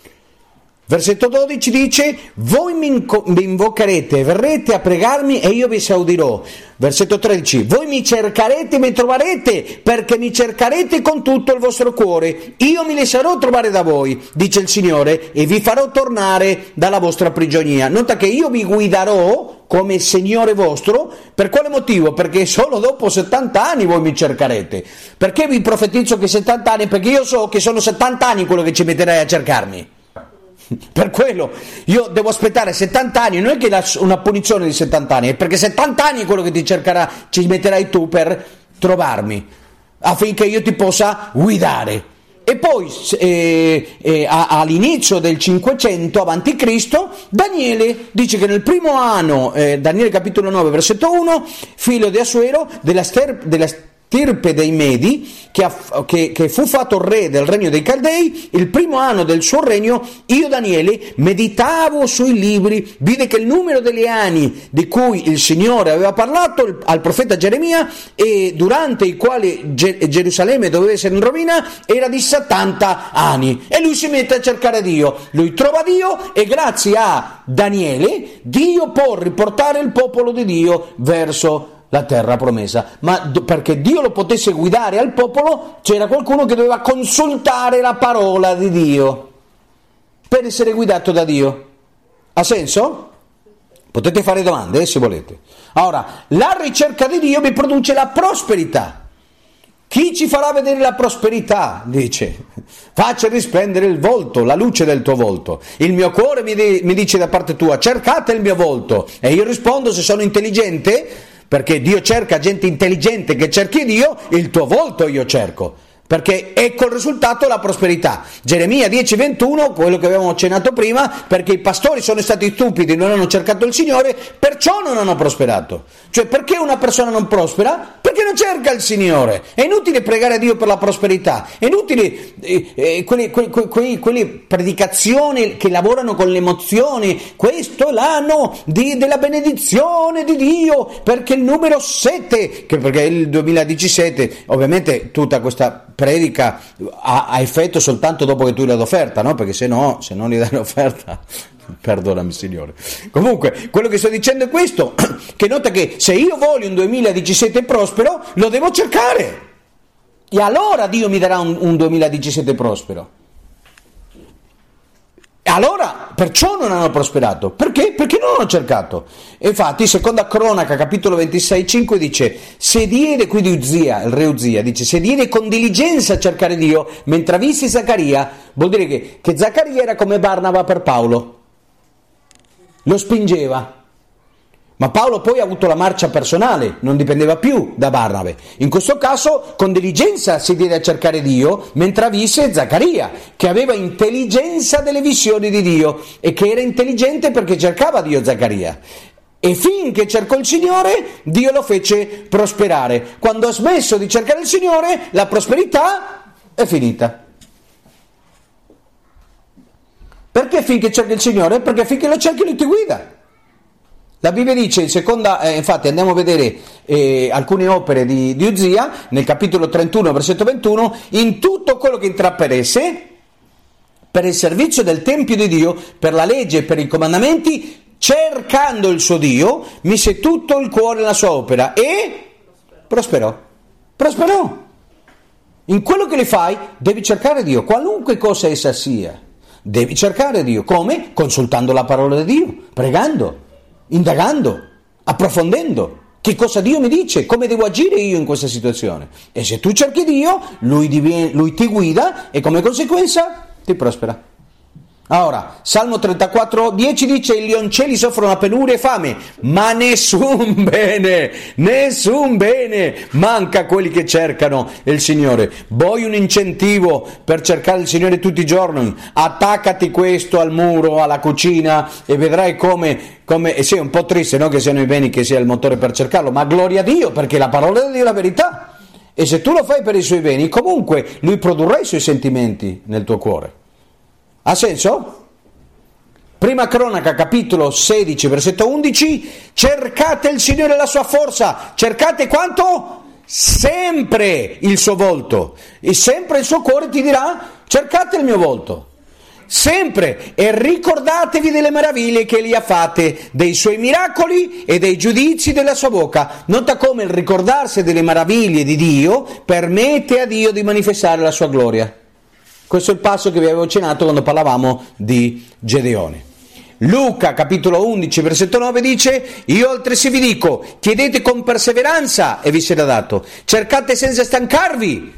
Versetto dodici dice: voi mi, inco- mi invocherete, verrete a pregarmi e io vi esaudirò. Versetto tredici: voi mi cercherete e mi trovarete, perché mi cercherete con tutto il vostro cuore. Io mi lascerò trovare da voi, dice il Signore, e vi farò tornare dalla vostra prigionia. Nota che io vi guiderò come Signore vostro. Per quale motivo? Perché solo dopo settanta anni voi mi cercherete. Perché vi profetizzo che settanta anni? Perché io so che sono settanta anni quello che ci metterai a cercarmi. Per quello io devo aspettare settanta anni, non è che la, una punizione di settanta anni, è perché settanta anni è quello che ti cercherà, ci metterai tu per trovarmi, affinché io ti possa guidare. E poi eh, eh, all'inizio del cinquecento avanti Cristo, Daniele dice che nel primo anno, eh, Daniele capitolo nove versetto uno, figlio di Assuero, della, ster- della stirpe dei Medi, che, ha, che, che fu fatto re del regno dei Caldei, il primo anno del suo regno, io Daniele meditavo sui libri, vide che il numero degli anni di cui il Signore aveva parlato al profeta Geremia, e durante i quali Ge- Gerusalemme doveva essere in rovina, era di settanta anni. E lui si mette a cercare Dio, lui trova Dio, e grazie a Daniele Dio può riportare il popolo di Dio verso la terra promessa. Ma perché Dio lo potesse guidare al popolo, c'era qualcuno che doveva consultare la parola di Dio per essere guidato da Dio. Ha senso? Potete fare domande, eh, se volete. Ora, la ricerca di Dio mi produce la prosperità. Chi ci farà vedere la prosperità? Dice: faccia risplendere il volto, la luce del tuo volto. Il mio cuore mi, de- mi dice da parte tua: cercate il mio volto. E io rispondo, se sono intelligente, perché Dio cerca gente intelligente che cerchi Dio, il tuo volto io cerco, perché ecco il risultato, la prosperità. Geremia dieci ventuno, quello che avevamo accennato prima: perché i pastori sono stati stupidi, non hanno cercato il Signore, perciò non hanno prosperato. Cioè, perché una persona non prospera? Perché non cerca il Signore. È inutile pregare a Dio per la prosperità, è inutile eh, eh, quelle, que, que, que, quelle predicazioni che lavorano con le emozioni. Questo è l'anno di, della benedizione di Dio, perché il numero sette, che perché il duemiladiciassette, ovviamente tutta questa predica ha, ha effetto soltanto dopo che tu gli dai l'offerta, no? Perché se no, se non gli dai l'offerta, perdonami Signore. Comunque, quello che sto dicendo è questo, che nota che se io voglio un duemiladiciassette prospero, lo devo cercare, e allora Dio mi darà un, un duemiladiciassette prospero. E allora, perciò non hanno prosperato. Perché? Perché non hanno cercato. E infatti, seconda cronaca, capitolo ventisei, cinque dice: se diede, quindi Uzia, il re Uzia, dice: se diede con diligenza a cercare Dio, mentre visse Zaccaria, vuol dire che, che Zaccaria era come Barnaba per Paolo. Lo spingeva. Ma Paolo poi ha avuto la marcia personale, non dipendeva più da Barnabe. In questo caso, con diligenza si diede a cercare Dio, mentre visse Zaccaria, che aveva intelligenza delle visioni di Dio, e che era intelligente perché cercava Dio Zaccaria. E finché cercò il Signore, Dio lo fece prosperare. Quando ha smesso di cercare il Signore, la prosperità è finita. Perché finché cerchi il Signore? Perché finché lo cerchi Lui ti guida. La Bibbia dice, in seconda, eh, infatti andiamo a vedere eh, alcune opere di, di Uzia, nel capitolo trentuno, versetto ventuno: in tutto quello che intraprese per il servizio del Tempio di Dio, per la legge e per i comandamenti, cercando il suo Dio, mise tutto il cuore nella sua opera e prosperò. Prosperò. In quello che le fai devi cercare Dio, qualunque cosa essa sia. Devi cercare Dio. Come? Consultando la parola di Dio, pregando, indagando, approfondendo che cosa Dio mi dice, come devo agire io in questa situazione. E se tu cerchi Dio, lui, diviene, lui ti guida, e come conseguenza ti prospera. Ora, Salmo trentaquattro dieci dice: gli oncelli soffrono penuria e fame, ma nessun bene, nessun bene manca a quelli che cercano il Signore. Vuoi un incentivo per cercare il Signore tutti i giorni? Attaccati questo al muro, alla cucina, e vedrai come, come e sì, è un po' triste, no, che siano i beni che sia il motore per cercarlo, ma gloria a Dio, perché la parola di Dio è la verità. E se tu lo fai per i suoi beni, comunque Lui produrrà i suoi sentimenti nel tuo cuore. Ha senso? Prima Cronaca, capitolo sedici, versetto undici: cercate il Signore e la sua forza, cercate quanto? Sempre il suo volto, e sempre il suo cuore ti dirà: cercate il mio volto. Sempre, e ricordatevi delle meraviglie che Egli ha fatte, dei suoi miracoli e dei giudizi della sua bocca. Nota come il ricordarsi delle meraviglie di Dio permette a Dio di manifestare la sua gloria. Questo è il passo che vi avevo accennato quando parlavamo di Gedeone. Luca, capitolo undici, versetto nove dice: io altresì vi dico, chiedete con perseveranza e vi sarà dato, cercate senza stancarvi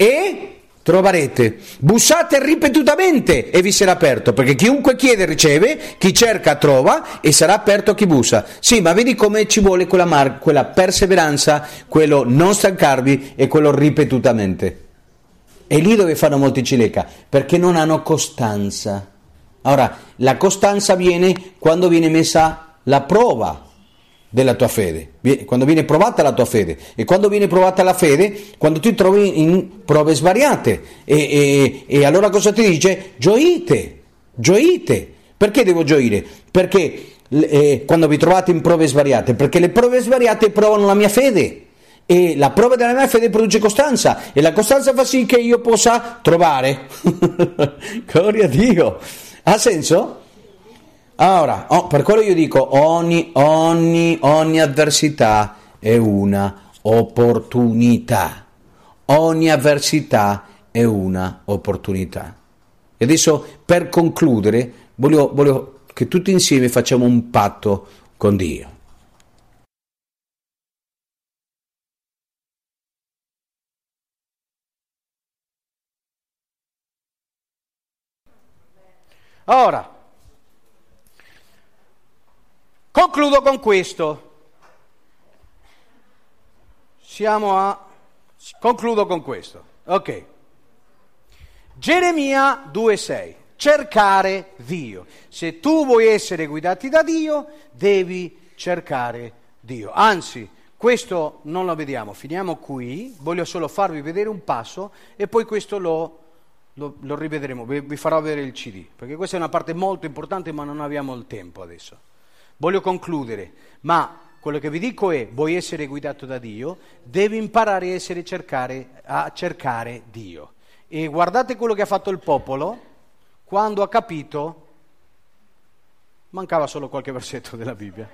e troverete, bussate ripetutamente e vi sarà aperto, perché chiunque chiede riceve, chi cerca trova e sarà aperto a chi bussa. Sì, ma vedi come ci vuole quella, mar- quella perseveranza, quello non stancarvi e quello ripetutamente. È lì dove fanno molti cileca, perché non hanno costanza. Ora, la costanza viene quando viene messa la prova della tua fede, quando viene provata la tua fede. E quando viene provata la fede? Quando ti trovi in prove svariate. E, e, e allora cosa ti dice? Gioite, gioite. Perché devo gioire? Perché eh, quando vi trovate in prove svariate? Perché le prove svariate provano la mia fede. E la prova della mia fede produce costanza, e la costanza fa sì che io possa trovare. Gloria a Dio. Ha senso? Ora, oh, per quello io dico, ogni, ogni, ogni avversità è una opportunità. Ogni avversità è una opportunità. E adesso, per concludere, voglio, voglio che tutti insieme facciamo un patto con Dio. Ora, concludo con questo. Siamo a... Concludo con questo. Ok. Geremia due sei. Cercare Dio. Se tu vuoi essere guidati da Dio, devi cercare Dio. Anzi, questo non lo vediamo. Finiamo qui. Voglio solo farvi vedere un passo e poi questo lo... Lo, lo rivedremo, vi, vi farò vedere il C D, perché questa è una parte molto importante, ma non abbiamo il tempo adesso. Voglio concludere, ma quello che vi dico è: vuoi essere guidato da Dio, devi imparare a, essere cercare, a cercare Dio. E guardate quello che ha fatto il popolo quando ha capito, mancava solo qualche versetto della Bibbia.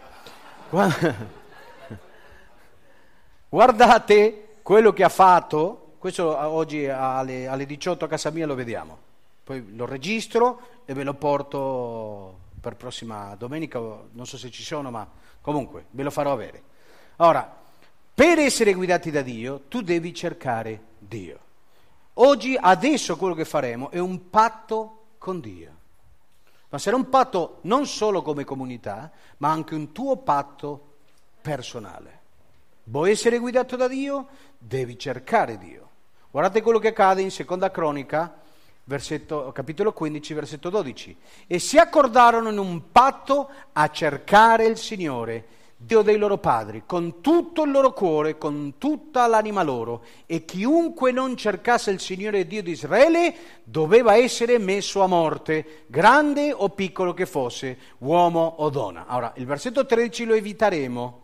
Guardate quello che ha fatto. Questo oggi alle, alle diciotto a casa mia lo vediamo, poi lo registro e ve lo porto per prossima domenica, non so se ci sono, ma comunque ve lo farò avere. Ora, per essere guidati da Dio, tu devi cercare Dio. Oggi, adesso, quello che faremo è un patto con Dio. Ma sarà un patto non solo come comunità, ma anche un tuo patto personale. Vuoi essere guidato da Dio? Devi cercare Dio. Guardate quello che accade in Seconda Cronaca, versetto, capitolo quindici, versetto dodici. E si accordarono in un patto a cercare il Signore, Dio dei loro padri, con tutto il loro cuore, con tutta l'anima loro. E chiunque non cercasse il Signore Dio di Israele doveva essere messo a morte, grande o piccolo che fosse, uomo o donna. Ora, il versetto tredici lo eviteremo.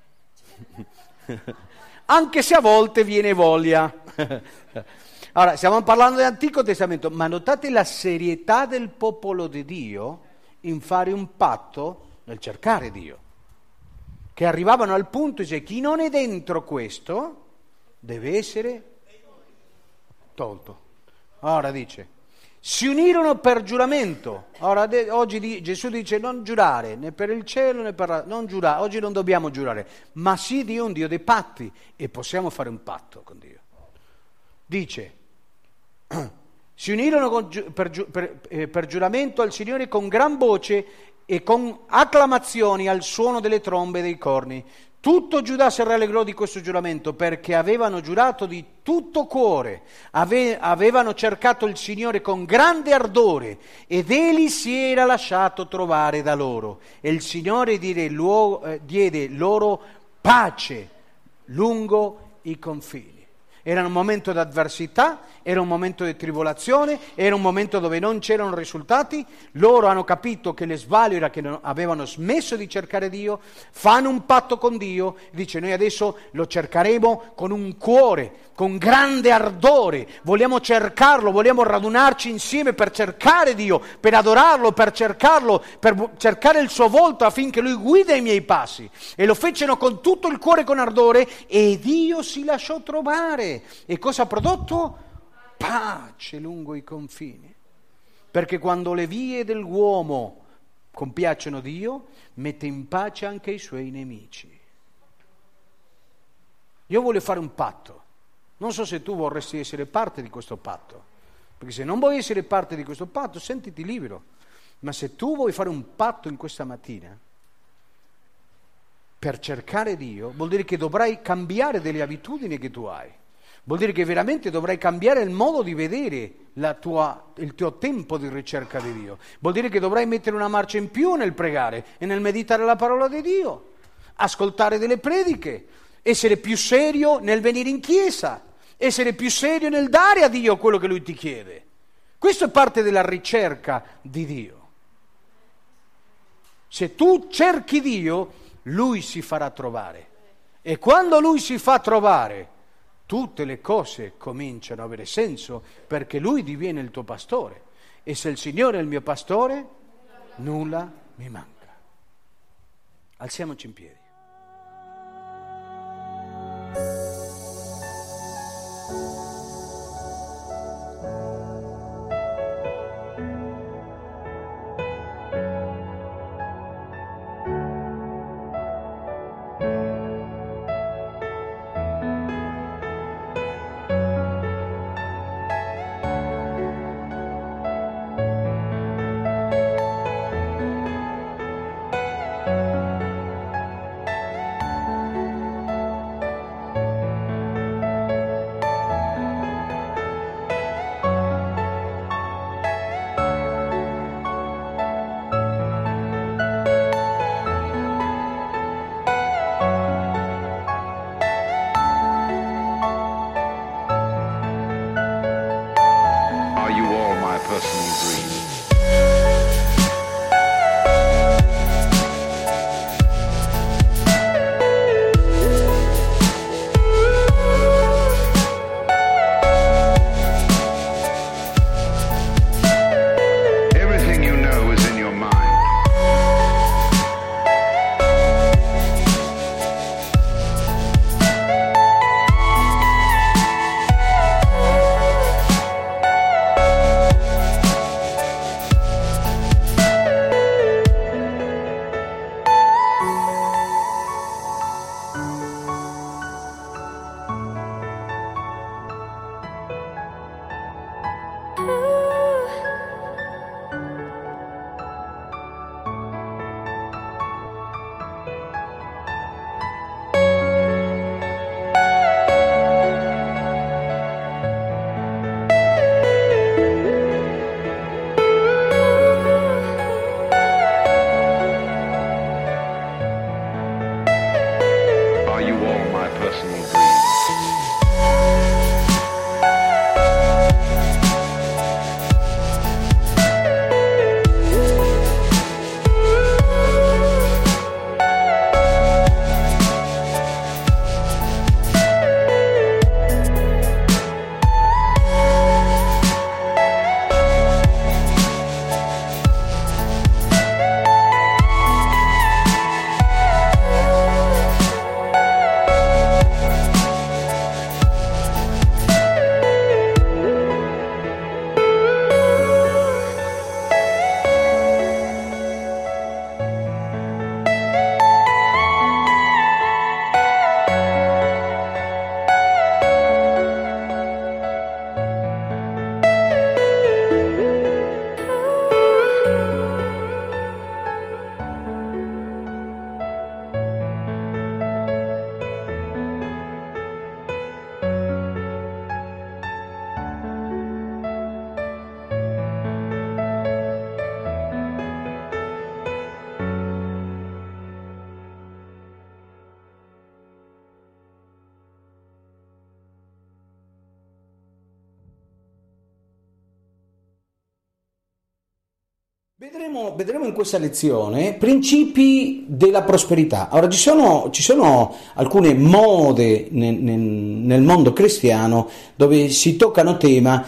Anche se a volte viene voglia. Ora, stiamo parlando dell'Antico Testamento, ma notate la serietà del popolo di Dio in fare un patto nel cercare Dio. Che arrivavano al punto, dice, chi non è dentro questo deve essere tolto. Ora dice, si unirono per giuramento. Ora de- oggi di- Gesù dice non giurare né per il cielo né per la... non giurare. Oggi non dobbiamo giurare, ma sì, Dio è un Dio dei patti e possiamo fare un patto con Dio. Dice Si unirono con giu- per, giu- per, eh, per giuramento al Signore con gran voce e con acclamazioni al suono delle trombe e dei corni. Tutto Giuda si rallegrò di questo giuramento, perché avevano giurato di tutto cuore, ave- avevano cercato il Signore con grande ardore, ed egli si era lasciato trovare da loro. E il Signore diede, luogo, eh, diede loro pace lungo i confini. Era un momento di avversità, era un momento di tribolazione, era un momento dove non c'erano risultati. Loro hanno capito che le sbaglio era che non avevano smesso di cercare Dio, fanno un patto con Dio, dice: noi adesso lo cercheremo con un cuore, con grande ardore, vogliamo cercarlo, vogliamo radunarci insieme per cercare Dio, per adorarlo, per cercarlo, per cercare il suo volto affinché Lui guida i miei passi. E lo fecero con tutto il cuore, con ardore, e Dio si lasciò trovare. E cosa ha prodotto? Pace lungo i confini. Perché quando le vie dell'uomo compiacciono Dio, mette in pace anche i suoi nemici. Io voglio fare un patto. Non so se tu vorresti essere parte di questo patto, perché se non vuoi essere parte di questo patto, sentiti libero. Ma se tu vuoi fare un patto in questa mattina per cercare Dio, vuol dire che dovrai cambiare delle abitudini che tu hai. Vuol dire che veramente dovrai cambiare il modo di vedere la tua, il tuo tempo di ricerca di Dio. Vuol dire che dovrai mettere una marcia in più nel pregare e nel meditare la parola di Dio, ascoltare delle prediche, essere più serio nel venire in chiesa, essere più serio nel dare a Dio quello che Lui ti chiede. Questo è parte della ricerca di Dio. Se tu cerchi Dio, Lui si farà trovare. E quando Lui si fa trovare, tutte le cose cominciano ad avere senso, perché Lui diviene il tuo pastore. E se il Signore è il mio pastore, nulla mi manca. Alziamoci in piedi. Vedremo, vedremo in questa lezione principi della prosperità. Ora ci sono, ci sono alcune mode nel, nel, nel mondo cristiano dove si toccano tema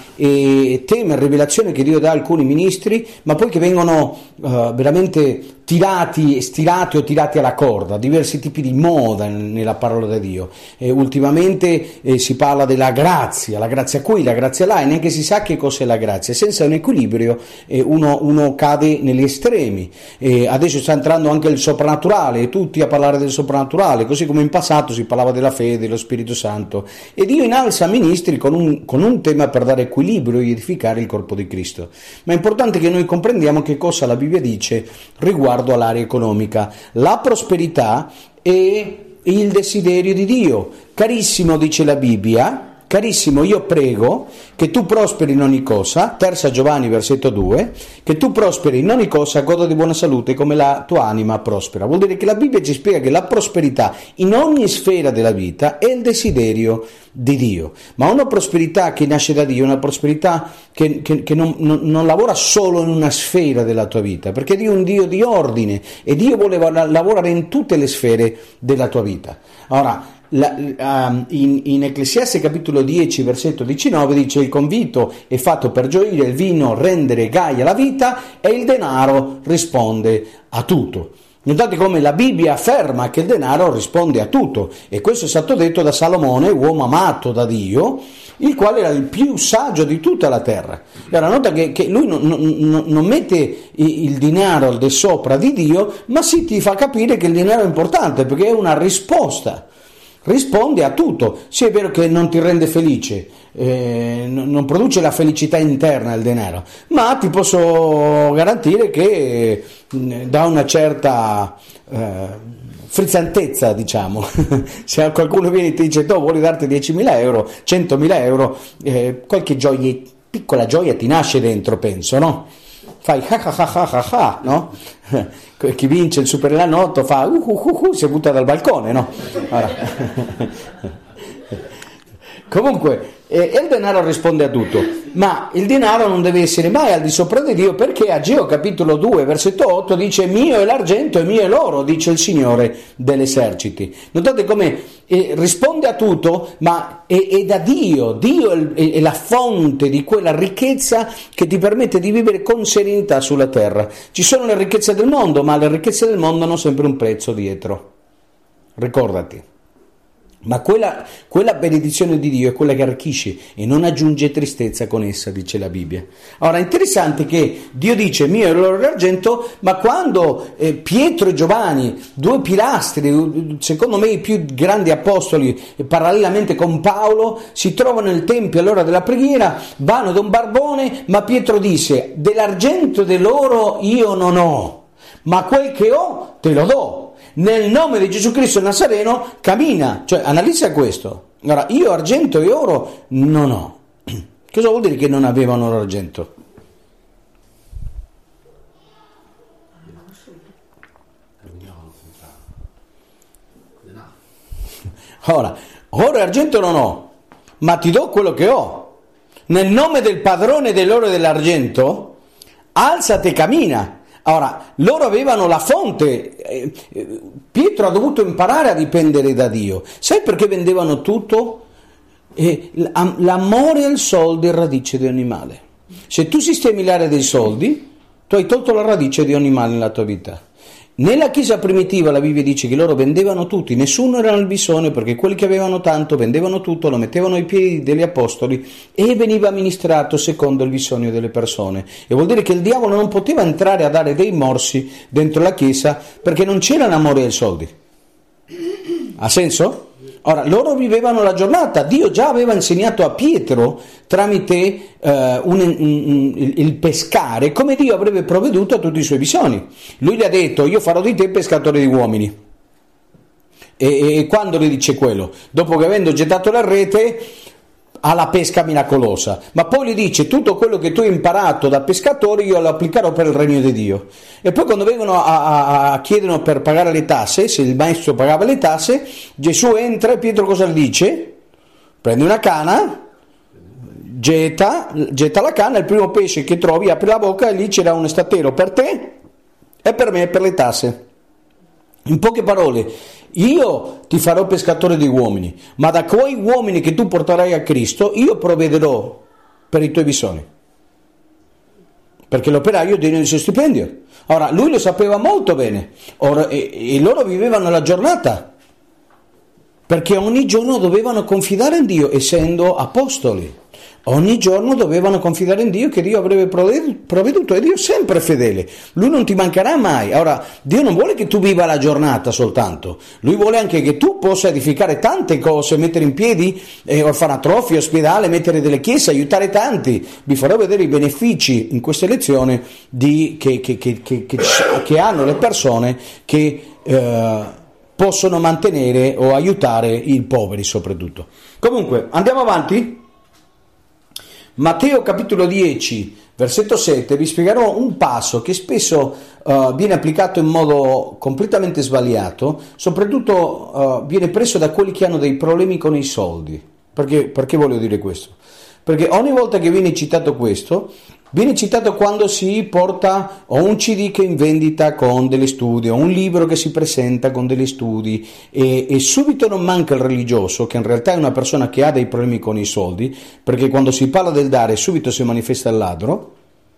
e tema e rivelazione che Dio dà a alcuni ministri, ma poi che vengono uh, veramente tirati, stirati o tirati alla corda, diversi tipi di moda nella parola di Dio. E ultimamente eh, si parla della grazia, la grazia qui, la grazia là, e neanche si sa che cos'è la grazia. Senza un equilibrio eh, uno, uno cade negli estremi. E adesso sta entrando anche il soprannaturale, e tutti a parlare del soprannaturale, così come in passato si parlava della fede, dello Spirito Santo. E Dio innalza ministri con un, con un tema per dare equilibrio e edificare il corpo di Cristo. Ma è importante che noi comprendiamo che cosa la Bibbia dice riguardo all'area economica. La prosperità è il desiderio di Dio. Carissimo, dice la Bibbia, carissimo, io prego che tu prosperi in ogni cosa, terza Giovanni versetto due, che tu prosperi in ogni cosa, goda di buona salute come la tua anima prospera. Vuol dire che la Bibbia ci spiega che la prosperità in ogni sfera della vita è il desiderio di Dio, ma una prosperità che nasce da Dio, una prosperità che, che, che non, non, non lavora solo in una sfera della tua vita, perché Dio è un Dio di ordine e Dio vuole lavorare in tutte le sfere della tua vita. Ora, La, um, in, in Ecclesiaste capitolo dieci versetto diciannove dice: il convito è fatto per gioire, il vino rendere gaia la vita e il denaro risponde a tutto. Notate come la Bibbia afferma che il denaro risponde a tutto, e questo è stato detto da Salomone, uomo amato da Dio, il quale era il più saggio di tutta la terra. E ora nota che, che lui non, non, non mette il denaro al di sopra di Dio, ma si ti fa capire che il denaro è importante perché è una risposta. Risponde a tutto. Sì, è vero che non ti rende felice, eh, non produce la felicità interna il denaro, ma ti posso garantire che eh, dà una certa eh, frizzantezza, diciamo. Se qualcuno viene e ti dice: tu vuoi darti diecimila euro, centomila euro, eh, qualche gioia, piccola gioia ti nasce dentro, penso, no? Fai ha ha ha ha ha ha, no? Chi vince il Superenalotto fa uh, uh, uh, uh, si butta dal balcone, no? Allora. Comunque, eh, il denaro risponde a tutto, ma il denaro non deve essere mai al di sopra di Dio, perché Ageo capitolo due versetto otto dice: mio è l'argento e mio è l'oro, dice il Signore degli eserciti. Notate come eh, risponde a tutto, ma è, è da Dio. Dio è, è, è la fonte di quella ricchezza che ti permette di vivere con serenità sulla terra. Ci sono le ricchezze del mondo, ma le ricchezze del mondo hanno sempre un prezzo dietro, ricordati. Ma quella, quella benedizione di Dio è quella che arricchisce e non aggiunge tristezza con essa, dice la Bibbia. Ora, è interessante che Dio dice mio è l'oro e l'argento, ma quando eh, Pietro e Giovanni, due pilastri, secondo me i più grandi apostoli, eh, parallelamente con Paolo, si trovano nel tempio all'ora della preghiera, vanno da un barbone, ma Pietro disse: dell'argento e dell'oro io non ho, ma quel che ho te lo do. Nel nome di Gesù Cristo Nazareno cammina. Cioè, analizza questo. Ora, io argento e oro non ho. Cosa vuol dire che non avevano l'argento? Ora, oro e argento non ho, ma ti do quello che ho. Nel nome del padrone dell'oro e dell'argento, alzati e cammina. Ora, loro avevano la fonte, eh, Pietro ha dovuto imparare a dipendere da Dio. Sai perché vendevano tutto? Eh, l'amore al soldo è radice di ogni male. Se tu sistemi l'area dei soldi, tu hai tolto la radice di ogni male nella tua vita. Nella chiesa primitiva la Bibbia dice che loro vendevano tutti, nessuno era nel bisogno, perché quelli che avevano tanto vendevano tutto, lo mettevano ai piedi degli apostoli e veniva amministrato secondo il bisogno delle persone. E vuol dire che il diavolo non poteva entrare a dare dei morsi dentro la chiesa perché non c'era l'amore ai soldi. Ha senso? Ora, loro vivevano la giornata. Dio già aveva insegnato a Pietro tramite eh, un, un, un, il, il pescare, come Dio avrebbe provveduto a tutti i suoi bisogni. Lui gli ha detto: io farò di te pescatore di uomini. E, e quando gli dice quello? Dopo che avendo gettato la rete alla pesca miracolosa, ma poi gli dice: tutto quello che tu hai imparato da pescatore io lo applicherò per il regno di Dio. E poi quando vengono a, a, a chiedono per pagare le tasse, se il maestro pagava le tasse, Gesù entra e Pietro cosa gli dice? Prende una canna, getta, getta la canna, il primo pesce che trovi, apri la bocca e lì c'era un statero per te e per me e per le tasse. In poche parole, io ti farò pescatore di uomini, ma da quei uomini che tu porterai a Cristo, io provvederò per i tuoi bisogni. Perché l'operaio è degno del suo stipendio. Ora, lui lo sapeva molto bene, ora, e, e loro vivevano la giornata, perché ogni giorno dovevano confidare in Dio, essendo apostoli. Ogni giorno dovevano confidare in Dio che Dio avrebbe provveduto, e Dio è sempre fedele, Lui non ti mancherà mai. Ora, Dio non vuole che tu viva la giornata soltanto, Lui vuole anche che tu possa edificare tante cose, mettere in piedi eh, orfanotrofi, ospedale, mettere delle chiese, aiutare tanti. Vi farò vedere i benefici in questa lezione di, che, che, che, che, che, che hanno le persone che eh, possono mantenere o aiutare i poveri soprattutto. Comunque, andiamo avanti. Matteo capitolo dieci, versetto sette, vi spiegherò un passo che spesso uh, viene applicato in modo completamente sbagliato, soprattutto uh, viene preso da quelli che hanno dei problemi con i soldi. Perché, perché voglio dire questo? Perché ogni volta che viene citato questo, viene citato quando si porta o un C D che è in vendita con degli studi, o un libro che si presenta con degli studi, e, e subito non manca il religioso, che in realtà è una persona che ha dei problemi con i soldi, perché quando si parla del dare subito si manifesta il ladro.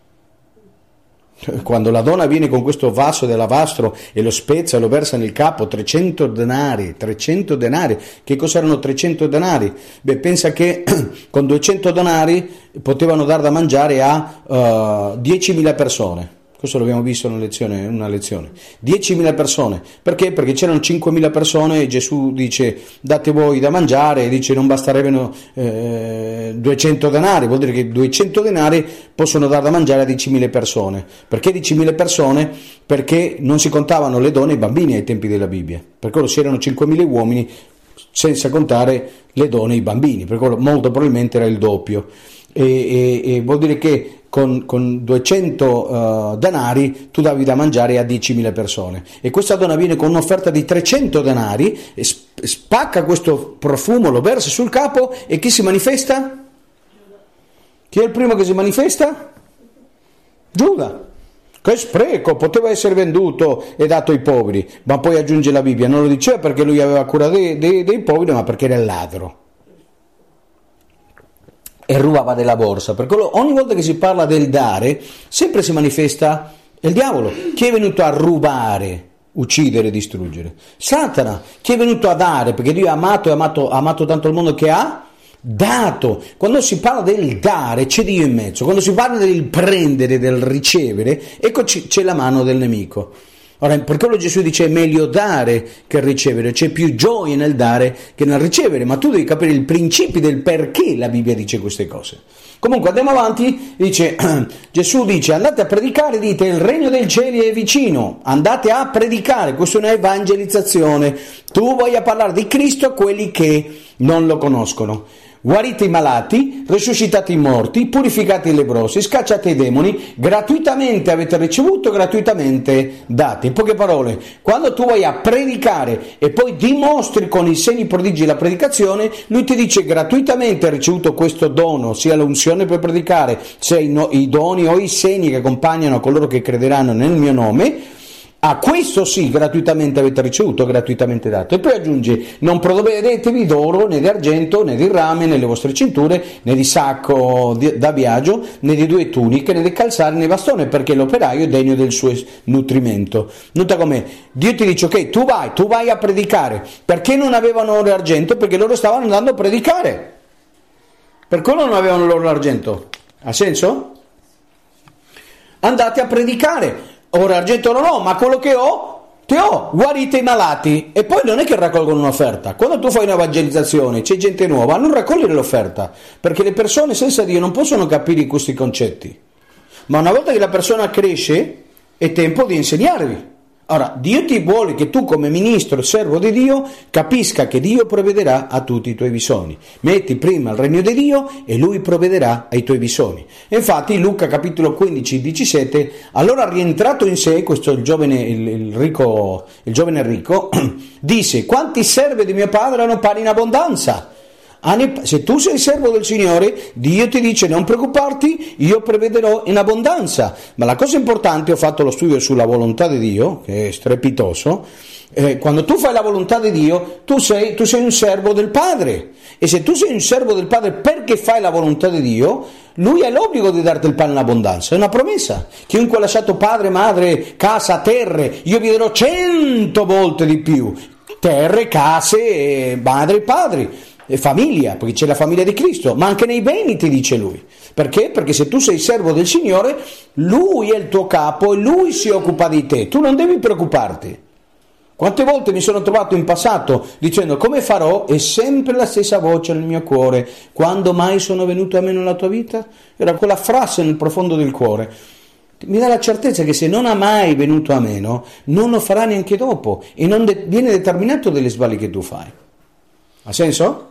Quando la donna viene con questo vaso dell'alabastro e lo spezza e lo versa nel capo, trecento denari, trecento denari, che cos'erano trecento denari? Beh, pensa che con duecento denari potevano dar da mangiare a uh, diecimila persone. Questo l'abbiamo visto in una lezione, una lezione. diecimila persone. Perché? Perché c'erano cinquemila persone e Gesù dice date voi da mangiare, e dice non basterebbero eh, duecento denari, vuol dire che duecento denari possono dar da mangiare a diecimila persone. Perché diecimila persone? Perché non si contavano le donne e i bambini ai tempi della Bibbia. Per quello c'erano cinquemila uomini, senza contare le donne e i bambini, per quello molto probabilmente era il doppio. E, e, e vuol dire che con, con duecento uh, denari tu davi da mangiare a diecimila persone, e questa donna viene con un'offerta di trecento denari, e spacca questo profumo, lo versa sul capo, e chi si manifesta? Chi è il primo che si manifesta? Giuda. Che spreco, poteva essere venduto e dato ai poveri, ma poi aggiunge la Bibbia, non lo diceva perché lui aveva cura dei, dei, dei poveri, ma perché era il ladro e rubava della borsa. Per quello ogni volta che si parla del dare sempre si manifesta il diavolo. Chi è venuto a rubare, uccidere, distruggere? Satana. Chi è venuto a dare, perché Dio ha amato e amato, ha amato tanto il mondo che ha dato. Quando si parla del dare c'è Dio in mezzo, quando si parla del prendere, del ricevere, ecco c'è la mano del nemico. Ora, per quello Gesù dice è meglio dare che ricevere, c'è più gioia nel dare che nel ricevere, ma tu devi capire il principio del perché la Bibbia dice queste cose. Comunque andiamo avanti, dice, Gesù dice andate a predicare, dite il regno del cielo è vicino, andate a predicare, questa è una evangelizzazione, tu vuoi parlare di Cristo a quelli che non lo conoscono. Guarite i malati, risuscitate i morti, purificate i leprosi, scacciate i demoni, gratuitamente avete ricevuto, gratuitamente date. In poche parole, quando tu vai a predicare e poi dimostri con i segni prodigi la predicazione, lui ti dice gratuitamente hai ricevuto questo dono, sia l'unzione per predicare, sia i, no, i doni o i segni che accompagnano coloro che crederanno nel mio nome. A questo sì, gratuitamente avete ricevuto, gratuitamente dato. E poi aggiunge, non provvedetevi d'oro, né di argento, né di rame, nelle vostre cinture, né di sacco di, da viaggio, né di due tuniche, né di calzare, né bastone, perché l'operaio è degno del suo nutrimento. Nota com'è, Dio ti dice, ok, tu vai, tu vai a predicare. Perché non avevano oro e argento? Perché loro stavano andando a predicare. Per quello non avevano l'oro e argento. Ha senso? Andate a predicare. Ora argento non ho, ma quello che ho, te ho, guarite i malati. E poi non è che raccolgono un'offerta. Quando tu fai un'evangelizzazione, c'è gente nuova, non raccogliere l'offerta, perché le persone senza Dio non possono capire questi concetti. Ma una volta che la persona cresce, è tempo di insegnarvi. Ora, Dio ti vuole che tu come ministro, servo di Dio, capisca che Dio provvederà a tutti i tuoi bisogni. Metti prima il regno di Dio e Lui provvederà ai tuoi bisogni. E infatti Luca capitolo quindici, diciassette, allora rientrato in sé, questo il giovane, il, il ricco, il giovane ricco, disse, quanti servi di mio padre hanno pane in abbondanza? Se tu sei servo del Signore, Dio ti dice non preoccuparti, io prevederò in abbondanza. Ma la cosa importante, ho fatto lo studio sulla volontà di Dio, che è strepitoso, eh, quando tu fai la volontà di Dio, tu sei, tu sei un servo del Padre. E se tu sei un servo del Padre perché fai la volontà di Dio, Lui ha l'obbligo di darti il pane in abbondanza, è una promessa. Chiunque ha lasciato padre, madre, casa, terre, io vi darò cento volte di più. Terre, case, madre e padri. E famiglia, perché c'è la famiglia di Cristo, ma anche nei beni ti dice Lui. Perché? Perché se tu sei servo del Signore, Lui è il tuo capo e Lui si occupa di te, tu non devi preoccuparti. Quante volte mi sono trovato in passato dicendo come farò, è sempre la stessa voce nel mio cuore, quando mai sono venuto a meno nella tua vita? Era quella frase nel profondo del cuore. Mi dà la certezza che se non ha mai venuto a meno, non lo farà neanche dopo e non de- viene determinato dagli sbagli che tu fai. Ha senso?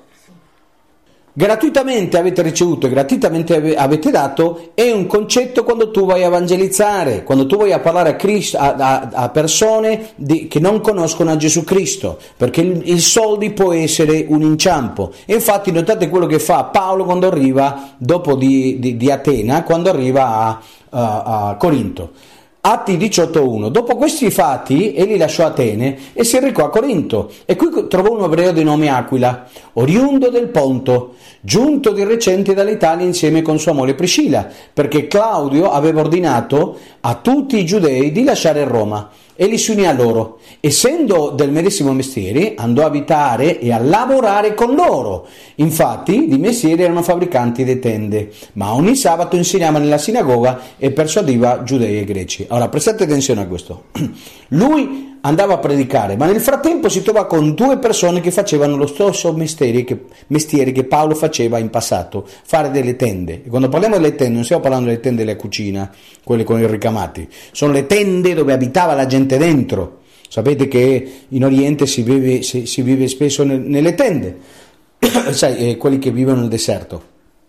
Gratuitamente avete ricevuto e gratuitamente avete dato è un concetto quando tu vai a evangelizzare, quando tu vai a parlare a, Cristo, a, a, a persone di, che non conoscono a Gesù Cristo, perché il, il soldi può essere un inciampo. E infatti notate quello che fa Paolo quando arriva dopo di, di, di Atena, quando arriva a, a, a Corinto. Atti diciotto uno. Dopo questi fatti egli lasciò Atene e si recò a Corinto, e qui trovò un ebreo di nome Aquila, oriundo del Ponto, giunto di recente dall'Italia insieme con sua moglie Priscilla, perché Claudio aveva ordinato a tutti i giudei di lasciare Roma. Egli si unì a loro, essendo del medesimo mestiere, andò a abitare e a lavorare con loro. Infatti di mestiere erano fabbricanti di tende, ma ogni sabato insegnava nella sinagoga e persuadeva giudei e greci. Ora prestate attenzione a questo. Lui andava a predicare, ma nel frattempo si trovò con due persone che facevano lo stesso mestiere che, mestiere che Paolo faceva in passato, fare delle tende. E quando parliamo delle tende non stiamo parlando delle tende della cucina, quelle con i ricamati, sono le tende dove abitava la gente dentro. Sapete che in Oriente si vive, si, si vive spesso nel, nelle tende, sai, eh, quelli che vivono nel deserto.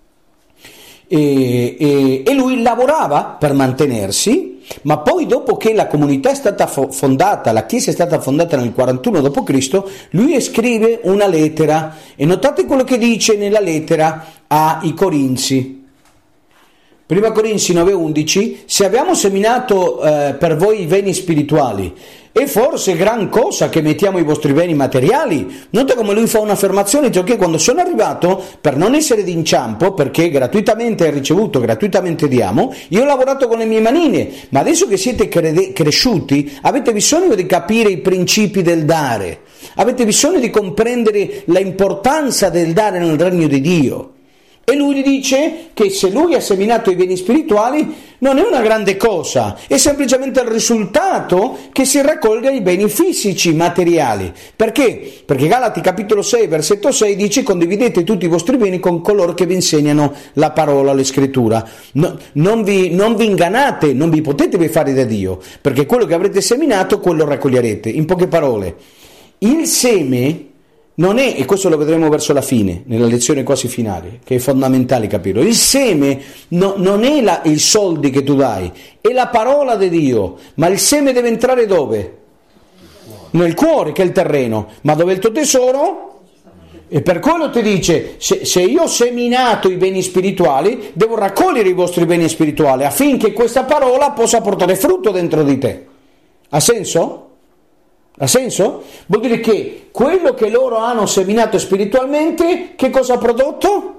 E, e, e lui lavorava per mantenersi, ma poi dopo che la comunità è stata fondata, la chiesa è stata fondata nel quarantuno dopo Cristo, lui scrive una lettera, e notate quello che dice nella lettera ai Corinzi. Prima Corinzi nove undici, se abbiamo seminato eh, per voi i beni spirituali, è forse gran cosa che mettiamo i vostri beni materiali. Nota come lui fa un'affermazione, cioè che quando sono arrivato, per non essere d'inciampo, perché gratuitamente hai ricevuto, gratuitamente diamo, io ho lavorato con le mie manine, ma adesso che siete crede- cresciuti, avete bisogno di capire i principi del dare, avete bisogno di comprendere l'importanza del dare nel regno di Dio. E lui gli dice che se lui ha seminato i beni spirituali non è una grande cosa, è semplicemente il risultato che si raccoglie ai beni fisici, materiali. Perché? Perché Galati capitolo sei, versetto sei dice: condividete tutti i vostri beni con coloro che vi insegnano la parola, la scrittura. No, non, vi, non vi ingannate, non vi potete fare da Dio, perché quello che avrete seminato, quello raccoglierete. In poche parole, il seme non è, e questo lo vedremo verso la fine, nella lezione quasi finale, che è fondamentale capirlo, il seme no, non è la, i soldi che tu dai, è la parola di Dio, ma il seme deve entrare dove? Nel cuore, che è il terreno, ma dove è il tuo tesoro? E per quello ti dice, se, se io ho seminato i beni spirituali, devo raccogliere i vostri beni spirituali, affinché questa parola possa portare frutto dentro di te. Ha senso? Ha senso? Vuol dire che quello che loro hanno seminato spiritualmente, che cosa ha prodotto?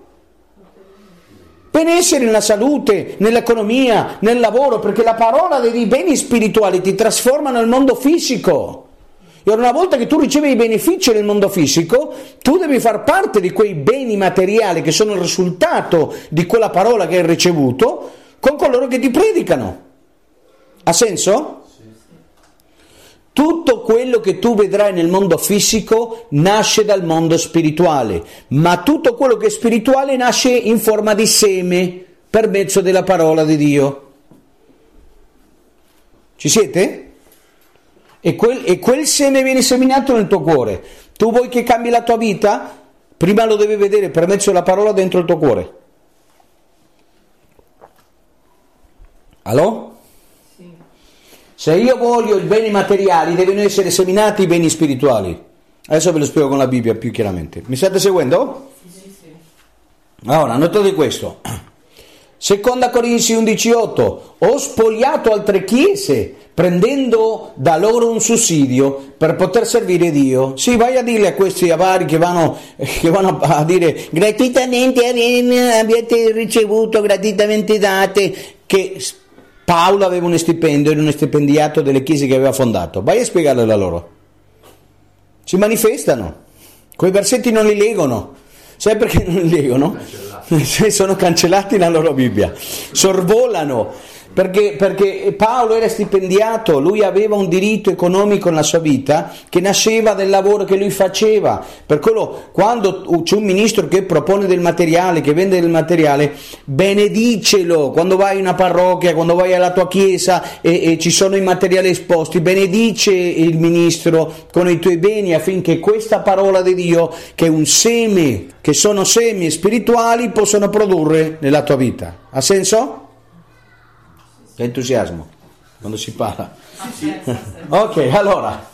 Benessere nella salute, nell'economia, nel lavoro, perché la parola dei beni spirituali ti trasforma nel mondo fisico. E una volta che tu ricevi i benefici nel mondo fisico, tu devi far parte di quei beni materiali che sono il risultato di quella parola che hai ricevuto con coloro che ti predicano. Ha senso? Tutto quello che tu vedrai nel mondo fisico nasce dal mondo spirituale, ma tutto quello che è spirituale nasce in forma di seme per mezzo della parola di Dio. Ci siete? E quel, e quel seme viene seminato nel tuo cuore. Tu vuoi che cambi la tua vita? Prima lo devi vedere per mezzo della parola dentro il tuo cuore. Allo? Se io voglio i beni materiali, devono essere seminati i beni spirituali. Adesso ve lo spiego con la Bibbia più chiaramente. Mi state seguendo? Sì, sì. Ora, notate questo. Seconda Corinzi undici otto. Ho spogliato altre chiese prendendo da loro un sussidio per poter servire Dio. Sì, vai a dirle a questi avari che vanno, che vanno a dire gratuitamente avete ricevuto, gratuitamente date, che Paolo aveva uno stipendio, era uno stipendiato delle chiese che aveva fondato. Vai a spiegarle a loro. Si manifestano, quei versetti non li leggono. Sai perché non li leggono? Sono cancellati nella loro Bibbia, sorvolano. Perché, perché Paolo era stipendiato, lui aveva un diritto economico nella sua vita che nasceva del lavoro che lui faceva. Per quello, quando c'è un ministro che propone del materiale, che vende del materiale, benedicelo. Quando vai in una parrocchia, quando vai alla tua chiesa e, e ci sono i materiali esposti, benedice il ministro con i tuoi beni affinché questa parola di Dio, che è un seme, che sono semi spirituali, possano produrre nella tua vita. Ha senso? Che entusiasmo quando si parla. Ok, allora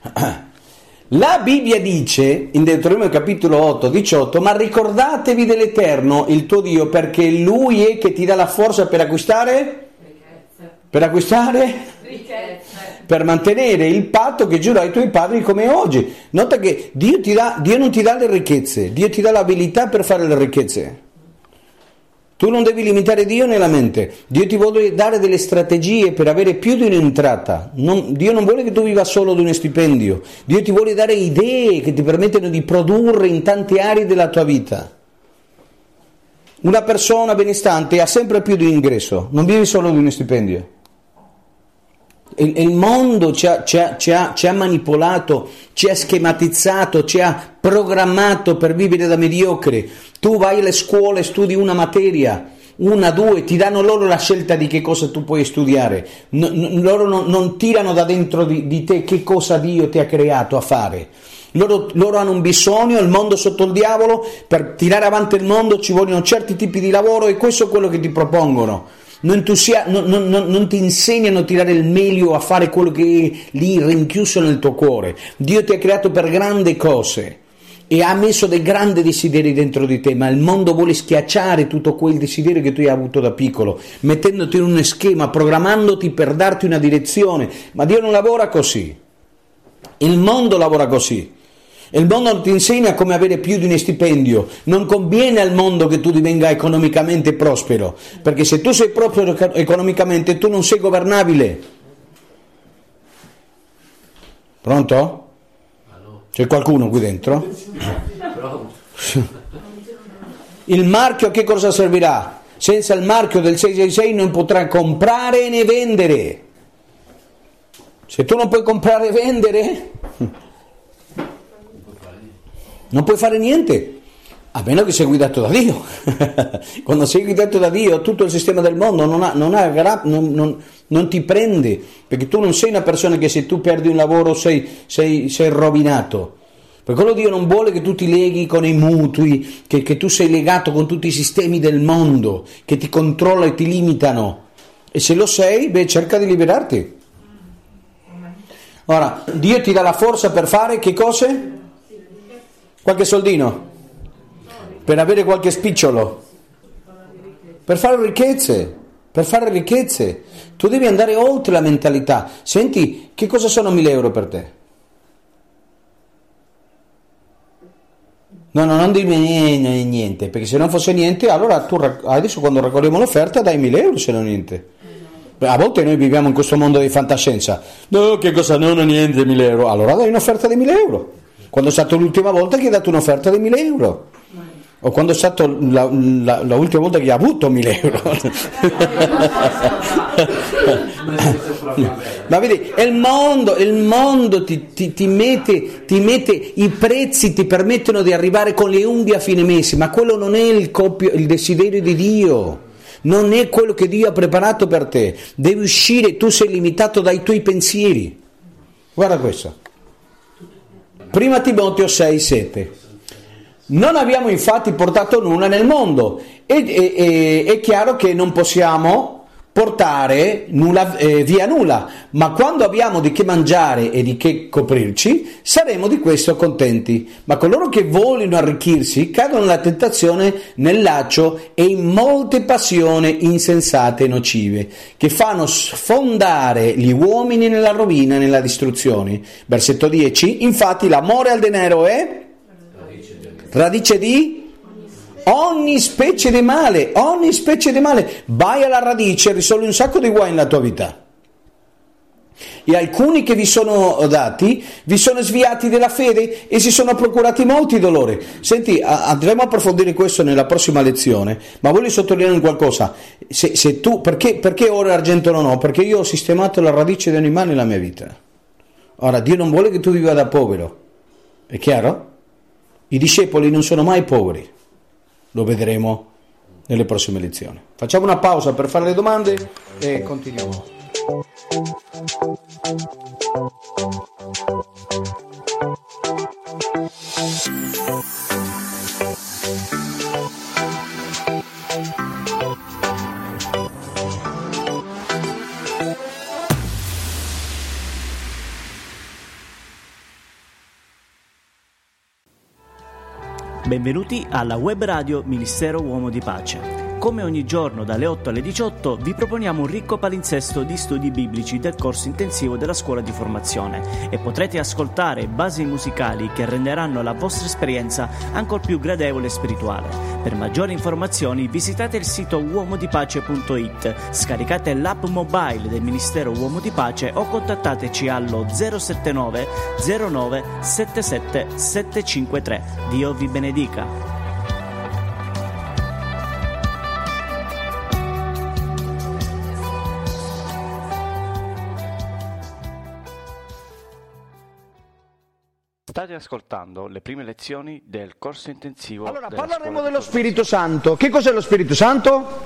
la Bibbia dice in Deuteronomio capitolo otto diciotto: ma ricordatevi dell'Eterno il tuo Dio, perché Lui è che ti dà la forza per acquistare ricchezze. Per acquistare ricchezze, per mantenere il patto che giurò ai tuoi padri come oggi. Nota che Dio ti dà, Dio non ti dà le ricchezze, Dio ti dà l'abilità per fare le ricchezze. Tu non devi limitare Dio nella mente. Dio ti vuole dare delle strategie per avere più di un'entrata. Non, Dio non vuole che tu viva solo di uno stipendio. Dio ti vuole dare idee che ti permettono di produrre in tante aree della tua vita. Una persona benestante ha sempre più di un ingresso, non vive solo di uno stipendio. Il, il mondo ci ha, ci, ha, ci, ha, ci ha manipolato, ci ha schematizzato, ci ha programmato per vivere da mediocre. Tu vai alle scuole, studi una materia, una, due, ti danno loro la scelta di che cosa tu puoi studiare. No, no, loro non, non tirano da dentro di, di te che cosa Dio ti ha creato a fare. Loro, loro hanno un bisogno, il mondo sotto il diavolo, per tirare avanti il mondo ci vogliono certi tipi di lavoro e questo è quello che ti propongono. Non, sia, non, non, non ti insegnano a tirare il meglio, a fare quello che è lì rinchiuso nel tuo cuore. Dio ti ha creato per grandi cose e ha messo dei grandi desideri dentro di te, ma il mondo vuole schiacciare tutto quel desiderio che tu hai avuto da piccolo, mettendoti in un schema, programmandoti per darti una direzione. Ma Dio non lavora così, il mondo lavora così. Il mondo non ti insegna come avere più di uno stipendio. Non conviene al mondo che tu divenga economicamente prospero, perché se tu sei prospero economicamente tu non sei governabile. Pronto? C'è qualcuno qui dentro? Il marchio a che cosa servirà? Senza il marchio del sei sei sei non potrà comprare né vendere. Se tu non puoi comprare e vendere, non puoi fare niente, a meno che sei guidato da Dio. Quando sei guidato da Dio, tutto il sistema del mondo non, ha, non, ha, non, non, non ti prende, perché tu non sei una persona che se tu perdi un lavoro sei, sei, sei rovinato. Per quello Dio non vuole che tu ti leghi con i mutui, che, che tu sei legato con tutti i sistemi del mondo, che ti controllano e ti limitano. E se lo sei, beh, cerca di liberarti. Ora, Dio ti dà la forza per fare che cose? Qualche soldino, per avere qualche spicciolo, per fare ricchezze, per fare ricchezze. Tu devi andare oltre la mentalità. Senti, che cosa sono mille euro per te? No, no, non dimmi niente, perché se non fosse niente, allora tu adesso quando raccogliamo l'offerta dai mille euro, se non niente. A volte noi viviamo in questo mondo di fantascienza. No, che cosa, non ho niente, mille euro. Allora dai un'offerta di mille euro. Quando è stata l'ultima volta che hai dato un'offerta di mille euro? O quando è stata la, la, la ultima volta che hai avuto mille euro? Ma vedi, il mondo, il mondo ti, ti, ti, mette, ti mette i prezzi, ti permettono di arrivare con le unghie a fine mese, ma quello non è il, copio, il desiderio di Dio. Non è quello che Dio ha preparato per te. Devi uscire, tu sei limitato dai tuoi pensieri. Guarda questo. Prima Timoteo sei sette. Non abbiamo infatti portato nulla nel mondo. E, e, e, è chiaro che non possiamo portare nulla, eh, via nulla, ma quando abbiamo di che mangiare e di che coprirci, saremo di questo contenti. Ma coloro che vogliono arricchirsi cadono nella tentazione, nel laccio e in molte passioni insensate e nocive, che fanno sfondare gli uomini nella rovina e nella distruzione. Versetto dieci, infatti l'amore al denaro è radice di ogni specie di male, ogni specie di male. Vai alla radice e risolvi un sacco di guai nella tua vita. E alcuni che vi sono dati vi sono sviati della fede e si sono procurati molti dolori. Senti, andremo a approfondire questo nella prossima lezione, ma voglio sottolineare qualcosa. Se, se tu, perché, perché oro e argento non ho? Perché io ho sistemato la radice di ogni male nella mia vita. Ora, Dio non vuole che tu viva da povero, è chiaro? I discepoli non sono mai poveri. Lo vedremo nelle prossime lezioni. Facciamo una pausa per fare le domande e continuiamo. Benvenuti alla web radio Ministero Uomo di Pace. Come ogni giorno dalle otto alle diciotto vi proponiamo un ricco palinsesto di studi biblici del corso intensivo della scuola di formazione e potrete ascoltare basi musicali che renderanno la vostra esperienza ancor più gradevole e spirituale. Per maggiori informazioni visitate il sito uomodipace punto it, scaricate l'app mobile del Ministero Uomo di Pace o contattateci allo zero sette nove zero nove sette sette sette cinque tre. Dio vi benedica. State ascoltando le prime lezioni del corso intensivo. Allora, della parleremo scuola dello di Spirito Santo. Che cos'è lo Spirito Santo?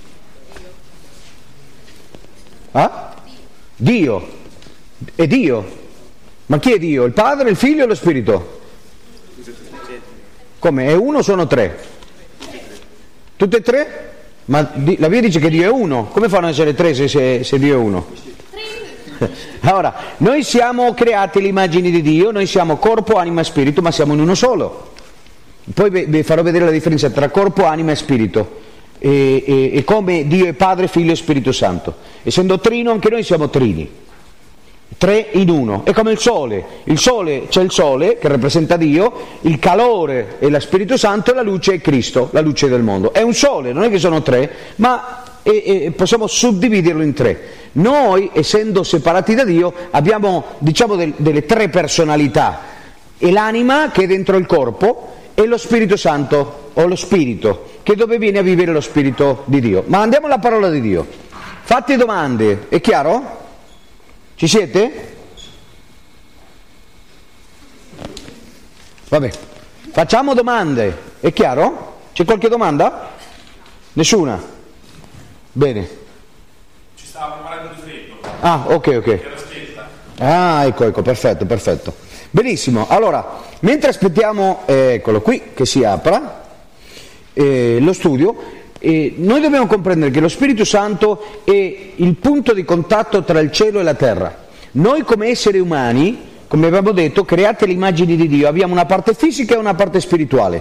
Ah? Dio. È Dio. Ma chi è Dio? Il Padre, il Figlio e lo Spirito? Come? È uno o sono tre? Tutte e tre? Ma la Bibbia dice che Dio è uno. Come fanno ad essere tre se, se, se Dio è uno? Allora, noi siamo creati l'immagine di Dio, noi siamo corpo, anima e spirito, ma siamo in uno solo. Poi vi farò vedere la differenza tra corpo, anima e spirito, e, e, e come Dio è Padre, Figlio e Spirito Santo. Essendo trino, anche noi siamo trini, tre in uno. È come il sole, il sole c'è il sole che rappresenta Dio, il calore è lo Spirito Santo e la luce è Cristo, la luce del mondo. È un sole, non è che sono tre, ma e, e possiamo suddividerlo in tre. Noi, essendo separati da Dio, abbiamo, diciamo, del, delle tre personalità, e l'anima che è dentro il corpo e lo Spirito Santo, o lo Spirito, che è dove viene a vivere lo Spirito di Dio. Ma andiamo alla parola di Dio. Fate domande, è chiaro? Ci siete? Vabbè, facciamo domande, è chiaro? C'è qualche domanda? Nessuna? Bene. Ci stavamo parlando di freddo. Ah, ok, ok. Era spenta. Ah, ecco, ecco, perfetto, perfetto. Benissimo, allora, mentre aspettiamo, eh, eccolo qui, che si apra eh, lo studio, eh, noi dobbiamo comprendere che lo Spirito Santo è il punto di contatto tra il cielo e la terra. Noi come esseri umani, come abbiamo detto, create l'immagine di Dio, abbiamo una parte fisica e una parte spirituale.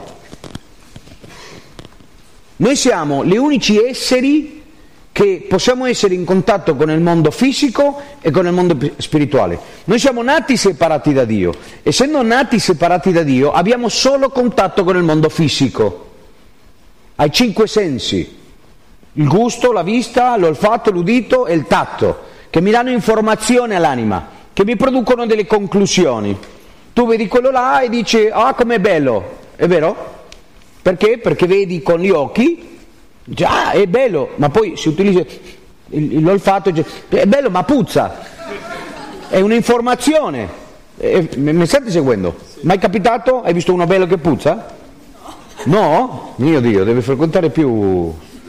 Noi siamo gli unici esseri che possiamo essere in contatto con il mondo fisico e con il mondo spirituale. Noi siamo nati separati da Dio. Essendo nati separati da Dio, abbiamo solo contatto con il mondo fisico. Hai cinque sensi: il gusto, la vista, l'olfatto, l'udito e il tatto, che mi danno informazione all'anima, che mi producono delle conclusioni. Tu vedi quello là e dici: ah, com'è bello, è vero? Perché? Perché vedi con gli occhi, dici, ah, è bello, ma poi si utilizza l'olfatto, dice, è bello ma puzza, è un'informazione. E, mi state seguendo? Mai capitato? Hai visto uno bello che puzza? No? Mio Dio, deve frequentare più.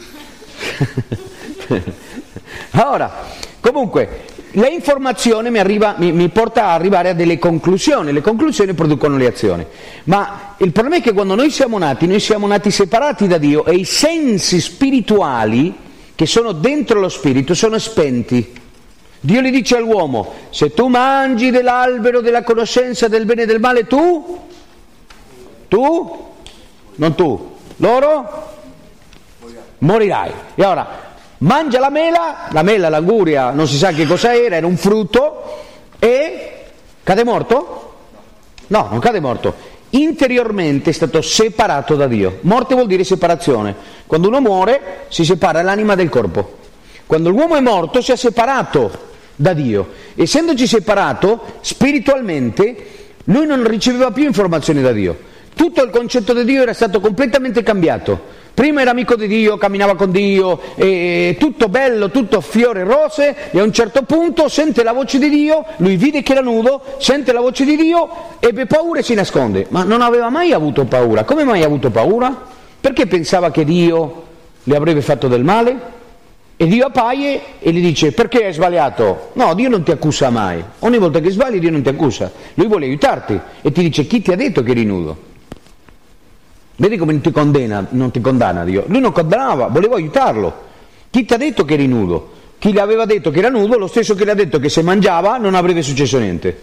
Allora, comunque, l'informazione mi, arriva, mi, mi porta ad arrivare a delle conclusioni, le conclusioni producono le azioni. Ma il problema è che quando noi siamo nati, noi siamo nati separati da Dio e i sensi spirituali che sono dentro lo spirito sono spenti. Dio gli dice all'uomo: se tu mangi dell'albero della conoscenza del bene e del male, tu, tu, non tu, loro, morirai. E ora, mangia la mela, la mela, l'anguria, non si sa che cosa era, era un frutto, e cade morto? No, non cade morto. Interiormente è stato separato da Dio. Morte vuol dire separazione. Quando uno muore si separa l'anima del corpo. Quando l'uomo è morto si è separato da Dio. Essendoci separato spiritualmente, lui non riceveva più informazioni da Dio. Tutto il concetto di Dio era stato completamente cambiato. Prima era amico di Dio, camminava con Dio, e tutto bello, tutto fiore e rose, e a un certo punto sente la voce di Dio, lui vide che era nudo, sente la voce di Dio, ebbe paura e si nasconde. Ma non aveva mai avuto paura. Come mai ha avuto paura? Perché pensava che Dio le avrebbe fatto del male? E Dio appaia e gli dice: perché hai sbagliato? No, Dio non ti accusa mai. Ogni volta che sbagli Dio non ti accusa. Lui vuole aiutarti e ti dice: chi ti ha detto che eri nudo? Vedi come non ti condanna, non ti condanna Dio. Lui non condannava, voleva aiutarlo. Chi ti ha detto che eri nudo? Chi gli aveva detto che era nudo, lo stesso che gli ha detto che se mangiava non avrebbe successo niente.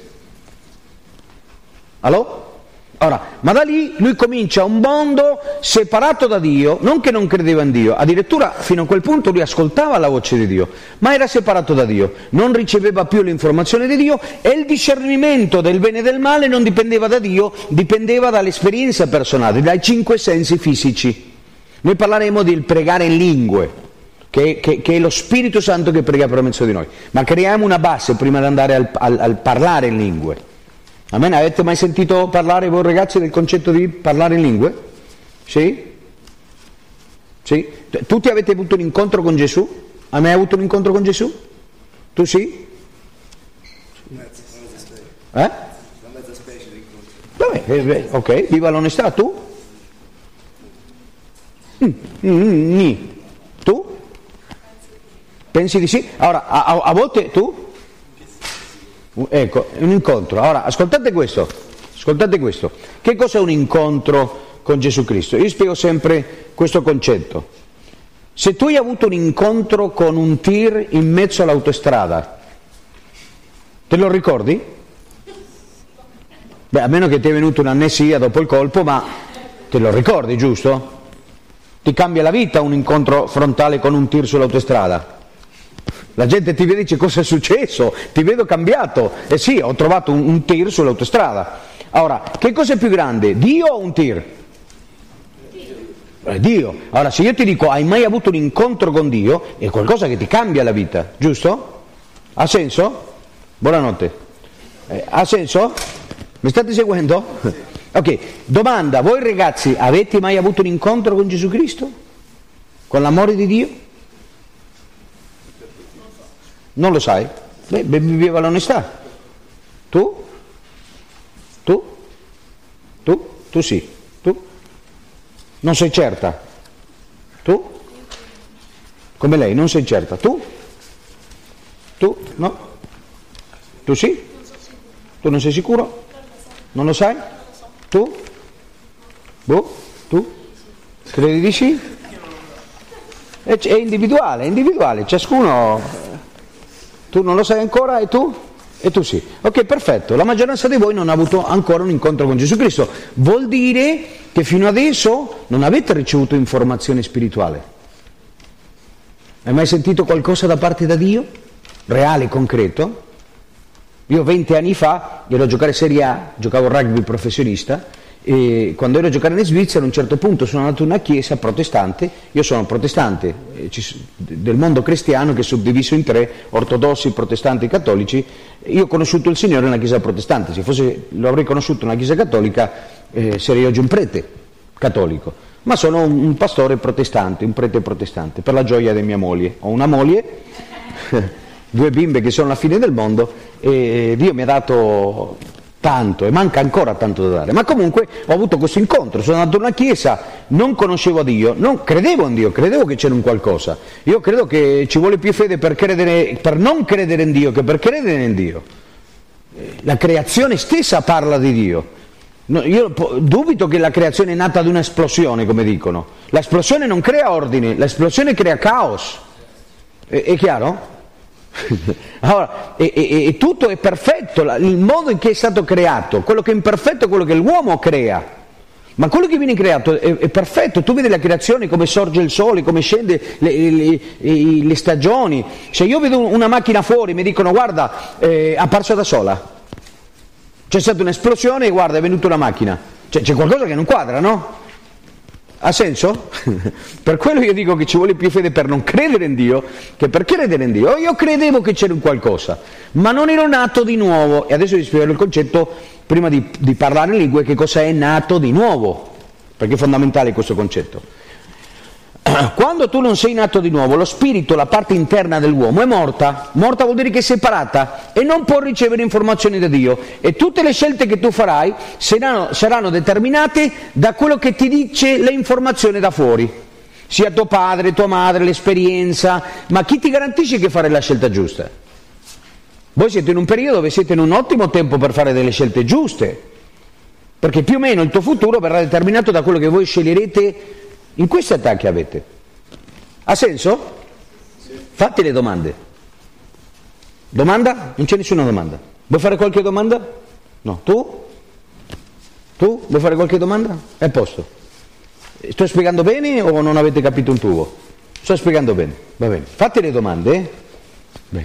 Allora? Ora, ma da lì lui comincia un mondo separato da Dio, non che non credeva in Dio, addirittura fino a quel punto lui ascoltava la voce di Dio, ma era separato da Dio, non riceveva più l'informazione di Dio, e il discernimento del bene e del male non dipendeva da Dio, dipendeva dall'esperienza personale, dai cinque sensi fisici. Noi parleremo del pregare in lingue, che, che, che è lo Spirito Santo che prega per mezzo di noi, ma creiamo una base prima di andare al, al, al parlare in lingue. Amen. Avete mai sentito parlare voi ragazzi del concetto di parlare in lingue? Sì? Sì? Tutti avete avuto un incontro con Gesù? Hai mai avuto un incontro con Gesù? Tu sì? Eh? Vabbè, eh, ok, viva l'onestà, tu? Mm, mm, mm, tu? Pensi di sì? Allora, a, a, a volte tu? Ecco, un incontro. Ora, ascoltate questo, ascoltate questo. Che cos'è un incontro con Gesù Cristo? Io spiego sempre questo concetto. Se tu hai avuto un incontro con un tir in mezzo all'autostrada, te lo ricordi? Beh, a meno che ti è venuto un'amnesia dopo il colpo, ma te lo ricordi, giusto? Ti cambia la vita un incontro frontale con un tir sull'autostrada. La gente ti vede e dice: cosa è successo? Ti vedo cambiato. E eh sì, ho trovato un, un tir sull'autostrada. Ora, che cosa è più grande? Dio o un tir? Eh, Dio. Ora, se io ti dico: hai mai avuto un incontro con Dio? È qualcosa che ti cambia la vita, giusto? Ha senso? Buonanotte. Eh, ha senso? Mi state seguendo? Ok, domanda: voi ragazzi avete mai avuto un incontro con Gesù Cristo? Con l'amore di Dio? Non lo sai? Beh, viveva l'onestà. Tu? Tu? Tu? Tu sì. Tu? Non sei certa? Tu? Come lei, non sei certa. Tu? Tu? No? Tu sì? Tu non sei sicuro? Non lo sai? Tu? Boh? Tu? Credi di sì? È, è individuale, è individuale, ciascuno... Tu non lo sai ancora e tu? E tu sì. Ok, perfetto. La maggioranza di voi non ha avuto ancora un incontro con Gesù Cristo. Vuol dire che fino adesso non avete ricevuto informazione spirituale. Hai mai sentito qualcosa da parte da Dio? Reale, concreto? Io venti anni fa ero a giocare Serie A, giocavo rugby professionista, e quando ero a giocare in Svizzera a un certo punto sono andato in una chiesa protestante. Io sono protestante eh, del mondo cristiano che è suddiviso in tre: ortodossi, protestanti e cattolici. Io ho conosciuto il Signore nella chiesa protestante. Se fosse, lo avrei conosciuto nella chiesa cattolica, eh, sarei oggi un prete cattolico, ma sono un, un pastore protestante, un prete protestante, per la gioia di mia moglie. Ho una moglie due bimbe che sono la fine del mondo, e Dio mi ha dato tanto e manca ancora tanto da dare. Ma comunque ho avuto questo incontro, sono andato in una chiesa, non conoscevo Dio, non credevo in Dio, credevo che c'era un qualcosa. Io credo che ci vuole più fede per, credere, per non credere in Dio che per credere in Dio. La creazione stessa parla di Dio. No, io dubito che la creazione è nata da un'esplosione, come dicono. L'esplosione non crea ordine, l'esplosione crea caos. È, è chiaro? Allora, e, e, e tutto è perfetto, il modo in cui è stato creato, quello che è imperfetto è quello che l'uomo crea. Ma quello che viene creato è, è perfetto, tu vedi la creazione, come sorge il sole, come scende le, le, le, le stagioni. Se io vedo una macchina fuori mi dicono guarda, è apparsa da sola, c'è stata un'esplosione e guarda è venuta una macchina, cioè, c'è qualcosa che non quadra, no? Ha senso? Per quello io dico che ci vuole più fede per non credere in Dio che per credere in Dio. Io credevo che c'era un qualcosa, ma non ero nato di nuovo. E adesso vi spiego il concetto, prima di, di parlare in lingue, che cosa è nato di nuovo, perché è fondamentale questo concetto. Quando tu non sei nato di nuovo, lo spirito, la parte interna dell'uomo è morta. Morta vuol dire che è separata e non può ricevere informazioni da Dio, e tutte le scelte che tu farai saranno, saranno determinate da quello che ti dice le informazioni da fuori, sia tuo padre, tua madre, l'esperienza. Ma chi ti garantisce che farai la scelta giusta? Voi siete in un periodo dove siete in un ottimo tempo per fare delle scelte giuste, perché più o meno il tuo futuro verrà determinato da quello che voi sceglierete in questi attacchi che avete. Ha senso? Sì. Fatti le domande. Domanda? Non c'è nessuna domanda. Vuoi fare qualche domanda? No. Tu? Tu? Vuoi fare qualche domanda? È a posto. Sto spiegando bene o non avete capito un tubo? Sto spiegando bene. Va bene. Fatti le domande. Eh? Bene.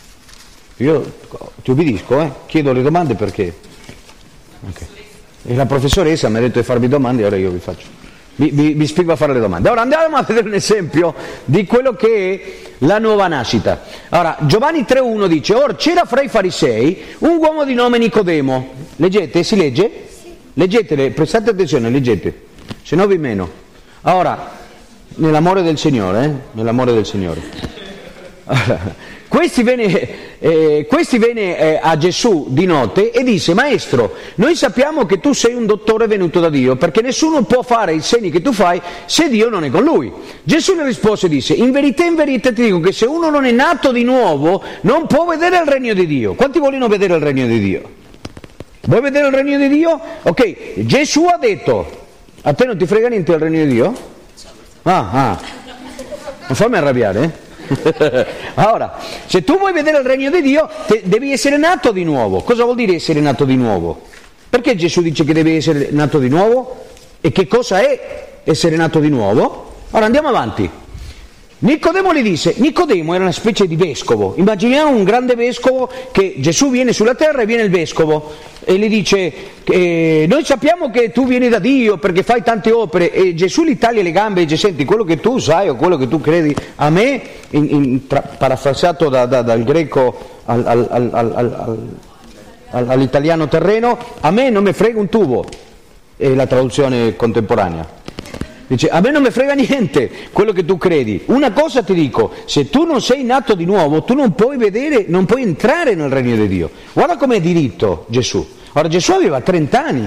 Io ti obbedisco, eh? Chiedo le domande perché... Okay. E la professoressa mi ha detto di farvi domande e ora io vi faccio. Vi, vi, vi spiego a fare le domande. Ora andiamo a vedere un esempio di quello che è la nuova nascita. Allora, Giovanni tre uno dice: or c'era fra i farisei un uomo di nome Nicodemo. Leggete? Si legge? Sì. Leggetele, prestate attenzione, leggete, se no vi meno. Ora, nell'amore del Signore, eh? Nell'amore del Signore. Allora, Questi venne, eh, questi venne eh, a Gesù di notte e disse: Maestro, noi sappiamo che tu sei un dottore venuto da Dio, perché nessuno può fare i segni che tu fai se Dio non è con lui. Gesù le rispose e disse: in verità, in verità ti dico che se uno non è nato di nuovo non può vedere il regno di Dio. Quanti vogliono vedere il regno di Dio? Vuoi vedere il regno di Dio? Ok, Gesù ha detto: a te non ti frega niente il regno di Dio? Ah, ah, non fammi arrabbiare, eh? Ora, se tu vuoi vedere il regno di Dio, te, devi essere nato di nuovo. Cosa vuol dire essere nato di nuovo? Perché Gesù dice che devi essere nato di nuovo? E che cosa è essere nato di nuovo? Ora andiamo avanti. Nicodemo gli disse, Nicodemo era una specie di vescovo, immaginiamo un grande vescovo che Gesù viene sulla terra e viene il vescovo e gli dice eh, noi sappiamo che tu vieni da Dio perché fai tante opere, e Gesù gli taglia le gambe e dice: senti, quello che tu sai o quello che tu credi a me, in, in, tra, parafrasato da, da, dal greco al, al, al, al, al, all'italiano terreno, a me non mi frega un tubo, è la traduzione contemporanea. Dice: a me non mi frega niente quello che tu credi. Una cosa ti dico, se tu non sei nato di nuovo, tu non puoi vedere, non puoi entrare nel regno di Dio. Guarda com'è diritto Gesù. Ora, Gesù aveva trenta anni.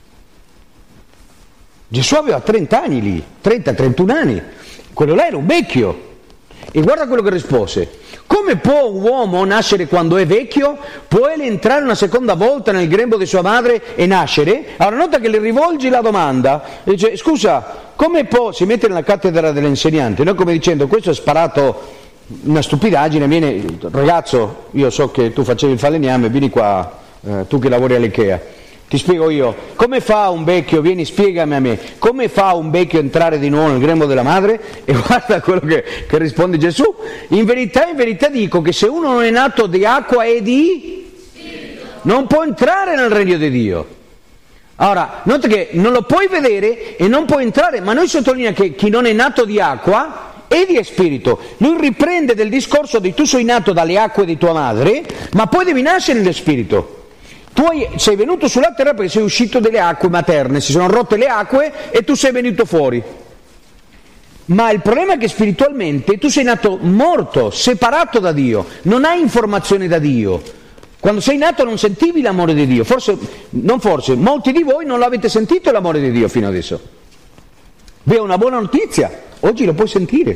Gesù aveva trenta anni lì, trenta trentuno anni. Quello là era un vecchio. E guarda quello che rispose: come può un uomo nascere quando è vecchio? Può egli entrare una seconda volta nel grembo di sua madre e nascere? Allora nota che le rivolgi la domanda, dice: scusa, come può, si mette nella cattedra dell'insegnante, no? Come dicendo: questo ha sparato una stupidaggine, viene, ragazzo, io so che tu facevi il falegname, vieni qua, eh, tu che lavori all'Ikea. Ti spiego io, come fa un vecchio, vieni spiegami a me, come fa un vecchio a entrare di nuovo nel grembo della madre? E guarda quello che, che risponde Gesù: in verità, in verità dico che se uno non è nato di acqua e di... non può entrare nel regno di Dio. Ora, nota che non lo puoi vedere e non puoi entrare, ma noi sottolineiamo che chi non è nato di acqua e di spirito. Lui riprende del discorso di tu sei nato dalle acque di tua madre, ma poi devi nascere nello spirito. Tu sei venuto sulla terra perché sei uscito dalle acque materne, si sono rotte le acque e tu sei venuto fuori. Ma il problema è che spiritualmente tu sei nato morto, separato da Dio, non hai informazioni da Dio. Quando sei nato non sentivi l'amore di Dio, forse, non forse, molti di voi non l'avete sentito l'amore di Dio fino adesso. Vi è una buona notizia, oggi lo puoi sentire.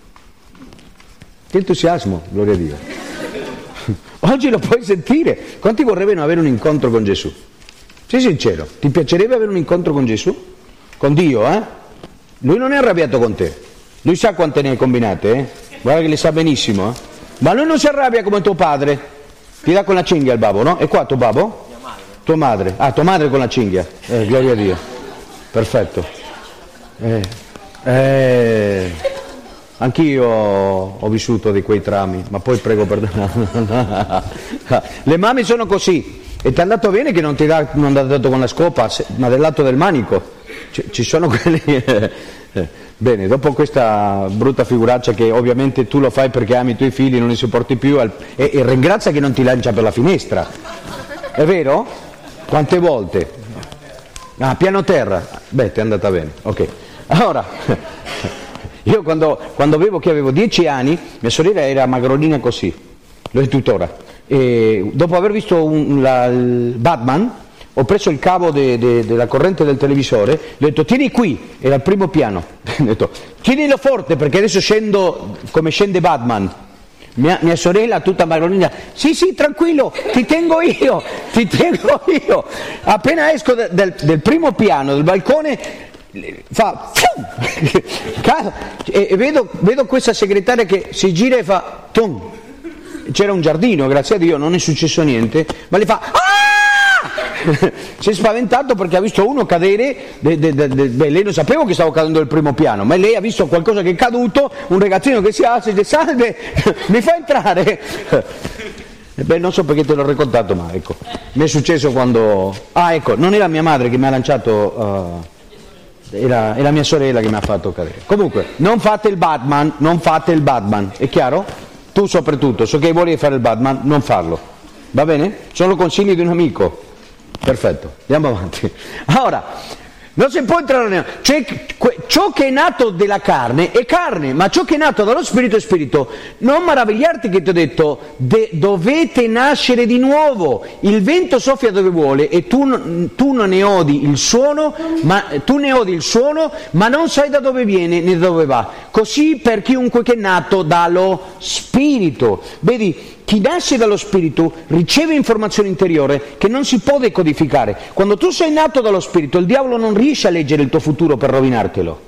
Che entusiasmo, gloria a Dio. Oggi lo puoi sentire. Quanti vorrebbero avere un incontro con Gesù? Sii sincero, ti piacerebbe avere un incontro con Gesù? Con Dio, eh? Lui non è arrabbiato con te. Lui sa quante ne hai combinate, eh? Guarda che le sa benissimo, eh. Ma lui non si arrabbia come tuo padre. Ti dà con la cinghia il babbo, no? È qua tuo babbo? Mia madre. Tua madre. Ah, tua madre con la cinghia. Eh, gloria a Dio. Perfetto. Eh, eh, anch'io ho vissuto di quei trami, ma poi prego perdono. Le mamme sono così. E ti è andato bene che non ti dà, non ti ha dato con la scopa, ma del lato del manico. Ci, ci sono quelli... Bene, dopo questa brutta figuraccia che ovviamente tu lo fai perché ami i tuoi figli, non li sopporti più, e, e ringrazia che non ti lancia per la finestra. È vero? Quante volte? Ah, piano terra. Beh, ti è andata bene. Ok. Allora, io quando, quando avevo, che avevo dieci anni, mia sorella era magrolina così, lo è tuttora. E dopo aver visto un, la, il Batman, ho preso il cavo de, de, della corrente del televisore, gli ho detto tieni qui, era il primo piano, ho detto tienilo forte perché adesso scendo come scende Batman. Mia, mia sorella tutta magrolina, sì sì tranquillo, ti tengo io, ti tengo io. Appena esco de, del, del primo piano del balcone fa e vedo, vedo questa segretaria che si gira e fa tum. C'era un giardino, grazie a Dio non è successo niente, ma le fa ah! Si è spaventato perché ha visto uno cadere, de, de, de, de, beh, lei non sapeva che stavo cadendo dal primo piano, ma lei ha visto qualcosa che è caduto, un ragazzino che si alza e dice salve, mi fa entrare? E beh, non so perché te l'ho raccontato, ma ecco, mi è successo quando... Ah ecco, non era mia madre che mi ha lanciato, uh, era, era mia sorella che mi ha fatto cadere. Comunque, non fate il Batman, non fate il Batman, è chiaro? Tu soprattutto, so che vuoi fare il Batman, non farlo, va bene? Sono consigli di un amico. Perfetto, andiamo avanti. Ora, non si può entrare nel... Cioè, ciò che è nato della carne è carne, ma ciò che è nato dallo spirito è spirito. Non maravigliarti che ti ho detto, de- dovete nascere di nuovo. Il vento soffia dove vuole e tu, tu non ne odi il suono, ma tu ne odi il suono, ma non sai da dove viene né da dove va. Così per chiunque che è nato dallo spirito. Vedi, chi nasce dallo spirito riceve informazione interiore che non si può decodificare. Quando tu sei nato dallo spirito, il diavolo non riesce a leggere il tuo futuro per rovinartelo.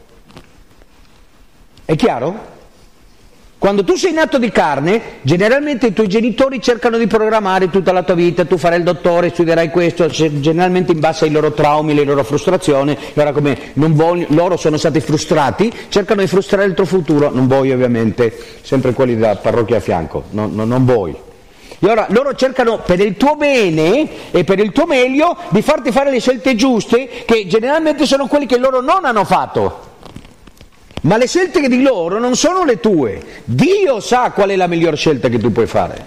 È chiaro? Quando tu sei nato di carne, generalmente i tuoi genitori cercano di programmare tutta la tua vita, tu farai il dottore, studierai questo, generalmente in base ai loro traumi, alle loro frustrazioni, e ora come non voglio, loro sono stati frustrati, cercano di frustrare il tuo futuro, non voi ovviamente, sempre quelli della parrocchia a fianco, no, no, non voi. E ora loro cercano per il tuo bene e per il tuo meglio di farti fare le scelte giuste, che generalmente sono quelle che loro non hanno fatto. Ma le scelte di loro non sono le tue. Dio sa qual è la miglior scelta che tu puoi fare.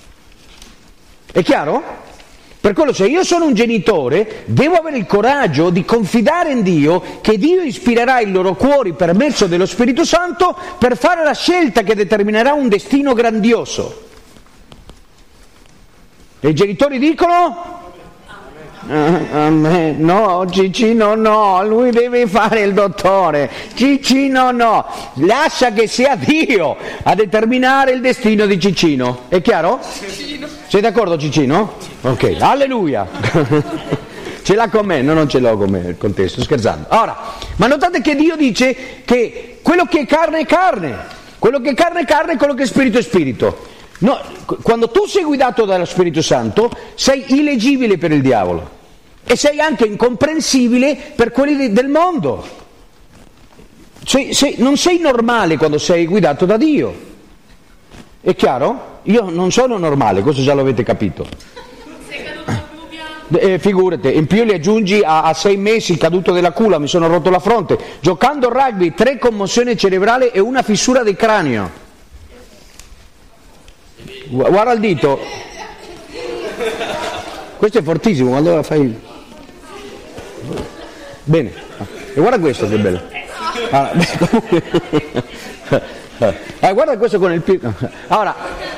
È chiaro? Per quello, se io sono un genitore, devo avere il coraggio di confidare in Dio, che Dio ispirerà i loro cuori per mezzo dello Spirito Santo per fare la scelta che determinerà un destino grandioso. E i genitori dicono... Uh, no, Cicino no, lui deve fare il dottore, Cicino no, lascia che sia Dio a determinare il destino di Cicino, è chiaro? Cicino. Sei d'accordo Cicino? Ok, alleluia. Ce l'ha con me? No, non ce l'ho con me, con te, sto scherzando. Ora, ma notate che Dio dice che quello che è carne è carne, quello che è carne è carne e quello che è spirito è spirito. No, quando tu sei guidato dallo Spirito Santo sei illeggibile per il diavolo e sei anche incomprensibile per quelli del mondo. Sei, sei, non sei normale quando sei guidato da Dio. È chiaro? Io non sono normale, questo già lo avete capito. Sei caduto più piano. Eh, figurate, in più li aggiungi a, a sei mesi caduto della culla, mi sono rotto la fronte. Giocando a rugby, tre commozioni cerebrali e una fissura del cranio. Guarda il dito, questo è fortissimo quando fai bene, e guarda questo che bello, ah, ah, guarda questo con il piede, ora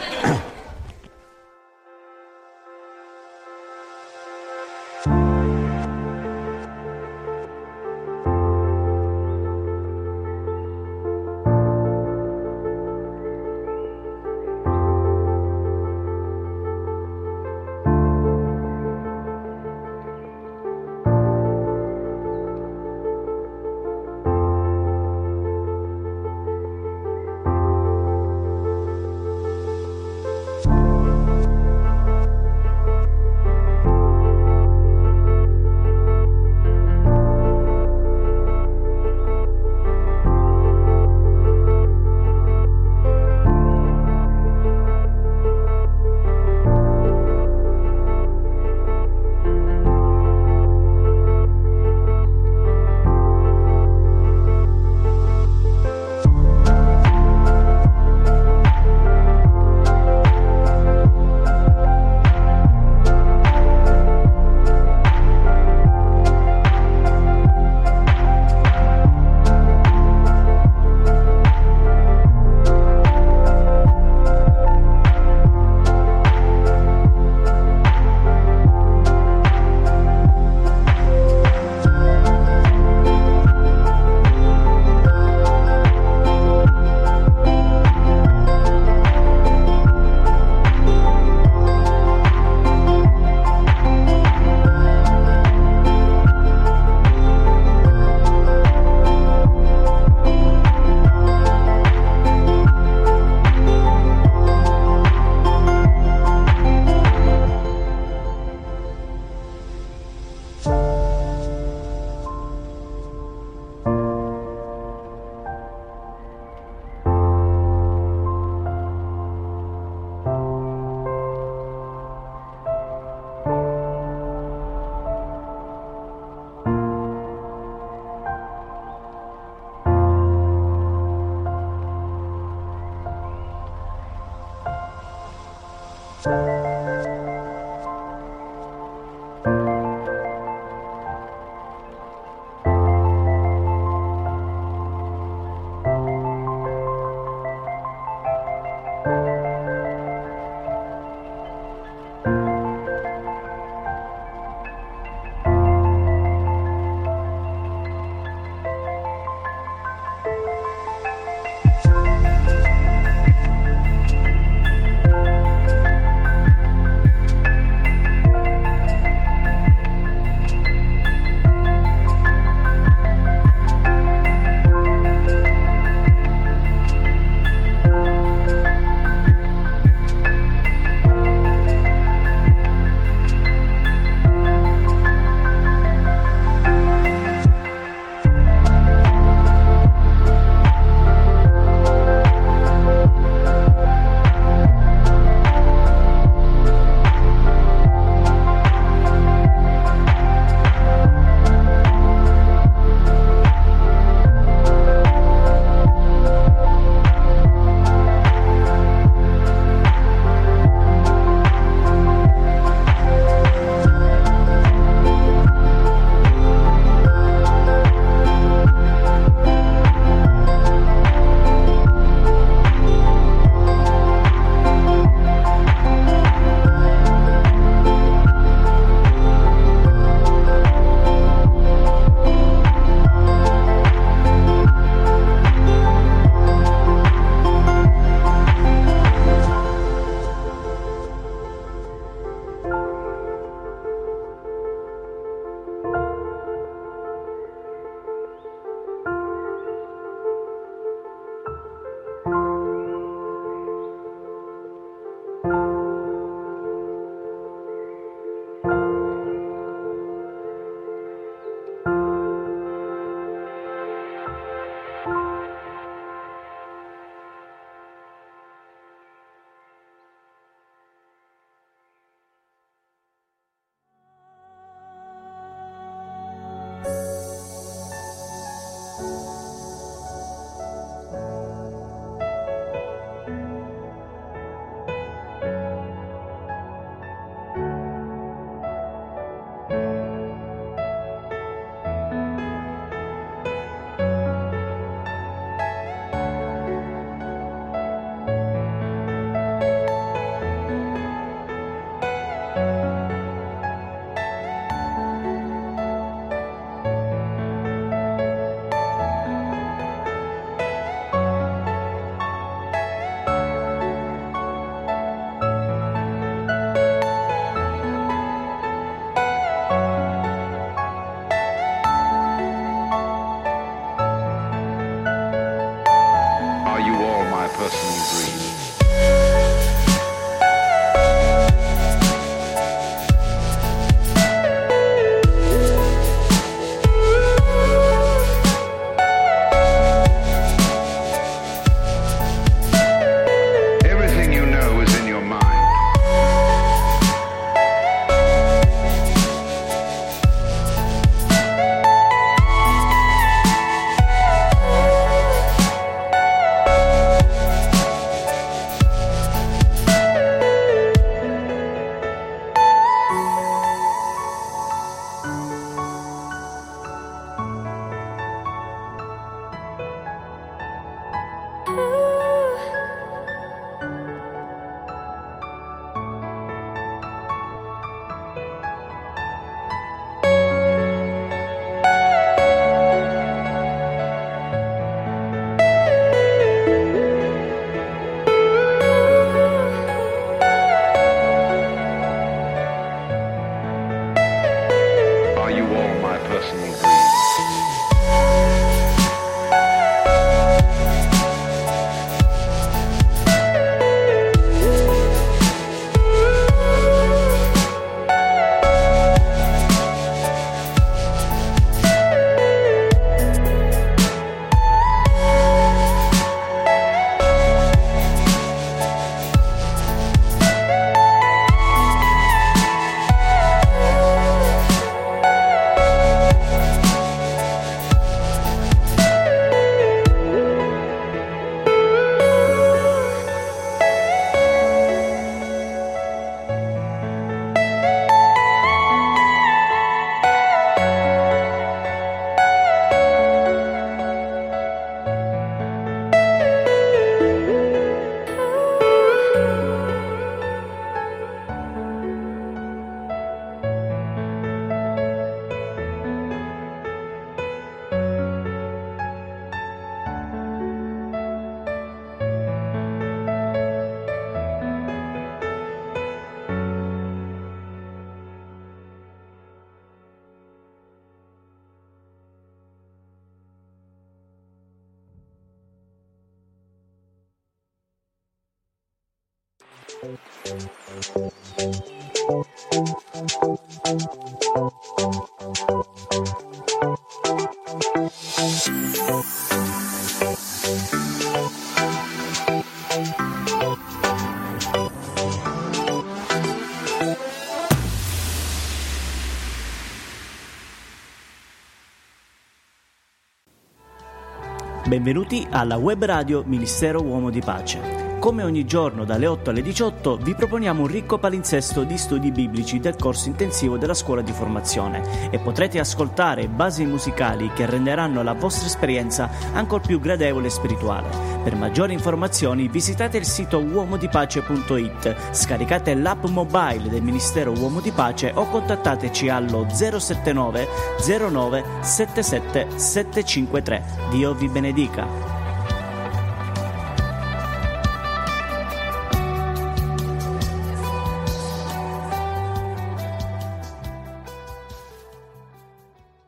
Benvenuti alla web radio Ministero Uomo di Pace. Come ogni giorno dalle otto alle diciotto vi proponiamo un ricco palinsesto di studi biblici del corso intensivo della scuola di formazione e potrete ascoltare basi musicali che renderanno la vostra esperienza ancora più gradevole e spirituale. Per maggiori informazioni visitate il sito uomodipace punto it, scaricate l'app mobile del Ministero Uomo di Pace o contattateci allo zero sette nove zero nove sette sette sette cinque tre. Dio vi benedica.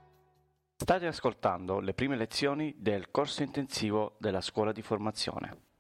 State ascoltando le prime lezioni del corso intensivo della scuola di formazione.